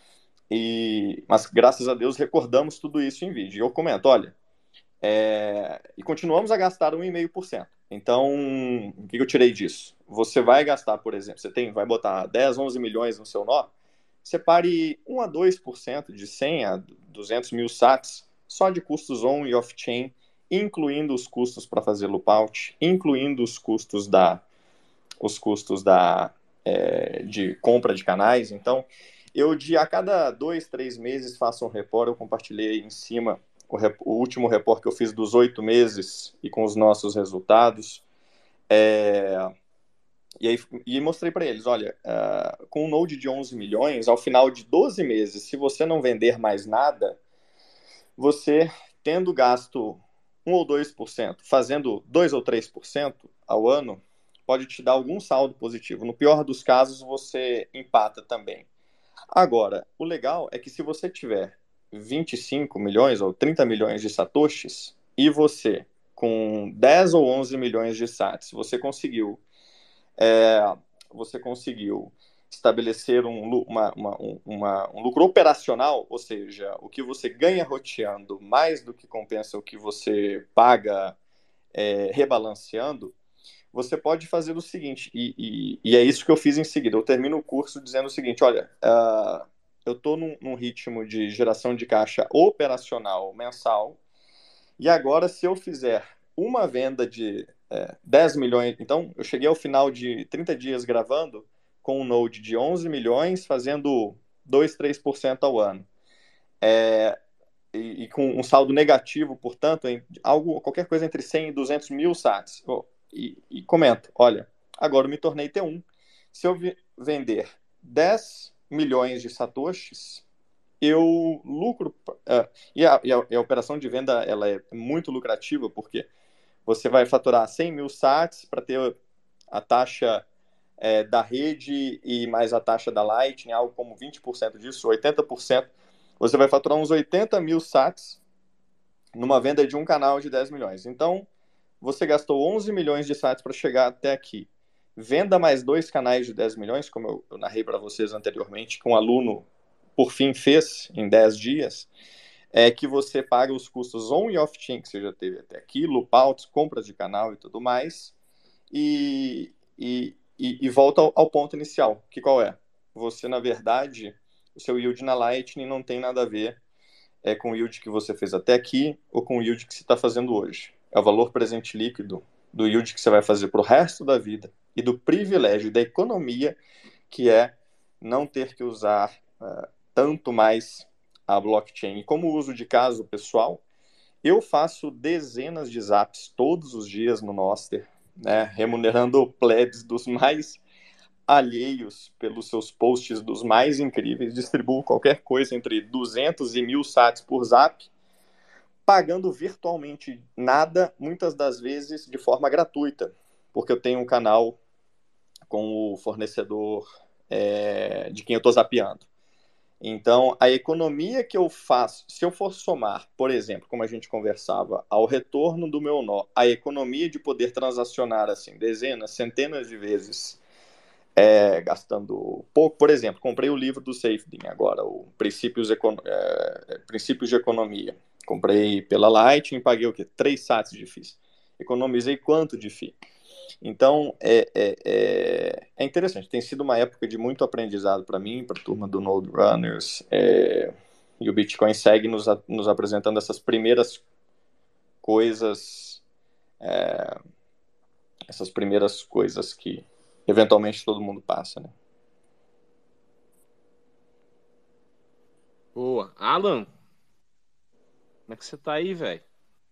e, mas graças a Deus recordamos tudo isso em vídeo. E eu comento, olha, é, e continuamos a gastar um vírgula cinco por cento. Então, o que eu tirei disso? Você vai gastar, por exemplo, você tem, vai botar dez, onze milhões no seu nó, separe um a dois por cento de cem a duzentos mil sats só de custos on e off-chain, incluindo os custos para fazer loopout, incluindo os custos da, os custos da, é, de compra de canais. Então, Eu, de a cada dois, três meses, faço um report. Eu compartilhei aí em cima o, rep, o último report que eu fiz dos oito meses e com os nossos resultados. É, e aí e mostrei para eles, olha, uh, com um Node de onze milhões, ao final de doze meses, se você não vender mais nada, você, tendo gasto um ou dois por cento, fazendo dois ou três por cento ao ano, pode te dar algum saldo positivo. No pior dos casos, você empata também. Agora, o legal é que se você tiver vinte e cinco milhões ou trinta milhões de satoshis e você, com dez ou onze milhões de sats, você conseguiu, é, você conseguiu estabelecer um, uma, uma, uma, um lucro operacional, ou seja, o que você ganha roteando mais do que compensa o que você paga é, rebalanceando, você pode fazer o seguinte, e, e, e é isso que eu fiz em seguida. Eu termino o curso dizendo o seguinte, olha, uh, eu estou num, num ritmo de geração de caixa operacional mensal, e agora se eu fizer uma venda de é, dez milhões, então eu cheguei ao final de trinta dias gravando com um Node de onze milhões, fazendo dois, três por cento ao ano. É, e, e com um saldo negativo, portanto, em algo, qualquer coisa entre cem e duzentos mil sats. Oh, E, e comento, olha, agora eu me tornei T um. Se eu vender dez milhões de satoshis, eu lucro... Uh, e, a, e, a, e a operação de venda ela é muito lucrativa, porque você vai faturar cem mil sats para ter a taxa é, da rede e mais a taxa da Lightning, algo como vinte por cento disso, oitenta por cento. Você vai faturar uns oitenta mil sats numa venda de um canal de dez milhões. Então, você gastou onze milhões de sats para chegar até aqui. Venda mais dois canais de dez milhões, como eu, eu narrei para vocês anteriormente, que um aluno, por fim, fez em dez dias, é que você paga os custos on e off-chain que você já teve até aqui, loopouts, compras de canal e tudo mais, e, e, e, e volta ao, ao ponto inicial, que qual é? Você, na verdade, o seu yield na Lightning não tem nada a ver é, com o yield que você fez até aqui ou com o yield que você está fazendo hoje. É o valor presente líquido do yield que você vai fazer para o resto da vida e do privilégio da economia, que é não ter que usar uh, tanto mais a blockchain. E como uso de caso pessoal, eu faço dezenas de zaps todos os dias no Nostr, né, remunerando plebs dos mais alheios pelos seus posts dos mais incríveis, distribuo qualquer coisa entre duzentos e mil sats por zap, pagando virtualmente nada, muitas das vezes de forma gratuita, porque eu tenho um canal com o fornecedor é, de quem eu estou zapeando. Então, a economia que eu faço, se eu for somar, por exemplo, como a gente conversava, ao retorno do meu nó, a economia de poder transacionar assim, dezenas, centenas de vezes, é, gastando pouco, por exemplo, comprei o livro do Saifedean agora, o Princípios, Econ... é, Princípios de Economia. Comprei pela Lightning, paguei o quê? três sats de F I I. Economizei quanto de F I I? Então, é, é, é, é interessante. Tem sido uma época de muito aprendizado para mim, para a turma do Node Runners, é, e o Bitcoin segue nos, nos apresentando essas primeiras coisas, é, essas primeiras coisas que eventualmente todo mundo passa, né? Boa. Alan, como é que você tá aí, velho?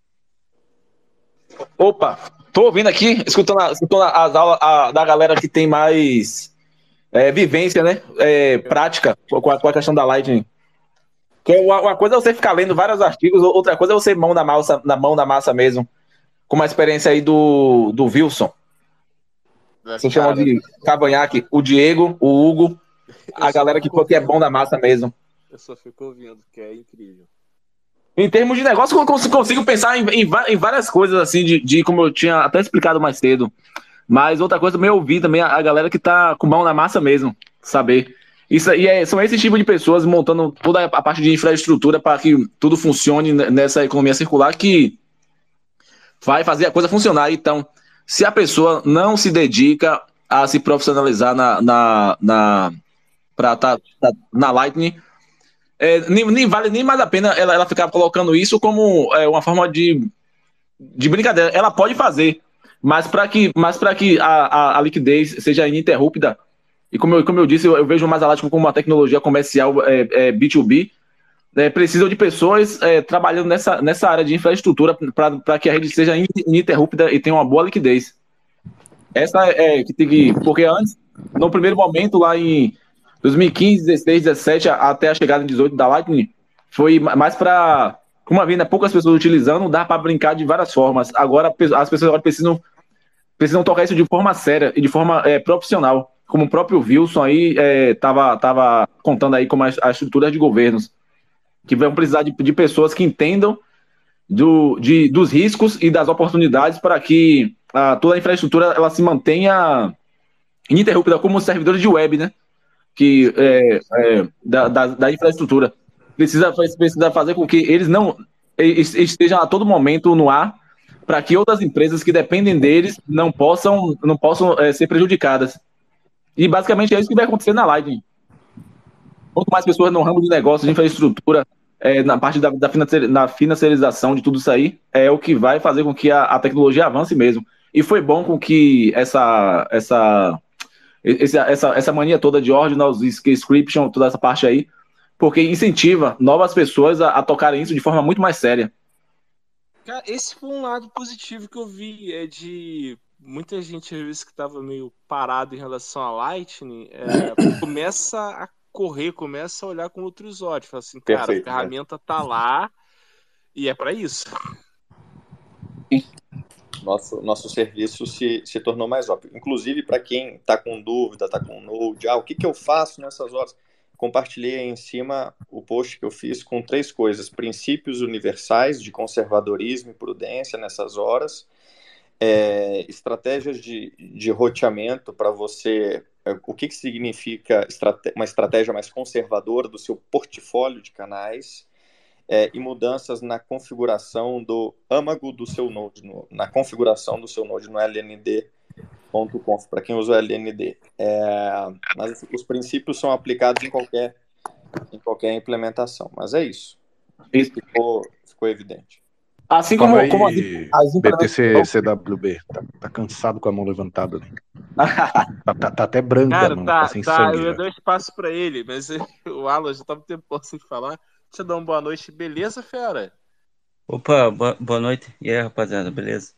Opa, tô ouvindo aqui, escutando, a, escutando as aulas a, da galera que tem mais é, vivência, né? É, prática com a, com a questão da Lightning. Que uma, uma coisa é você ficar lendo vários artigos, outra coisa é você mão na massa, na mão da massa mesmo. Como a experiência aí do, do Wilson. Você chama de Cavanhaque, o Diego, o Hugo, a galera que, que é bom da massa mesmo. Eu só fico ouvindo, que é incrível. Em termos de negócio, eu consigo pensar em, em, em várias coisas, assim, de, de como eu tinha até explicado mais cedo. Mas outra coisa também eu ouvi também a, a galera que tá com mão na massa mesmo, saber. Isso, e é, são esse tipo de pessoas montando toda a parte de infraestrutura para que tudo funcione nessa economia circular que vai fazer a coisa funcionar. Então, se a pessoa não se dedica a se profissionalizar na, na, na, pra tá, tá, na Lightning, é, nem, nem vale nem mais a pena ela, ela ficar colocando isso como é, uma forma de, de brincadeira. Ela pode fazer, mas para que, mas para que a, a, a liquidez seja ininterrupta, e como eu, como eu disse, eu, eu vejo mais a Lightning como uma tecnologia comercial é, é, B dois B, é, precisam de pessoas é, trabalhando nessa, nessa área de infraestrutura para que a rede seja ininterrupta e tenha uma boa liquidez. Essa é, é que tem que... Porque antes, no primeiro momento, lá em dois mil e quinze, dezesseis, dezessete, até a chegada em dezoito da Lightning, foi mais para... Como havia, né, poucas pessoas utilizando, dá para brincar de várias formas. Agora, as pessoas agora precisam, precisam tocar isso de forma séria e de forma é, profissional. Como o próprio Wilson aí estava é, tava contando aí como as, as estruturas de governos, que vão precisar de, de pessoas que entendam do, de, dos riscos e das oportunidades para que a, toda a infraestrutura ela se mantenha ininterrupta, como os servidores de web, né? Que, é, é, da, da, da infraestrutura. Precisa, precisa fazer com que eles não estejam a todo momento no ar, para que outras empresas que dependem deles não possam, não possam é, ser prejudicadas. E basicamente é isso que vai acontecer na Lightning. Quanto mais pessoas no ramo de negócio, de infraestrutura, é, na parte da, da financeir, na financiarização de tudo isso aí, é o que vai fazer com que a, a tecnologia avance mesmo. E foi bom com que essa, essa, essa, essa, essa mania toda de ordinals, scription, toda essa parte aí, porque incentiva novas pessoas a, a tocarem isso de forma muito mais séria. Cara, esse foi um lado positivo que eu vi, é de muita gente às vezes que estava meio parado em relação à Lightning, é, começa a correr, começa a olhar com outros olhos, fala assim, cara, Perfeito, a ferramenta né? tá lá e é para isso. Nosso, nosso serviço se, se tornou mais óbvio. Inclusive, para quem está com dúvida, está com Node, ah, o que, que eu faço nessas horas? Compartilhei aí em cima o post que eu fiz com três coisas: princípios universais de conservadorismo e prudência nessas horas, é, estratégias de, de roteamento para você, é, o que, que significa estrate, uma estratégia mais conservadora do seu portfólio de canais, é, e mudanças na configuração do âmago do seu Node, no, na configuração do seu Node no L N D ponto conf, para quem usa o L N D. É, mas os princípios são aplicados em qualquer, em qualquer implementação. Mas é isso. isso. Ficou, ficou evidente. Assim como, aí, como as, as B T C C W B, tá, tá cansado com a mão levantada. Né? tá, tá, tá até branca, cara, mano. Tá, tá sem tá, sangue. Eu Já. ia dar espaço para ele, mas o Alan já tava um tempo sem falar. Deixa eu dar uma boa noite. Beleza, fera? Opa, boa, boa noite. E aí, rapaziada, beleza?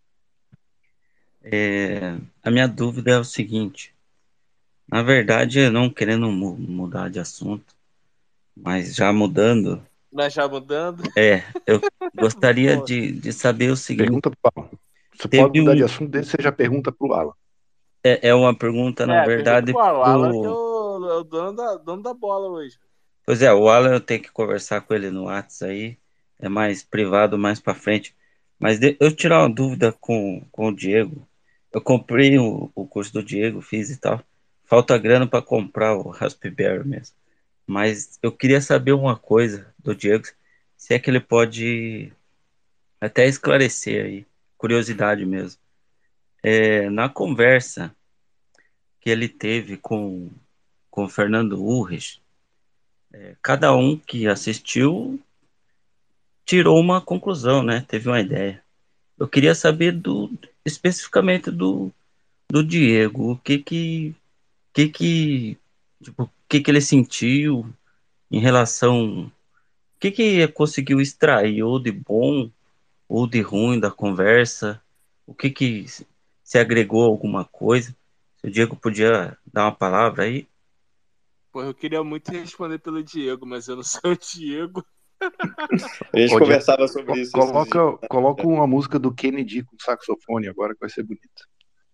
É, a minha dúvida é o seguinte. Na verdade, eu não querendo mu- mudar de assunto, mas já mudando. Mas já mudando? É, eu gostaria de, de saber o seguinte. Pergunta pro Alan. Você pode mudar um... de assunto, desde que você já pergunta pro Alan. É, é uma pergunta, é, na verdade. Pro Alan. O Alan que é o, é o dono, da, dono da bola hoje. Pois é, o Alan eu tenho que conversar com ele no WhatsApp aí. É mais privado, mais pra frente. Mas de, eu tirar uma dúvida com, com o Diego. Eu comprei o, o curso do Diego, fiz e tal. Falta grana para comprar o Raspberry mesmo. Mas eu queria saber uma coisa do Diego, se é que ele pode até esclarecer aí, curiosidade mesmo. É, na conversa que ele teve com, com o Fernando Urrich, é, cada um que assistiu tirou uma conclusão, né? Teve uma ideia. Eu queria saber do, especificamente do, do Diego, o que que, que, que, tipo, o que que ele sentiu em relação, o que que conseguiu extrair ou de bom ou de ruim da conversa, o que que se agregou alguma coisa. Se o Diego podia dar uma palavra aí. Pô, eu queria muito responder pelo Diego, mas eu não sou o Diego. A gente Ô, conversava Diego, sobre isso. Coloca, coloca uma música do Kennedy com saxofone agora, que vai ser bonito.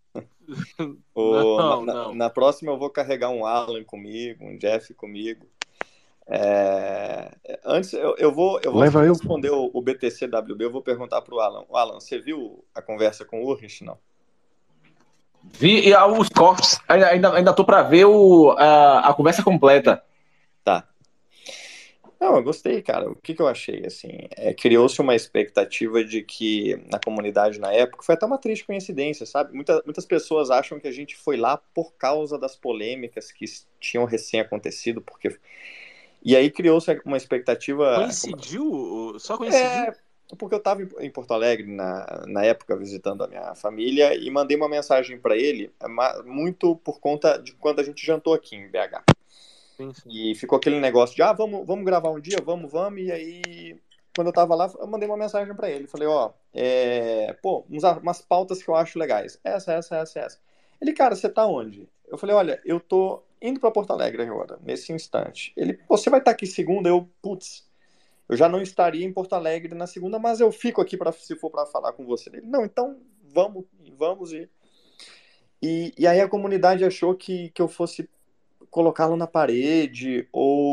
Ô, não, na, não. Na próxima eu vou carregar um Alan comigo, um Jeff comigo. É... Antes eu, eu vou, eu vou responder eu. O, o B T C W B, eu vou perguntar para o Alan. O Alan, você viu a conversa com o Urrich, não? Vi e, os cortes, ainda, ainda tô para ver o, a, a conversa completa. Tá. Não, eu gostei, cara. O que, que eu achei, assim, é, criou-se uma expectativa de que na comunidade na época, foi até uma triste coincidência, sabe? Muita, muitas pessoas acham que a gente foi lá por causa das polêmicas que tinham recém acontecido, porque... E aí criou-se uma expectativa... Coincidiu? Só coincidiu? É, porque eu estava em Porto Alegre na, na época visitando a minha família e mandei uma mensagem para ele, muito por conta de quando a gente jantou aqui em B H. Sim, sim. E ficou aquele negócio de, ah, vamos, vamos gravar um dia, vamos, vamos, e aí, quando eu tava lá, eu mandei uma mensagem para ele, falei, ó, é, pô, uns, umas pautas que eu acho legais, essa, essa, essa, essa. Ele, cara, você tá onde? Eu falei, olha, eu tô indo para Porto Alegre agora, nesse instante. Ele, você vai estar aqui segunda? Eu, putz, eu já não estaria em Porto Alegre na segunda, mas eu fico aqui para se for para falar com você. Ele, não, então vamos, vamos ir. E, e aí a comunidade achou que, que eu fosse colocá-lo na parede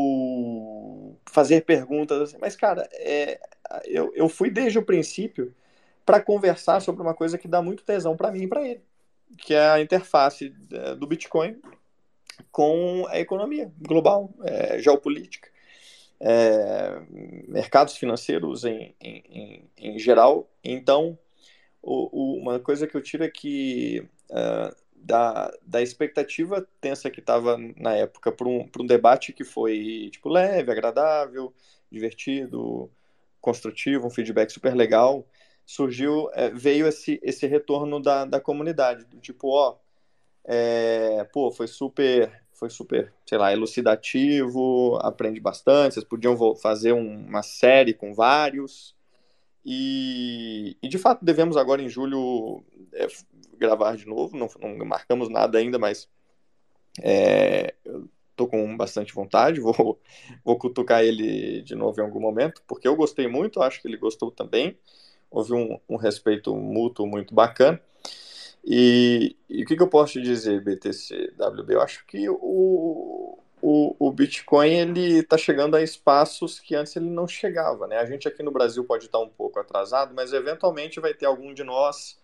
ou fazer perguntas assim. Mas, cara, é, eu, eu fui desde o princípio para conversar sobre uma coisa que dá muito tesão para mim e para ele, que é a interface do Bitcoin com a economia global, é, geopolítica, é, mercados financeiros em, em, em, em geral. Então, o, o, uma coisa que eu tiro é que uh, da, da expectativa tensa que estava na época para um, um debate que foi tipo, leve, agradável, divertido, construtivo, um feedback super legal, surgiu, é, veio esse, esse retorno da, da comunidade, do tipo, ó, é, pô, foi super, foi super, sei lá, elucidativo, aprende bastante, vocês podiam fazer um, uma série com vários, e, e de fato devemos agora em julho é, gravar de novo, não, não marcamos nada ainda, mas é, eu tô com bastante vontade, vou, vou cutucar ele de novo em algum momento, porque eu gostei muito, acho que ele gostou também, houve um, um respeito mútuo muito bacana. E, e o que, que eu posso te dizer, B T C W B? Eu acho que o, o, o Bitcoin ele está chegando a espaços que antes ele não chegava, né? A gente aqui no Brasil pode estar um pouco atrasado, mas eventualmente vai ter algum de nós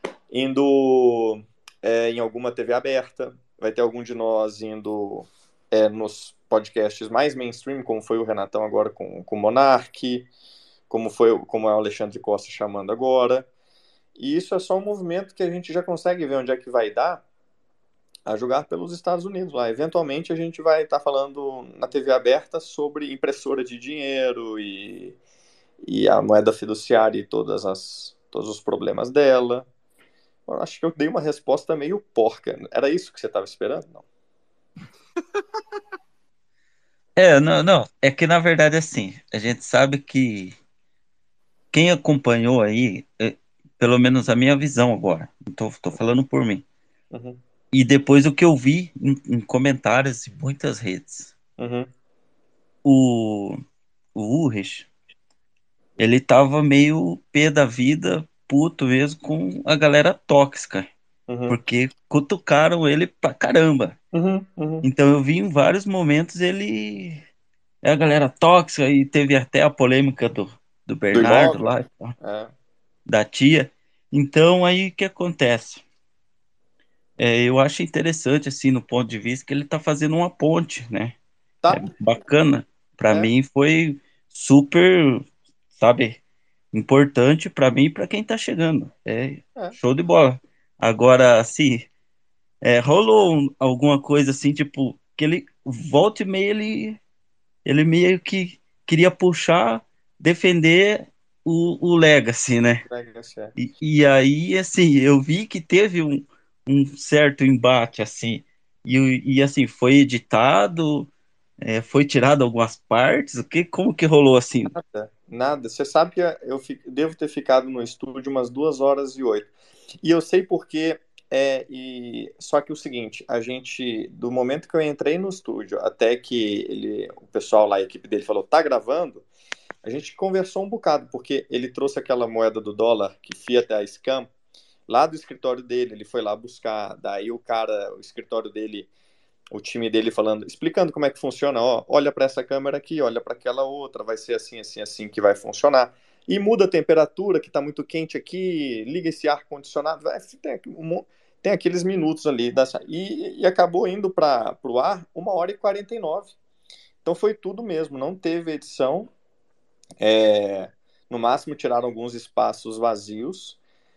indo é, em alguma T V aberta, vai ter algum de nós indo é, nos podcasts mais mainstream, como foi o Renatão agora com, com o Monark, como, foi, como é o Alexandre Costa chamando agora. E isso é só um movimento que a gente já consegue ver onde é que vai dar a jogar pelos Estados Unidos lá. Eventualmente a gente vai estar tá falando na T V aberta sobre impressora de dinheiro e, e a moeda fiduciária e todas as, todos os problemas dela. Eu acho que eu dei uma resposta meio porca. Era isso que você estava esperando? Não. É, não, não. É que na verdade assim, a gente sabe que quem acompanhou aí, pelo menos a minha visão agora, tô, tô falando por mim. Uhum. E depois o que eu vi em, em comentários em muitas redes. Uhum. O, o Urrich, ele tava meio pé da vida, puto mesmo, com a galera tóxica. Uhum. Porque cutucaram ele pra caramba. Uhum. Uhum. Então eu vi em vários momentos ele... É a galera tóxica, e teve até a polêmica do, do Bernardo do lá, é. da tia. Então aí o que acontece? É, eu acho interessante, assim, no ponto de vista que ele tá fazendo uma ponte, né? Tá. É bacana. Para É. mim foi super, sabe, importante para mim e para quem tá chegando. É, É. show de bola. Agora, assim, é, rolou um- alguma coisa assim, tipo, que ele volta e meia, ele, ele meio que queria puxar, defender o, o Legacy, né? Legacy, é. E, e aí, assim, eu vi que teve um, um certo embate, assim, e, e assim, foi editado, é, foi tirado algumas partes, o que, como que rolou assim? Nada, nada. Você sabe que eu fi- devo ter ficado no estúdio umas duas horas e oito. E eu sei porque, é, e... só que o seguinte, a gente, do momento que eu entrei no estúdio até que ele, o pessoal lá, a equipe dele falou, tá gravando, a gente conversou um bocado, porque ele trouxe aquela moeda do dólar, que Fiat a Scam, lá do escritório dele, ele foi lá buscar, daí o cara, o escritório dele, o time dele falando, explicando como é que funciona, ó, olha para essa câmera aqui, olha para aquela outra, vai ser assim, assim, assim que vai funcionar, e muda a temperatura, que está muito quente aqui, liga esse ar-condicionado, vai, tem, um, tem aqueles minutos ali, dessa, e, e acabou indo para o ar uma hora e quarenta e nove, então foi tudo mesmo, não teve edição, é, no máximo tiraram alguns espaços vazios,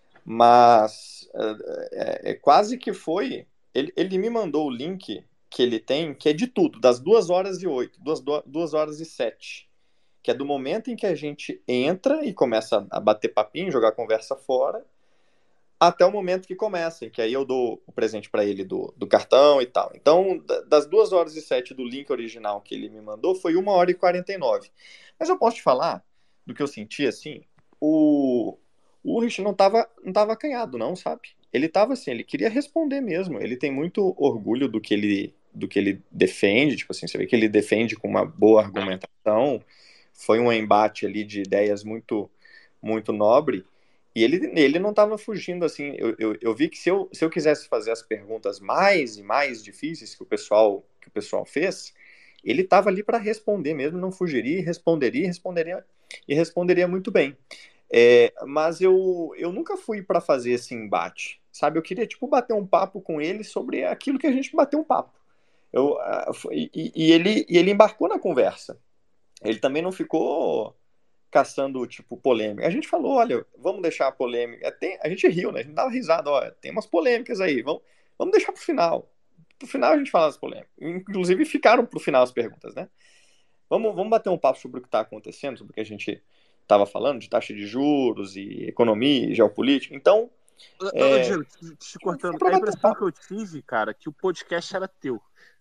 mas é, é, quase que foi. Ele, ele me mandou o link que ele tem, que é de tudo, das duas horas e oito, duas, duas horas e sete, que é do momento em que a gente entra e começa a bater papinho, jogar conversa fora, até o momento que começa, que aí eu dou o presente para ele do, do cartão e tal. Então, das duas horas e sete do link original que ele me mandou, foi uma hora e quarenta e nove. Mas eu posso te falar do que eu senti, assim, o, o Ulrich não tava, não tava acanhado, não, sabe? Ele tava assim, ele queria responder mesmo, ele tem muito orgulho do que ele, do que ele defende, tipo assim, você vê que ele defende com uma boa argumentação, foi um embate ali de ideias muito, muito nobre, e ele, ele não estava fugindo, assim, eu, eu, eu vi que se eu, se eu quisesse fazer as perguntas mais e mais difíceis que o pessoal, que o pessoal fez, ele estava ali para responder mesmo, não fugiria, responderia, responderia e responderia muito bem. É, mas eu, eu nunca fui para fazer esse embate, sabe? Eu queria, tipo, bater um papo com ele sobre aquilo que a gente bateu um papo. Eu, uh, e, e, ele, e ele embarcou na conversa. Ele também não ficou caçando, tipo, polêmica. A gente falou, olha, vamos deixar a polêmica. Tem, a gente riu, né? A gente dava risada, olha, tem umas polêmicas aí, vamos, vamos deixar pro final. Pro final a gente fala das polêmicas. Inclusive ficaram pro final as perguntas, né? Vamos, vamos bater um papo sobre o que está acontecendo, sobre o que a gente estava falando, de taxa de juros e economia e geopolítica. Então, Ô, é... Diego, te, te cortando, a impressão que eu tive, cara, que o podcast era teu.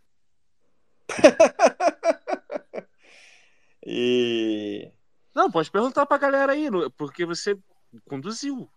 e... Não, pode perguntar pra galera aí, porque você conduziu.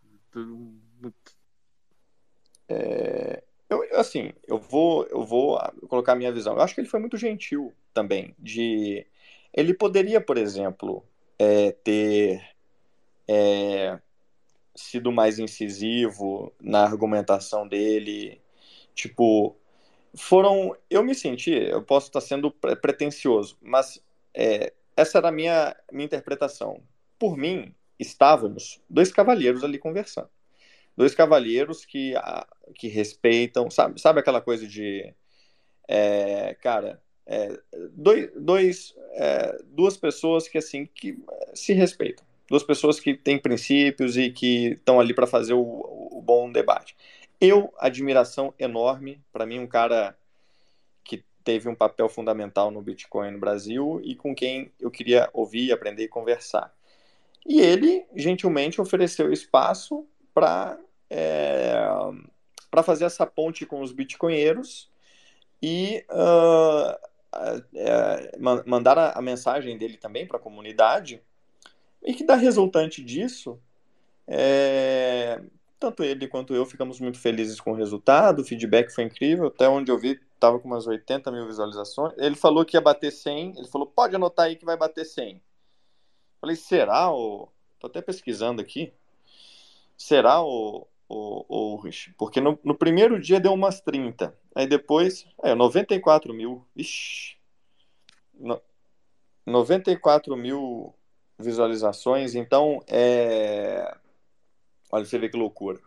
É... Eu, assim, eu vou, eu vou colocar a minha visão. Eu acho que ele foi muito gentil também. De... Ele poderia, por exemplo, é, ter é, sido mais incisivo na argumentação dele. Tipo, foram... Eu me senti, eu posso estar sendo pretensioso, mas é, essa era a minha, minha interpretação. Por mim, estávamos dois cavalheiros ali conversando. Dois cavalheiros que, que respeitam, sabe, sabe aquela coisa de, é, cara, é, dois, dois, é, duas pessoas que, assim, que se respeitam. Duas pessoas que têm princípios e que estão ali para fazer o, o bom debate. Eu, admiração enorme, para mim, um cara que teve um papel fundamental no Bitcoin no Brasil e com quem eu queria ouvir, aprender e conversar. E ele, gentilmente, ofereceu espaço para é, para fazer essa ponte com os bitcoinheiros e uh, é, mandar a, a mensagem dele também para a comunidade, e que da resultante disso, é, tanto ele quanto eu ficamos muito felizes com o resultado, o feedback foi incrível, até onde eu vi estava com umas oitenta mil visualizações. Ele falou que ia bater cem, ele falou, pode anotar aí que vai bater cem. Falei, será? Ou... Tô até pesquisando aqui. Será, o, o, o Ulrich? Porque no, no primeiro dia deu umas trinta. Aí depois, é, noventa e quatro mil. Ixi. No, noventa e quatro mil visualizações. Então, é... Olha, você vê que loucura.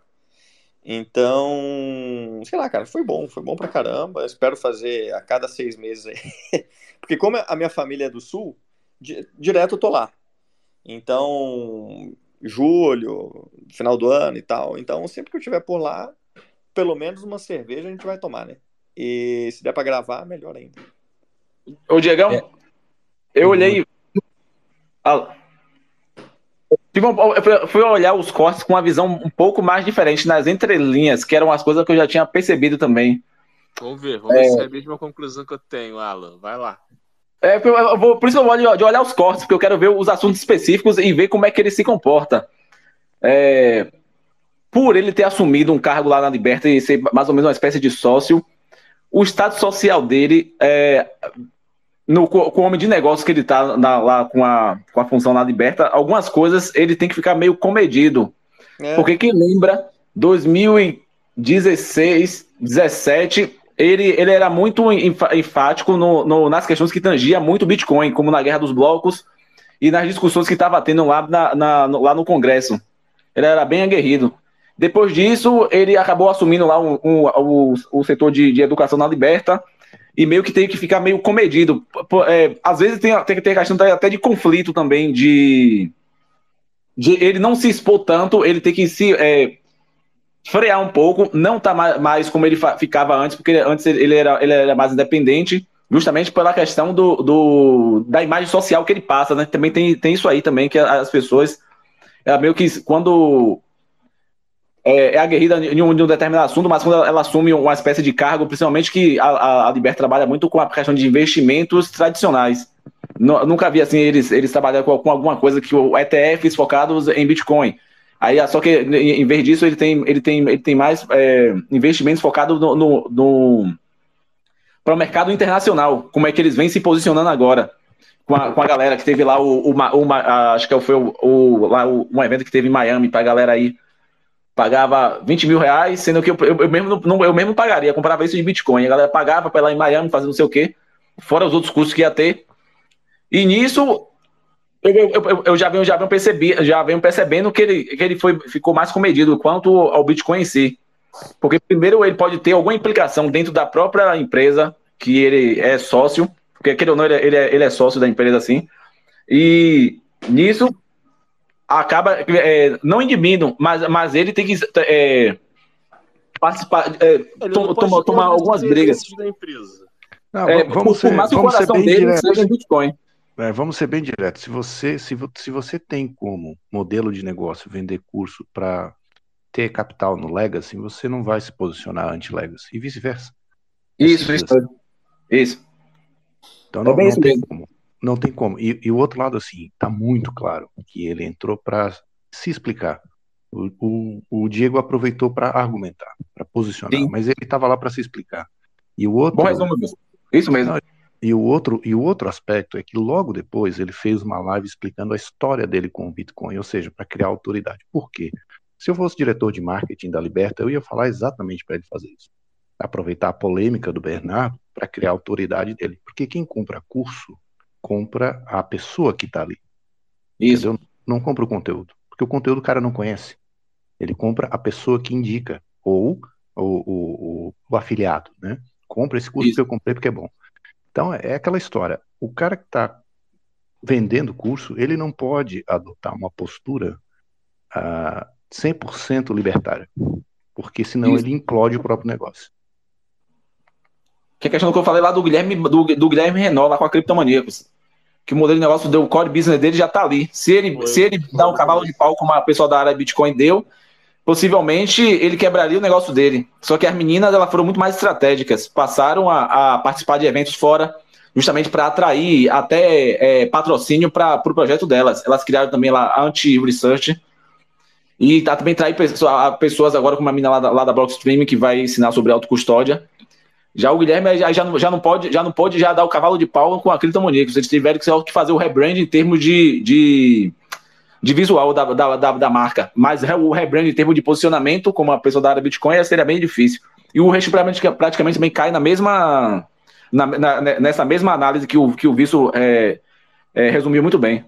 Então, sei lá, cara, foi bom. Foi bom pra caramba. Eu espero fazer a cada seis meses aí. Porque como a minha família é do Sul, di, direto eu tô lá. Então, julho, final do ano e tal. Então, sempre que eu estiver por lá, pelo menos uma cerveja a gente vai tomar, né? E se der pra gravar, melhor ainda. Ô, Diegão, é. eu olhei... Ah, eu fui olhar os cortes com uma visão um pouco mais diferente nas entrelinhas, que eram as coisas que eu já tinha percebido também. Vamos ver, vamos é... ver se é a mesma conclusão que eu tenho, Alan. Vai lá. É, eu vou, por isso eu vou de olhar os cortes, porque eu quero ver os assuntos específicos e ver como é que ele se comporta. É, por ele ter assumido um cargo lá na Liberta e ser mais ou menos uma espécie de sócio, o estado social dele, é, no, com o homem de negócios que ele está lá com a, com a função na Liberta, algumas coisas ele tem que ficar meio comedido. É. Porque quem lembra, dois mil e dezesseis, dezessete... Ele, ele era muito enfático no, no, nas questões que tangia muito o Bitcoin, como na Guerra dos Blocos e nas discussões que estava tendo lá, na, na, no, lá no Congresso. Ele era bem aguerrido. Depois disso, ele acabou assumindo lá um, um, o, o setor de, de educação na Liberta e meio que teve que ficar meio comedido. É, às vezes tem, tem que ter questão até de conflito também, de, de ele não se expor tanto, ele tem que se... É, frear um pouco, não tá mais como ele ficava antes, porque antes ele era, ele era mais independente, Justamente pela questão do, do, da imagem social que ele passa, né? Também tem, tem isso aí também, que as pessoas, ela meio que, quando é, é aguerrida em um, em um determinado assunto, mas quando ela assume uma espécie de cargo, principalmente que a, a, a Liberta trabalha muito com a questão de investimentos tradicionais. N- nunca vi assim, eles, eles trabalham com, com alguma coisa que o E T Fs focados em Bitcoin. Aí, só que em vez disso, ele tem, ele tem, ele tem mais é, investimentos focados no, no, no para o mercado internacional, como é que eles vêm se posicionando agora com a, com a galera que teve lá o, o, o a, acho que foi o, o, lá o, um evento que teve em Miami para a galera aí, pagava vinte mil reais, sendo que eu, eu, eu, mesmo, não, eu mesmo pagaria, comprava isso de Bitcoin, a galera pagava para ir lá em Miami fazer não sei o que, fora os outros custos que ia ter, e nisso eu, eu, eu, eu já venho, já venho, percebi, já venho percebendo que ele, que ele foi, ficou mais comedido quanto ao Bitcoin em si. Porque primeiro ele pode ter alguma implicação dentro da própria empresa, que ele é sócio, porque aquele ou não, ele, ele, é, ele é sócio da empresa assim, e nisso acaba, é, não indimindo, mas, mas ele tem que é, participar, é, tom, tom, tomar algumas brigas. Da empresa. Não, é, vamos por, por mais ser, que o coração ser dele direto. seja em Bitcoin. É, vamos ser bem diretos. Se você, se, se você tem como modelo de negócio vender curso para ter capital no Legacy, você não vai se posicionar anti-Legacy e vice-versa. É isso, isso, assim. isso. Então não, é bem não isso tem mesmo. como. Não tem como. E, e o outro lado, assim, tá muito claro que ele entrou para se explicar. O, o, o Diego aproveitou para argumentar, para posicionar, Sim. mas ele estava lá para se explicar. E o outro. Bom resumo mesmo. Isso mesmo. Não, e, o outro, e o outro aspecto é que logo depois ele fez uma live explicando a história dele com o Bitcoin, ou seja, para criar autoridade. Por quê? Se eu fosse diretor de marketing da Liberta, eu ia falar exatamente para ele fazer isso. Aproveitar a polêmica do Bernardo para criar a autoridade dele. Porque quem compra curso, compra a pessoa que está ali. Isso. Entendeu? Não compra o conteúdo. Porque o conteúdo o cara não conhece. Ele compra a pessoa que indica. Ou o, o, o, o afiliado, né? Compra esse curso que eu comprei porque é bom. Então, é aquela história. O cara que está vendendo curso, ele não pode adotar uma postura uh, cem por cento libertária. Porque senão Isso. ele implode o próprio negócio. Que é a questão que eu falei lá do Guilherme, do, do Guilherme Renault, lá com a Criptomaníacos. Que o modelo de negócio, do core business dele já está ali. Se ele, foi, se ele dá um cavalo de pau, como a pessoa da área Bitcoin deu, possivelmente ele quebraria o negócio dele. Só que as meninas, elas foram muito mais estratégicas. Passaram a, a participar de eventos fora, justamente para atrair até é, patrocínio para o pro projeto delas. Elas criaram também lá a Anti-Research. E tá, também trair pessoas agora, como a menina lá da, lá da Blockstream, que vai ensinar sobre autocustódia. Já o Guilherme já, já, não, já, não pode, já não pode já dar o cavalo de pau com a Criptomaníacos. Eles tiveram que fazer o rebrand em termos de, de, de visual da, da, da, da marca. Mas o rebrand em termos de posicionamento, como a pessoa da área Bitcoin, seria bem difícil. E o resto praticamente, praticamente também cai na mesma, na, na, nessa mesma análise que o, que o Visso é, é, resumiu muito bem.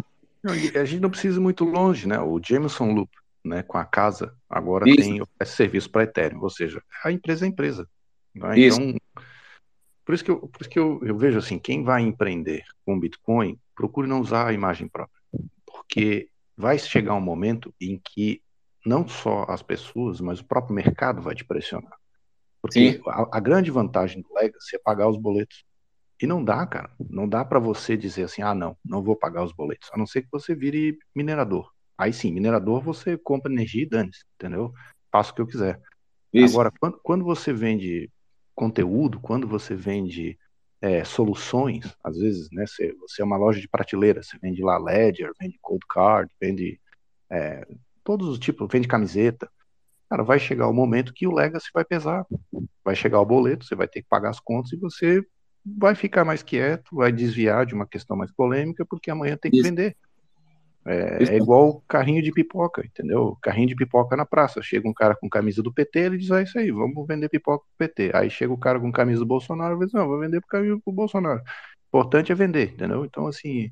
A gente não precisa ir muito longe, né? O Jameson Loop, né, com a casa, agora Isso. tem esse serviço para Ethereum, ou seja, a empresa é a empresa. Né? Isso. Então, por isso que, eu, por isso que eu, eu vejo assim, quem vai empreender com Bitcoin, procure não usar a imagem própria, porque vai chegar um momento em que não só as pessoas, mas o próprio mercado vai te pressionar. Porque a, a grande vantagem do Legacy é pagar os boletos. E não dá, cara. Não dá para você dizer assim, ah, não, não vou pagar os boletos. A não ser que você vire minerador. Aí sim, minerador você compra energia e dane-se, entendeu? Faça o que eu quiser. Isso. Agora, quando, quando você vende conteúdo, quando você vende é, soluções, às vezes, né, você, você é uma loja de prateleira, você vende lá Ledger, vende Cold Card, vende é, todos os tipos, vende camiseta. Cara, vai chegar o momento que o Legacy vai pesar. Vai chegar o boleto, você vai ter que pagar as contas e você vai ficar mais quieto, vai desviar de uma questão mais polêmica, porque amanhã tem que Isso. vender. É, é igual carrinho de pipoca, entendeu? Carrinho de pipoca na praça. Chega um cara com camisa do P T, ele diz, ah, isso aí, vamos vender pipoca pro P T. Aí chega o cara com camisa do Bolsonaro, ele diz, não, vou vender pro, pro Bolsonaro. O importante é vender, entendeu? Então, assim,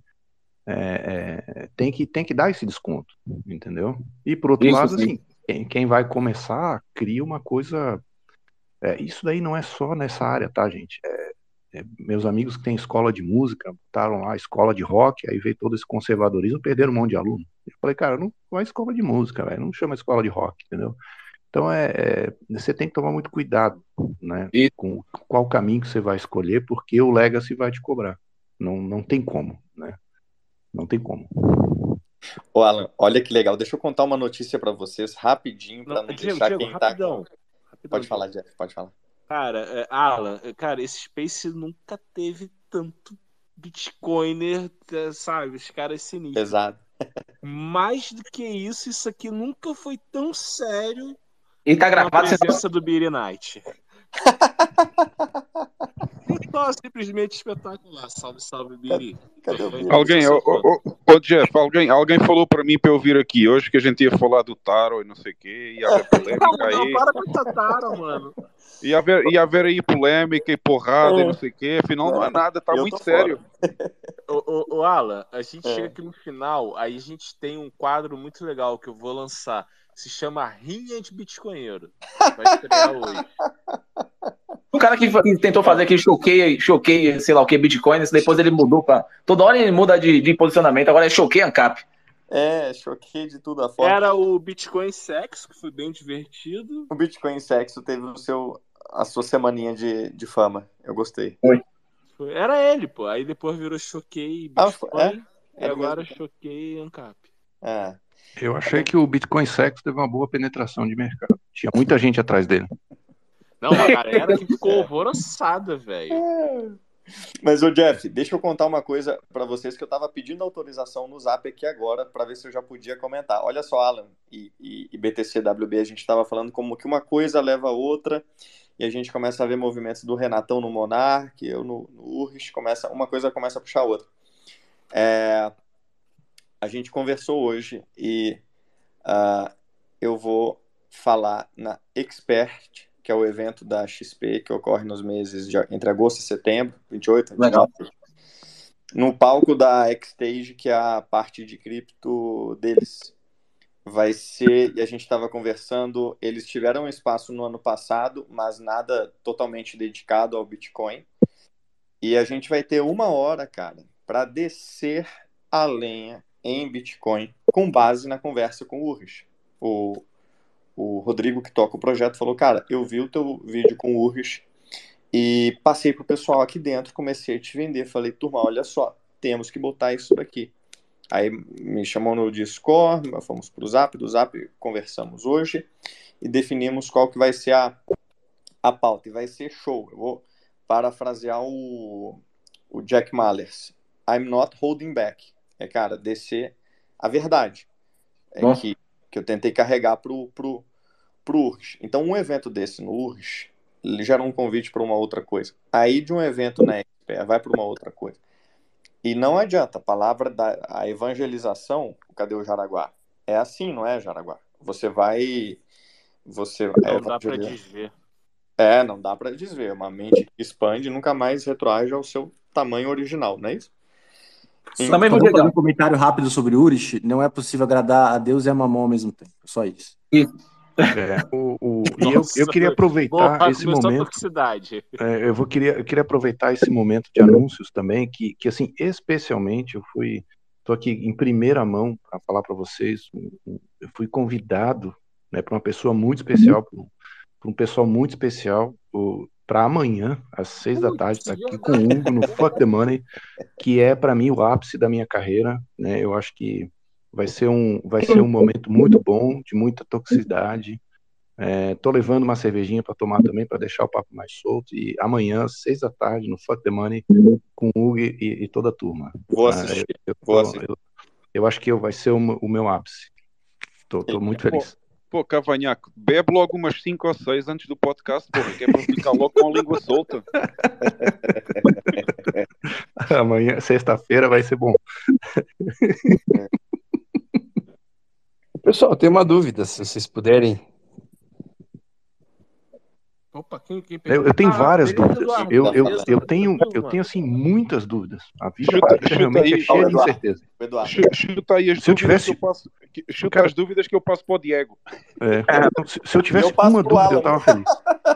é, é, tem, que, tem que dar esse desconto, entendeu? E por outro isso, lado, sim. assim, quem, quem vai começar, cria uma coisa... É, isso daí não é só nessa área, tá, gente? É, é, meus amigos que têm escola de música, botaram lá escola de rock, aí veio todo esse conservadorismo, perderam um monte de aluno. Eu falei, cara, não vai escola de música, véio, não chama escola de rock, entendeu? Então é, é, você tem que tomar muito cuidado, né, E- com qual caminho que você vai escolher, porque o Legacy vai te cobrar. Não, não tem como, né? Não tem como. Ô, Alan, olha que legal. Deixa eu contar uma notícia pra vocês rapidinho, pra Não, não Diego, deixar Diego, quem tá rapidão. com... Rapidão, Pode falar, Diego. Jeff, pode falar. Cara, é, Alan, é, cara, esse Space nunca teve tanto Bitcoiner, é, sabe? Os caras sinistros. Pesado. Mais do que isso, isso aqui nunca foi tão sério E tá com a gravado, você presença do Beery Knight. Só simplesmente espetacular. Salve, salve, Beery. Cadê o Beery? Alguém, ô, ô, ô, ô, Jeff, alguém, alguém falou para mim para eu vir aqui hoje que a gente ia falar do Taro e não sei o quê, ia haver polémica Não, aí, para com essa tara, mano. ia haver, ia haver aí polêmica e porrada e não sei o quê, afinal não é nada, tá Eu muito tô sério. Ô, ô, ô, Alan, a gente É. chega aqui no final, aí a gente tem um quadro muito legal que eu vou lançar. Se chama Rinha de Bitcoinheiro. Vai estrear hoje. O cara que que tentou fazer aquele choqueia, choqueia, sei lá o que, Bitcoin, depois ele mudou pra. Toda hora ele muda de, de posicionamento, agora é choqueia ANCAP. É, choquei de tudo a forma. Era o Bitcoin Sexo, que foi bem divertido. O Bitcoin Sexo teve o seu, a sua semaninha de, de fama. Eu gostei. Foi. Foi- Era ele, pô. Aí depois virou Choquei Ah, Bitcoin. foi- é? E Era o agora mesmo. Choquei ANCAP. É. Eu achei que o Bitcoin Sex teve uma boa penetração de mercado. Tinha muita gente atrás dele. Não, uma galera que ficou alvoroçada, velho. Mas, ô Jeff, deixa eu contar uma coisa pra vocês que eu tava pedindo autorização no Zap aqui agora pra ver se eu já podia comentar. Olha só, Alan e, e, e B T C W B, a gente tava falando como que uma coisa leva a outra e a gente começa a ver movimentos do Renatão no Monark, eu no, no Urris, começa, uma coisa começa a puxar a outra. É, a gente conversou hoje e uh, eu vou falar na Expert, que é o evento da X P que ocorre nos meses de, entre agosto e setembro, vinte e oito, Legal. vinte e nove, no palco da Xstage, que é a parte de cripto deles. Vai ser, e a gente estava conversando, eles tiveram um espaço no ano passado, mas nada totalmente dedicado ao Bitcoin. E a gente vai ter uma hora, cara, para descer a lenha em Bitcoin, com base na conversa com o Urris. O, o Rodrigo, que toca o projeto, falou, cara, eu vi o teu vídeo com o Urris e passei pro pessoal aqui dentro, comecei a te vender. Falei, turma, olha só, temos que botar isso daqui. Aí me chamou no Discord, fomos pro Zap, do Zap conversamos hoje e definimos qual que vai ser a, a pauta. E vai ser show. Eu vou parafrasear o, o Jack Mallers. I'm not holding back. É, cara, descer a verdade. É que, que eu tentei carregar pro, pro, pro Urris. Então, um evento desse no Urris, ele gera um convite para uma outra coisa. Aí, de um evento na Expert, vai para uma outra coisa. E não adianta, a palavra da a evangelização, cadê o Jaraguá? É assim, não é, Jaraguá? Você vai... Você Não dá pra desver. É, não dá pra desver. Uma mente que expande e nunca mais retroage ao seu tamanho original, não é isso? Só Também vou fazer um comentário rápido sobre Urich. Não é possível agradar a Deus e a Mamon ao mesmo tempo. Só isso. É, o, o, e eu, eu queria aproveitar Boa, esse começou a momento. toxicidade. É, eu, vou, queria, eu queria aproveitar esse momento de anúncios também, que, que assim, especialmente eu fui, estou aqui em primeira mão para falar para vocês, eu fui convidado, né, para uma pessoa muito especial, para um pessoal muito especial, para amanhã, às seis da tarde, estar aqui com o Hugo no Fuck the Money, que é para mim o ápice da minha carreira, né? Eu acho que vai ser um, vai ser um momento muito bom, de muita toxicidade. É, tô levando uma cervejinha para tomar também, para deixar o papo mais solto. E amanhã, seis da tarde, no Fuck the Money, com o Hugo e, e toda a turma. Vou tá? assistir. Eu, eu, Vou tô, assistir. eu, eu acho que eu, vai ser o, o meu ápice. Tô, tô muito feliz. Pô, Cavanhaque, bebe logo umas cinco ou seis antes do podcast, porra, que é para ficar logo com a língua solta. Amanhã, sexta-feira, vai ser bom. Pessoal, tem uma dúvida, se vocês puderem. Opa, quem, quem Eu, eu tenho ah, várias beleza, dúvidas. Eduardo, Eu, eu, beleza, eu tenho, tranquilo, eu mano. tenho assim muitas dúvidas. A vida, Chuta, a vida chuta realmente aí. é cheia de Eduardo. incerteza. Eduardo. Chu- Chuta aí as Se eu dúvidas tivesse- que eu passo. que- Chuta Cara- as dúvidas que eu passo para o Diego. É, se, se eu tivesse Eu passo uma pro dúvida, Alan. eu tava feliz.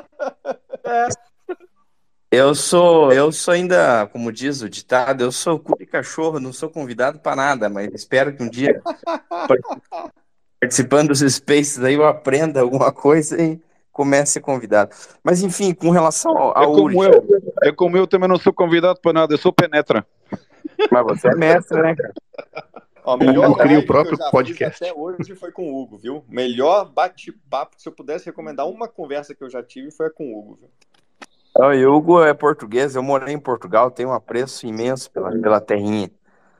Eu sou, eu sou ainda, como diz o ditado, eu sou cu de cachorro, não sou convidado para nada, mas espero que um dia participando dos Spaces aí eu aprenda alguma coisa e comece a ser convidado. Mas enfim, com relação ao, É ao como Urich, eu. É como eu também não sou convidado para nada, eu sou penetra. mas você é mestre, né, cara? Ó, a O melhor Hugo cria o live que eu próprio já fiz podcast. até hoje foi com o Hugo, viu? Melhor bate-papo, se eu pudesse recomendar uma conversa que eu já tive, foi com o Hugo, viu? O Hugo é português, eu morei em Portugal, tenho um apreço imenso pela, pela terrinha.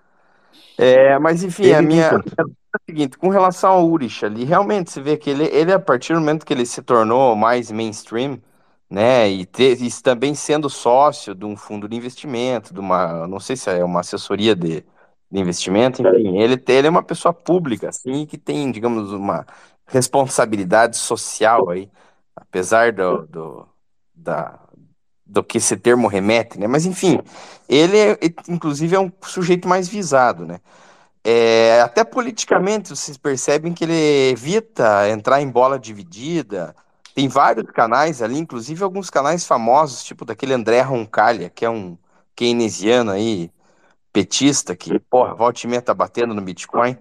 É, mas enfim, a Ele nem minha, a tanto. minha dúvida é a seguinte, com relação ao Urich ali, realmente se vê que ele, ele, a partir do momento que ele se tornou mais mainstream, né, e, ter, e também sendo sócio de um fundo de investimento, de uma, não sei se é uma assessoria de, de investimento, enfim, ele, ele é uma pessoa pública, assim, que tem, digamos, uma responsabilidade social aí, apesar do, do, da, do que esse termo remete, né, mas enfim, ele, é, inclusive, é um sujeito mais visado, né. É, até politicamente vocês percebem que ele evita entrar em bola dividida. Tem vários canais ali, inclusive alguns canais famosos, tipo daquele André Roncalha, que é um keynesiano aí, petista, que, porra, volta e meia tá batendo no Bitcoin.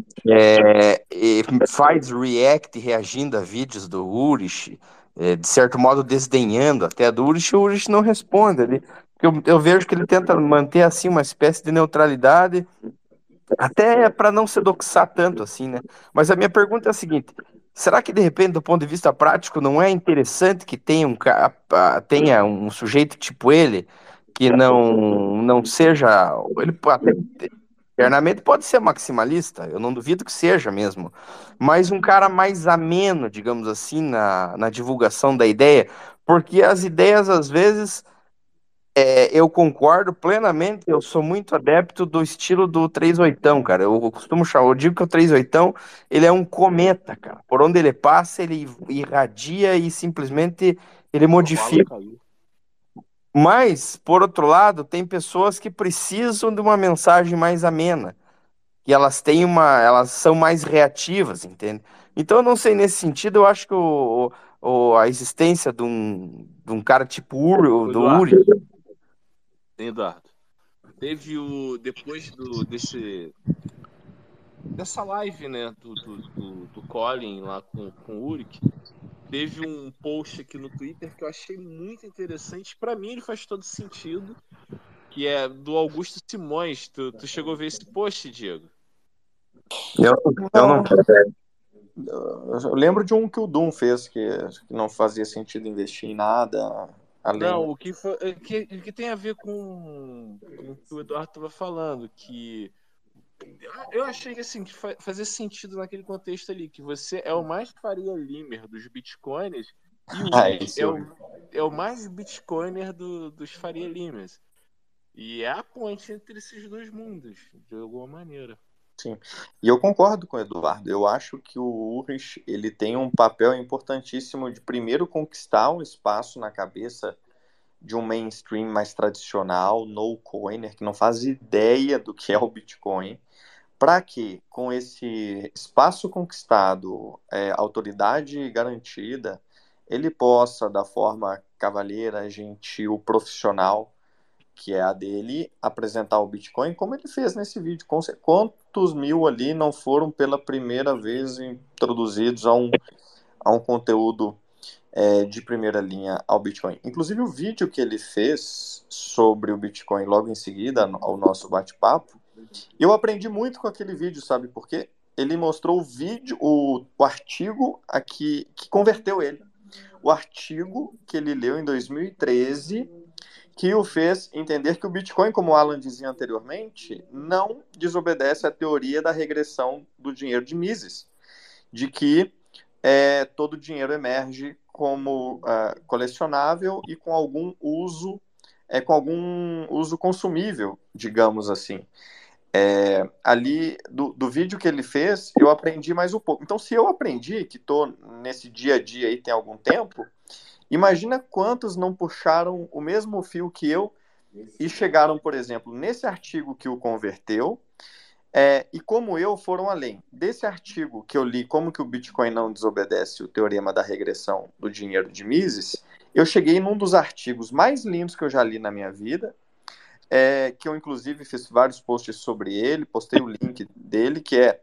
É, e faz react reagindo a vídeos do Urich, é, de certo modo desdenhando até do Urich, o Urich não responde. Ele, eu, eu vejo que ele tenta manter assim uma espécie de neutralidade até para não se doxar tanto assim, né? Mas a minha pergunta é a seguinte: será que de repente, do ponto de vista prático, não é interessante que tenha um, ca- ah, tenha um sujeito tipo ele que não não seja, ele po- até internamente pode ser maximalista, eu não duvido que seja mesmo, mas um cara mais ameno, digamos assim, na, na divulgação da ideia, porque as ideias às vezes é, eu concordo plenamente, eu sou muito adepto do estilo do três oitão, cara. Eu costumo chamar, eu digo que o três oitão, ele é um cometa, cara. Por onde ele passa, ele irradia e simplesmente ele O Alan modifica. caiu. Mas, por outro lado, tem pessoas que precisam de uma mensagem mais amena, que elas têm uma, elas são mais reativas, entende? Então, eu não sei, nesse sentido, eu acho que o, o- a existência de um, de um cara tipo Uri, Ô, do Eduardo, Uri, hein, Eduardo. Teve o. Depois do, desse, dessa live, né, do, do, do, do Colin lá com, com o Urich, teve um post aqui no Twitter que eu achei muito interessante. Para mim, ele faz todo sentido. Que é do Augusto Simões. Tu, tu chegou a ver esse post, Diego? eu, eu não. Eu lembro de um que o Doom fez, que, que não fazia sentido investir em nada além. Não, o que, foi, o que, o que tem a ver com, com o que o Eduardo estava falando, que eu achei que assim, que fa- fazia sentido naquele contexto ali, que você é o mais Faria Limer dos bitcoins e o Ah, Urich isso é eu o, vi. é o mais bitcoiner do, dos Faria Limers. E é a ponte entre esses dois mundos, de alguma maneira. Sim. E eu concordo com o Eduardo. Eu acho que o Ulrich, ele tem um papel importantíssimo de primeiro conquistar um espaço na cabeça de um mainstream mais tradicional, no-coiner, que não faz ideia do que é o Bitcoin, para que, com esse espaço conquistado, é, autoridade garantida, ele possa, da forma cavalheira, gentil, profissional, que é a dele, apresentar o Bitcoin como ele fez nesse vídeo. Quantos mil ali não foram pela primeira vez introduzidos a um, a um conteúdo é, de primeira linha ao Bitcoin? Inclusive o vídeo que ele fez sobre o Bitcoin logo em seguida ao nosso bate-papo, eu aprendi muito com aquele vídeo, sabe por quê? Ele mostrou o vídeo, o, o artigo aqui que converteu ele. O artigo que ele leu em dois mil e treze, que o fez entender que o Bitcoin, como o Alan dizia anteriormente, não desobedece à teoria da regressão do dinheiro de Mises, de que é, todo dinheiro emerge como uh, colecionável e com algum uso, é, com algum uso consumível, digamos assim. É, ali, do, do vídeo que ele fez, eu aprendi mais um pouco. Então, se eu aprendi, que estou nesse dia a dia aí tem algum tempo, imagina quantos não puxaram o mesmo fio que eu e chegaram, por exemplo, nesse artigo que o converteu, é, e como eu foram além. Desse artigo que eu li, como que o Bitcoin não desobedece o teorema da regressão do dinheiro de Mises, eu cheguei num dos artigos mais lindos que eu já li na minha vida, é, que eu inclusive fiz vários posts sobre ele, postei o link dele, que é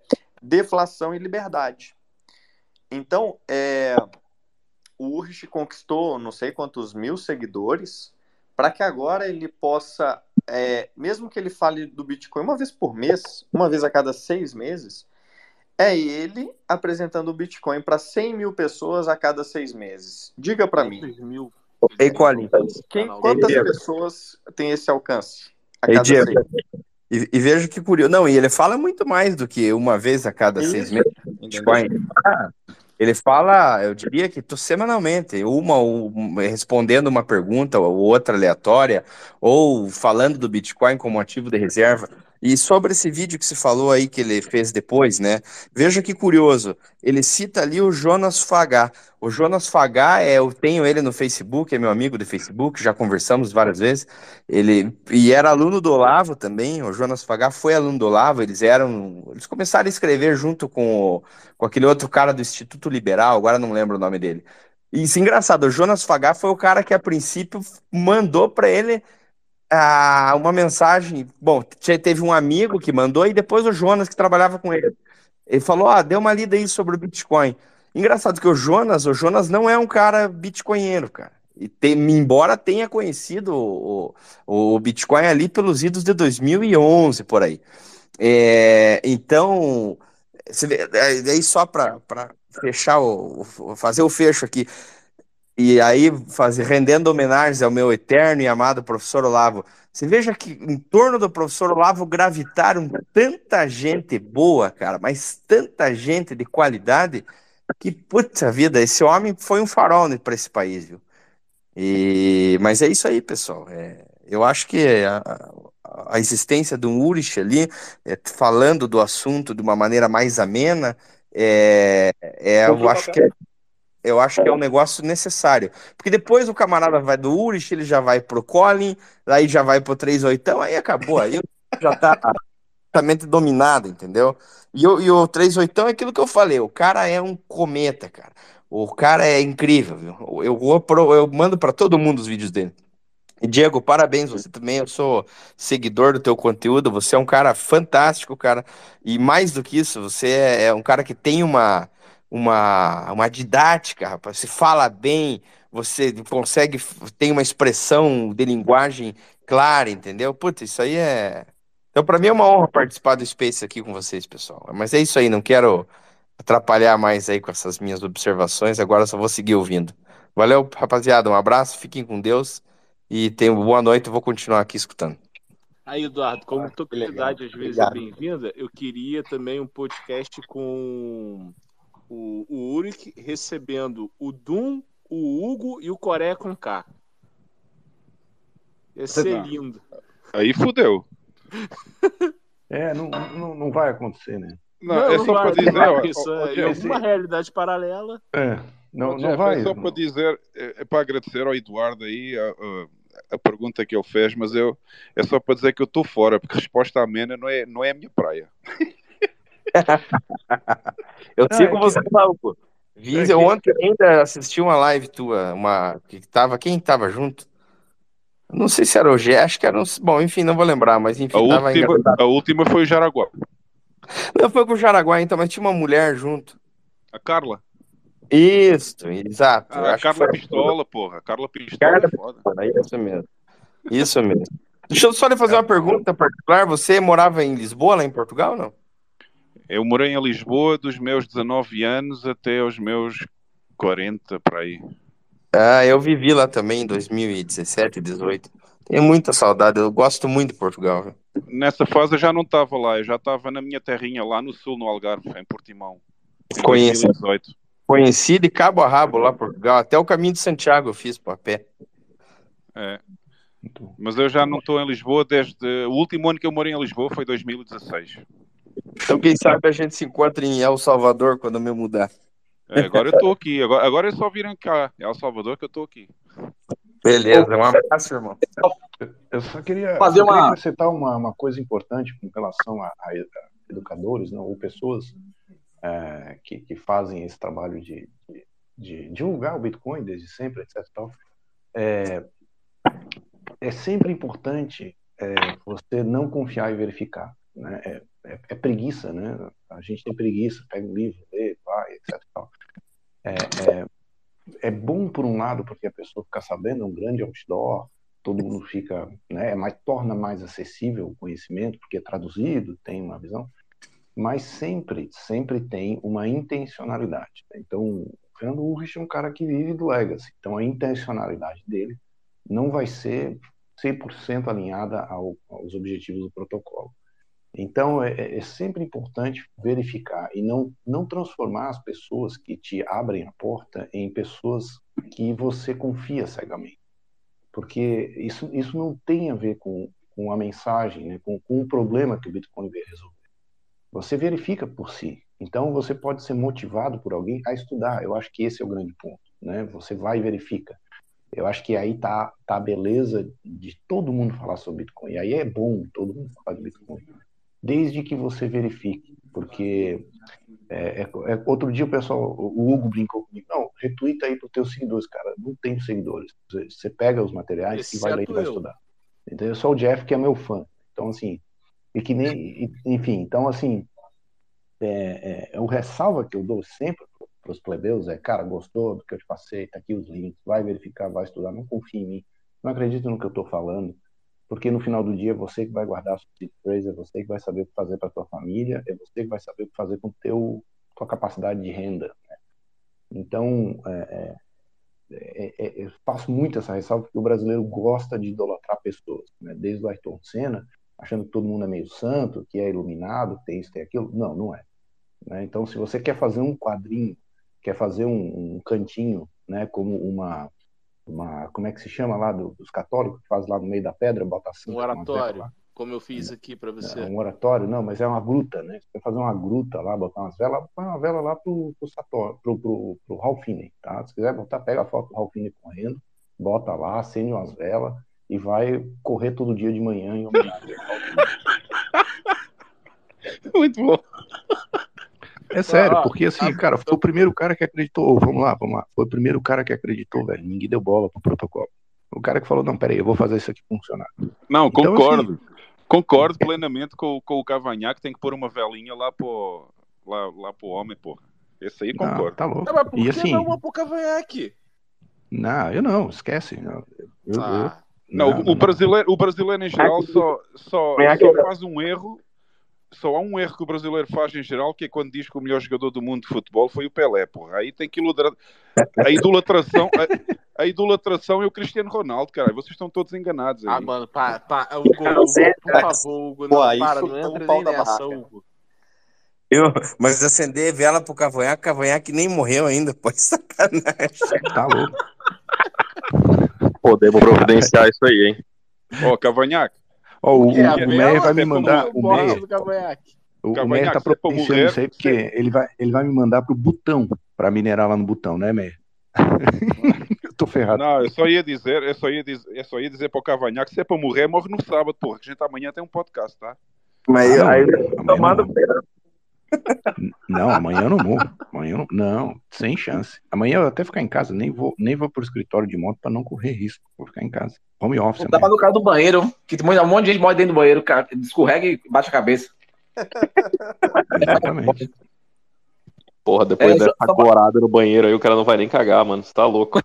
deflação e liberdade. Então, é, o Ulrich conquistou não sei quantos mil seguidores para que agora ele possa, é, mesmo que ele fale do Bitcoin uma vez por mês, uma vez a cada seis meses, é ele apresentando o Bitcoin para cem mil pessoas a cada seis meses. Diga para mim. mil. Ei, Colin. Quem, quantas Ei, pessoas têm esse alcance a Ei, cada Diego. seis meses? E, e veja que curioso. Não, e ele fala muito mais do que uma vez a cada Isso. seis meses. Bitcoin. Ah, ele fala, eu diria que tô semanalmente, uma, uma respondendo uma pergunta ou outra aleatória, ou falando do Bitcoin como ativo de reserva. E sobre esse vídeo que se falou aí que ele fez depois, né? Veja que curioso. Ele cita ali o Jonas Fagá. O Jonas Fagá, é, eu tenho ele no Facebook, é meu amigo do Facebook, já conversamos várias vezes. Ele e era aluno do Olavo também. O Jonas Fagá foi aluno do Olavo. Eles eram, eles começaram a escrever junto com, o, com aquele outro cara do Instituto Liberal. Agora não lembro o nome dele. E isso é engraçado. O Jonas Fagá foi o cara que a princípio mandou para ele ah, uma mensagem. Bom, teve um amigo que mandou e depois o Jonas que trabalhava com ele. Ele falou: ah, dê uma lida aí sobre o Bitcoin. Engraçado que o Jonas, o Jonas não é um cara bitcoinheiro, cara. E tem, embora tenha conhecido o, o, o Bitcoin ali pelos idos de dois mil e onze, por aí. É, então, você vê, aí só para fechar, o, fazer o fecho aqui, e aí fazer, rendendo homenagens ao meu eterno e amado professor Olavo. Você veja que em torno do professor Olavo gravitaram tanta gente boa, cara, mas tanta gente de qualidade, que, puta vida, esse homem foi um farol para esse país, viu? E, mas é isso aí, pessoal. É, eu acho que a, a existência do Ulrich ali, é, falando do assunto de uma maneira mais amena, é, é, eu acho que é, eu acho que é um negócio necessário. Porque depois o camarada vai do Ulrich, ele já vai pro Colin, aí já vai pro três oitão, aí acabou. Aí já tá totalmente dominado, entendeu? E, o- e o três oitão é aquilo que eu falei, o cara é um cometa, cara. O cara é incrível, viu? Eu, vou pro- eu mando para todo mundo os vídeos dele. E Diego, parabéns, você também, eu sou seguidor do teu conteúdo, você é um cara fantástico, cara, e mais do que isso, você é, é um cara que tem uma, uma, uma didática, rapaz, você fala bem, você consegue, tem uma expressão de linguagem clara, entendeu? Putz, isso aí é... Então, para mim é uma honra participar do Space aqui com vocês, pessoal. Mas é isso aí, não quero atrapalhar mais aí com essas minhas observações, agora eu só vou seguir ouvindo. Valeu, rapaziada, um abraço, fiquem com Deus. E tenham boa noite, eu vou continuar aqui escutando. Aí, Eduardo, como Ah, tua que legal. qualidade às vezes Obrigado. é bem-vinda, eu queria também um podcast com o, o Ulrich recebendo o Dum, o Hugo e o Coreia com K. Ia ser Não. lindo. Aí fudeu. É, não, não, não vai acontecer, né? Não, Não, é não só vai, para não dizer, vai, ó, porque isso ó, ó, é em Jeff, alguma realidade paralela. É, ó, não, não Jeff, vai. é só não. para dizer, é, é para agradecer ao Eduardo aí a, a, a pergunta que ele fez, mas eu é só para dizer que eu estou fora, porque resposta amena não é, não é a minha praia. Eu Não, sigo é você que, lá, Hugo. Vi, é eu que ontem ainda assisti uma live tua, uma que tava, quem tava junto? Não sei se era o G, acho que era um, bom, enfim, não vou lembrar, mas A enfim, tava última, engraçado. a última foi o Jaraguá. Não, foi com o Jaraguá então, mas tinha uma mulher junto. A Carla. Isso, exato, eu Ah, a acho que foi Carla a Pistola, porra. A Carla Pistola Carla é foda. Pistola, isso mesmo, isso mesmo. Deixa eu só lhe fazer é, uma pergunta particular, você morava em Lisboa, lá em Portugal, ou não? Eu morei em Lisboa dos meus dezanove anos até aos meus quarenta, para aí. Ah, eu vivi lá também em dois mil e dezessete, dezoito. Tenho muita saudade, eu gosto muito de Portugal, viu? Nessa fase eu já não estava lá, eu já estava na minha terrinha lá no sul, no Algarve, em Portimão, em Conheci, dois mil e dezoito. conheci de cabo a rabo lá Portugal, até o caminho de Santiago eu fiz a pé. É. então, Mas eu já não estou em Lisboa desde... O último ano que eu morei em Lisboa foi dois mil e dezesseis. Então quem sabe a gente se encontra em El Salvador quando eu me mudar. É, agora eu estou aqui, agora, agora é só virem cá, é El Salvador que eu estou aqui. Beleza, um abraço, irmão. eu só queria, Fazer só queria uma. acrescentar uma, uma coisa importante com relação a, a educadores, não, ou pessoas é, que, que fazem esse trabalho de, de, de divulgar o Bitcoin desde sempre, etc. Tal. É, é sempre importante é, você não confiar e verificar, né? É, é, é preguiça, né? A gente tem preguiça, pega um livro, lê, vai, etcétera. É, é, é bom por um lado, porque a pessoa fica sabendo, é um grande outdoor, todo mundo fica, né, mas torna mais acessível o conhecimento, porque é traduzido, tem uma visão, mas sempre, sempre tem uma intencionalidade. Então, o Fernando Urrich é um cara que vive do Legacy, então a intencionalidade dele não vai ser cem por cento alinhada ao, aos objetivos do protocolo. Então, é, é sempre importante verificar e não, não transformar as pessoas que te abrem a porta em pessoas que você confia cegamente. Porque isso, isso não tem a ver com, com a mensagem, né? com, com o problema que o Bitcoin veio resolver. Você verifica por si. Então, você pode ser motivado por alguém a estudar. Eu acho que esse é o grande ponto. Né? Você vai e verifica. Eu acho que aí tá, tá a beleza de todo mundo falar sobre Bitcoin. E aí é bom todo mundo falar de Bitcoin. Desde que você verifique. Porque é, é, é, outro dia o pessoal, o Hugo brincou comigo. Não, retuita aí para os teus seguidores, cara. Não tenho seguidores. Você, você pega os materiais Exceto e vai ler e vai estudar. Então, eu sou o Jeff, que é meu fã. Então, assim, e que nem, enfim, então, assim, é, é, o ressalva que eu dou sempre para os plebeus é, cara, gostou do que eu te passei, tá aqui os links, vai verificar, vai estudar, não confie em mim, não acredite no que eu estou falando, porque no final do dia é você que vai guardar a sua seed phrase, é você que vai saber o que fazer para tua família, é você que vai saber o que fazer com teu tua capacidade de renda, né? Então, é, é, é, eu faço muito essa ressalva porque o brasileiro gosta de idolatrar pessoas, né? Desde o Ayrton Senna, achando que todo mundo é meio santo, que é iluminado, tem isso, tem aquilo. Não, não é. Né? Então, se você quer fazer um quadrinho, quer fazer um, um cantinho, né, como uma, uma, como é que se chama lá do, dos católicos, que faz lá no meio da pedra, bota assim. Um oratório, como eu fiz aqui para você. É, um oratório, não, mas é uma gruta, né? Você quer fazer uma gruta lá, botar umas velas, põe uma vela lá pro, pro, Sator, pro, pro, pro Ralph Finney, tá? Se quiser botar, pega a foto do Ralph Finney correndo, bota lá, acende umas velas, e vai correr todo dia de manhã em homenagem ao Muito bom. É sério, porque assim, cara, foi o primeiro cara que acreditou. Vamos lá, vamos lá. Foi o primeiro cara que acreditou, velho. Ninguém deu bola pro protocolo. O cara que falou, não, peraí, eu vou fazer isso aqui funcionar. Não, então, concordo. Assim, concordo plenamente com, com o Cavanhaque, tem que pôr uma velinha lá pro, lá, lá pro homem, porra. Esse aí concordo. Não, tá louco. Não, mas por e que assim, não uma pro Cavanhaque? Não, eu não, esquece. Eu, eu, ah. eu, não, não, o, o, brasileiro, o brasileiro em geral só, só, só faz um erro. Só há um erro que o brasileiro faz em geral, que é quando diz que o melhor jogador do mundo de futebol foi o Pelé, porra. Aí tem que idolatrar. A idolatração, a, a idolatração é o Cristiano Ronaldo, cara. Vocês estão todos enganados aí. Ah, mano, pá, pá, Hugo, Hugo, por favor, Hugo, não, Pô, para, não entra nem nessa, Hugo. Eu, mas acender vela pro Cavanhaque, Cavanhaque nem morreu ainda, pô, sacanagem. Tá louco. Podemos providenciar isso aí, hein? Ó, Cavanhaque. Ó, o, o, É, o Meyer vai me mandar. O Meyer, o, o Meyer tá providenciando isso aí, porque ele vai, ele vai me mandar pro Butão, pra minerar lá no Butão, né, Meyer? Eu tô ferrado. Não, eu só ia dizer, eu só ia dizer, eu só ia dizer pro Cavanhaque, se é pra morrer, morre no sábado, porra, que a gente amanhã tem um podcast, tá? Mas ah, aí eu tomando Não, amanhã eu não morro. Amanhã eu não, não, sem chance. Amanhã eu vou até ficar em casa, nem vou, nem vou pro escritório de moto pra não correr risco. Vou ficar em casa. Home office. Tava no cara do banheiro, que um monte de gente morre dentro do banheiro, cara, escorrega e bate a cabeça. Exatamente. Porra, depois É, dessa só- corada no banheiro aí, o cara não vai nem cagar, mano. Você tá louco.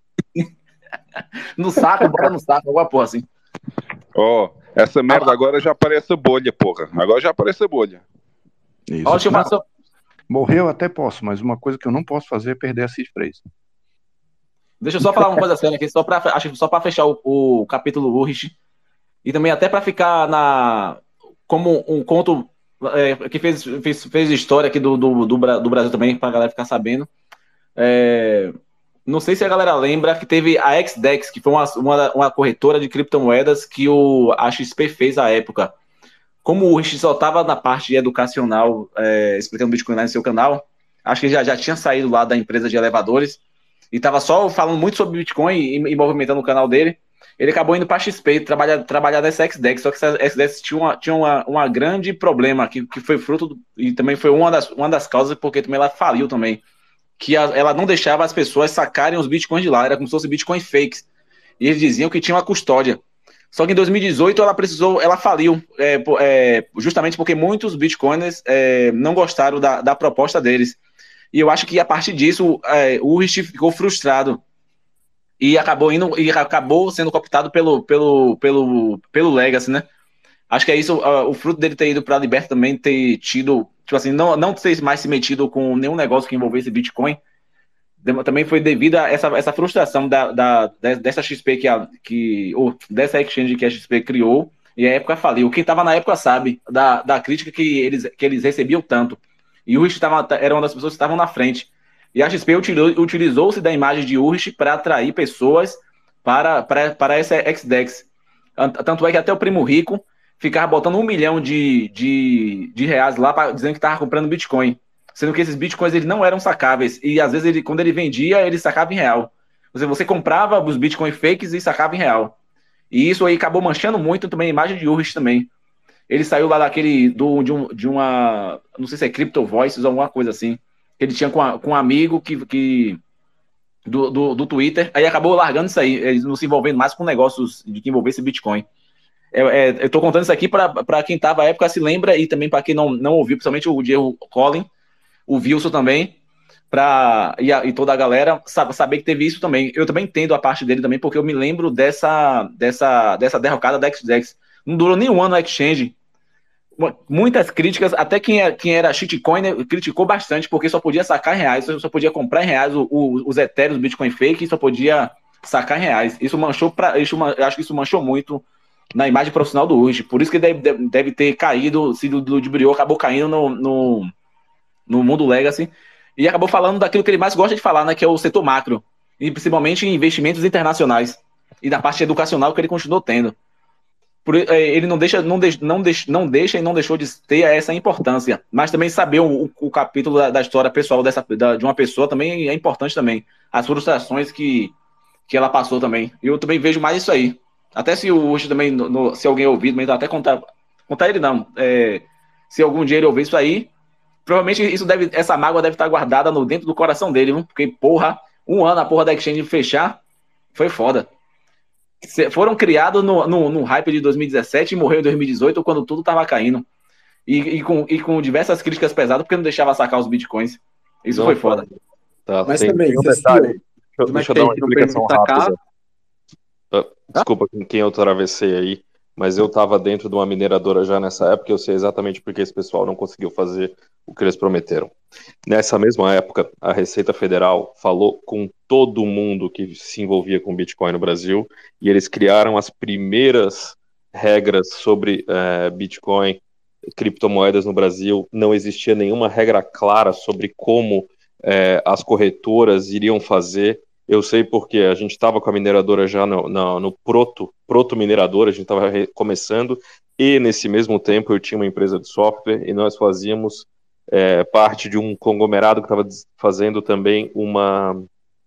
No saco, bota no saco, alguma porra assim. Ó, essa merda agora já parece bolha, porra. Agora já parece bolha. Isso. Ó, deixa eu Não, falar. morrer eu até posso, mas uma coisa que eu não posso fazer é perder a seed phrase. Deixa eu só falar uma coisa séria aqui, só pra, acho que só para fechar o, o capítulo Urrich e também até para ficar na como um conto é, que fez, fez, fez história aqui do, do, do, Bra- do Brasil também, pra galera ficar sabendo. É, não sei se a galera lembra que teve a X D E X, que foi uma, uma, uma corretora de criptomoedas que o, a X P fez à época. Como o Urrich só estava na parte educacional, é, explicando Bitcoin lá no seu canal, acho que ele já, já tinha saído lá da empresa de elevadores e estava só falando muito sobre Bitcoin e, e movimentando o canal dele. Ele acabou indo para a X P trabalhar, trabalhar nessa X D E X, só que essa X D E X tinha uma, tinha uma, uma grande problema, que, que foi fruto, do, e também foi uma das, uma das causas, porque também ela faliu também, que a, ela não deixava as pessoas sacarem os Bitcoins de lá, era como se fosse Bitcoin fakes, e eles diziam que tinha uma custódia. Só que em dois mil e dezoito ela precisou, ela faliu, é, é, justamente porque muitos bitcoiners é, não gostaram da, da proposta deles. E eu acho que a partir disso é, o Urich ficou frustrado e acabou indo e acabou sendo cooptado pelo pelo pelo pelo Legacy, né? Acho que é isso, uh, o fruto dele ter ido para a Liberta também, ter tido, tipo assim, não não ter mais se metido com nenhum negócio que envolvesse Bitcoin. Também foi devido a essa, essa frustração da, da, dessa X P que, a, que ou dessa exchange que a X P criou e a época faliu. Quem estava na época sabe da, da crítica que eles, que eles recebiam tanto. E o Urich era uma das pessoas que estavam na frente. E a X P utilizou-se da imagem de Urich para atrair pessoas para, para, para essa X D E X. Tanto é que até o Primo Rico ficava botando um milhão de, de, de reais lá pra, dizendo que estava comprando Bitcoin. Sendo que esses bitcoins eles não eram sacáveis. E às vezes, ele, quando ele vendia, ele sacava em real. Ou seja, você comprava os bitcoin fakes e sacava em real. E isso aí acabou manchando muito também a imagem de Urich também. Ele saiu lá daquele, do, de, um, de uma, não sei se é Crypto Voices ou alguma coisa assim, que ele tinha com, a, com um amigo que, que do, do, do Twitter. Aí acabou largando isso aí, eles não se envolvendo mais com negócios de que envolvesse Bitcoin. É, é, eu tô contando isso aqui para quem tava na época se lembra e também para quem não, não ouviu, principalmente o Diego Collin, o Wilson também, pra, e, a, e toda a galera sabe, saber que teve isso também. Eu também entendo a parte dele também, porque eu me lembro dessa, dessa, dessa derrocada da X D E X. Não durou nem um ano a Exchange. Muitas críticas, até quem era, quem era shitcoin criticou bastante, porque só podia sacar em reais, só podia comprar em reais o, o, os Ethereum, os Bitcoin fake, só podia sacar em reais. Isso manchou, pra, isso, eu acho que isso manchou muito na imagem profissional do Urich. Por isso que deve, deve ter caído, se o Ludibriou acabou caindo no... no no mundo Legacy, e acabou falando daquilo que ele mais gosta de falar, né, que é o setor macro, e principalmente em investimentos internacionais, e da parte educacional que ele continuou tendo. Por, ele não deixa, não, deixa, não, deixa, não deixa e não deixou de ter essa importância, mas também saber o, o, o capítulo da, da história pessoal dessa, da, de uma pessoa também é importante também, as frustrações que, que ela passou também. Eu também vejo mais isso aí. Até se o Urich também, no, no, se alguém ouvir, mas até contar, contar ele não, é, se algum dia ele ouvir isso aí, provavelmente isso deve, essa mágoa deve estar guardada no dentro do coração dele, viu? Porque, porra, um ano a porra da Exchange fechar, foi foda. Foram criados no, no, no hype de dois mil e dezessete e morreu em dois mil e dezoito, quando tudo tava caindo. E, e, com, e com diversas críticas pesadas, porque não deixava sacar os bitcoins. Isso não, foi foda. Tá, mas tem, também, tem um detalhe. Deixa, deixa eu dar uma explicação rápida. Ah, desculpa quem eu atravessei aí. Mas eu estava dentro de uma mineradora já nessa época, eu sei exatamente porque esse pessoal não conseguiu fazer o que eles prometeram. Nessa mesma época, a Receita Federal falou com todo mundo que se envolvia com Bitcoin no Brasil, e eles criaram as primeiras regras sobre uh, Bitcoin, criptomoedas no Brasil. Não existia nenhuma regra clara sobre como uh, as corretoras iriam fazer. Eu sei porque a gente estava com a mineradora já no, no, no proto, proto mineradora, a gente estava começando, e nesse mesmo tempo eu tinha uma empresa de software e nós fazíamos é, parte de um conglomerado que estava fazendo também uma,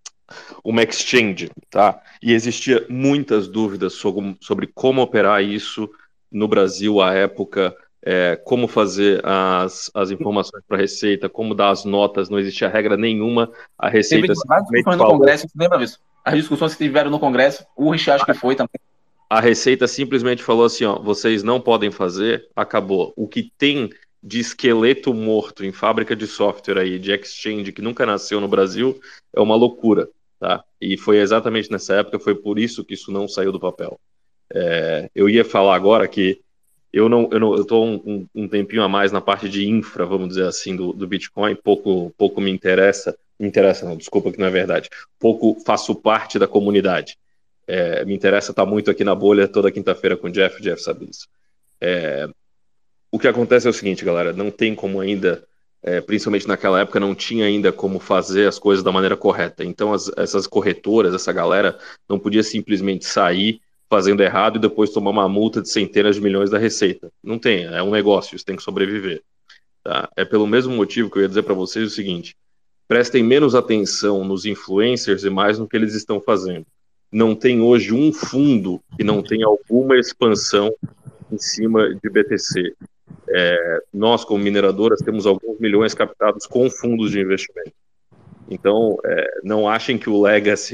uma exchange, tá? E existia muitas dúvidas sobre, sobre como operar isso no Brasil à época, é, como fazer as, as informações para a Receita, como dar as notas, não existia regra nenhuma. A Receita Teve várias discussões no Congresso, você lembra disso? As discussões que tiveram no Congresso, o Urich acho que foi também. A Receita simplesmente falou assim, ó, vocês não podem fazer, acabou. O que tem de esqueleto morto em fábrica de software aí, de exchange, que nunca nasceu no Brasil, é uma loucura, tá? E foi exatamente nessa época, foi por isso que isso não saiu do papel. É, eu ia falar agora que Eu não, eu não, eu tô um, um tempinho a mais na parte de infra, vamos dizer assim, do, do Bitcoin. Pouco, pouco me interessa, me interessa não, desculpa que não é verdade. Pouco faço parte da comunidade. É, me interessa estar muito aqui na bolha toda quinta-feira com o Jeff. O Jeff sabe disso. É, o que acontece é o seguinte, galera, não tem como ainda, é, principalmente naquela época, não tinha ainda como fazer as coisas da maneira correta. Então, as, essas corretoras, essa galera, não podia simplesmente sair fazendo errado e depois tomar uma multa de centenas de milhões da Receita. Não tem, é um negócio, isso tem que sobreviver. Tá? É pelo mesmo motivo que eu ia dizer para vocês o seguinte, prestem menos atenção nos influencers e mais no que eles estão fazendo. Não tem hoje um fundo que não tenha alguma expansão em cima de B T C. É, nós, como mineradoras, temos alguns milhões captados com fundos de investimento. Então, é, não achem que o Legacy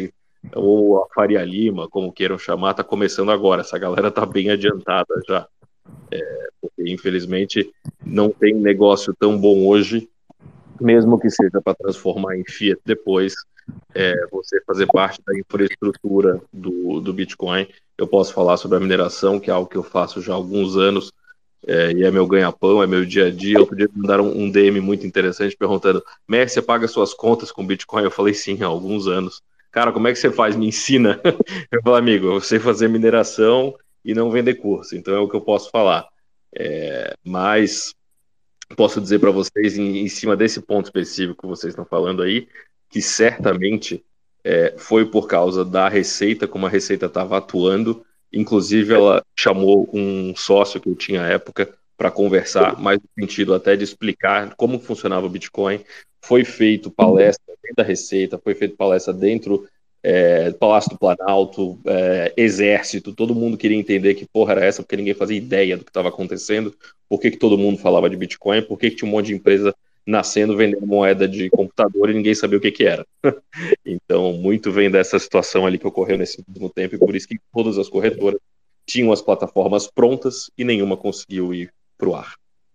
ou a Faria Lima, como queiram chamar, está começando agora. Essa galera está bem adiantada já. É, porque, infelizmente, não tem negócio tão bom hoje, mesmo que seja para transformar em fiat depois, é, você fazer parte da infraestrutura do, do Bitcoin. Eu posso falar sobre a mineração, que é algo que eu faço já há alguns anos, é, e é meu ganha-pão, é meu dia a dia. Outro dia me mandaram um D M muito interessante perguntando: Messi, você paga suas contas com Bitcoin? Eu falei sim, há alguns anos. Cara, como é que você faz? Me ensina. Eu falei, amigo, eu sei fazer mineração e não vender curso, então é o que eu posso falar. É, mas posso dizer para vocês, em, em cima desse ponto específico que vocês estão falando aí, que certamente é, foi por causa da Receita, como a Receita estava atuando. Inclusive, ela chamou um sócio que eu tinha à época para conversar, mais no sentido até de explicar como funcionava o Bitcoin. Foi feito palestra dentro da Receita, foi feito palestra dentro é, do Palácio do Planalto, é, Exército, todo mundo queria entender que porra era essa, porque ninguém fazia ideia do que estava acontecendo, por que, que todo mundo falava de Bitcoin, por que, que tinha um monte de empresa nascendo, vendendo moeda de computador e ninguém sabia o que, que era. Então, muito vem dessa situação ali que ocorreu nesse último tempo, e por isso que todas as corretoras tinham as plataformas prontas e nenhuma conseguiu ir pro ar.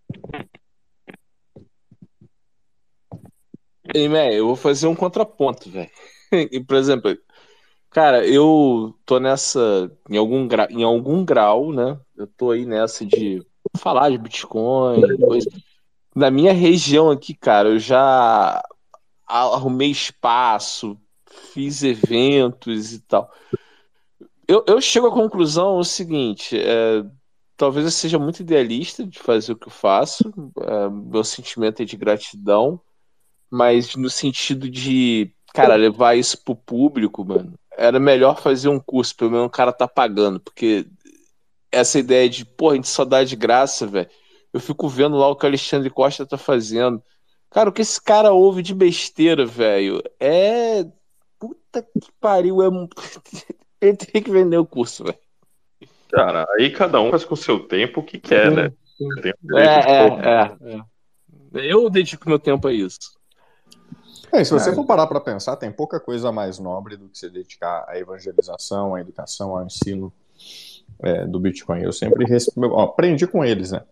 Ei, man, eu vou fazer um contraponto, velho. Por exemplo, cara, eu tô nessa, em algum, gra... em algum grau, né? Eu tô aí nessa de falar de Bitcoin, coisa. Na minha região aqui, cara, eu já arrumei espaço, fiz eventos e tal. Eu, eu chego à conclusão o seguinte, é, talvez eu seja muito idealista de fazer o que eu faço, é, meu sentimento é de gratidão, mas no sentido de, cara, levar isso pro público, mano, era melhor fazer um curso, pelo menos o cara tá pagando, porque essa ideia de, pô, a gente só dá de graça, velho, eu fico vendo lá o que o Alexandre Costa tá fazendo. Cara, o que esse cara ouve de besteira, velho, é... Puta que pariu, é... Ele tem que vender o curso, velho. Cara, aí cada um faz com o seu tempo o que quer, né? Tem um é, é, é, é. Eu dedico meu tempo a isso. É, se você for parar para pensar, tem pouca coisa mais nobre do que se dedicar à evangelização, à educação, ao ensino é, do Bitcoin. Eu sempre resp... eu aprendi com eles, né?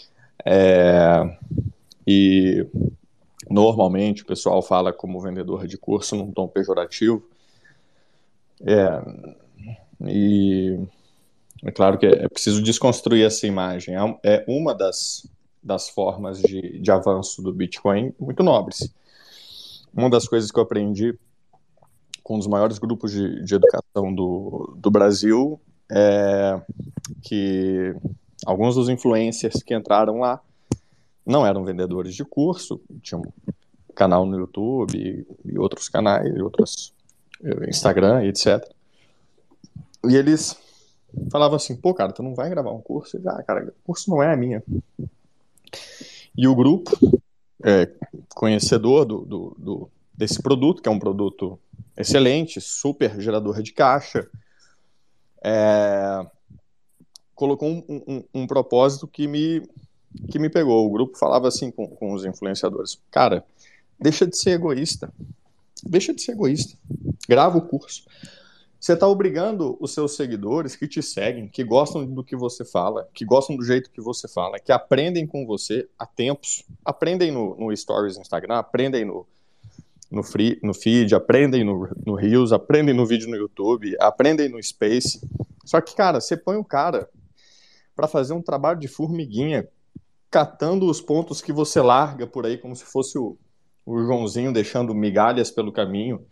É... E normalmente o pessoal fala como vendedor de curso num tom pejorativo. É... E é claro que é preciso desconstruir essa imagem. É uma das, das formas de, de avanço do Bitcoin muito nobres. Uma das coisas que eu aprendi com um dos maiores grupos de, de educação do, do Brasil é que alguns dos influencers que entraram lá não eram vendedores de curso, tinham um canal no YouTube e, e outros canais, e outros, Instagram e etcétera. E eles falavam assim, pô, cara, tu não vai gravar um curso? E, ah, cara, o curso não é a minha. E o grupo, é, conhecedor do, do, do, desse produto, que é um produto excelente, super gerador de caixa, é, colocou um, um, um propósito que me, que me pegou. O grupo falava assim com, com os influenciadores, cara, deixa de ser egoísta, deixa de ser egoísta, grava o curso. Você está obrigando os seus seguidores que te seguem, que gostam do que você fala, que gostam do jeito que você fala, que aprendem com você há tempos, aprendem no, no Stories do Instagram, aprendem no, no, free, no feed, aprendem no, no Reels, aprendem no vídeo no YouTube, aprendem no Space. Só que, cara, você põe o cara para fazer um trabalho de formiguinha, catando os pontos que você larga por aí, como se fosse o, o Joãozinho deixando migalhas pelo caminho.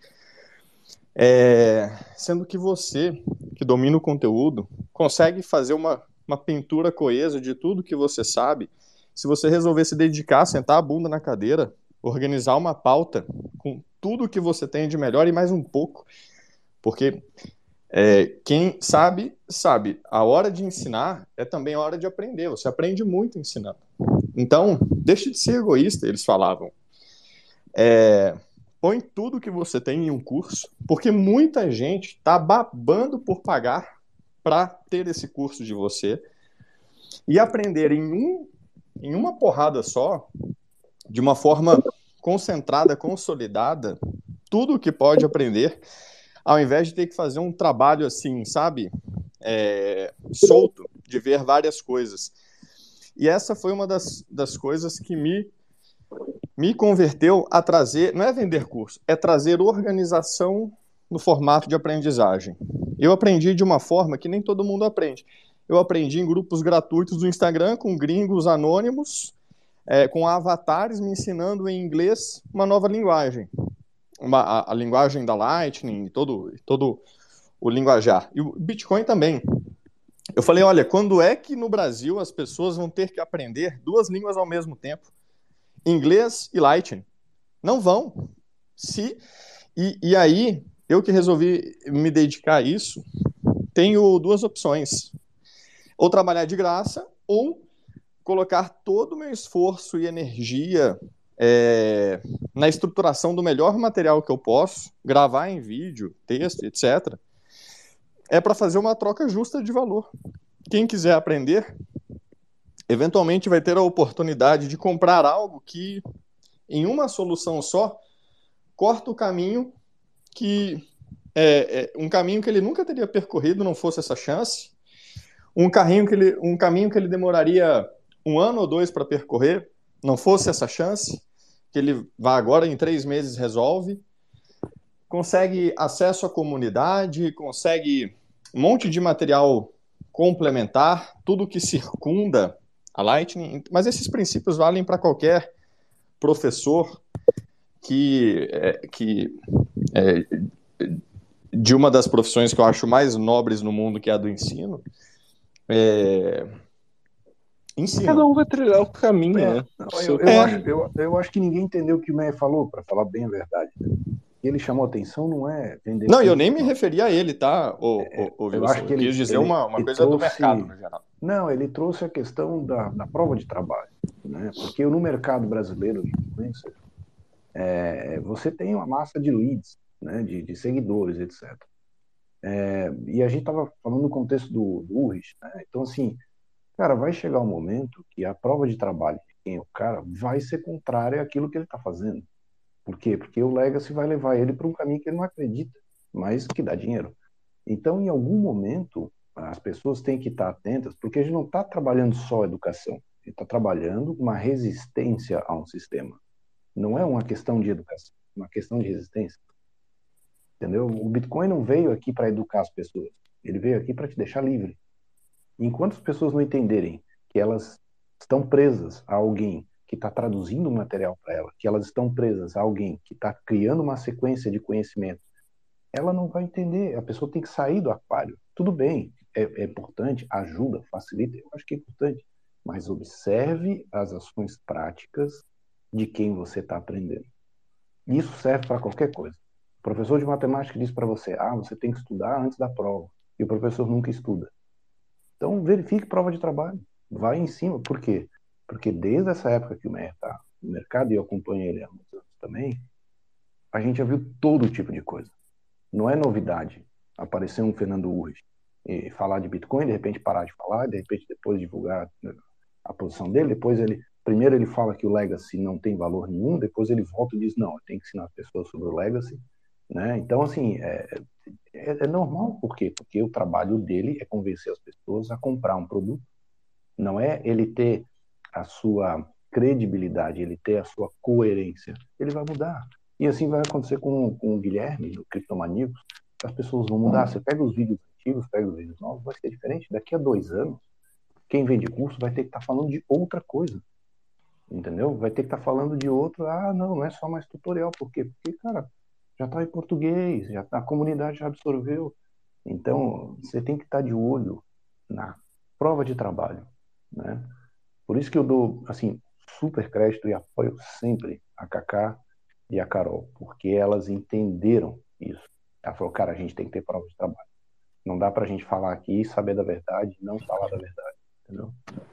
É, sendo que você, que domina o conteúdo, consegue fazer uma, uma pintura coesa de tudo que você sabe, se você resolver se dedicar, sentar a bunda na cadeira, organizar uma pauta com tudo que você tem de melhor e mais um pouco. Porque é, quem sabe, sabe, a hora de ensinar é também a hora de aprender, você aprende muito ensinando. Então, deixe de ser egoísta, eles falavam. É... Põe tudo que você tem em um curso, porque muita gente está babando por pagar para ter esse curso de você e aprender em, um, em uma porrada só, de uma forma concentrada, consolidada, tudo o que pode aprender, ao invés de ter que fazer um trabalho assim, sabe, é, solto, de ver várias coisas. E essa foi uma das, das coisas que me, me converteu a trazer, não é vender curso, é trazer organização no formato de aprendizagem. Eu aprendi de uma forma que nem todo mundo aprende. Eu aprendi em grupos gratuitos do Instagram, com gringos anônimos, é, com avatares me ensinando em inglês uma nova linguagem. Uma, a, a linguagem da Lightning, todo, todo o linguajar. E o Bitcoin também. Eu falei, olha, quando é que no Brasil as pessoas vão ter que aprender duas línguas ao mesmo tempo? Inglês e Lightning. Não vão. Se, e, e aí, eu que resolvi me dedicar a isso, tenho duas opções. Ou trabalhar de graça, ou colocar todo o meu esforço e energia é, na estruturação do melhor material que eu posso, gravar em vídeo, texto, etcétera, é para fazer uma troca justa de valor. Quem quiser aprender, eventualmente vai ter a oportunidade de comprar algo que, em uma solução só, corta o caminho que é, é um caminho que ele nunca teria percorrido, não fosse essa chance, um, carrinho que ele, um caminho que ele demoraria um ano ou dois para percorrer, não fosse essa chance, que ele vai agora, em três meses, resolve, consegue acesso à comunidade, consegue um monte de material complementar, tudo que circunda a Lightning, mas esses princípios valem para qualquer professor que, é, que é, de uma das profissões que eu acho mais nobres no mundo, que é a do ensino, é, ensina. Cada um vai trilhar o caminho, É, né? não, O eu, seu eu caminho. acho, eu, eu acho que ninguém entendeu o que o Meia falou, para falar bem a verdade. Ele chamou atenção, não é vender Não, e eu curso, nem me não. referi a ele, tá, ô, ô, ô, Eu Wilson? acho que Eu ele, quis dizer ele, uma, uma ele coisa do trouxe. mercado, no geral. Não, ele trouxe a questão da, da prova de trabalho, né? Porque no mercado brasileiro de influencer, é, você tem uma massa de leads, né? De, de seguidores, etcétera. É, e a gente estava falando no contexto do, do Urrich, né? Então, assim, cara, vai chegar um momento que a prova de trabalho de quem é o cara vai ser contrária àquilo que ele está fazendo. Por quê? Porque o Legacy vai levar ele para um caminho que ele não acredita, mas que dá dinheiro. Então, em algum momento, as pessoas têm que estar atentas, porque a gente não está trabalhando só educação, a gente está trabalhando uma resistência a um sistema. Não é uma questão de educação, é uma questão de resistência. Entendeu? O Bitcoin não veio aqui para educar as pessoas, ele veio aqui para te deixar livre. Enquanto as pessoas não entenderem que elas estão presas a alguém que está traduzindo o material para ela, que elas estão presas a alguém que está criando uma sequência de conhecimento, ela não vai entender. A pessoa tem que sair do aquário. Tudo bem, é, é importante, ajuda, facilita, eu acho que é importante, mas observe as ações práticas de quem você está aprendendo. Isso serve para qualquer coisa. O professor de matemática diz para você, ah, você tem que estudar antes da prova, e o professor nunca estuda. Então, verifique prova de trabalho. Vai em cima. Por quê? Porque desde essa época que o Meia está no mercado, e eu acompanho ele há muitos anos também, a gente já viu todo tipo de coisa. Não é novidade aparecer um Fernando Urrich e falar de Bitcoin, de repente parar de falar, de repente depois divulgar a posição dele, depois ele, primeiro ele fala que o Legacy não tem valor nenhum, depois ele volta e diz, não, eu tenho que ensinar as pessoas sobre o Legacy, né? Então, assim, é, é, é normal. Por quê? Porque o trabalho dele é convencer as pessoas a comprar um produto. Não é ele ter a sua credibilidade, ele ter a sua coerência. Ele vai mudar. E assim vai acontecer com, com o Guilherme, do Criptomaníacos. As pessoas vão mudar. Você pega os vídeos antigos, pega os vídeos novos, vai ser diferente. Daqui a dois anos, quem vende curso vai ter que estar falando de outra coisa. Entendeu? Vai ter que estar falando de outro. Ah, não, não é só mais tutorial. Por quê? Porque, cara, já está em português, já tá, a comunidade já absorveu. Então, você tem que estar de olho na prova de trabalho, né? Por isso que eu dou, assim, super crédito e apoio sempre a Cacá e a Carol, porque elas entenderam isso. Ela falou, cara, a gente tem que ter prova de trabalho. Não dá pra gente falar aqui, saber da verdade, não falar da verdade, entendeu?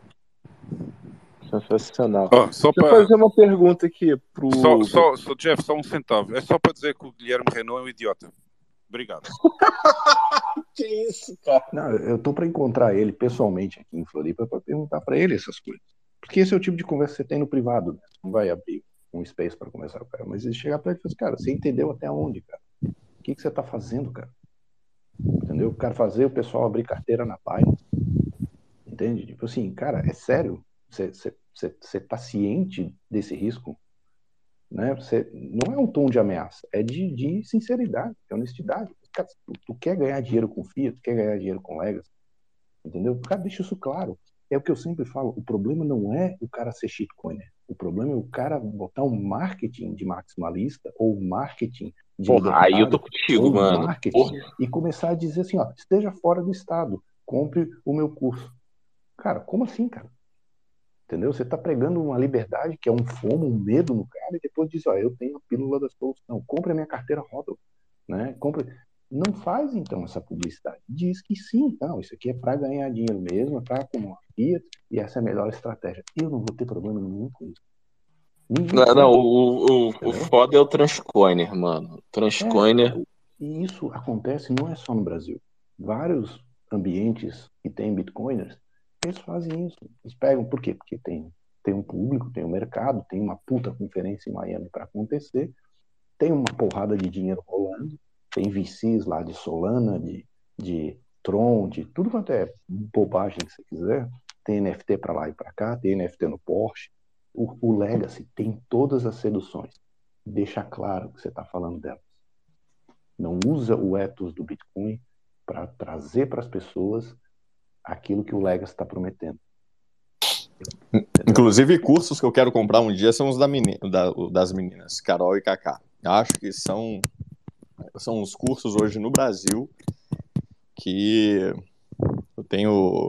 Sensacional. Oh, só Deixa eu para fazer uma pergunta aqui pro... só, só, só, Jeff, só um centavo. É só para dizer que o Guilherme Renault é um idiota. Obrigado. Que isso, cara? Não, eu tô para encontrar ele pessoalmente aqui em Floripa para perguntar para ele essas coisas. Porque esse é o tipo de conversa que você tem no privado, né? Você não vai abrir um space para conversar com o cara, mas ele chegar para ele e falar assim, cara, você entendeu até onde, cara? que, que você tá fazendo, cara? Entendeu? Eu quero fazer o pessoal abrir carteira na Binance. Entende? Tipo assim, cara, é sério? Você, você, você, você tá ciente desse risco? Né? Você, não é um tom de ameaça, é de, de sinceridade, de honestidade. Cara, tu, tu quer ganhar dinheiro com Fiat, tu quer ganhar dinheiro com Legacy, entendeu? Cara, deixa isso claro. É o que eu sempre falo, o problema não é o cara ser shitcoiner, o problema é o cara botar um marketing de maximalista ou marketing de Porra, aí eu tô libertário, contigo, ou mano. marketing, Porra. e começar a dizer assim, ó, esteja fora do estado, compre o meu curso. Cara, como assim, cara? Entendeu? Você está pregando uma liberdade que é um fomo, um medo no cara, e depois diz, ó, eu tenho a pílula da solução, compre a minha carteira Hodl, né? Compre. Não faz, então, essa publicidade. Diz que sim, não, isso aqui é para ganhar dinheiro mesmo, é para acumular Fiat, e essa é a melhor estratégia. Eu não vou ter problema nenhum com isso. Ninguém Não, tem. não, o, o, o Entendeu? foda é o Transcoiner, mano. Transcoiner. É, e isso acontece não é só no Brasil. Vários ambientes que tem bitcoiners, eles fazem isso. Eles pegam, por quê? Porque tem, tem um público, tem um mercado, tem uma puta conferência em Miami para acontecer, tem uma porrada de dinheiro rolando, tem V Cs lá de Solana, de, de Tron, de tudo quanto é bobagem que você quiser. Tem N F T para lá e para cá, tem N F T no Porsche. O, o Legacy tem todas as seduções. Deixa claro que você está falando delas. Não usa o ethos do Bitcoin para trazer para as pessoas aquilo que o Legacy está prometendo. Entendeu? Inclusive, cursos que eu quero comprar um dia são os da menina, da, das meninas, Carol e Kaká. Acho que são, são os cursos hoje no Brasil que eu tenho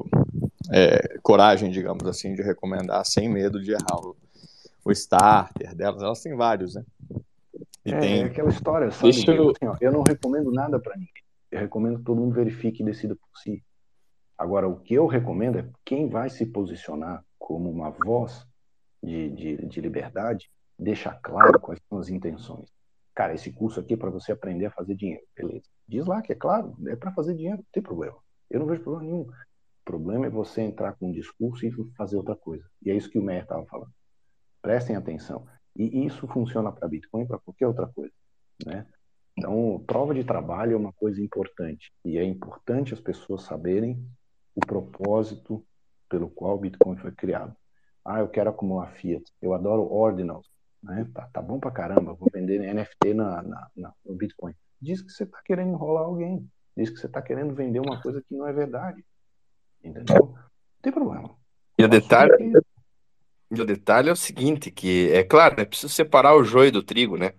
é, coragem, digamos assim, de recomendar sem medo de errar o, o starter delas. Elas têm vários, né? E é, tem... é aquela história, sabe? Deixa eu... Assim, ó, eu não recomendo nada para ninguém. Eu recomendo que todo mundo verifique e decida por si. Agora, o que eu recomendo é quem vai se posicionar como uma voz de, de, de liberdade, deixar claro quais são as intenções. Cara, esse curso aqui é para você aprender a fazer dinheiro. Beleza. Diz lá que é claro, é para fazer dinheiro, não tem problema. Eu não vejo problema nenhum. O problema é você entrar com um discurso e fazer outra coisa. E é isso que o Meyer estava falando. Prestem atenção. E isso funciona para Bitcoin e para qualquer outra coisa, né? Então, prova de trabalho é uma coisa importante. E é importante as pessoas saberem o propósito pelo qual o Bitcoin foi criado. Ah, eu quero acumular Fiat. Eu adoro Ordinals. Né? Tá, tá bom pra caramba. Vou vender N F T na, na, na, no Bitcoin. Diz que você está querendo enrolar alguém. Diz que você está querendo vender uma coisa que não é verdade. Entendeu? Não tem problema. E o detalhe, e o detalhe é o seguinte, que é claro, é preciso separar o joio do trigo, né?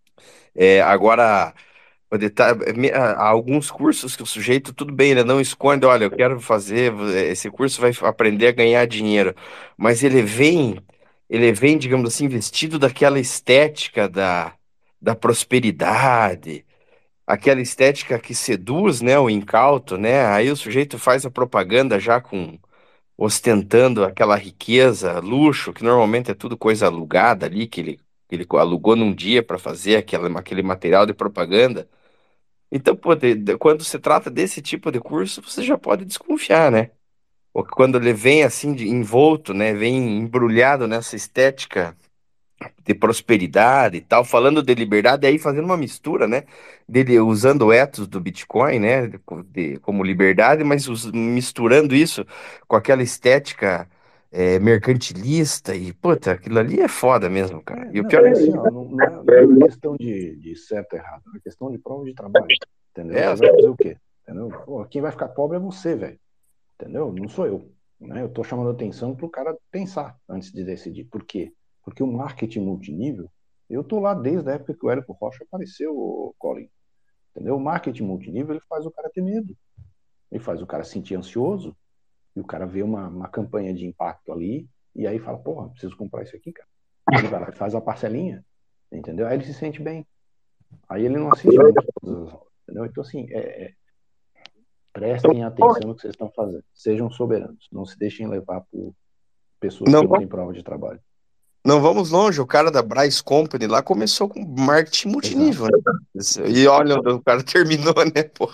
É, agora, o detalhe, há alguns cursos que o sujeito, tudo bem, ele não esconde, olha, eu quero fazer, esse curso vai aprender a ganhar dinheiro, mas ele vem, ele vem, digamos assim, vestido daquela estética da, da prosperidade, aquela estética que seduz, né, o incauto, né, aí o sujeito faz a propaganda já com, ostentando aquela riqueza, luxo, que normalmente é tudo coisa alugada ali, que ele, que ele alugou num dia para fazer aquela, aquele material de propaganda. Então, pô, de, de, quando se trata desse tipo de curso, você já pode desconfiar, né? Ou quando ele vem assim, de, envolto, né, vem embrulhado nessa estética de prosperidade e tal, falando de liberdade, aí fazendo uma mistura, né, dele usando o ethos do Bitcoin, né, de, de, como liberdade, mas us, misturando isso com aquela estética é, mercantilista e, puta, aquilo ali é foda mesmo, cara. É, e o não, pior é assim, ó, não, não, é, não é uma questão de, de certo ou errado, é uma questão de prova de trabalho, entendeu? É, você vai fazer o quê? Entendeu? Pô, quem vai ficar pobre é você, velho, entendeu? Não sou eu, né? Eu tô chamando atenção pro cara pensar antes de decidir. Por quê? Porque o marketing multinível, eu tô lá desde a época que o Érico Rocha apareceu, Colin. Entendeu? O marketing multinível, ele faz o cara ter medo. Ele faz o cara se sentir ansioso. E o cara vê uma, uma campanha de impacto ali, e aí fala, porra, preciso comprar isso aqui, cara. Ele vai lá e faz a parcelinha, entendeu? Aí ele se sente bem. Aí ele não assiste muito, entendeu? Então, assim, é, é, prestem atenção no que vocês estão fazendo. Sejam soberanos. Não se deixem levar por pessoas não, que não têm prova de trabalho. Não vamos longe, o cara da Bryce Company lá começou com marketing multinível, né? E olha onde o cara terminou, né, porra?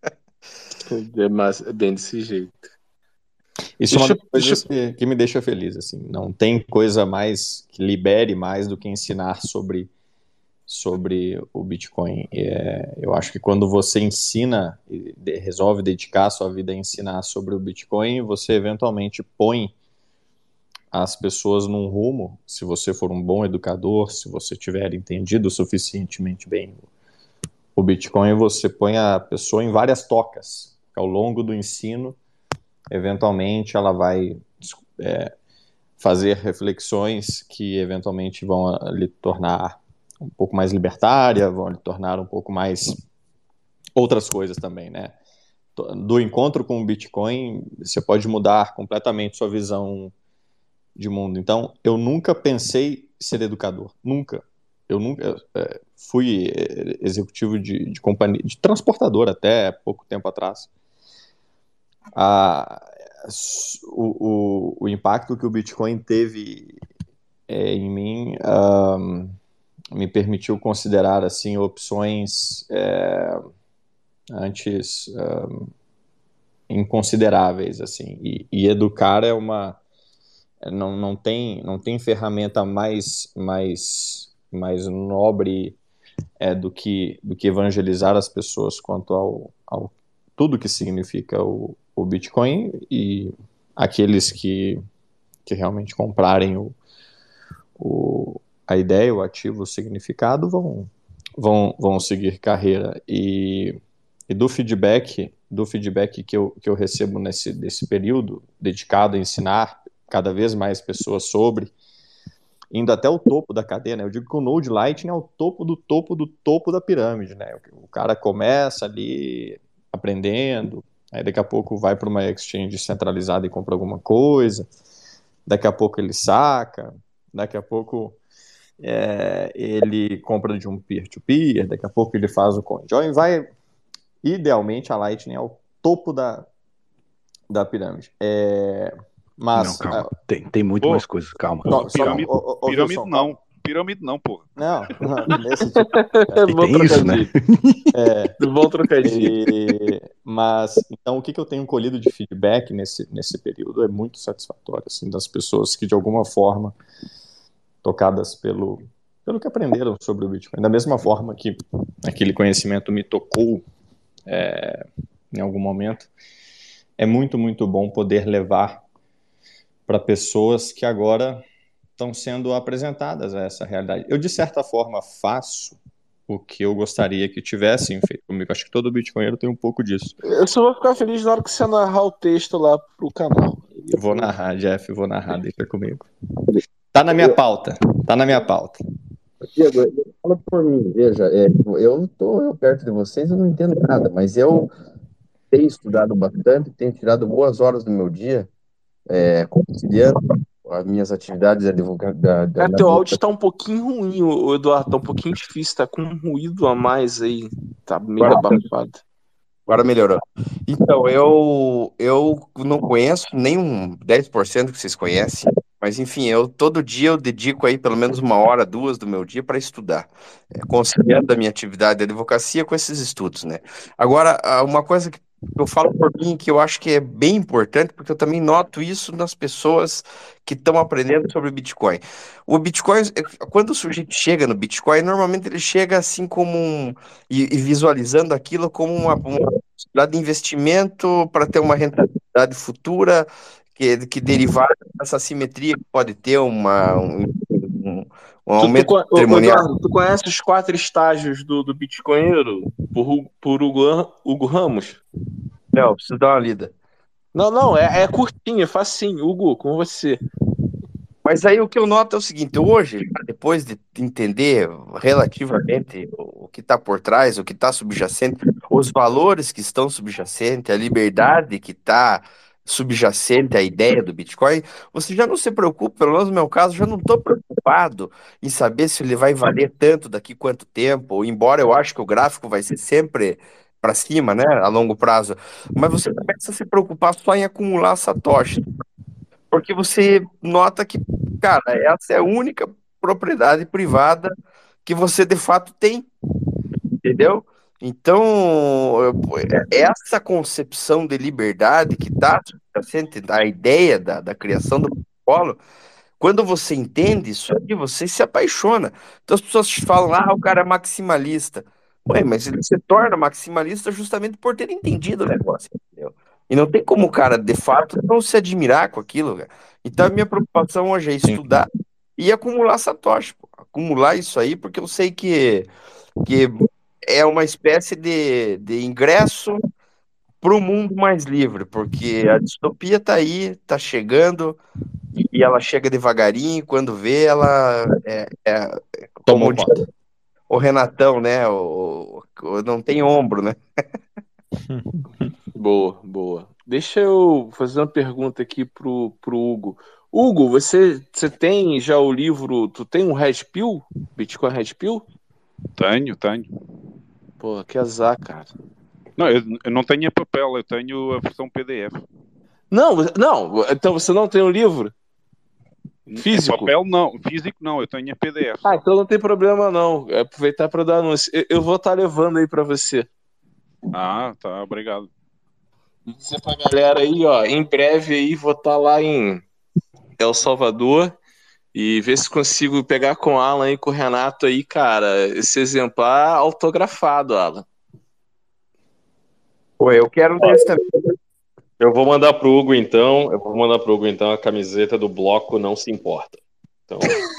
É, mas é bem desse jeito. Isso deixa, é uma coisa deixa... que, que me deixa feliz, assim. Não tem coisa mais que libere mais do que ensinar sobre, sobre o Bitcoin. É, eu acho que quando você ensina, e de- resolve dedicar a sua vida a ensinar sobre o Bitcoin, você eventualmente põe as pessoas num rumo, se você for um bom educador, se você tiver entendido suficientemente bem o Bitcoin, você põe a pessoa em várias tocas. Ao longo do ensino, eventualmente ela vai é, fazer reflexões que eventualmente vão ah, lhe tornar um pouco mais libertária, vão lhe tornar um pouco mais outras coisas também, né? Do encontro com o Bitcoin, você pode mudar completamente sua visão de mundo. Então, eu nunca pensei ser educador, nunca. Eu nunca é, fui é, executivo de, de companhia, de transportador até pouco tempo atrás. Ah, o, o, o impacto que o Bitcoin teve é, em mim um, me permitiu considerar assim opções é, antes um, inconsideráveis assim. E, e educar é uma não, não tem não tem ferramenta mais mais mais nobre é, do que do que evangelizar as pessoas quanto ao, ao tudo que significa o, o Bitcoin, e aqueles que que realmente comprarem o, o a ideia, o ativo, o significado vão vão vão seguir carreira. E, e do feedback do feedback que eu que eu recebo nesse desse período dedicado a ensinar cada vez mais pessoas sobre, indo até o topo da cadeia, né? Eu digo que o Node Lightning é o topo do topo do topo da pirâmide, né? O cara começa ali aprendendo, aí daqui a pouco vai para uma exchange centralizada e compra alguma coisa, daqui a pouco ele saca, daqui a pouco é, ele compra de um peer-to-peer, daqui a pouco ele faz o CoinJoin, vai, idealmente a Lightning é o topo da, da pirâmide. É... Mas, não, calma. Uh, tem, tem muito pô, mais coisas. Calma. Pô, calma. Pirâmide, só, ó, ó, pirâmide Wilson, não. Pirâmide não, porra. Não, não nesse tipo. E tem isso, né? É, Bom trocadilho. e, mas, então, o que, que eu tenho colhido de feedback nesse, nesse período é muito satisfatório, assim, das pessoas que, de alguma forma, tocadas pelo, pelo que aprenderam sobre o Bitcoin. Da mesma forma que aquele conhecimento me tocou é, em algum momento, é muito, muito bom poder levar para pessoas que agora estão sendo apresentadas a essa realidade. Eu, de certa forma, faço o que eu gostaria que tivessem feito comigo. Acho que todo bitcoinheiro tem um pouco disso. Eu só vou ficar feliz na hora que você narrar o texto lá pro canal. Eu vou narrar, Jeff, vou narrar, deixa comigo. Tá na minha pauta, tá na minha pauta. Diego, fala por mim, veja, é, eu não estou perto de vocês, eu não entendo nada, mas eu tenho estudado bastante, tenho tirado boas horas do meu dia, é, conciliando as minhas atividades de advogado. Da, da, Cara, teu áudio tá um pouquinho ruim, o Eduardo, tá um pouquinho difícil, tá com um ruído a mais aí, tá meio Agora, abafado. agora melhorou. Então, eu, eu não conheço nem um dez por cento que vocês conhecem, mas enfim, eu todo dia eu dedico aí pelo menos uma hora, duas do meu dia para estudar, é, conciliando a minha atividade de advocacia com esses estudos, né? Agora, uma coisa que eu falo por mim que eu acho que é bem importante, porque eu também noto isso nas pessoas que estão aprendendo sobre Bitcoin. O Bitcoin, quando o sujeito chega no Bitcoin, normalmente ele chega assim como um, e, e visualizando aquilo como uma, uma possibilidade de investimento para ter uma rentabilidade futura que, que derivar dessa simetria que pode ter uma, um, um, um aumento tu, tu, patrimonial. Eduardo, tu conhece os quatro estágios do, do Bitcoinheiro por, por Hugo, Hugo Ramos? Não, preciso dar uma lida. Não, não, é, é curtinho, é facinho. Hugo, com você. Mas aí o que eu noto é o seguinte, hoje, depois de entender relativamente o que está por trás, o que está subjacente, os valores que estão subjacentes, a liberdade que está subjacente à ideia do Bitcoin, você já não se preocupa, pelo menos no meu caso, já não estou preocupado em saber se ele vai valer tanto daqui quanto tempo, embora eu acho que o gráfico vai ser sempre para cima, né, a longo prazo, mas você começa a se preocupar só em acumular satoshi, porque você nota que, cara, essa é a única propriedade privada que você de fato tem, entendeu? Então, essa concepção de liberdade que está subjacente da ideia da, da criação do protocolo, Quando você entende isso aí, você se apaixona. Então as pessoas falam, ah, o cara é maximalista. Ué, mas ele se torna maximalista justamente por ter entendido o negócio, entendeu? E não tem como o cara, de fato, não se admirar com aquilo, cara. Então a minha preocupação hoje é estudar e acumular satoshi, pô. Acumular isso aí, porque eu sei que, que é uma espécie de, de ingresso para o mundo mais livre, porque a distopia tá aí, tá chegando, e ela chega devagarinho, quando vê, ela é, é como o, o Renatão, né? O, o, não tem ombro, né? Boa, boa. Deixa eu fazer uma pergunta aqui pro, pro Hugo. Hugo, você, você tem já o livro, tu tem um Red Pill? Bitcoin Red Pill? Tenho, tenho. Pô, que azar, cara. Não, eu, eu não tenho em papel, eu tenho a versão P D F. Não, não, então você não tem o livro? Físico? Em papel não, físico não, eu tenho em P D F. Ah, então não tem problema não, é aproveitar para dar anúncio. Eu, eu vou estar levando aí para você. Ah, tá, obrigado. E dizer pra galera aí, ó, em breve aí vou estar lá em El Salvador e ver se consigo pegar com o Alan e com o Renato aí, cara, esse exemplar autografado, Alan. Pô, eu quero desse também. Eu vou mandar pro Hugo então, eu vou mandar pro Hugo então a camiseta do bloco Não Se Importa. Então...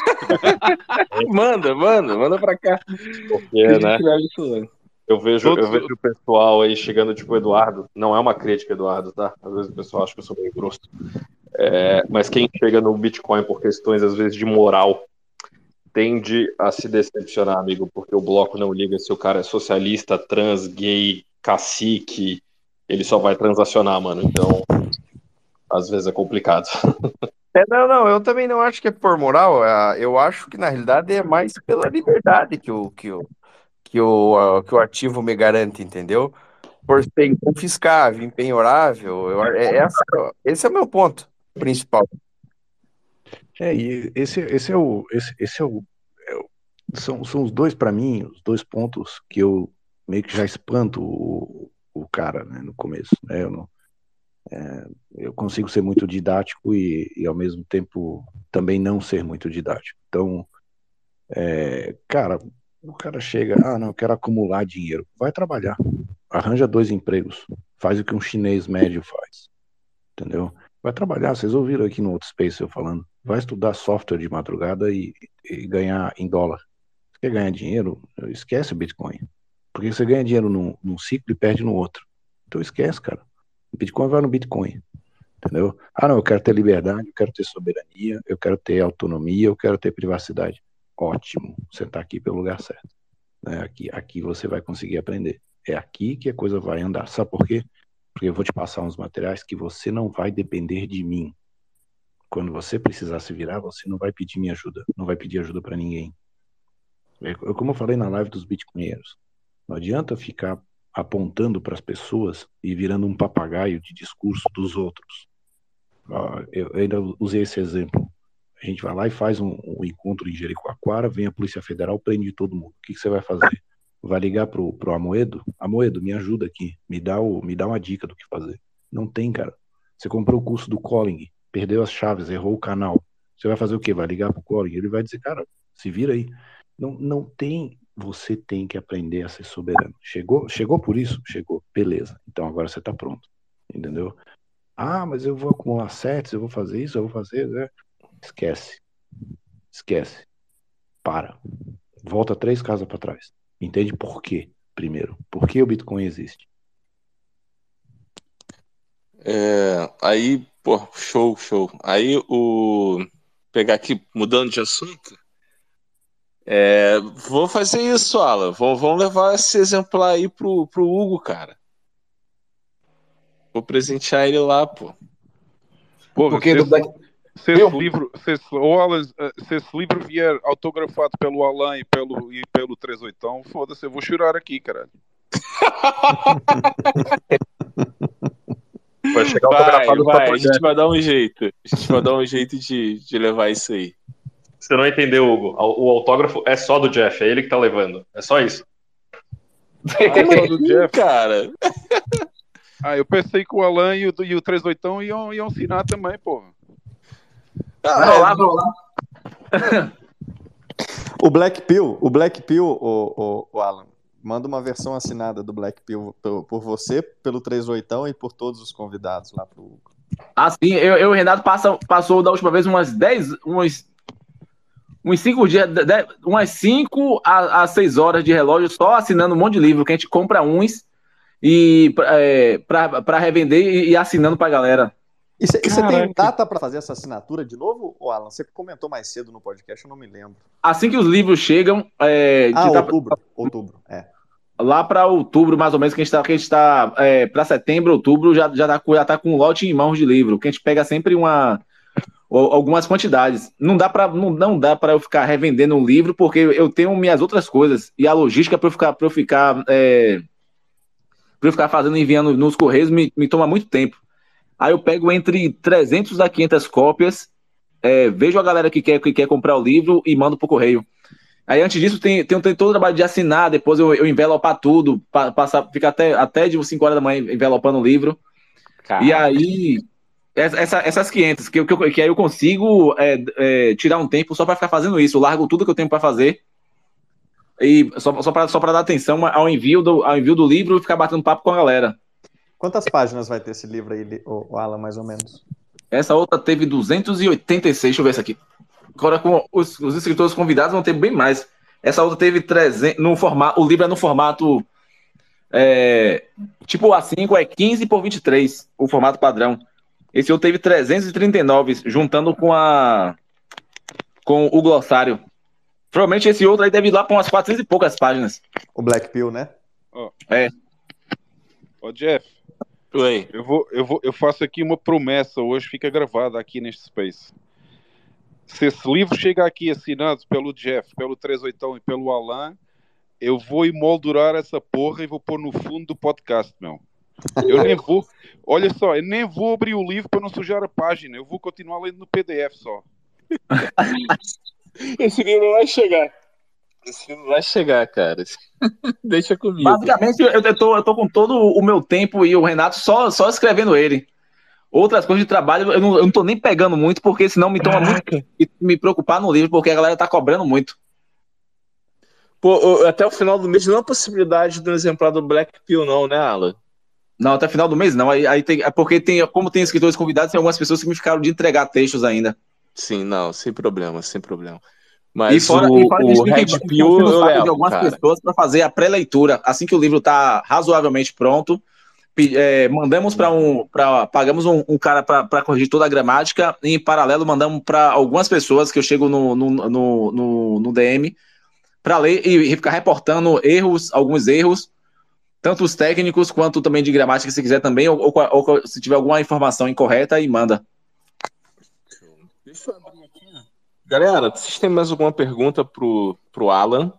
manda, manda, manda pra cá. Porque, né? Eu vejo, eu vejo o pessoal aí chegando, tipo, Eduardo, não é uma crítica, Eduardo, tá? Às vezes o pessoal acha que eu sou meio grosso. É, mas quem chega no Bitcoin por questões, às vezes, de moral, tende a se decepcionar, amigo, porque o bloco não liga se o cara é socialista, trans, gay, cacique, ele só vai transacionar, mano. Então, às vezes é complicado. É, não, não, eu também não acho que é por moral, eu acho que, na realidade, é mais pela liberdade que o... Que o... Que o, que o ativo me garante, entendeu? Por ser inconfiscável, impenhorável, eu, é, essa, esse é o meu ponto principal. É, e esse, esse é o. Esse, esse é o, é o são, são os dois, para mim, os dois pontos que eu meio que já espanto o, o cara, né, no começo. Né, eu, não, é, eu consigo ser muito didático e, e, ao mesmo tempo, também não ser muito didático. Então, é, cara. O cara chega, ah, não, eu quero acumular dinheiro. Vai trabalhar. Arranja dois empregos. Faz o que um chinês médio faz. Entendeu? Vai trabalhar. Vocês ouviram aqui no outro Space eu falando. Vai estudar software de madrugada e, e ganhar em dólar. Você quer ganhar dinheiro? Esquece o Bitcoin. Porque você ganha dinheiro num, num ciclo e perde no outro. Então esquece, cara. O Bitcoin vai no Bitcoin. Entendeu? Ah, não, eu quero ter liberdade, eu quero ter soberania, eu quero ter autonomia, eu quero ter privacidade. Ótimo, você está aqui pelo lugar certo. Né? Aqui, aqui você vai conseguir aprender. É aqui que a coisa vai andar. Sabe por quê? Porque eu vou te passar uns materiais que você não vai depender de mim. Quando você precisar se virar, você não vai pedir minha ajuda. Não vai pedir ajuda para ninguém. É, como eu falei na live dos bitcoinheiros, não adianta ficar apontando para as pessoas e virando um papagaio de discurso dos outros. Eu ainda usei esse exemplo. A gente vai lá e faz um, um encontro em Jericoacoara, vem a Polícia Federal, prende todo mundo. O que, que você vai fazer? Vai ligar pro, pro Amoedo? Amoedo, me ajuda aqui, me dá, o, me dá uma dica do que fazer. Não tem, cara. Você comprou o curso do Calling, perdeu as chaves, errou o canal. Você vai fazer o quê? Vai ligar pro Calling? Ele vai dizer, cara, se vira aí. Não, não tem, você tem que aprender a ser soberano. Chegou, chegou por isso? Chegou. Beleza. Então agora você tá pronto. Entendeu? Ah, mas eu vou acumular sets, eu vou fazer isso, eu vou fazer... Né? Esquece. Esquece. Para. Volta três casas para trás. Entende por quê? Primeiro. Por que o Bitcoin existe? É, aí, pô, show, show. Aí o... Pegar aqui, mudando de assunto. É, vou fazer isso, Alan. Vamos levar esse exemplar aí pro, pro Hugo, cara. Vou presentear ele lá, pô. Pô, Porque do do Black... Se esse, livro, se, esse, oh, Alan, se esse livro vier autografado pelo Alan e pelo, e pelo três oito, foda-se, eu vou chorar aqui, caralho. Vai chegar vai, autografado vai, pra a gente vai dar um jeito. A gente vai dar um jeito de, de levar isso aí. Você não entendeu, Hugo. O autógrafo é só do Jeff, é ele que tá levando. É só isso. Ah, é só do Jeff, cara. Ah, eu pensei que o Alan e o, e o três oito iam, iam assinar também, porra. Vai rolar, vai rolar. O Black Pill, o Black Pill, o, o, o Alan, manda uma versão assinada do Black Pill por, por você, pelo três oitão e por todos os convidados lá pro... Ah, sim, eu, eu e o Renato passa, passou da última vez umas dez, uns, uns cinco dias, dez, umas cinco a seis horas de relógio só assinando um monte de livro, que a gente compra uns e é, pra, pra revender e, e assinando pra galera. E você tem data pra fazer essa assinatura de novo, ou Alan? Você comentou mais cedo no podcast, eu não me lembro. Assim que os livros chegam... É, ah, tá, outubro, outubro, é. Lá para outubro, mais ou menos, que a gente está, que a gente tá, é, para setembro, outubro, já, já, tá, já tá com um lote em mãos de livro, que a gente pega sempre uma, algumas quantidades. Não dá para não, não dá para eu ficar revendendo um livro, porque eu tenho minhas outras coisas, e a logística para eu ficar, pra eu ficar, é, pra eu ficar fazendo, enviando nos correios, me, me toma muito tempo. Aí eu pego entre trezentas a quinhentas cópias, é, vejo a galera que quer, que quer comprar o livro e mando pro correio. Aí antes disso tem, tem, tem todo o trabalho de assinar, depois eu, eu envelopar tudo, pa, passar, ficar até, até de cinco horas da manhã envelopando o livro. Caraca. E aí, essa, essas quinhentas, que, que, que aí eu consigo é, é, tirar um tempo só para ficar fazendo isso. Eu largo tudo que eu tenho para fazer, e só, só para só dar atenção ao envio, do, ao envio do livro e ficar batendo papo com a galera. Quantas páginas vai ter esse livro aí, o Alan, mais ou menos? Essa outra teve duzentos e oitenta e seis, deixa eu ver essa aqui. Agora, com os, os escritores convidados vão ter bem mais. Essa outra teve trezentos, no formato, o livro é no formato é, tipo A cinco, é quinze por vinte e três, o formato padrão. Esse outro teve trezentos e trinta e nove, juntando com a com o glossário. Provavelmente esse outro aí deve ir lá para umas quatrocentas e poucas páginas. O Black Pill, né? Ó, É. ó, Jeff. Oi. Eu, vou, eu, vou, eu faço aqui uma promessa hoje, fica gravada aqui neste Space. Se esse livro chega aqui assinado pelo Jeff, pelo três oitão e pelo Alan, eu vou emoldurar essa porra e vou pôr no fundo do podcast, meu. Eu nem vou... Olha só, eu nem vou abrir o livro para não sujar a página. Eu vou continuar lendo no P D F só. Esse livro vai chegar. Esse livro vai chegar, cara. Deixa comigo. Basicamente, eu, eu, tô, eu tô com todo o meu tempo e o Renato só, só escrevendo ele. Outras coisas de trabalho eu não, eu não tô nem pegando muito, porque senão me toma Caraca. muito me preocupar no livro, porque a galera tá cobrando muito. Pô, até o final do mês não há possibilidade de um exemplar do Black Pill, não, né, Alan? Não, até o final do mês não. Aí, aí tem, é porque tem, como tem escritores convidados, tem algumas pessoas que me ficaram de entregar textos ainda. Sim, não, sem problema, sem problema. Mas e fora, o, e fora o Red que, Pill eu levo, de algumas cara. pessoas para fazer a pré-leitura. Assim que o livro tá razoavelmente pronto, É, mandamos para um, pra, pagamos um, um cara para corrigir toda a gramática e em paralelo mandamos para algumas pessoas que eu chego no, no, no, no, no D M para ler e ficar reportando erros, alguns erros, tanto os técnicos quanto também de gramática, se quiser também, ou, ou, ou se tiver alguma informação incorreta, aí manda. Deixa eu abrir aqui. Galera, vocês têm mais alguma pergunta pro, pro Alan?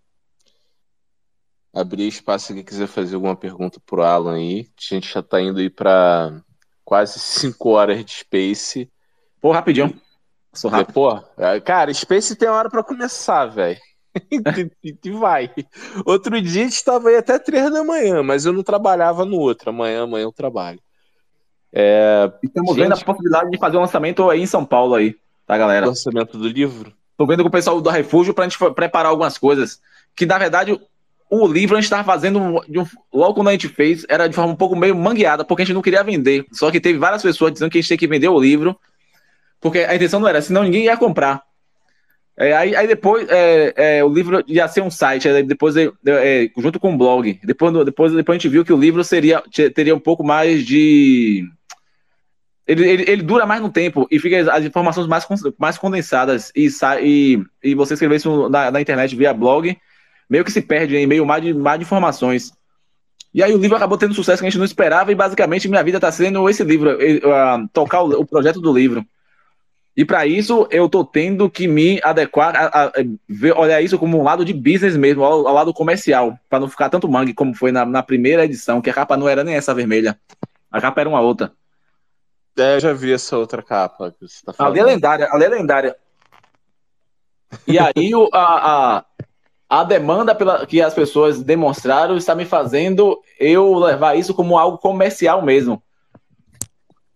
Abrir espaço se quiser fazer alguma pergunta pro Alan aí. A gente já tá indo aí pra quase cinco horas de Space. Pô, rapidinho. Sou rápido. Pô, cara, Space tem hora pra começar, velho. E, e vai. Outro dia a gente tava aí até três da manhã, mas eu não trabalhava no outro. Amanhã, amanhã eu trabalho. É... Estamos gente... vendo a possibilidade de fazer um lançamento aí em São Paulo aí, tá, galera? Lançamento do livro? Tô vendo com o pessoal do Refúgio pra gente preparar algumas coisas. Que, na verdade... O livro a gente estava fazendo, de um, logo quando a gente fez, era de forma um pouco meio mangueada, porque a gente não queria vender. Só que teve várias pessoas dizendo que a gente tinha que vender o livro, porque a intenção não era, senão ninguém ia comprar. É, aí, aí depois, é, é, o livro ia ser um site, aí depois, é, é, junto com um blog. Depois, depois, depois a gente viu que o livro seria, teria um pouco mais de... Ele, ele, ele dura mais no tempo e fica as informações mais, mais condensadas. E, e, e você escrever isso na, na internet via blog... meio que se perde em meio mar de, mar de informações. E aí o livro acabou tendo sucesso que a gente não esperava e basicamente minha vida está sendo esse livro, uh, tocar o, o projeto do livro. E para isso eu tô tendo que me adequar, a, a, a ver, olhar isso como um lado de business mesmo, ao, ao lado comercial, para não ficar tanto mangue como foi na, na primeira edição, que a capa não era nem essa vermelha, a capa era uma outra. É, eu já vi essa outra capa que você tá falando. Ali é lendária, ali é lendária. E aí o, a... a A demanda pela, que as pessoas demonstraram está me fazendo eu levar isso como algo comercial mesmo.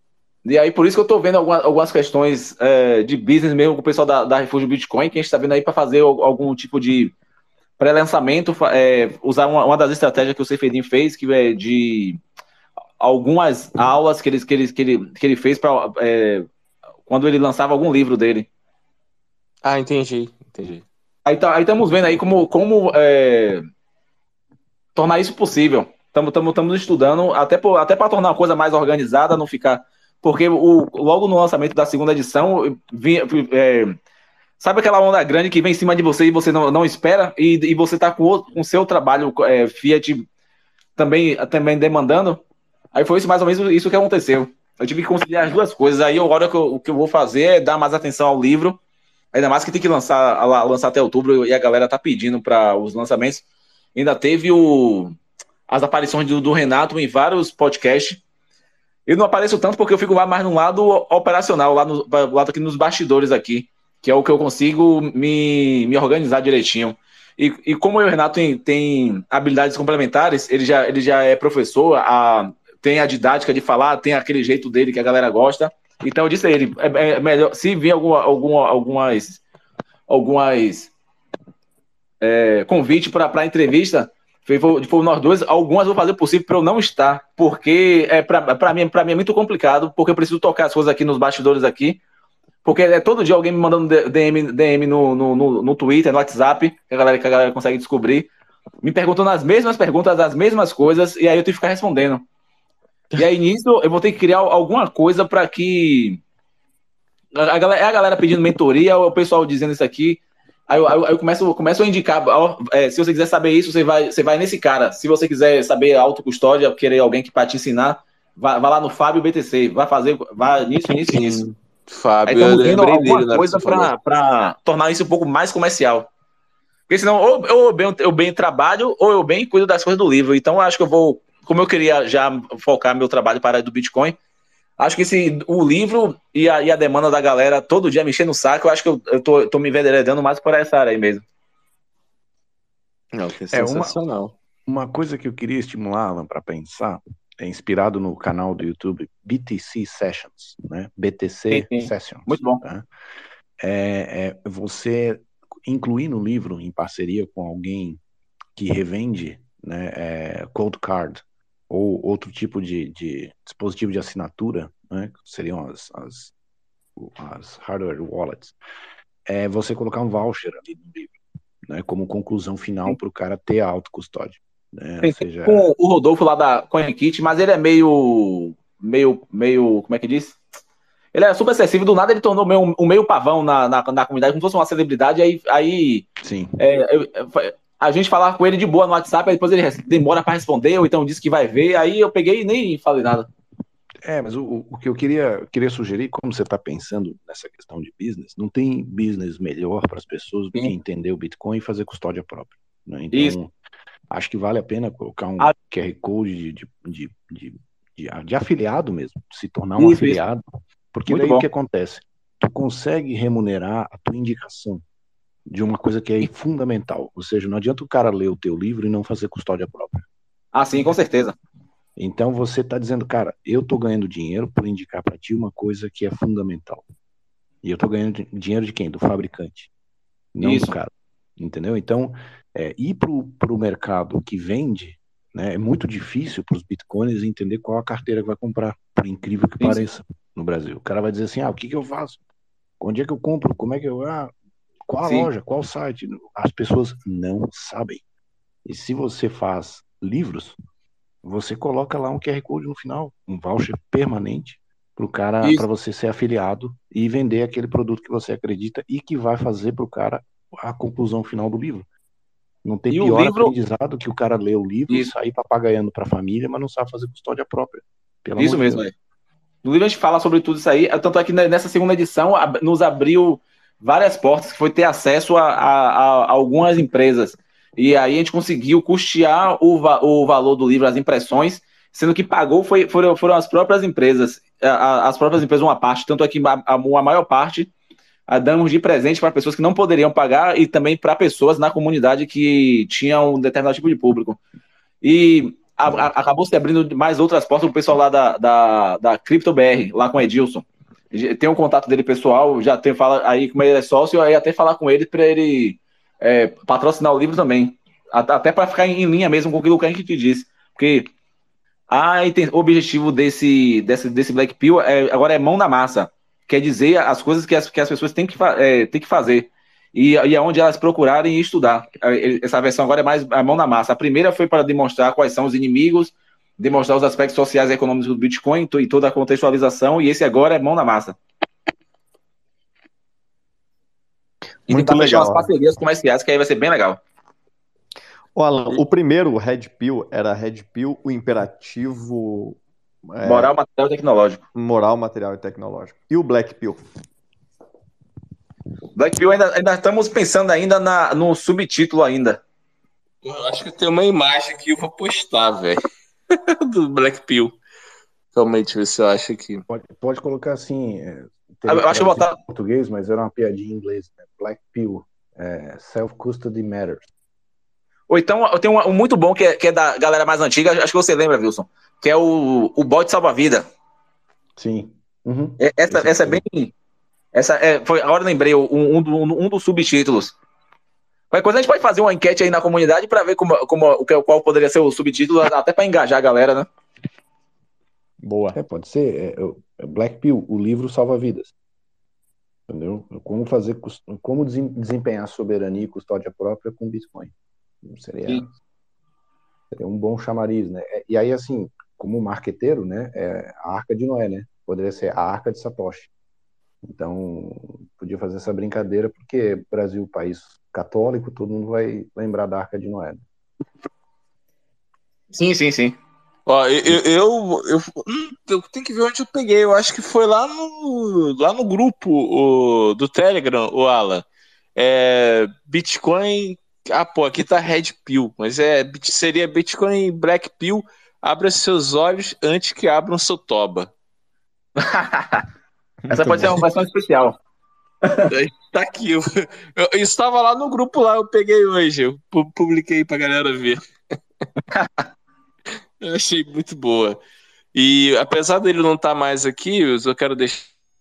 E aí, por isso que eu tô vendo alguma, algumas questões é, de business mesmo com o pessoal da, da Refúgio Bitcoin, que a gente tá vendo aí para fazer algum tipo de pré-lançamento, é, usar uma, uma das estratégias que o Seifedin fez, que é de algumas aulas que ele, que ele, que ele, que ele fez para é, quando ele lançava algum livro dele. Ah, entendi, entendi. Aí tá, aí estamos vendo aí como, como é, tornar isso possível. Estamos estudando até, por, até para tornar a coisa mais organizada, não ficar... Porque o, logo no lançamento da segunda edição, vinha, é, sabe aquela onda grande que vem em cima de você e você não, não espera? E, e você está com o seu trabalho é, Fiat também, também demandando? Aí foi isso, mais ou menos isso que aconteceu. Eu tive que conciliar as duas coisas. Aí agora o que eu, o que eu vou fazer é dar mais atenção ao livro. Ainda mais que tem que lançar, lançar até outubro e a galera tá pedindo para os lançamentos. Ainda teve o, as aparições do, do Renato em vários podcasts. Eu não apareço tanto porque eu fico mais no lado operacional, lá no lado aqui nos bastidores aqui, que é o que eu consigo me, me organizar direitinho. E, e como o Renato tem, tem habilidades complementares, ele já, ele já é professor, a, tem a didática de falar, tem aquele jeito dele que a galera gosta. Então eu disse a ele, é, é melhor, se vir alguma, alguma, algumas, algumas é, convite para entrevista, for nós dois, algumas eu vou fazer o possível para eu não estar, porque é, para mim, mim é muito complicado, porque eu preciso tocar as coisas aqui nos bastidores aqui, porque é todo dia alguém me mandando D M, D M no, no, no, no Twitter, no WhatsApp, que a, galera, que a galera consegue descobrir, me perguntando as mesmas perguntas, as mesmas coisas, e aí eu tenho que ficar respondendo. E aí nisso eu vou ter que criar alguma coisa para que a galera, é a galera pedindo mentoria, ou o pessoal dizendo isso aqui. Aí eu, aí eu começo, começo a indicar, ó, é, se você quiser saber isso, você vai, você vai nesse cara. Se você quiser saber autocustódia, querer alguém que para te ensinar, vai, vai lá no Fábio B T C, vai fazer, vai nisso, nisso e nisso. Fábio, aí estamos vendo alguma dele, coisa né, para tornar isso um pouco mais comercial. Porque senão, ou, ou eu, bem, eu bem trabalho, ou eu bem cuido das coisas do livro. Então eu acho que eu vou, como eu queria já focar meu trabalho para a área do Bitcoin, acho que esse, o livro e a, e a demanda da galera todo dia mexendo no saco, eu acho que eu, eu tô, tô me enveredando mais por essa área aí mesmo. Não, que é É uma, sensacional. uma coisa que eu queria estimular, Alan, para pensar, é inspirado no canal do YouTube B T C Sessions, né? B T C sim, sim. Sessions. Muito bom. Tá? É, é você incluir no livro, em parceria com alguém que revende, né, é, cold card, ou outro tipo de, de dispositivo de assinatura, né, que seriam as, as, as hardware wallets, é você colocar um voucher ali no livro, né, como conclusão final para o cara ter a autocustódia. Né, Tem, ou seja, com o Rodolfo lá da CoinKit, mas ele é meio, meio, meio, como é que diz? Ele é super acessível, do nada ele tornou meio, um meio pavão na, na, na comunidade, como se fosse uma celebridade, aí, aí Sim. É, eu, a gente falava com ele de boa no WhatsApp, aí depois ele demora para responder, ou então disse que vai ver, aí eu peguei e nem falei nada. É, mas o, o que eu queria, queria sugerir, como você está pensando nessa questão de business, não tem business melhor para as pessoas do Sim. que entender o Bitcoin e fazer custódia própria. Né? Então, Isso. acho que vale a pena colocar um a... Q R Code de, de, de, de, de, de afiliado mesmo, se tornar um isso, afiliado, isso. porque Muito daí bom. O que acontece? Tu consegue remunerar a tua indicação de uma coisa que é fundamental, ou seja, não adianta o cara ler o teu livro e não fazer custódia própria. Ah, sim, com certeza. Então você está dizendo, cara, eu estou ganhando dinheiro por indicar para ti uma coisa que é fundamental. E eu estou ganhando dinheiro de quem? Do fabricante, não Isso. do cara. Entendeu? Então, é, ir para o mercado que vende, né, é muito difícil para os bitcoins entender qual a carteira que vai comprar, por incrível que Isso. pareça, no Brasil. O cara vai dizer assim, ah, o que, que eu faço? Onde é que eu compro? Como é que eu... Ah, qual a Sim. loja? Qual site? As pessoas não sabem. E se você faz livros, você coloca lá um Q R Code no final, um voucher permanente para o cara, para você ser afiliado e vender aquele produto que você acredita e que vai fazer para o cara a conclusão final do livro. Não tem e pior livro... aprendizado que o cara ler o livro Isso. e sair papagaiando para a família, mas não sabe fazer custódia própria. Pelo isso mesmo, é. No livro a gente fala sobre tudo isso aí, tanto é que nessa segunda edição nos abriu várias portas, que foi ter acesso a, a, a algumas empresas. E aí a gente conseguiu custear o, va o valor do livro, as impressões, sendo que pagou foi, foram, foram as próprias empresas, a, as próprias empresas uma parte, tanto é que a, a, a maior parte a damos de presente para pessoas que não poderiam pagar e também para pessoas na comunidade que tinham um determinado tipo de público. E a- a- acabou se abrindo mais outras portas pro pessoal lá da, da, da CryptoBR, lá com o Edilson. Tem um contato dele pessoal, já tem, fala aí como ele é sócio, aí até falar com ele para ele é, patrocinar o livro também. A- Até para ficar em linha mesmo com aquilo que a gente te disse. Porque a inten- o objetivo desse, desse, desse Black Pill é, agora é mão na massa. Quer dizer as coisas que as, que as pessoas têm que, fa- é, têm que fazer. E, e aonde elas procurarem e estudar. É, Essa versão agora é mais a mão na massa. A primeira foi para demonstrar quais são os inimigos, demonstrar os aspectos sociais e econômicos do Bitcoin to- e toda a contextualização. E esse agora é mão na massa. E Muito tentar fechar umas legal. parcerias comerciais, que aí vai ser bem legal. Ô, Alan, o primeiro Red Pill era Red Pill, o imperativo é, Moral, material e tecnológico. moral, material e tecnológico. E o Black Pill? Black Pill ainda, ainda estamos pensando ainda na, no subtítulo ainda. Eu acho que tem uma imagem que eu vou postar, velho. Do Black Pill. Realmente, ver se eu acho aqui. Pode, pode colocar assim. É, Ah, eu acho que eu vou botar- em português, mas era uma piadinha em inglês. Né? Black Pill. É, Self-Custody Matters. Ou então, eu tenho um, um muito bom que é, que é da galera mais antiga, acho que você lembra, Wilson, que é o, o bot salva-vida. Sim. Uhum. É- Essa, essa é bem... Essa é, foi, agora eu lembrei, um, um, do- um dos subtítulos. Qualquer coisa a gente pode fazer uma enquete aí na comunidade para ver como, como, o que- qual poderia ser o subtítulo, até para engajar a galera, né? Boa. É, pode ser. É, é Black Pill, o livro salva vidas. Entendeu? Como fazer, cus- como desem- desempenhar soberania e custódia própria com Bitcoin. Seria, Sim. seria um bom chamariz, né? É, E aí, assim, como marqueteiro, né? É a Arca de Noé, né? Poderia ser a Arca de Satoshi. Então, podia fazer essa brincadeira, porque Brasil, país católico, todo mundo vai lembrar da Arca de Noé. Né? Sim, sim, sim. Ó, eu, eu, eu, eu, hum, eu tenho que ver onde eu peguei. Eu acho que foi lá no, lá no grupo o, do Telegram, o Alan. É, Bitcoin. Ah, pô, aqui tá Red Pill, mas é, bit- seria Bitcoin Black Pill. Abra seus olhos antes que abram seu toba. Essa pode ser uma versão especial. Daí tá aqui. Eu, eu, eu estava lá no grupo lá, eu peguei hoje. Eu pu- publiquei pra galera ver. Eu achei muito boa. E apesar dele não estar mais aqui, eu só quero deixar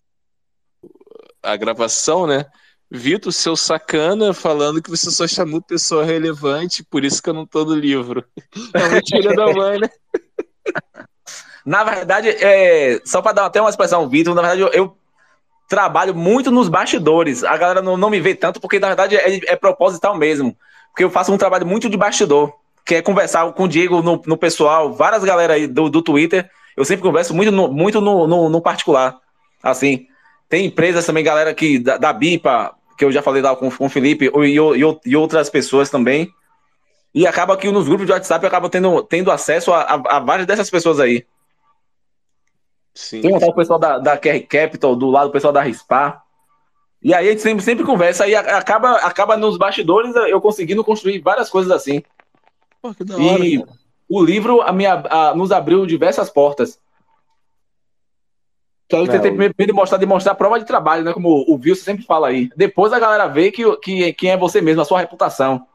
a gravação, né? Vitor, seu sacana, falando que você só chamou pessoa relevante, por isso que eu não tô no livro. É uma mentira da mãe, né? Na verdade, é, só para dar até uma expressão, Vitor, na verdade eu, eu trabalho muito nos bastidores. A galera não, não me vê tanto porque, na verdade, é, é proposital mesmo. Porque eu faço um trabalho muito de bastidor, que é conversar com o Diego no, no pessoal, várias galera aí do, do Twitter. Eu sempre converso muito no, muito no, no, no particular. Assim, tem empresas também, galera que, da, da BIPA, que eu já falei lá com, com o Felipe, e, e, e outras pessoas também. E acaba que nos grupos de WhatsApp eu acabo tendo, tendo acesso a, a, a várias dessas pessoas aí. Sim. Tem um tal pessoal da, da Q R Capital, do lado o pessoal da Rispar. E aí a gente sempre, sempre conversa, e a- acaba, acaba nos bastidores eu conseguindo construir várias coisas assim. Pô, que da hora, E cara. o livro a minha, a- nos abriu diversas portas. Que aí você É, tem o- primeiro de mostrar, de mostrar prova de trabalho, né? Como o Wilson sempre fala aí. Depois a galera vê que, que, quem é você mesmo, a sua reputação.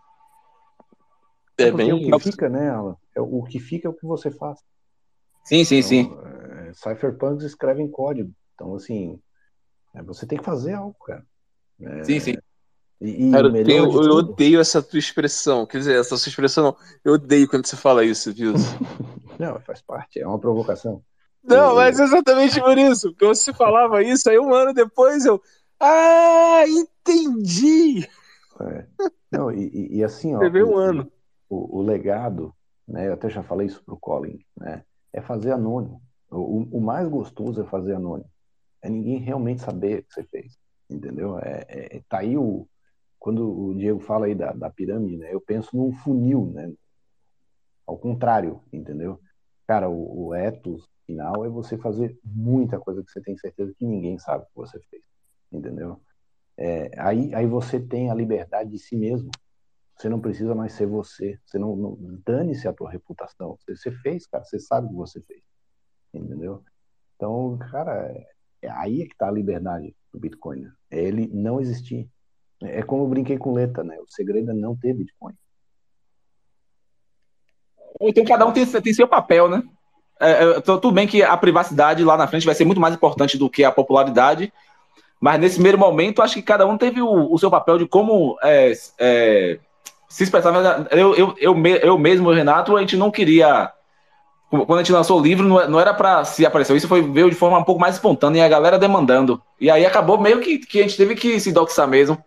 É É porque o bem que isso. fica, né, Alan? É, o que fica é o que você faz. Sim, sim, Então, sim. é, cypherpunks escrevem código. Então, assim, é, você tem que fazer algo, cara. É, Sim, sim. E, e Cara, o eu, melhor tenho- de eu tudo... odeio essa tua expressão. Quer dizer, essa sua expressão não. Eu odeio quando você fala isso, viu? Não, faz parte, é uma provocação. Não, O- mas é exatamente por isso. Porque você falava isso, aí um ano depois eu. Ah, entendi! É. Não, e, e- e assim, ó, Levei um o, ano. o, o legado, né, eu até já falei isso pro Colin, né, é fazer anônimo. O, o mais gostoso é fazer anônimo. É ninguém realmente saber o que você fez, entendeu? É, é, é- tá aí o... Quando o Diego fala aí da, da pirâmide, né, eu penso num funil, né, ao contrário, entendeu? Cara, o, o ethos final é você fazer muita coisa que você tem certeza que ninguém sabe que você fez, entendeu? É, aí, aí você tem a liberdade de si mesmo. Você não precisa mais ser você. Você não, não dane-se a tua reputação. Você, você fez, cara. Você sabe o que você fez, entendeu? Então, cara, é, é aí é que tá a liberdade do Bitcoin. Né? É ele não existir. É como eu brinquei com Leta, né? O segredo é não ter Bitcoin. Então cada um tem, tem seu papel, né? É, é, tudo bem que a privacidade lá na frente vai ser muito mais importante do que a popularidade, mas nesse primeiro momento, acho que cada um teve o, o seu papel de como é, é, se expressar. Eu, eu, eu, eu mesmo, Renato, a gente não queria... Quando a gente lançou o livro, não era para se aparecer. Isso foi, veio de forma um pouco mais espontânea e a galera demandando. E aí acabou meio que, que a gente teve que se doxar mesmo.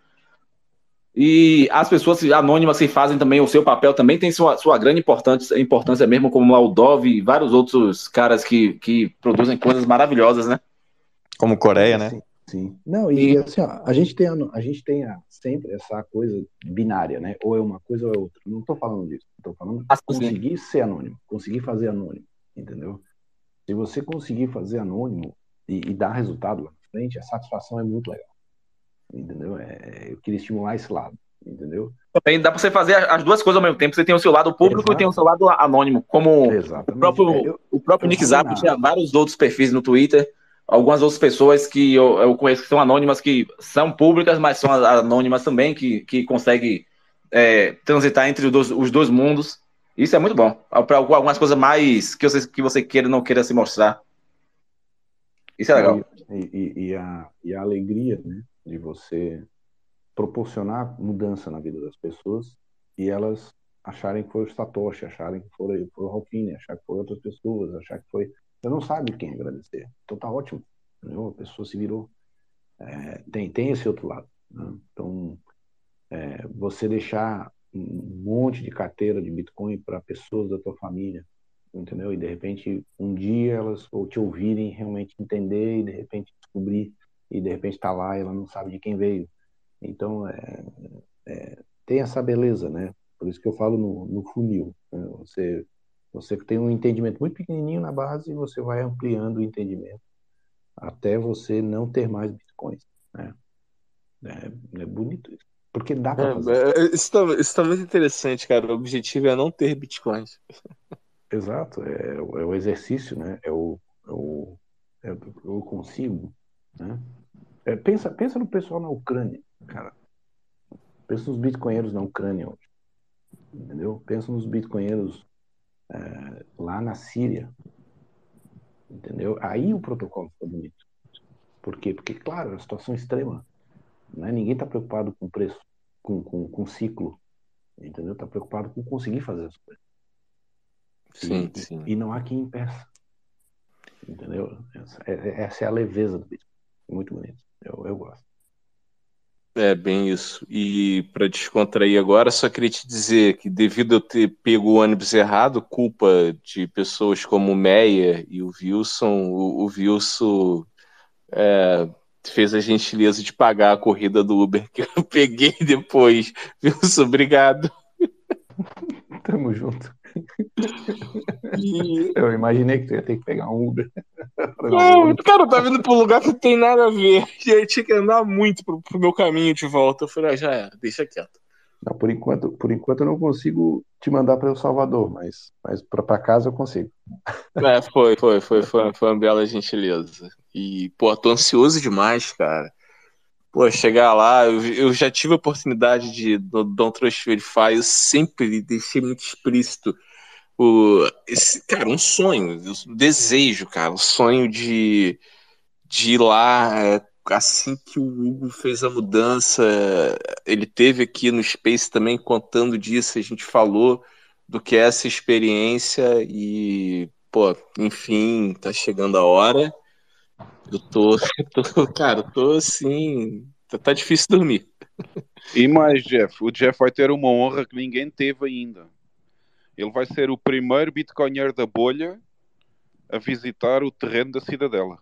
E as pessoas anônimas que fazem também o seu papel também tem sua, sua grande importância, importância mesmo, como lá o Dove e vários outros caras que, que produzem coisas maravilhosas, né? Como Coreia, né? Sim, sim. Não, e, e assim, ó, a gente tem, a, a gente tem a, sempre essa coisa binária, né? Ou é uma coisa ou é outra. Não tô falando disso. Tô falando de conseguir ser anônimo, conseguir fazer anônimo, entendeu? Se você conseguir fazer anônimo e, e dar resultado lá na frente, a satisfação é muito legal. Entendeu? É, eu queria estimular esse lado, entendeu? Também dá pra você fazer as duas coisas ao mesmo tempo. Você tem o seu lado público Exato. E tem o seu lado anônimo. Como o próprio, é, eu, o próprio Nick Zap tinha vários outros perfis no Twitter. Algumas outras pessoas que eu, eu conheço que são anônimas, que são públicas, mas são anônimas também, que, que conseguem é, transitar entre os dois, os dois mundos. Isso é muito bom. Para algumas coisas mais que você, que você queira ou não queira se mostrar. Isso é legal. E, e, e, a, e a alegria, né? De você proporcionar mudança na vida das pessoas e elas acharem que foi o Satoshi, acharem que foi, foi o Ralphine, acharem que foi outras pessoas, achar que foi... Você não sabe quem agradecer. Então tá ótimo. Entendeu? A pessoa se virou. É, tem, tem esse outro lado. Né? Então, é, você deixar um monte de carteira de Bitcoin para pessoas da tua família, entendeu? E de repente, um dia elas ou te ouvirem realmente entender e de repente descobrir e de repente está lá e ela não sabe de quem veio. Então, é, é, tem essa beleza, né? Por isso que eu falo no, no funil. Né? Você, você tem um entendimento muito pequenininho na base e você vai ampliando o entendimento até você não ter mais bitcoins, né? É, é bonito isso. Porque dá para fazer. É, isso, tá, isso tá muito interessante, cara. O objetivo é não ter bitcoins. Exato. É, é o exercício, né? É o, é o, é o eu consigo, né? É, pensa, pensa no pessoal na Ucrânia, cara. Pensa nos bitcoinheiros na Ucrânia hoje. Entendeu? Pensa nos bitcoinheiros é, lá na Síria. Entendeu? Aí o protocolo fica bonito. Por quê? Porque, claro, é uma situação extrema. Né? Ninguém está preocupado com preço, com, com, com ciclo. Entendeu? Está preocupado com conseguir fazer as coisas. Sim, e, sim. E não há quem impeça. Entendeu? Essa, essa é a leveza do Bitcoin. Muito bonito. Eu, eu gosto. É, bem isso. E para descontrair agora, só queria te dizer que devido a eu ter pego o ônibus errado, culpa de pessoas como o Meyer e o Wilson, o, o Wilson é, fez a gentileza de pagar a corrida do Uber que eu peguei depois. Wilson, obrigado. Tamo junto. E... Eu imaginei que tu ia ter que pegar um Uber. Não, cara, eu tava indo pra um lugar que não tem nada a ver. E aí tinha que andar muito pro, pro meu caminho de volta. Eu falei, ah, já era, deixa quieto. Não, por enquanto, por enquanto eu não consigo te mandar para El Salvador, mas, mas para casa eu consigo. É, foi, foi, foi, foi, foi uma bela gentileza. E, pô, tô ansioso demais, cara. Pô, chegar lá, eu, eu já tive a oportunidade de, no Don't Trust Verify, eu sempre deixei muito explícito o, esse, cara, um sonho, um desejo, cara, um sonho de, de ir lá, é, assim que o Hugo fez a mudança, ele teve aqui no Space também contando disso, a gente falou do que é essa experiência e, pô, enfim, tá chegando a hora. Eu tô, eu tô cara, eu tô assim, tá, tá difícil dormir. E mais, Jeff, o Jeff vai ter uma honra que ninguém teve ainda. Ele vai ser o primeiro bitcoinheiro da bolha a visitar o terreno da Cidadela.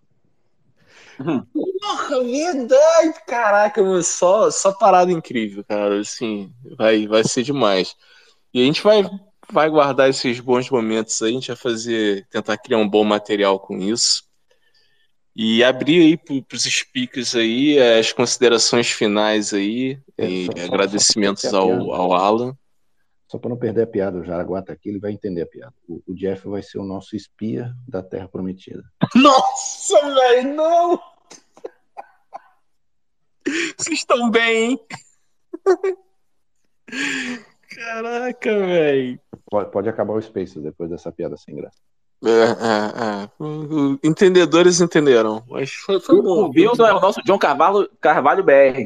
Porra, verdade, caraca, mano, só, só parada incrível, cara, assim, vai, vai ser demais. E a gente vai, vai guardar esses bons momentos aí, a gente vai fazer, tentar criar um bom material com isso. E abrir aí para os speakers aí as considerações finais aí, é, e só, agradecimentos só, só ao, ao Alan. Só para não perder a piada, o Jaraguá tá aqui, ele vai entender a piada. O, o Jeff vai ser o nosso espia da Terra Prometida. Nossa, velho, não! Vocês estão bem, hein? Caraca, velho. Pode, pode acabar o Spaces depois dessa piada sem graça. É, é, é. Entendedores entenderam, mas foi, foi bom. O Wilson é o nosso John Carvalho, Carvalho B R.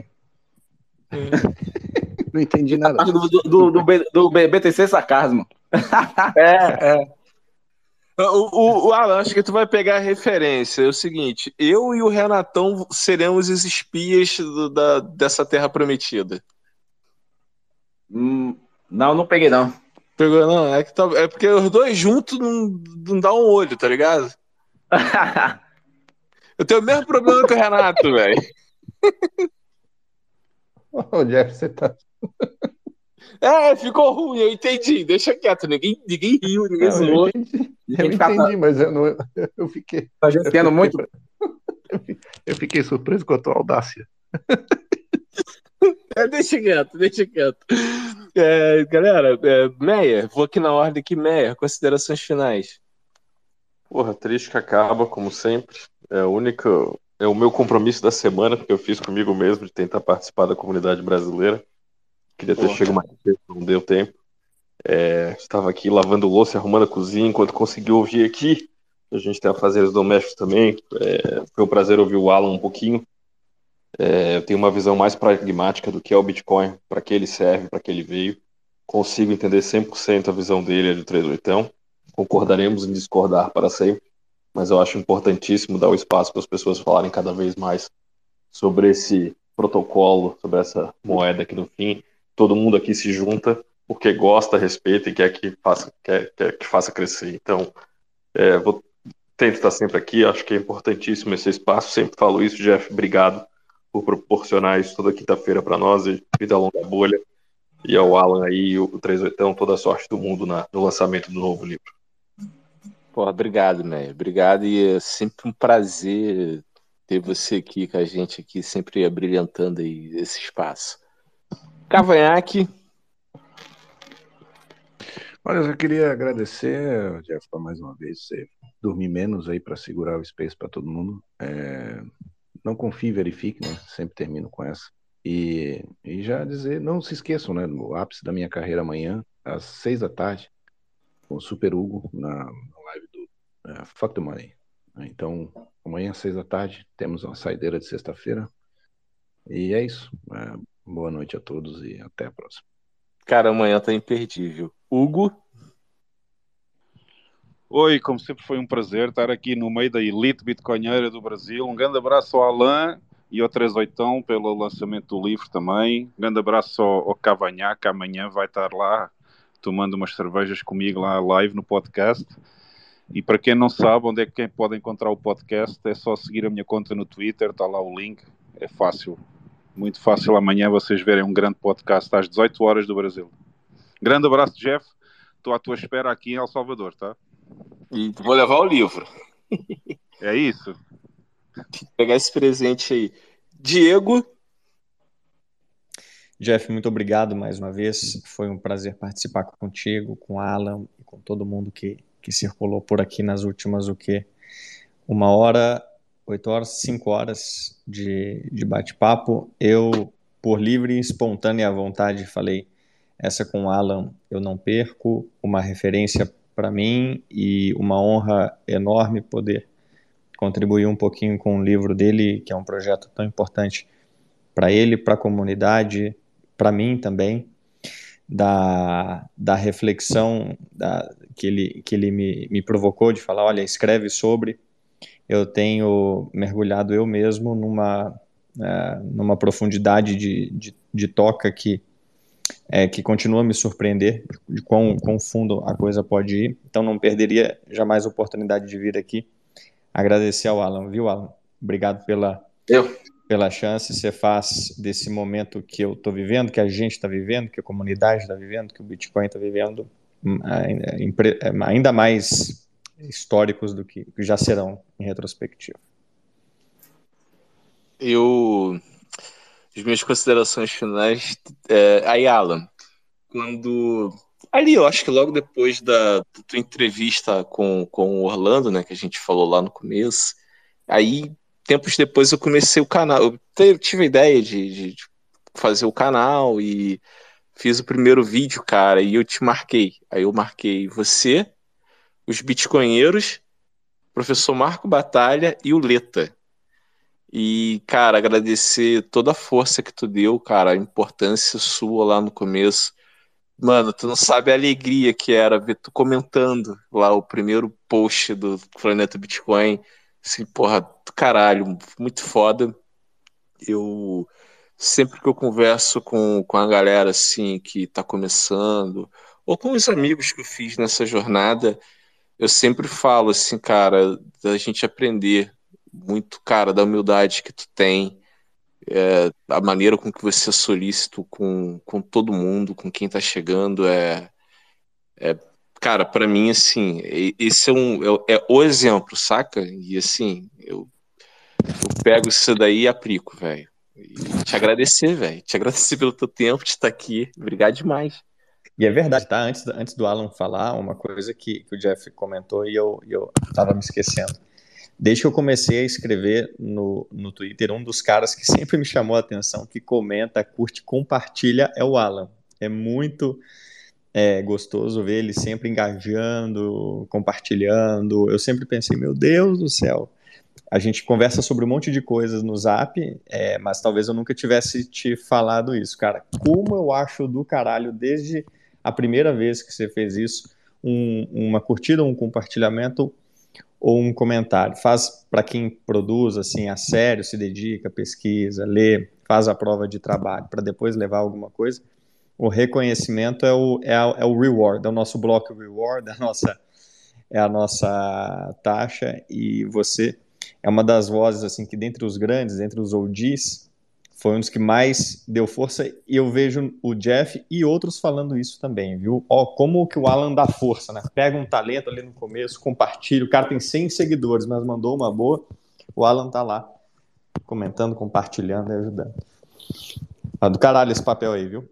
Não entendi nada. Do, do, do, do, B, do B T C Sarcasmo. É, é. O, o, o Alan, acho que tu vai pegar a referência. É o seguinte: eu e o Renatão seremos os espias do, da, dessa terra prometida. Hum, não, não peguei, não. Pegou, não? É, que tá, é porque os dois juntos não, não dá um olho, tá ligado? Eu tenho o mesmo problema que o Renato, velho. Ô, Jeff, você tá. É, ficou ruim, eu entendi. Deixa quieto, ninguém, ninguém riu, ninguém Não, zoou. eu entendi, eu entendi mas eu, não, eu fiquei. Tá gerenciando muito? Eu fiquei surpreso com a tua audácia. É, deixa quieto, deixa quieto. É, galera, é, Meyer, vou aqui na ordem aqui, Meyer, considerações finais. Porra, triste que acaba, como sempre. É a única, é o meu compromisso da semana que eu fiz comigo mesmo de tentar participar da comunidade brasileira. Queria ter Porra. chegado mais cedo, não deu tempo. É, estava aqui lavando louça e arrumando a cozinha enquanto consegui ouvir aqui. A gente tem afazeres domésticos também. É, foi um prazer ouvir o Alan um pouquinho. É, eu tenho uma visão mais pragmática do que é o Bitcoin, para que ele serve, para que ele veio. Consigo entender cem por cento a visão dele do três oitão. Concordaremos em discordar para sempre, mas eu acho importantíssimo dar o espaço para as pessoas falarem cada vez mais sobre esse protocolo, sobre essa moeda que no fim todo mundo aqui se junta porque gosta, respeita e quer que faça, quer, quer que faça crescer. Então, é, vou, tento estar sempre aqui, acho que é importantíssimo esse espaço, sempre falo isso, Jeff, obrigado por proporcionar isso toda quinta-feira para nós, e vida longa bolha, e ao Alan aí, o três oitão, toda a sorte do mundo na, no lançamento do novo livro. Pô, obrigado, Meyer, obrigado, e é sempre um prazer ter você aqui com a gente aqui, sempre abrilhantando aí esse espaço. Cavanhaque. Olha, eu só queria agradecer, Jeff, mais uma vez, você dormir menos aí para segurar o space para todo mundo. É... Não confie, verifique, né? Sempre termino com essa. E, e já dizer, não se esqueçam, né? No ápice da minha carreira amanhã, às seis da tarde, com o Super Hugo, na, na live do uh, Fuck the Money. Então, amanhã às seis da tarde, temos uma saideira de sexta-feira. E é isso. Uh, boa noite a todos e até a próxima. Cara, amanhã tá imperdível. Hugo? Oi, como sempre foi um prazer estar aqui no meio da elite bitcoinheira do Brasil. Um grande abraço ao Alan e ao três oitão pelo lançamento do livro também. Um grande abraço ao, ao Cavanhaque, que amanhã vai estar lá tomando umas cervejas comigo lá live no podcast. E para quem não sabe onde é que quem pode encontrar o podcast, é só seguir a minha conta no Twitter, está lá o link. É fácil, muito fácil amanhã vocês verem um grande podcast às dezoito horas do Brasil. Grande abraço, Jeff. Estou à tua espera aqui em El Salvador, tá? E vou levar o livro. É isso. Vou pegar esse presente aí. Diego? Jeff, muito obrigado mais uma vez. Foi um prazer participar contigo, com o Alan e com todo mundo que, que circulou por aqui nas últimas, o quê? Uma hora, oito horas, cinco horas de, de bate-papo. Eu, por livre e espontânea vontade, falei, essa com o Alan eu não perco, uma referência para mim e uma honra enorme poder contribuir um pouquinho com o livro dele, que é um projeto tão importante para ele, para a comunidade, para mim também, da, da reflexão da, que ele, que ele me, me provocou de falar, olha, escreve sobre. Eu tenho mergulhado eu mesmo numa, uh, numa profundidade de, de, de toca que É, que continua a me surpreender de quão, quão fundo a coisa pode ir. Então não perderia jamais a oportunidade de vir aqui. Agradecer ao Alan, viu, Alan? Obrigado pela, pela chance. Você faz desse momento que eu estou vivendo, que a gente está vivendo, que a comunidade está vivendo, que o Bitcoin está vivendo, ainda mais históricos do que já serão em retrospectiva. Eu... As minhas considerações finais, é, aí, Alan, quando... Ali, eu acho que logo depois da, da tua entrevista com, com o Orlando, né, que a gente falou lá no começo, aí, tempos depois eu comecei o canal, eu tive a ideia de, de, de fazer o canal e fiz o primeiro vídeo, cara, e eu te marquei. Aí eu marquei você, os bitcoinheiros, o professor Marco Batalha e o Leta. E, cara, agradecer toda a força que tu deu, cara, a importância sua lá no começo. Mano, tu não sabe a alegria que era ver tu comentando lá o primeiro post do Planeta Bitcoin. Assim, porra, do caralho, muito foda. Eu, sempre que eu converso com, com a galera, assim, que tá começando, ou com os amigos que eu fiz nessa jornada, eu sempre falo, assim, cara, da gente aprender muito, cara, da humildade que tu tem, é, a maneira com que você é solícito com, com todo mundo, com quem tá chegando, é, é cara, pra mim, assim, esse é, um, é, é o exemplo, saca? E, assim, eu, eu pego isso daí e aplico, velho. E te agradecer, velho, te agradecer pelo teu tempo de estar aqui, obrigado demais. E é verdade, tá? Antes, antes do Alan falar, uma coisa que, que o Jeff comentou e eu, eu tava me esquecendo. Desde que eu comecei a escrever no, no Twitter, um dos caras que sempre me chamou a atenção, que comenta, curte, compartilha, é o Alan. É muito é, gostoso ver ele sempre engajando, compartilhando. Eu sempre pensei, meu Deus do céu, a gente conversa sobre um monte de coisas no Zap, é, mas talvez eu nunca tivesse te falado isso, cara. Como eu acho do caralho, desde a primeira vez que você fez isso, um, uma curtida, um compartilhamento ou um comentário. Faz para quem produz assim a sério, se dedica, pesquisa, lê, faz a prova de trabalho para depois levar alguma coisa. O reconhecimento é o, é, a, é o reward, é o nosso bloco reward, é a nossa, é a nossa taxa, e você é uma das vozes assim que dentre os grandes, dentre os O Gs, foi um dos que mais deu força, e eu vejo o Jeff e outros falando isso também, viu? Ó, como que o Alan dá força, né? Pega um talento ali no começo, compartilha, o cara tem cem seguidores, mas mandou uma boa, o Alan tá lá, comentando, compartilhando e ajudando. Ah, do caralho esse papel aí, viu?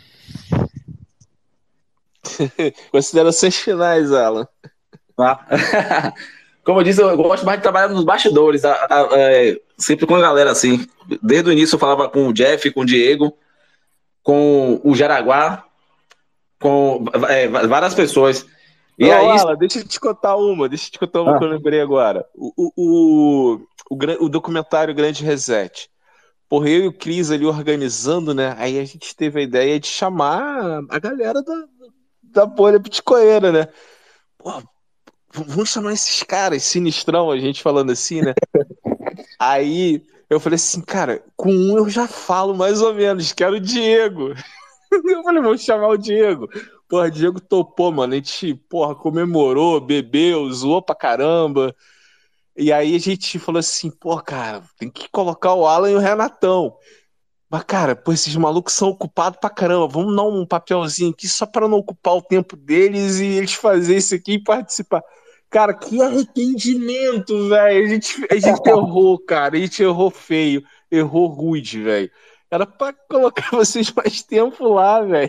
Considerações finais, Alan. Ah. Como eu disse, eu gosto mais de trabalhar nos bastidores, a, a, a, sempre com a galera assim. Desde o início eu falava com o Jeff, com o Diego, com o Jaraguá, com é, várias pessoas. E Ô, aí, Alan, deixa eu te contar uma, deixa eu te contar uma ah. que eu lembrei agora. O, o, o, o, o documentário Grande Reset. Porra, eu e o Cris ali organizando, né? Aí a gente teve a ideia de chamar a galera da, da bolha bitcoinera, né? Pô, vamos chamar esses caras, sinistrão, a gente falando assim, né? Aí eu falei assim, cara, com um eu já falo mais ou menos, que era o Diego. Eu falei, vamos chamar o Diego. Porra, o Diego topou, mano. A gente, porra, comemorou, bebeu, zoou pra caramba. E aí a gente falou assim, pô, cara, tem que colocar o Alan e o Renatão. Mas, cara, pô, esses malucos são ocupados pra caramba. Vamos dar um papelzinho aqui só pra não ocupar o tempo deles e eles fazerem isso aqui e participar. Cara, que arrependimento, velho. A gente, a gente errou, cara. A gente errou feio. Errou rude, velho. Era pra colocar vocês mais tempo lá, velho.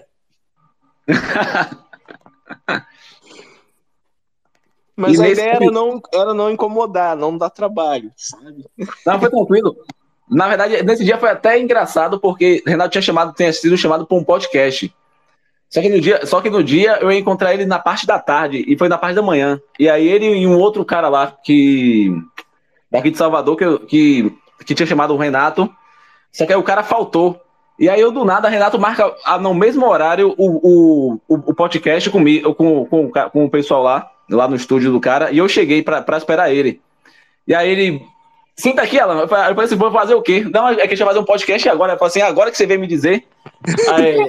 Mas e a ideia era não, era não incomodar, não dar trabalho, sabe? Não, foi tranquilo. Na verdade, nesse dia foi até engraçado, porque Renato tinha chamado, tinha sido chamado para um podcast. Só que, no dia, só que no dia eu ia encontrar ele na parte da tarde, e foi na parte da manhã. E aí ele e um outro cara lá, que daqui de Salvador, que, que, que tinha chamado o Renato, só que aí o cara faltou. E aí eu, do nada, Renato marca no mesmo horário o, o, o podcast comigo, com, com, com o pessoal lá, lá no estúdio do cara, e eu cheguei pra, pra esperar ele. E aí ele, senta aqui, Alan. Eu falei assim, vou fazer o quê? Não, é que a gente vai fazer um podcast agora. Eu falei assim, agora que você veio me dizer. Aí...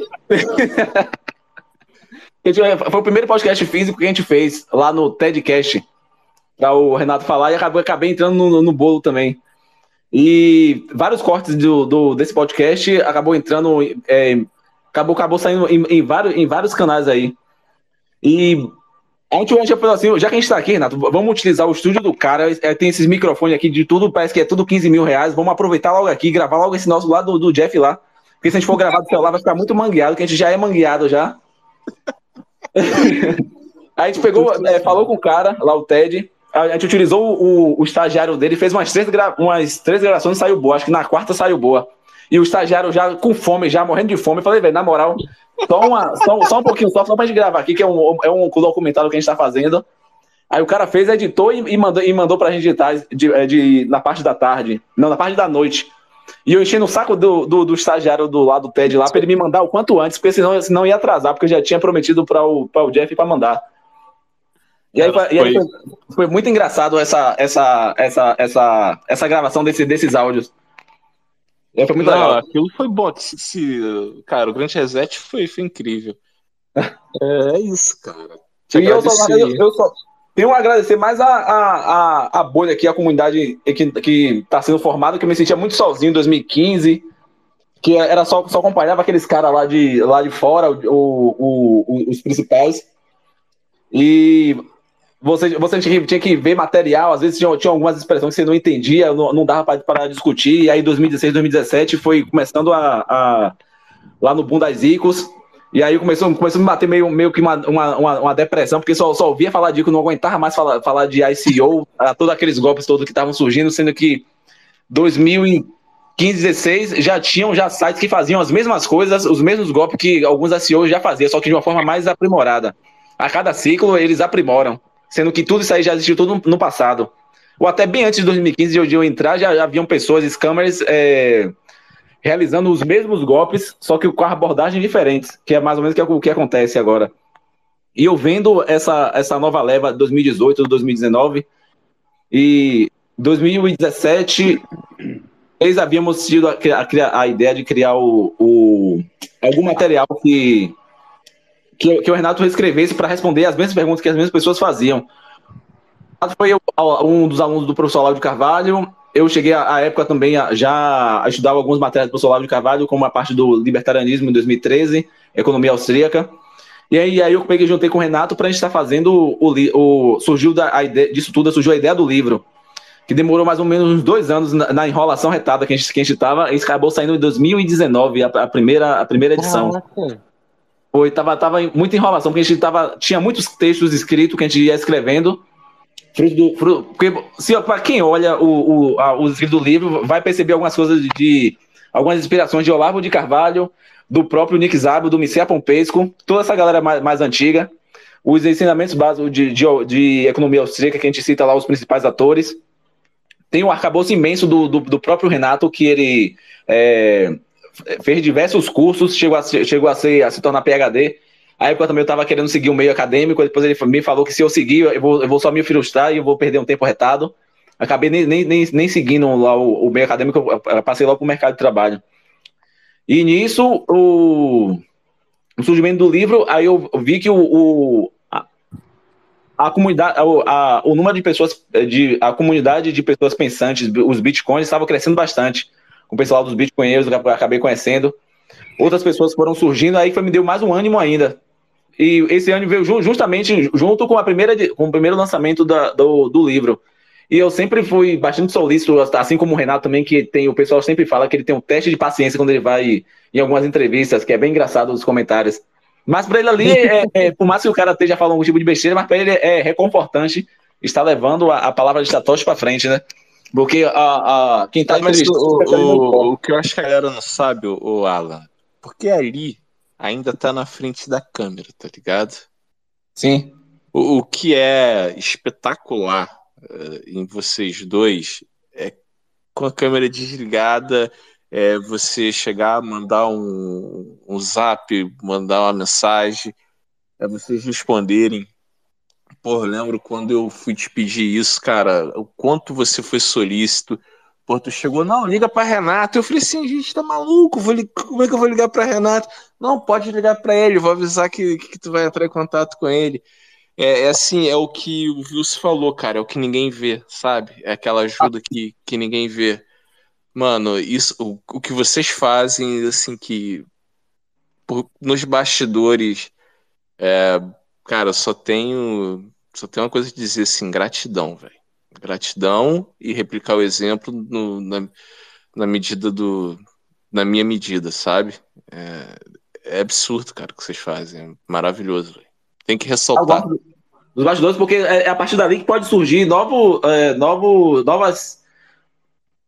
Foi o primeiro podcast físico que a gente fez lá no TEDcast, para o Renato falar, e acabei, acabei entrando no, no bolo também. E vários cortes do, do, desse podcast acabou entrando, é, acabou, acabou saindo em, em, vários, em vários canais aí. E a gente, a gente falou assim, já que a gente tá aqui, Renato, vamos utilizar o estúdio do cara, é, tem esses microfones aqui de tudo, parece que é tudo quinze mil reais, vamos aproveitar logo aqui, gravar logo esse nosso lá do, do Jeff lá, porque se a gente for gravar do celular vai ficar muito mangueado, que a gente já é mangueado já. A gente pegou, é, falou com o cara, lá o Ted, a gente utilizou o, o estagiário dele, fez umas três, gra... umas três gravações e saiu boa, acho que na quarta saiu boa. E o estagiário já com fome, já morrendo de fome. Eu falei, velho, na moral, só, uma, só, só um pouquinho só, só pra gente gravar aqui, que é um, é um documentário que a gente tá fazendo. Aí o cara fez, editou e, e, mandou, e mandou pra gente editar de, de, na parte da tarde. Não, na parte da noite. E eu enchendo o saco do, do, do estagiário do lado do T E D lá pra ele me mandar o quanto antes, porque senão, senão ia atrasar, porque eu já tinha prometido pra o, pra o Jeff pra mandar. E aí, e aí foi, foi muito engraçado essa, essa, essa, essa, essa gravação desse, desses áudios. E foi muito Não, legal. aquilo foi bom. Se, se- cara, o Grande Reset foi, foi incrível. É, é isso, cara. Te E eu só, eu, agradeci. eu só tenho a agradecer mais a, a, a, a bolha aqui, a comunidade que, que tá sendo formada, que eu me sentia muito sozinho em dois mil e quinze, que era só, só acompanhava aqueles caras lá de, lá de fora, o, o, o- os principais. E você, você tinha, que, tinha que ver material, às vezes tinha, tinha algumas expressões que você não entendia, não, não dava para discutir. E aí, dois mil e dezesseis, dois mil e dezessete, foi começando a, a lá no boom das Icos. E aí começou, começou a me bater meio, meio que uma, uma, uma, uma depressão, porque só, só ouvia falar de Ico, não aguentava mais falar, falar de I C O, a todos aqueles golpes todos que estavam surgindo, sendo que dois mil e quinze, dezesseis já tinham já sites que faziam as mesmas coisas, os mesmos golpes que alguns I C Os já faziam, só que de uma forma mais aprimorada. A cada ciclo eles aprimoram, sendo que tudo isso aí já existiu tudo no, no passado. Ou até bem antes de dois mil e quinze, de eu entrar, já, já haviam pessoas, scammers, é, realizando os mesmos golpes, só que com abordagens diferentes, que é mais ou menos o que, o que acontece agora. E eu vendo essa, essa nova leva de dois mil e dezoito, dois mil e dezenove, e dois mil e dezessete, eles havíamos tido a, a, a ideia de criar o, o, algum material que, que, que o Renato reescrevesse para responder as mesmas perguntas que as mesmas pessoas faziam. Foi eu, um dos alunos do professor Olavo de Carvalho. Eu cheguei à época também a, já a estudar alguns materiais do professor Olavo de Carvalho, como a parte do libertarianismo em dois mil e treze, economia austríaca. E aí, aí eu peguei, juntei com o Renato para a gente estar fazendo o, o surgiu da, a ideia disso tudo, surgiu a ideia do livro, que demorou mais ou menos uns dois anos na, na enrolação retada que a gente que a gente estava, e acabou saindo em dois mil e dezenove, a, a primeira a primeira edição. Caraca. Foi, tava, tava muita enrolação, porque a gente tava, tinha muitos textos escritos que a gente ia escrevendo. Fruto do, fruto, porque, se, para quem olha o, o, a, os escritos do livro, vai perceber algumas coisas de, de algumas inspirações de Olavo de Carvalho, do próprio Nick Szabo, do Mircea Pompesco, toda essa galera mais, mais antiga, os ensinamentos básicos de, de, de economia austríaca, que a gente cita lá os principais atores. Tem um arcabouço imenso do, do, do próprio Renato, que ele é, fez diversos cursos, chegou a, chegou a, ser, a se tornar P H D. A época também eu estava querendo seguir um meio acadêmico, depois ele me falou que se eu seguir, eu vou, eu vou só me frustrar e eu vou perder um tempo retado. Acabei nem, nem, nem, nem seguindo lá o, o meio acadêmico, eu passei logo para o mercado de trabalho. E nisso, o, o surgimento do livro, aí eu vi que o, o, a, a comunidade, a, a, o número de pessoas, de, a comunidade de pessoas pensantes, os bitcoins, estava crescendo bastante. Com o pessoal dos bitcoinheiros, que eu acabei conhecendo. Outras pessoas foram surgindo, aí foi, me deu mais um ânimo ainda. E esse ano veio justamente junto com, a primeira, com o primeiro lançamento da, do, do livro. E eu sempre fui bastante solícito, assim como o Renato também, que tem, o pessoal sempre fala que ele tem um teste de paciência quando ele vai em algumas entrevistas, que é bem engraçado os comentários. Mas para ele ali, é, é, por mais que o cara esteja falando algum tipo de besteira, mas para ele é reconfortante estar levando a, a palavra de Satoshi para frente, né? Porque a, a, quem está entrevistando... O, o, o que eu acho que a galera não sabe, o, o Alan, porque ali ainda tá na frente da câmera, tá ligado? Sim. O, o que é espetacular uh, em vocês dois é com a câmera desligada, é você chegar, mandar um, um zap, mandar uma mensagem, é vocês responderem. Pô, eu lembro quando eu fui te pedir isso, cara, o quanto você foi solícito. Pô, tu chegou, não, liga pra Renato. Eu falei assim, gente, tá maluco? Vou li... Como é que eu vou ligar pra Renato? Não, pode ligar pra ele, vou avisar que, que tu vai entrar em contato com ele. É, é assim, é o que o Vilso falou, cara, é o que ninguém vê, sabe? É aquela ajuda que, que ninguém vê. Mano, isso, o, o que vocês fazem, assim, que por, nos bastidores, é, cara, eu só tenho, só tenho uma coisa a dizer, assim, gratidão, velho. Gratidão e replicar o exemplo no, na, na medida do, na minha medida, sabe? É, é absurdo, cara, o que vocês fazem. É maravilhoso, véio. Tem que ressaltar. Dos bastidores, porque é a partir dali que pode surgir novo, é, novo, novas,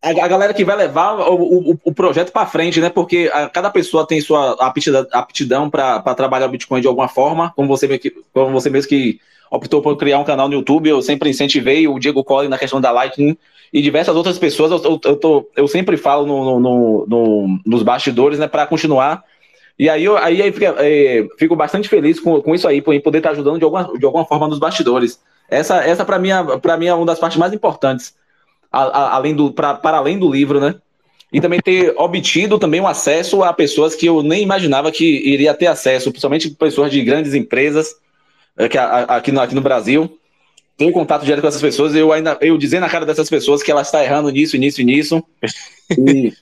a, a galera que vai levar o, o, o projeto para frente, né? Porque a, cada pessoa tem sua aptidão, aptidão para trabalhar o Bitcoin de alguma forma, como você, como você mesmo que optou por criar um canal no YouTube, eu sempre incentivei o Diego Colli na questão da Lightning e diversas outras pessoas, eu, eu, eu, tô, eu sempre falo no, no, no, nos bastidores, né, para continuar. E aí eu, aí, aí fico, é, fico bastante feliz com, com isso aí, por poder estar ajudando de alguma, de alguma forma nos bastidores. Essa, essa para mim, para mim, é uma das partes mais importantes, a, a, além do, pra, para além do livro, né? E também ter obtido também um acesso a pessoas que eu nem imaginava que iria ter acesso, principalmente pessoas de grandes empresas aqui, aqui, no, aqui no Brasil. Tenho contato direto com essas pessoas, eu ainda eu dizer na cara dessas pessoas que elas estão errando nisso, nisso e nisso. E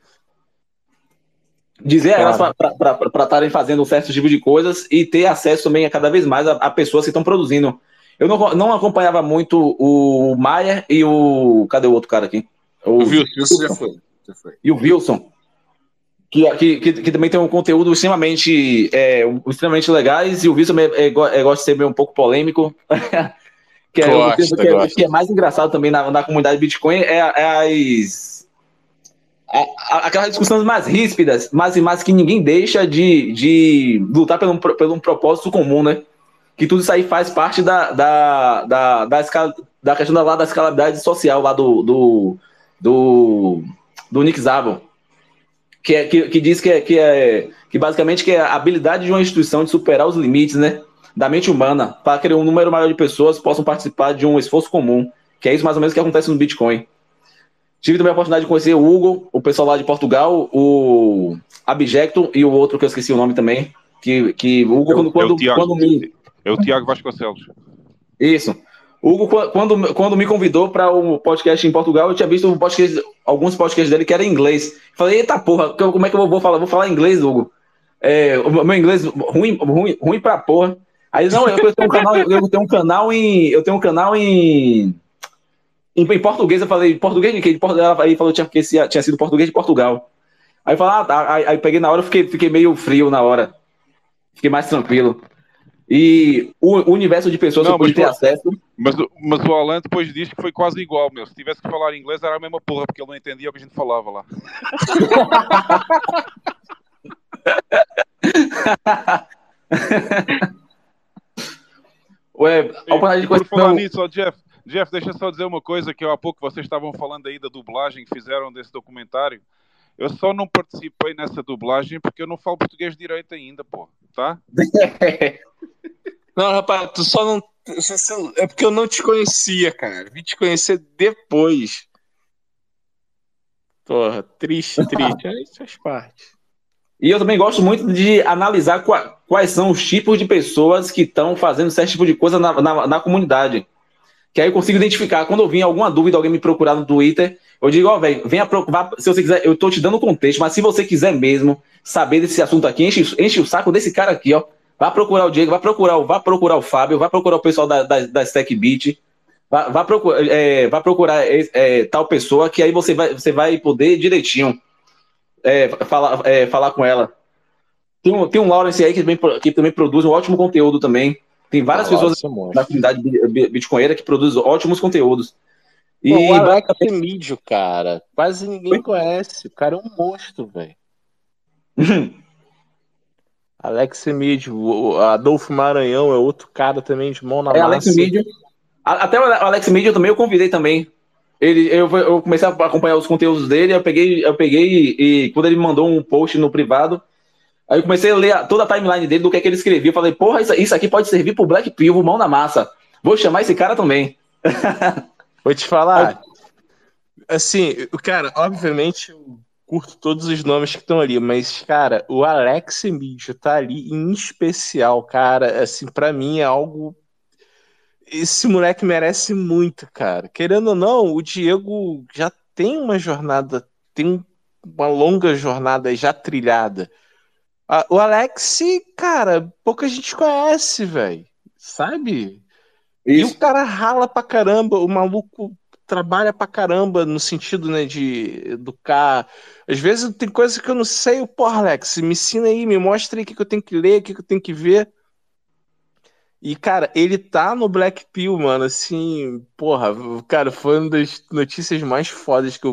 dizer a elas para estarem fazendo certos tipos de coisas e ter acesso também a cada vez mais a, a pessoas que estão produzindo. Eu não, não acompanhava muito o Maier e o... Cadê o outro cara aqui? O, o Wilson já foi, já foi. E o Wilson, que, que, que, que também tem um conteúdo extremamente, é, extremamente legais, e o Wilson é, é, é, gosta de ser meio um pouco polêmico. que, é, gosta, que, é, que é mais engraçado também na, na comunidade Bitcoin é, é as... aquelas discussões mais ríspidas, mas, mas que ninguém deixa de, de lutar pelo, pelo um propósito comum, né? Que tudo isso aí faz parte da, da, da, da, escala, da questão da, lá, da escalabilidade social lá do, do, do, do Nick Szabo, que, é, que, que diz que, é, que, é, que basicamente que é a habilidade de uma instituição de superar os limites, né, da mente humana para que um número maior de pessoas possam participar de um esforço comum, que é isso mais ou menos que acontece no Bitcoin. Tive também a oportunidade de conhecer o Hugo, o pessoal lá de Portugal, o Abjecto e o outro que eu esqueci o nome também, que, que o Hugo, quando, quando, Tiago, quando me... É o Tiago Vasconcelos. Isso. O Hugo, quando, quando me convidou para o podcast em Portugal, eu tinha visto um podcast, alguns podcasts dele que era em inglês. Falei, eita porra, como é que eu vou falar? Vou falar inglês, Hugo. É, o meu inglês ruim, ruim, ruim pra porra. Aí, não, eu tenho um canal, eu tenho um canal em... Eu tenho um canal em... Em, em português, eu falei, português de quê? De Portugal. Aí falou que tinha, tinha sido português de Portugal. Aí eu falei, ah, tá. Aí, aí peguei na hora, eu fiquei, fiquei meio frio na hora. Fiquei mais tranquilo. E o, o universo de pessoas não, que eu pude ter acesso. Mas, mas o Alan depois disse que foi quase igual, meu. Se tivesse que falar inglês era a mesma porra, porque ele não entendia o que a gente falava lá. Ué, e, por falar não... nisso, ó, Jeff, Jeff, deixa eu só dizer uma coisa que há pouco vocês estavam falando aí da dublagem que fizeram desse documentário. Eu só não participei nessa dublagem porque eu não falo português direito ainda, pô, tá? Não, rapaz, tu só não... É porque eu não te conhecia, cara. Vim te conhecer depois. Porra, triste, triste. Isso faz parte. E eu também gosto muito de analisar qua, quais são os tipos de pessoas que estão fazendo certo tipo de coisa na, na, na comunidade. Que aí eu consigo identificar. Quando eu vim alguma dúvida, alguém me procurar no Twitter, eu digo, ó, oh, velho, venha procurar. Se você quiser, eu tô te dando contexto, mas se você quiser mesmo saber desse assunto aqui, enche, enche o saco desse cara aqui, ó. Vá procurar o Diego, vá procurar, vá procurar o Fábio, vá procurar o pessoal da, da, da StackBit, vá, vá, procurar, é, vá procurar é, tal pessoa, que aí você vai, você vai poder direitinho é, falar, é, falar com ela. Tem um, tem um Lawrence aí que também, que também produz um ótimo conteúdo também. Tem várias ah, pessoas da comunidade bitcoinera que produzem ótimos conteúdos. E Pô, o Alex Mídio, cara, quase ninguém Oi? conhece. O cara é um monstro, velho. Alex Mídio, o Adolfo Maranhão é outro cara também de mão na é, massa. Alex Mídio. Até o Alex Mídio também eu convidei também. Ele, eu, eu comecei a acompanhar os conteúdos dele, eu peguei, eu peguei e, e quando ele me mandou um post no privado, aí eu comecei a ler toda a timeline dele, do que é que ele escrevia. Eu falei, porra, isso, isso aqui pode servir pro Black Pill, mão na massa. Vou chamar esse cara também. Vou te falar. Assim, cara, obviamente eu curto todos os nomes que estão ali, mas, cara, o Alex Mídio tá ali em especial, cara. Assim, pra mim é algo... Esse moleque merece muito, cara. Querendo ou não, o Diego já tem uma jornada, tem uma longa jornada já trilhada. O Alex, cara, pouca gente conhece, velho. Sabe? Isso. E o cara rala pra caramba, o maluco trabalha pra caramba no sentido, né, de educar. Às vezes tem coisa que eu não sei, porra, Alex, me ensina aí, me mostra aí o que, que eu tenho que ler, o que, que eu tenho que ver. E, cara, ele tá no Black Pill, mano, assim, porra, cara, foi uma das notícias mais fodas que eu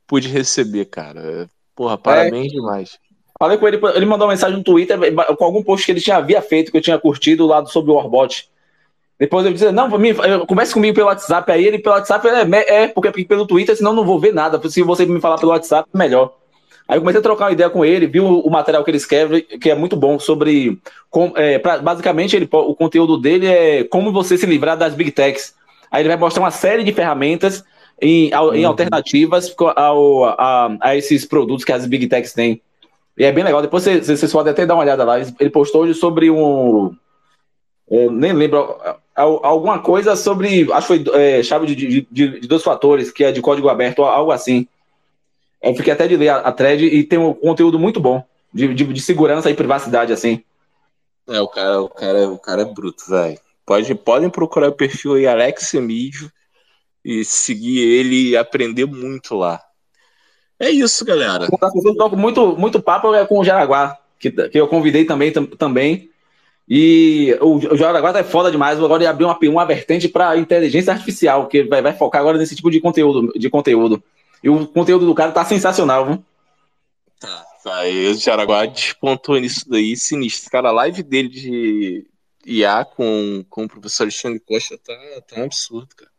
pude receber, cara. Porra, parabéns é. demais. Falei com ele, ele mandou uma mensagem no Twitter com algum post que ele tinha havia feito, que eu tinha curtido lá sobre o Warbot. Depois ele disse, não, converse comigo pelo WhatsApp. Aí ele pelo WhatsApp, é, é porque pelo Twitter, senão não vou ver nada. Se você me falar pelo WhatsApp, é melhor. Aí eu comecei a trocar uma ideia com ele, viu o material que ele escreve, que é muito bom, sobre... Com, é, pra, basicamente, ele, o conteúdo dele é como você se livrar das Big Techs. Aí ele vai mostrar uma série de ferramentas em, uhum. em alternativas ao, a, a esses produtos que as Big Techs têm. E é bem legal. Depois vocês, vocês podem até dar uma olhada lá. Ele postou hoje sobre um... Eu nem lembro... Alguma coisa sobre... Acho que foi é, chave de, de, de, de dois fatores, que é de código aberto, algo assim. Eu fiquei até de ler a, a thread e tem um conteúdo muito bom. De, de, de segurança e privacidade, assim. É, o cara, o cara, o cara é bruto, velho. Pode, podem procurar o perfil aí, Alex Emídio, e seguir ele e aprender muito lá. É isso, galera. Eu toco muito, muito papo é com o Jaraguá, que, que eu convidei também, tam, também. E o, o Jaraguá é foda demais. Agora ele abriu uma, uma vertente para inteligência artificial, que vai, vai focar agora nesse tipo de conteúdo, de conteúdo. E o conteúdo do cara tá sensacional, viu? Tá, tá. E o Jaraguá despontou nisso daí, sinistro. Cara, a live dele de I A com, com o professor Alexandre Costa tá, tá um absurdo, cara.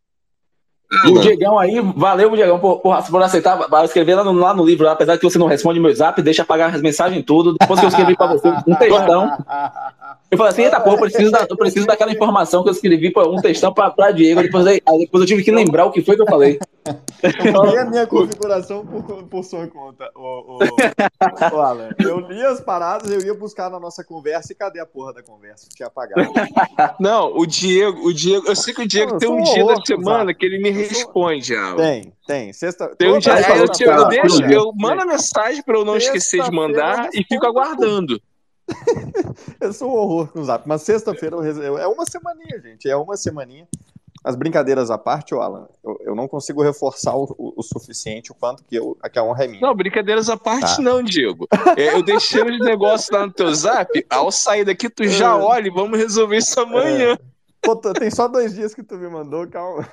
E o Diegão aí, valeu, Diegão, por, por, por aceitar, por escrever lá no, lá no livro, apesar que você não responde meu zap, deixa apagar as mensagens tudo. Depois que eu escrevi pra você um textão, eu falei assim, eita porra, eu preciso, da, eu preciso daquela informação que eu escrevi, pô, um textão pra, pra Diego. Depois, aí, depois eu tive que lembrar o que foi que eu falei. Eu falei a minha configuração por, por sua conta, ô, ô, ô, Alan. Eu li as paradas, eu ia buscar na nossa conversa e cadê a porra da conversa? Tinha apagado. Não, o Diego, o Diego, eu sei que o Diego não, tem um dia da semana que ele me responde, Alan. Tem, tem. Sexta... Tem um dia, eu, eu, eu, eu, deixo, eu mando a mensagem pra eu não esquecer de mandar e fico aguardando. Eu sou um horror com o zap, mas sexta-feira eu, eu, é uma semaninha, gente, é uma semaninha. As brincadeiras à parte, ô Alan, eu, eu não consigo reforçar o, o, o suficiente o quanto que, eu, que a honra é minha. Não, brincadeiras à parte tá. Não, Diego. É, eu deixei os negócios lá no teu zap, ao sair daqui tu já olha e vamos resolver isso amanhã. É. Pô, tem só dois dias que tu me mandou, calma.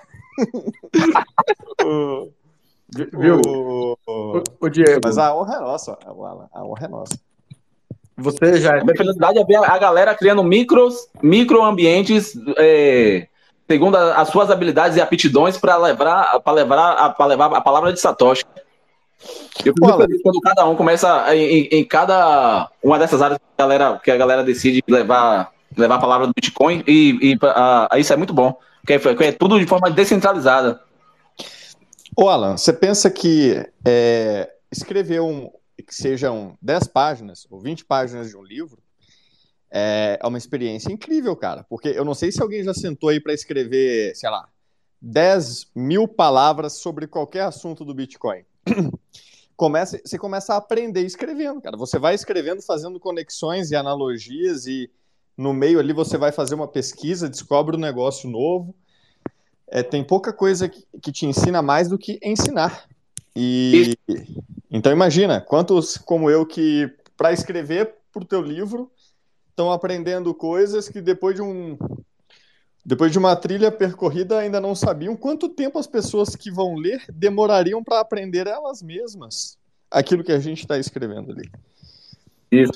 o, Viu? O, o, o Diego. Mas a honra é nossa, Alan, a honra é nossa. Você já... A minha felicidade é ver a galera criando micros, microambientes... É... segundo as suas habilidades e aptidões para levar, para levar, para levar a palavra de Satoshi. Eu fico feliz quando cada um começa em, em cada uma dessas áreas que a galera, que a galera decide levar, levar a palavra do Bitcoin, e, e a, a, isso é muito bom, porque é, é tudo de forma descentralizada. Ô Alan, você pensa que é, escrever um, que sejam dez páginas ou vinte páginas de um livro é uma experiência incrível, cara, porque eu não sei se alguém já sentou aí para escrever, sei lá, dez mil palavras sobre qualquer assunto do Bitcoin. Começa, você começa a aprender escrevendo, cara. Você vai escrevendo, fazendo conexões e analogias, e no meio ali você vai fazer uma pesquisa, descobre um negócio novo. É, tem pouca coisa que, que te ensina mais do que ensinar. E então imagina, quantos como eu que, para escrever pro teu livro, estão aprendendo coisas que depois de um depois de uma trilha percorrida ainda não sabiam quanto tempo as pessoas que vão ler demorariam para aprender elas mesmas aquilo que a gente está escrevendo ali. Isso.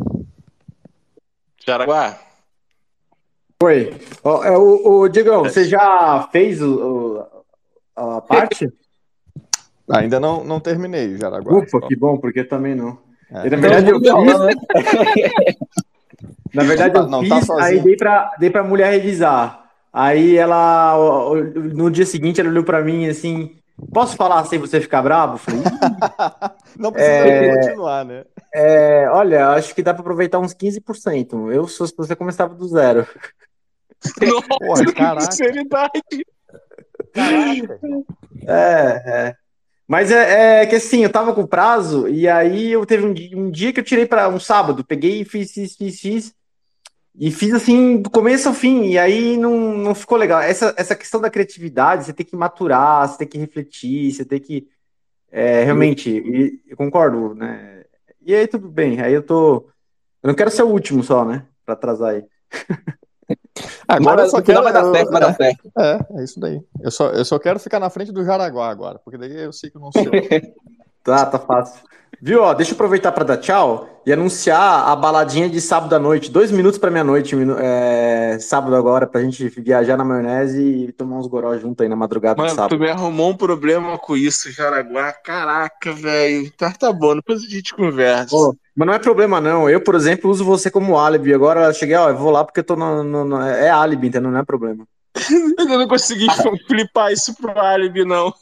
Jaraguá. Oi. Oh, é, o, o Digão, você já fez o, o, a parte? Ainda não, não terminei, Jaraguá. Ufa, que bom, porque também não. É. E, na verdade, eu fiz... Na verdade, eu não, fiz, tá aí dei pra, dei pra mulher revisar. Aí ela, no dia seguinte, ela olhou pra mim assim, posso falar sem você ficar bravo? Falei, não precisa é, continuar, né? É, olha, acho que dá pra aproveitar uns quinze por cento. Eu, se fosse você, começava do zero. Nossa, porra, caraca. Que sinceridade. Caraca. É, é. Mas é, é que assim, eu tava com prazo, e aí eu teve um dia, um dia que eu tirei para um sábado, peguei e fiz, fiz, fiz, fiz, e fiz assim, do começo ao fim, e aí não, não ficou legal. Essa, essa questão da criatividade, você tem que maturar, você tem que refletir, você tem que, é, realmente, e, eu concordo, né? E aí tudo bem, aí eu tô, eu não quero ser o último só, né, pra atrasar aí. Agora eu só quero. Vai dar certo, vai dar certo. É, é isso daí. Eu só, eu só quero ficar na frente do Jaraguá agora, porque daí eu sei que eu não sei. Tá, tá fácil. Viu, ó, deixa eu aproveitar para dar tchau e anunciar a baladinha de sábado à noite. Dois minutos para meia-noite, é, sábado agora, pra gente viajar na maionese e tomar uns goró junto aí na madrugada Mano, de sábado. tu me arrumou um problema com isso, Jaraguá. Caraca, velho. Tá, tá bom, depois a gente conversa. Pô, mas não é problema não. Eu, por exemplo, uso você como álibi. Agora eu cheguei, ó, eu vou lá porque eu tô no, no, no- é álibi, entendeu? Não é problema. Eu não consegui flipar isso pro álibi, não.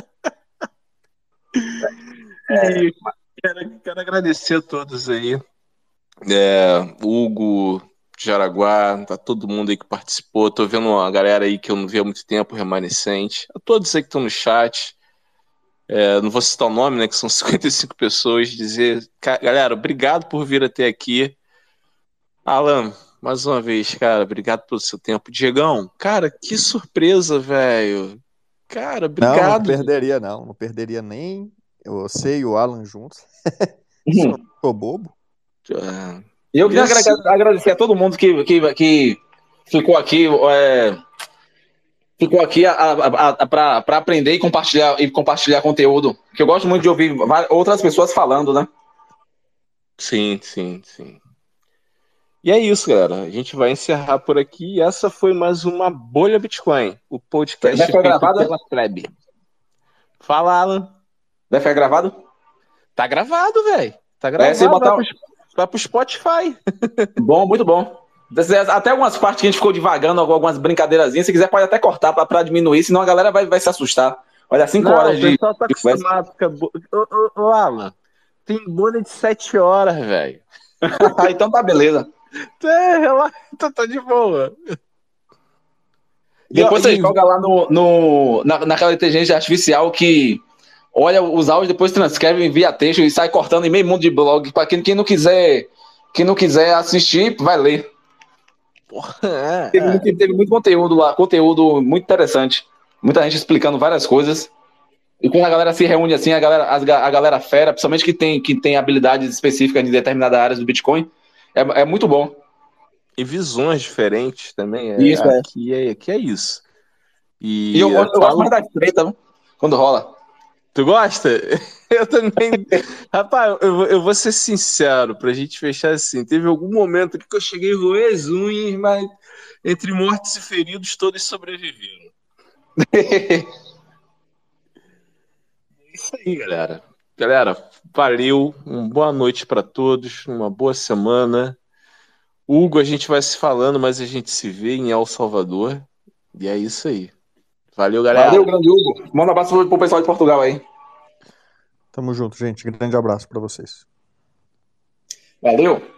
E quero, quero agradecer a todos aí. É, Hugo, Jaraguá, tá todo mundo aí que participou. Tô vendo uma galera aí que eu não vi há muito tempo, remanescente. A todos aí que estão no chat. É, não vou citar o nome, né? Que são cinquenta e cinco pessoas. Dizer, ca- galera, obrigado por vir até aqui. Alan, mais uma vez, cara, obrigado pelo seu tempo. Diegão, cara, que surpresa, velho. Cara, Não, não obrigado. perderia, não. Não perderia nem você e o Alan juntos. Uhum. Sou, sou bobo. E eu queria E assim- agra- agradecer a todo mundo que, que, que ficou aqui, é, ficou aqui para aprender e compartilhar, e compartilhar conteúdo. Que eu gosto muito de ouvir va- outras pessoas falando, né? Sim, sim, sim. E é isso, galera. A gente vai encerrar por aqui. E essa foi mais uma Bolha Bitcoin, o podcast Já foi feito gravado? pela Plebe. Fala, Alan. Já foi gravado? Tá gravado, velho. Tá É, gravado. se botar- Vai, pro, vai pro Spotify. Bom, muito bom. Até algumas partes que a gente ficou devagando, algumas brincadeirazinhas. Se quiser, pode até cortar para diminuir, senão a galera vai, vai se assustar. Olha, cinco Não, horas o de. pessoal tá de conversa. acostumado. Fica bo... ô, ô, ô, Alan, tem bolha de sete horas, velho. Então tá beleza. É, relaxa, tá, tá de boa. Depois E, ó, você e- joga lá no, no, na, naquela inteligência artificial que olha os áudios, depois transcreve, envia texto e sai cortando em meio mundo de blog. Para quem, quem não quiser, quem não quiser assistir, vai ler. É, Teve, é. muito, teve muito conteúdo lá, conteúdo muito interessante. Muita gente explicando várias coisas. E quando a galera se reúne assim, a galera, as ga- a galera fera, principalmente que tem, que tem habilidades específicas em determinadas áreas do Bitcoin, é, é muito bom. E visões diferentes também. É, Isso, é. aqui, é. aqui é isso. E, E eu, gosto- eu falo- gosto mais da treta, viu? Quando rola. Tu gosta? Eu também. Rapaz, eu, vou- eu vou ser sincero, pra gente fechar assim. Teve algum momento aqui que eu cheguei a roer as unhas, mas entre mortos e feridos, todos sobreviveram. É isso aí, galera. Galera, valeu. Uma boa noite pra todos. Uma boa semana. Hugo, a gente vai se falando, mas a gente se vê em El Salvador. E é isso aí. Valeu, galera. Valeu, grande Hugo. Manda um abraço pro pro pessoal de Portugal aí. Tamo junto, gente. Grande abraço pra vocês. Valeu.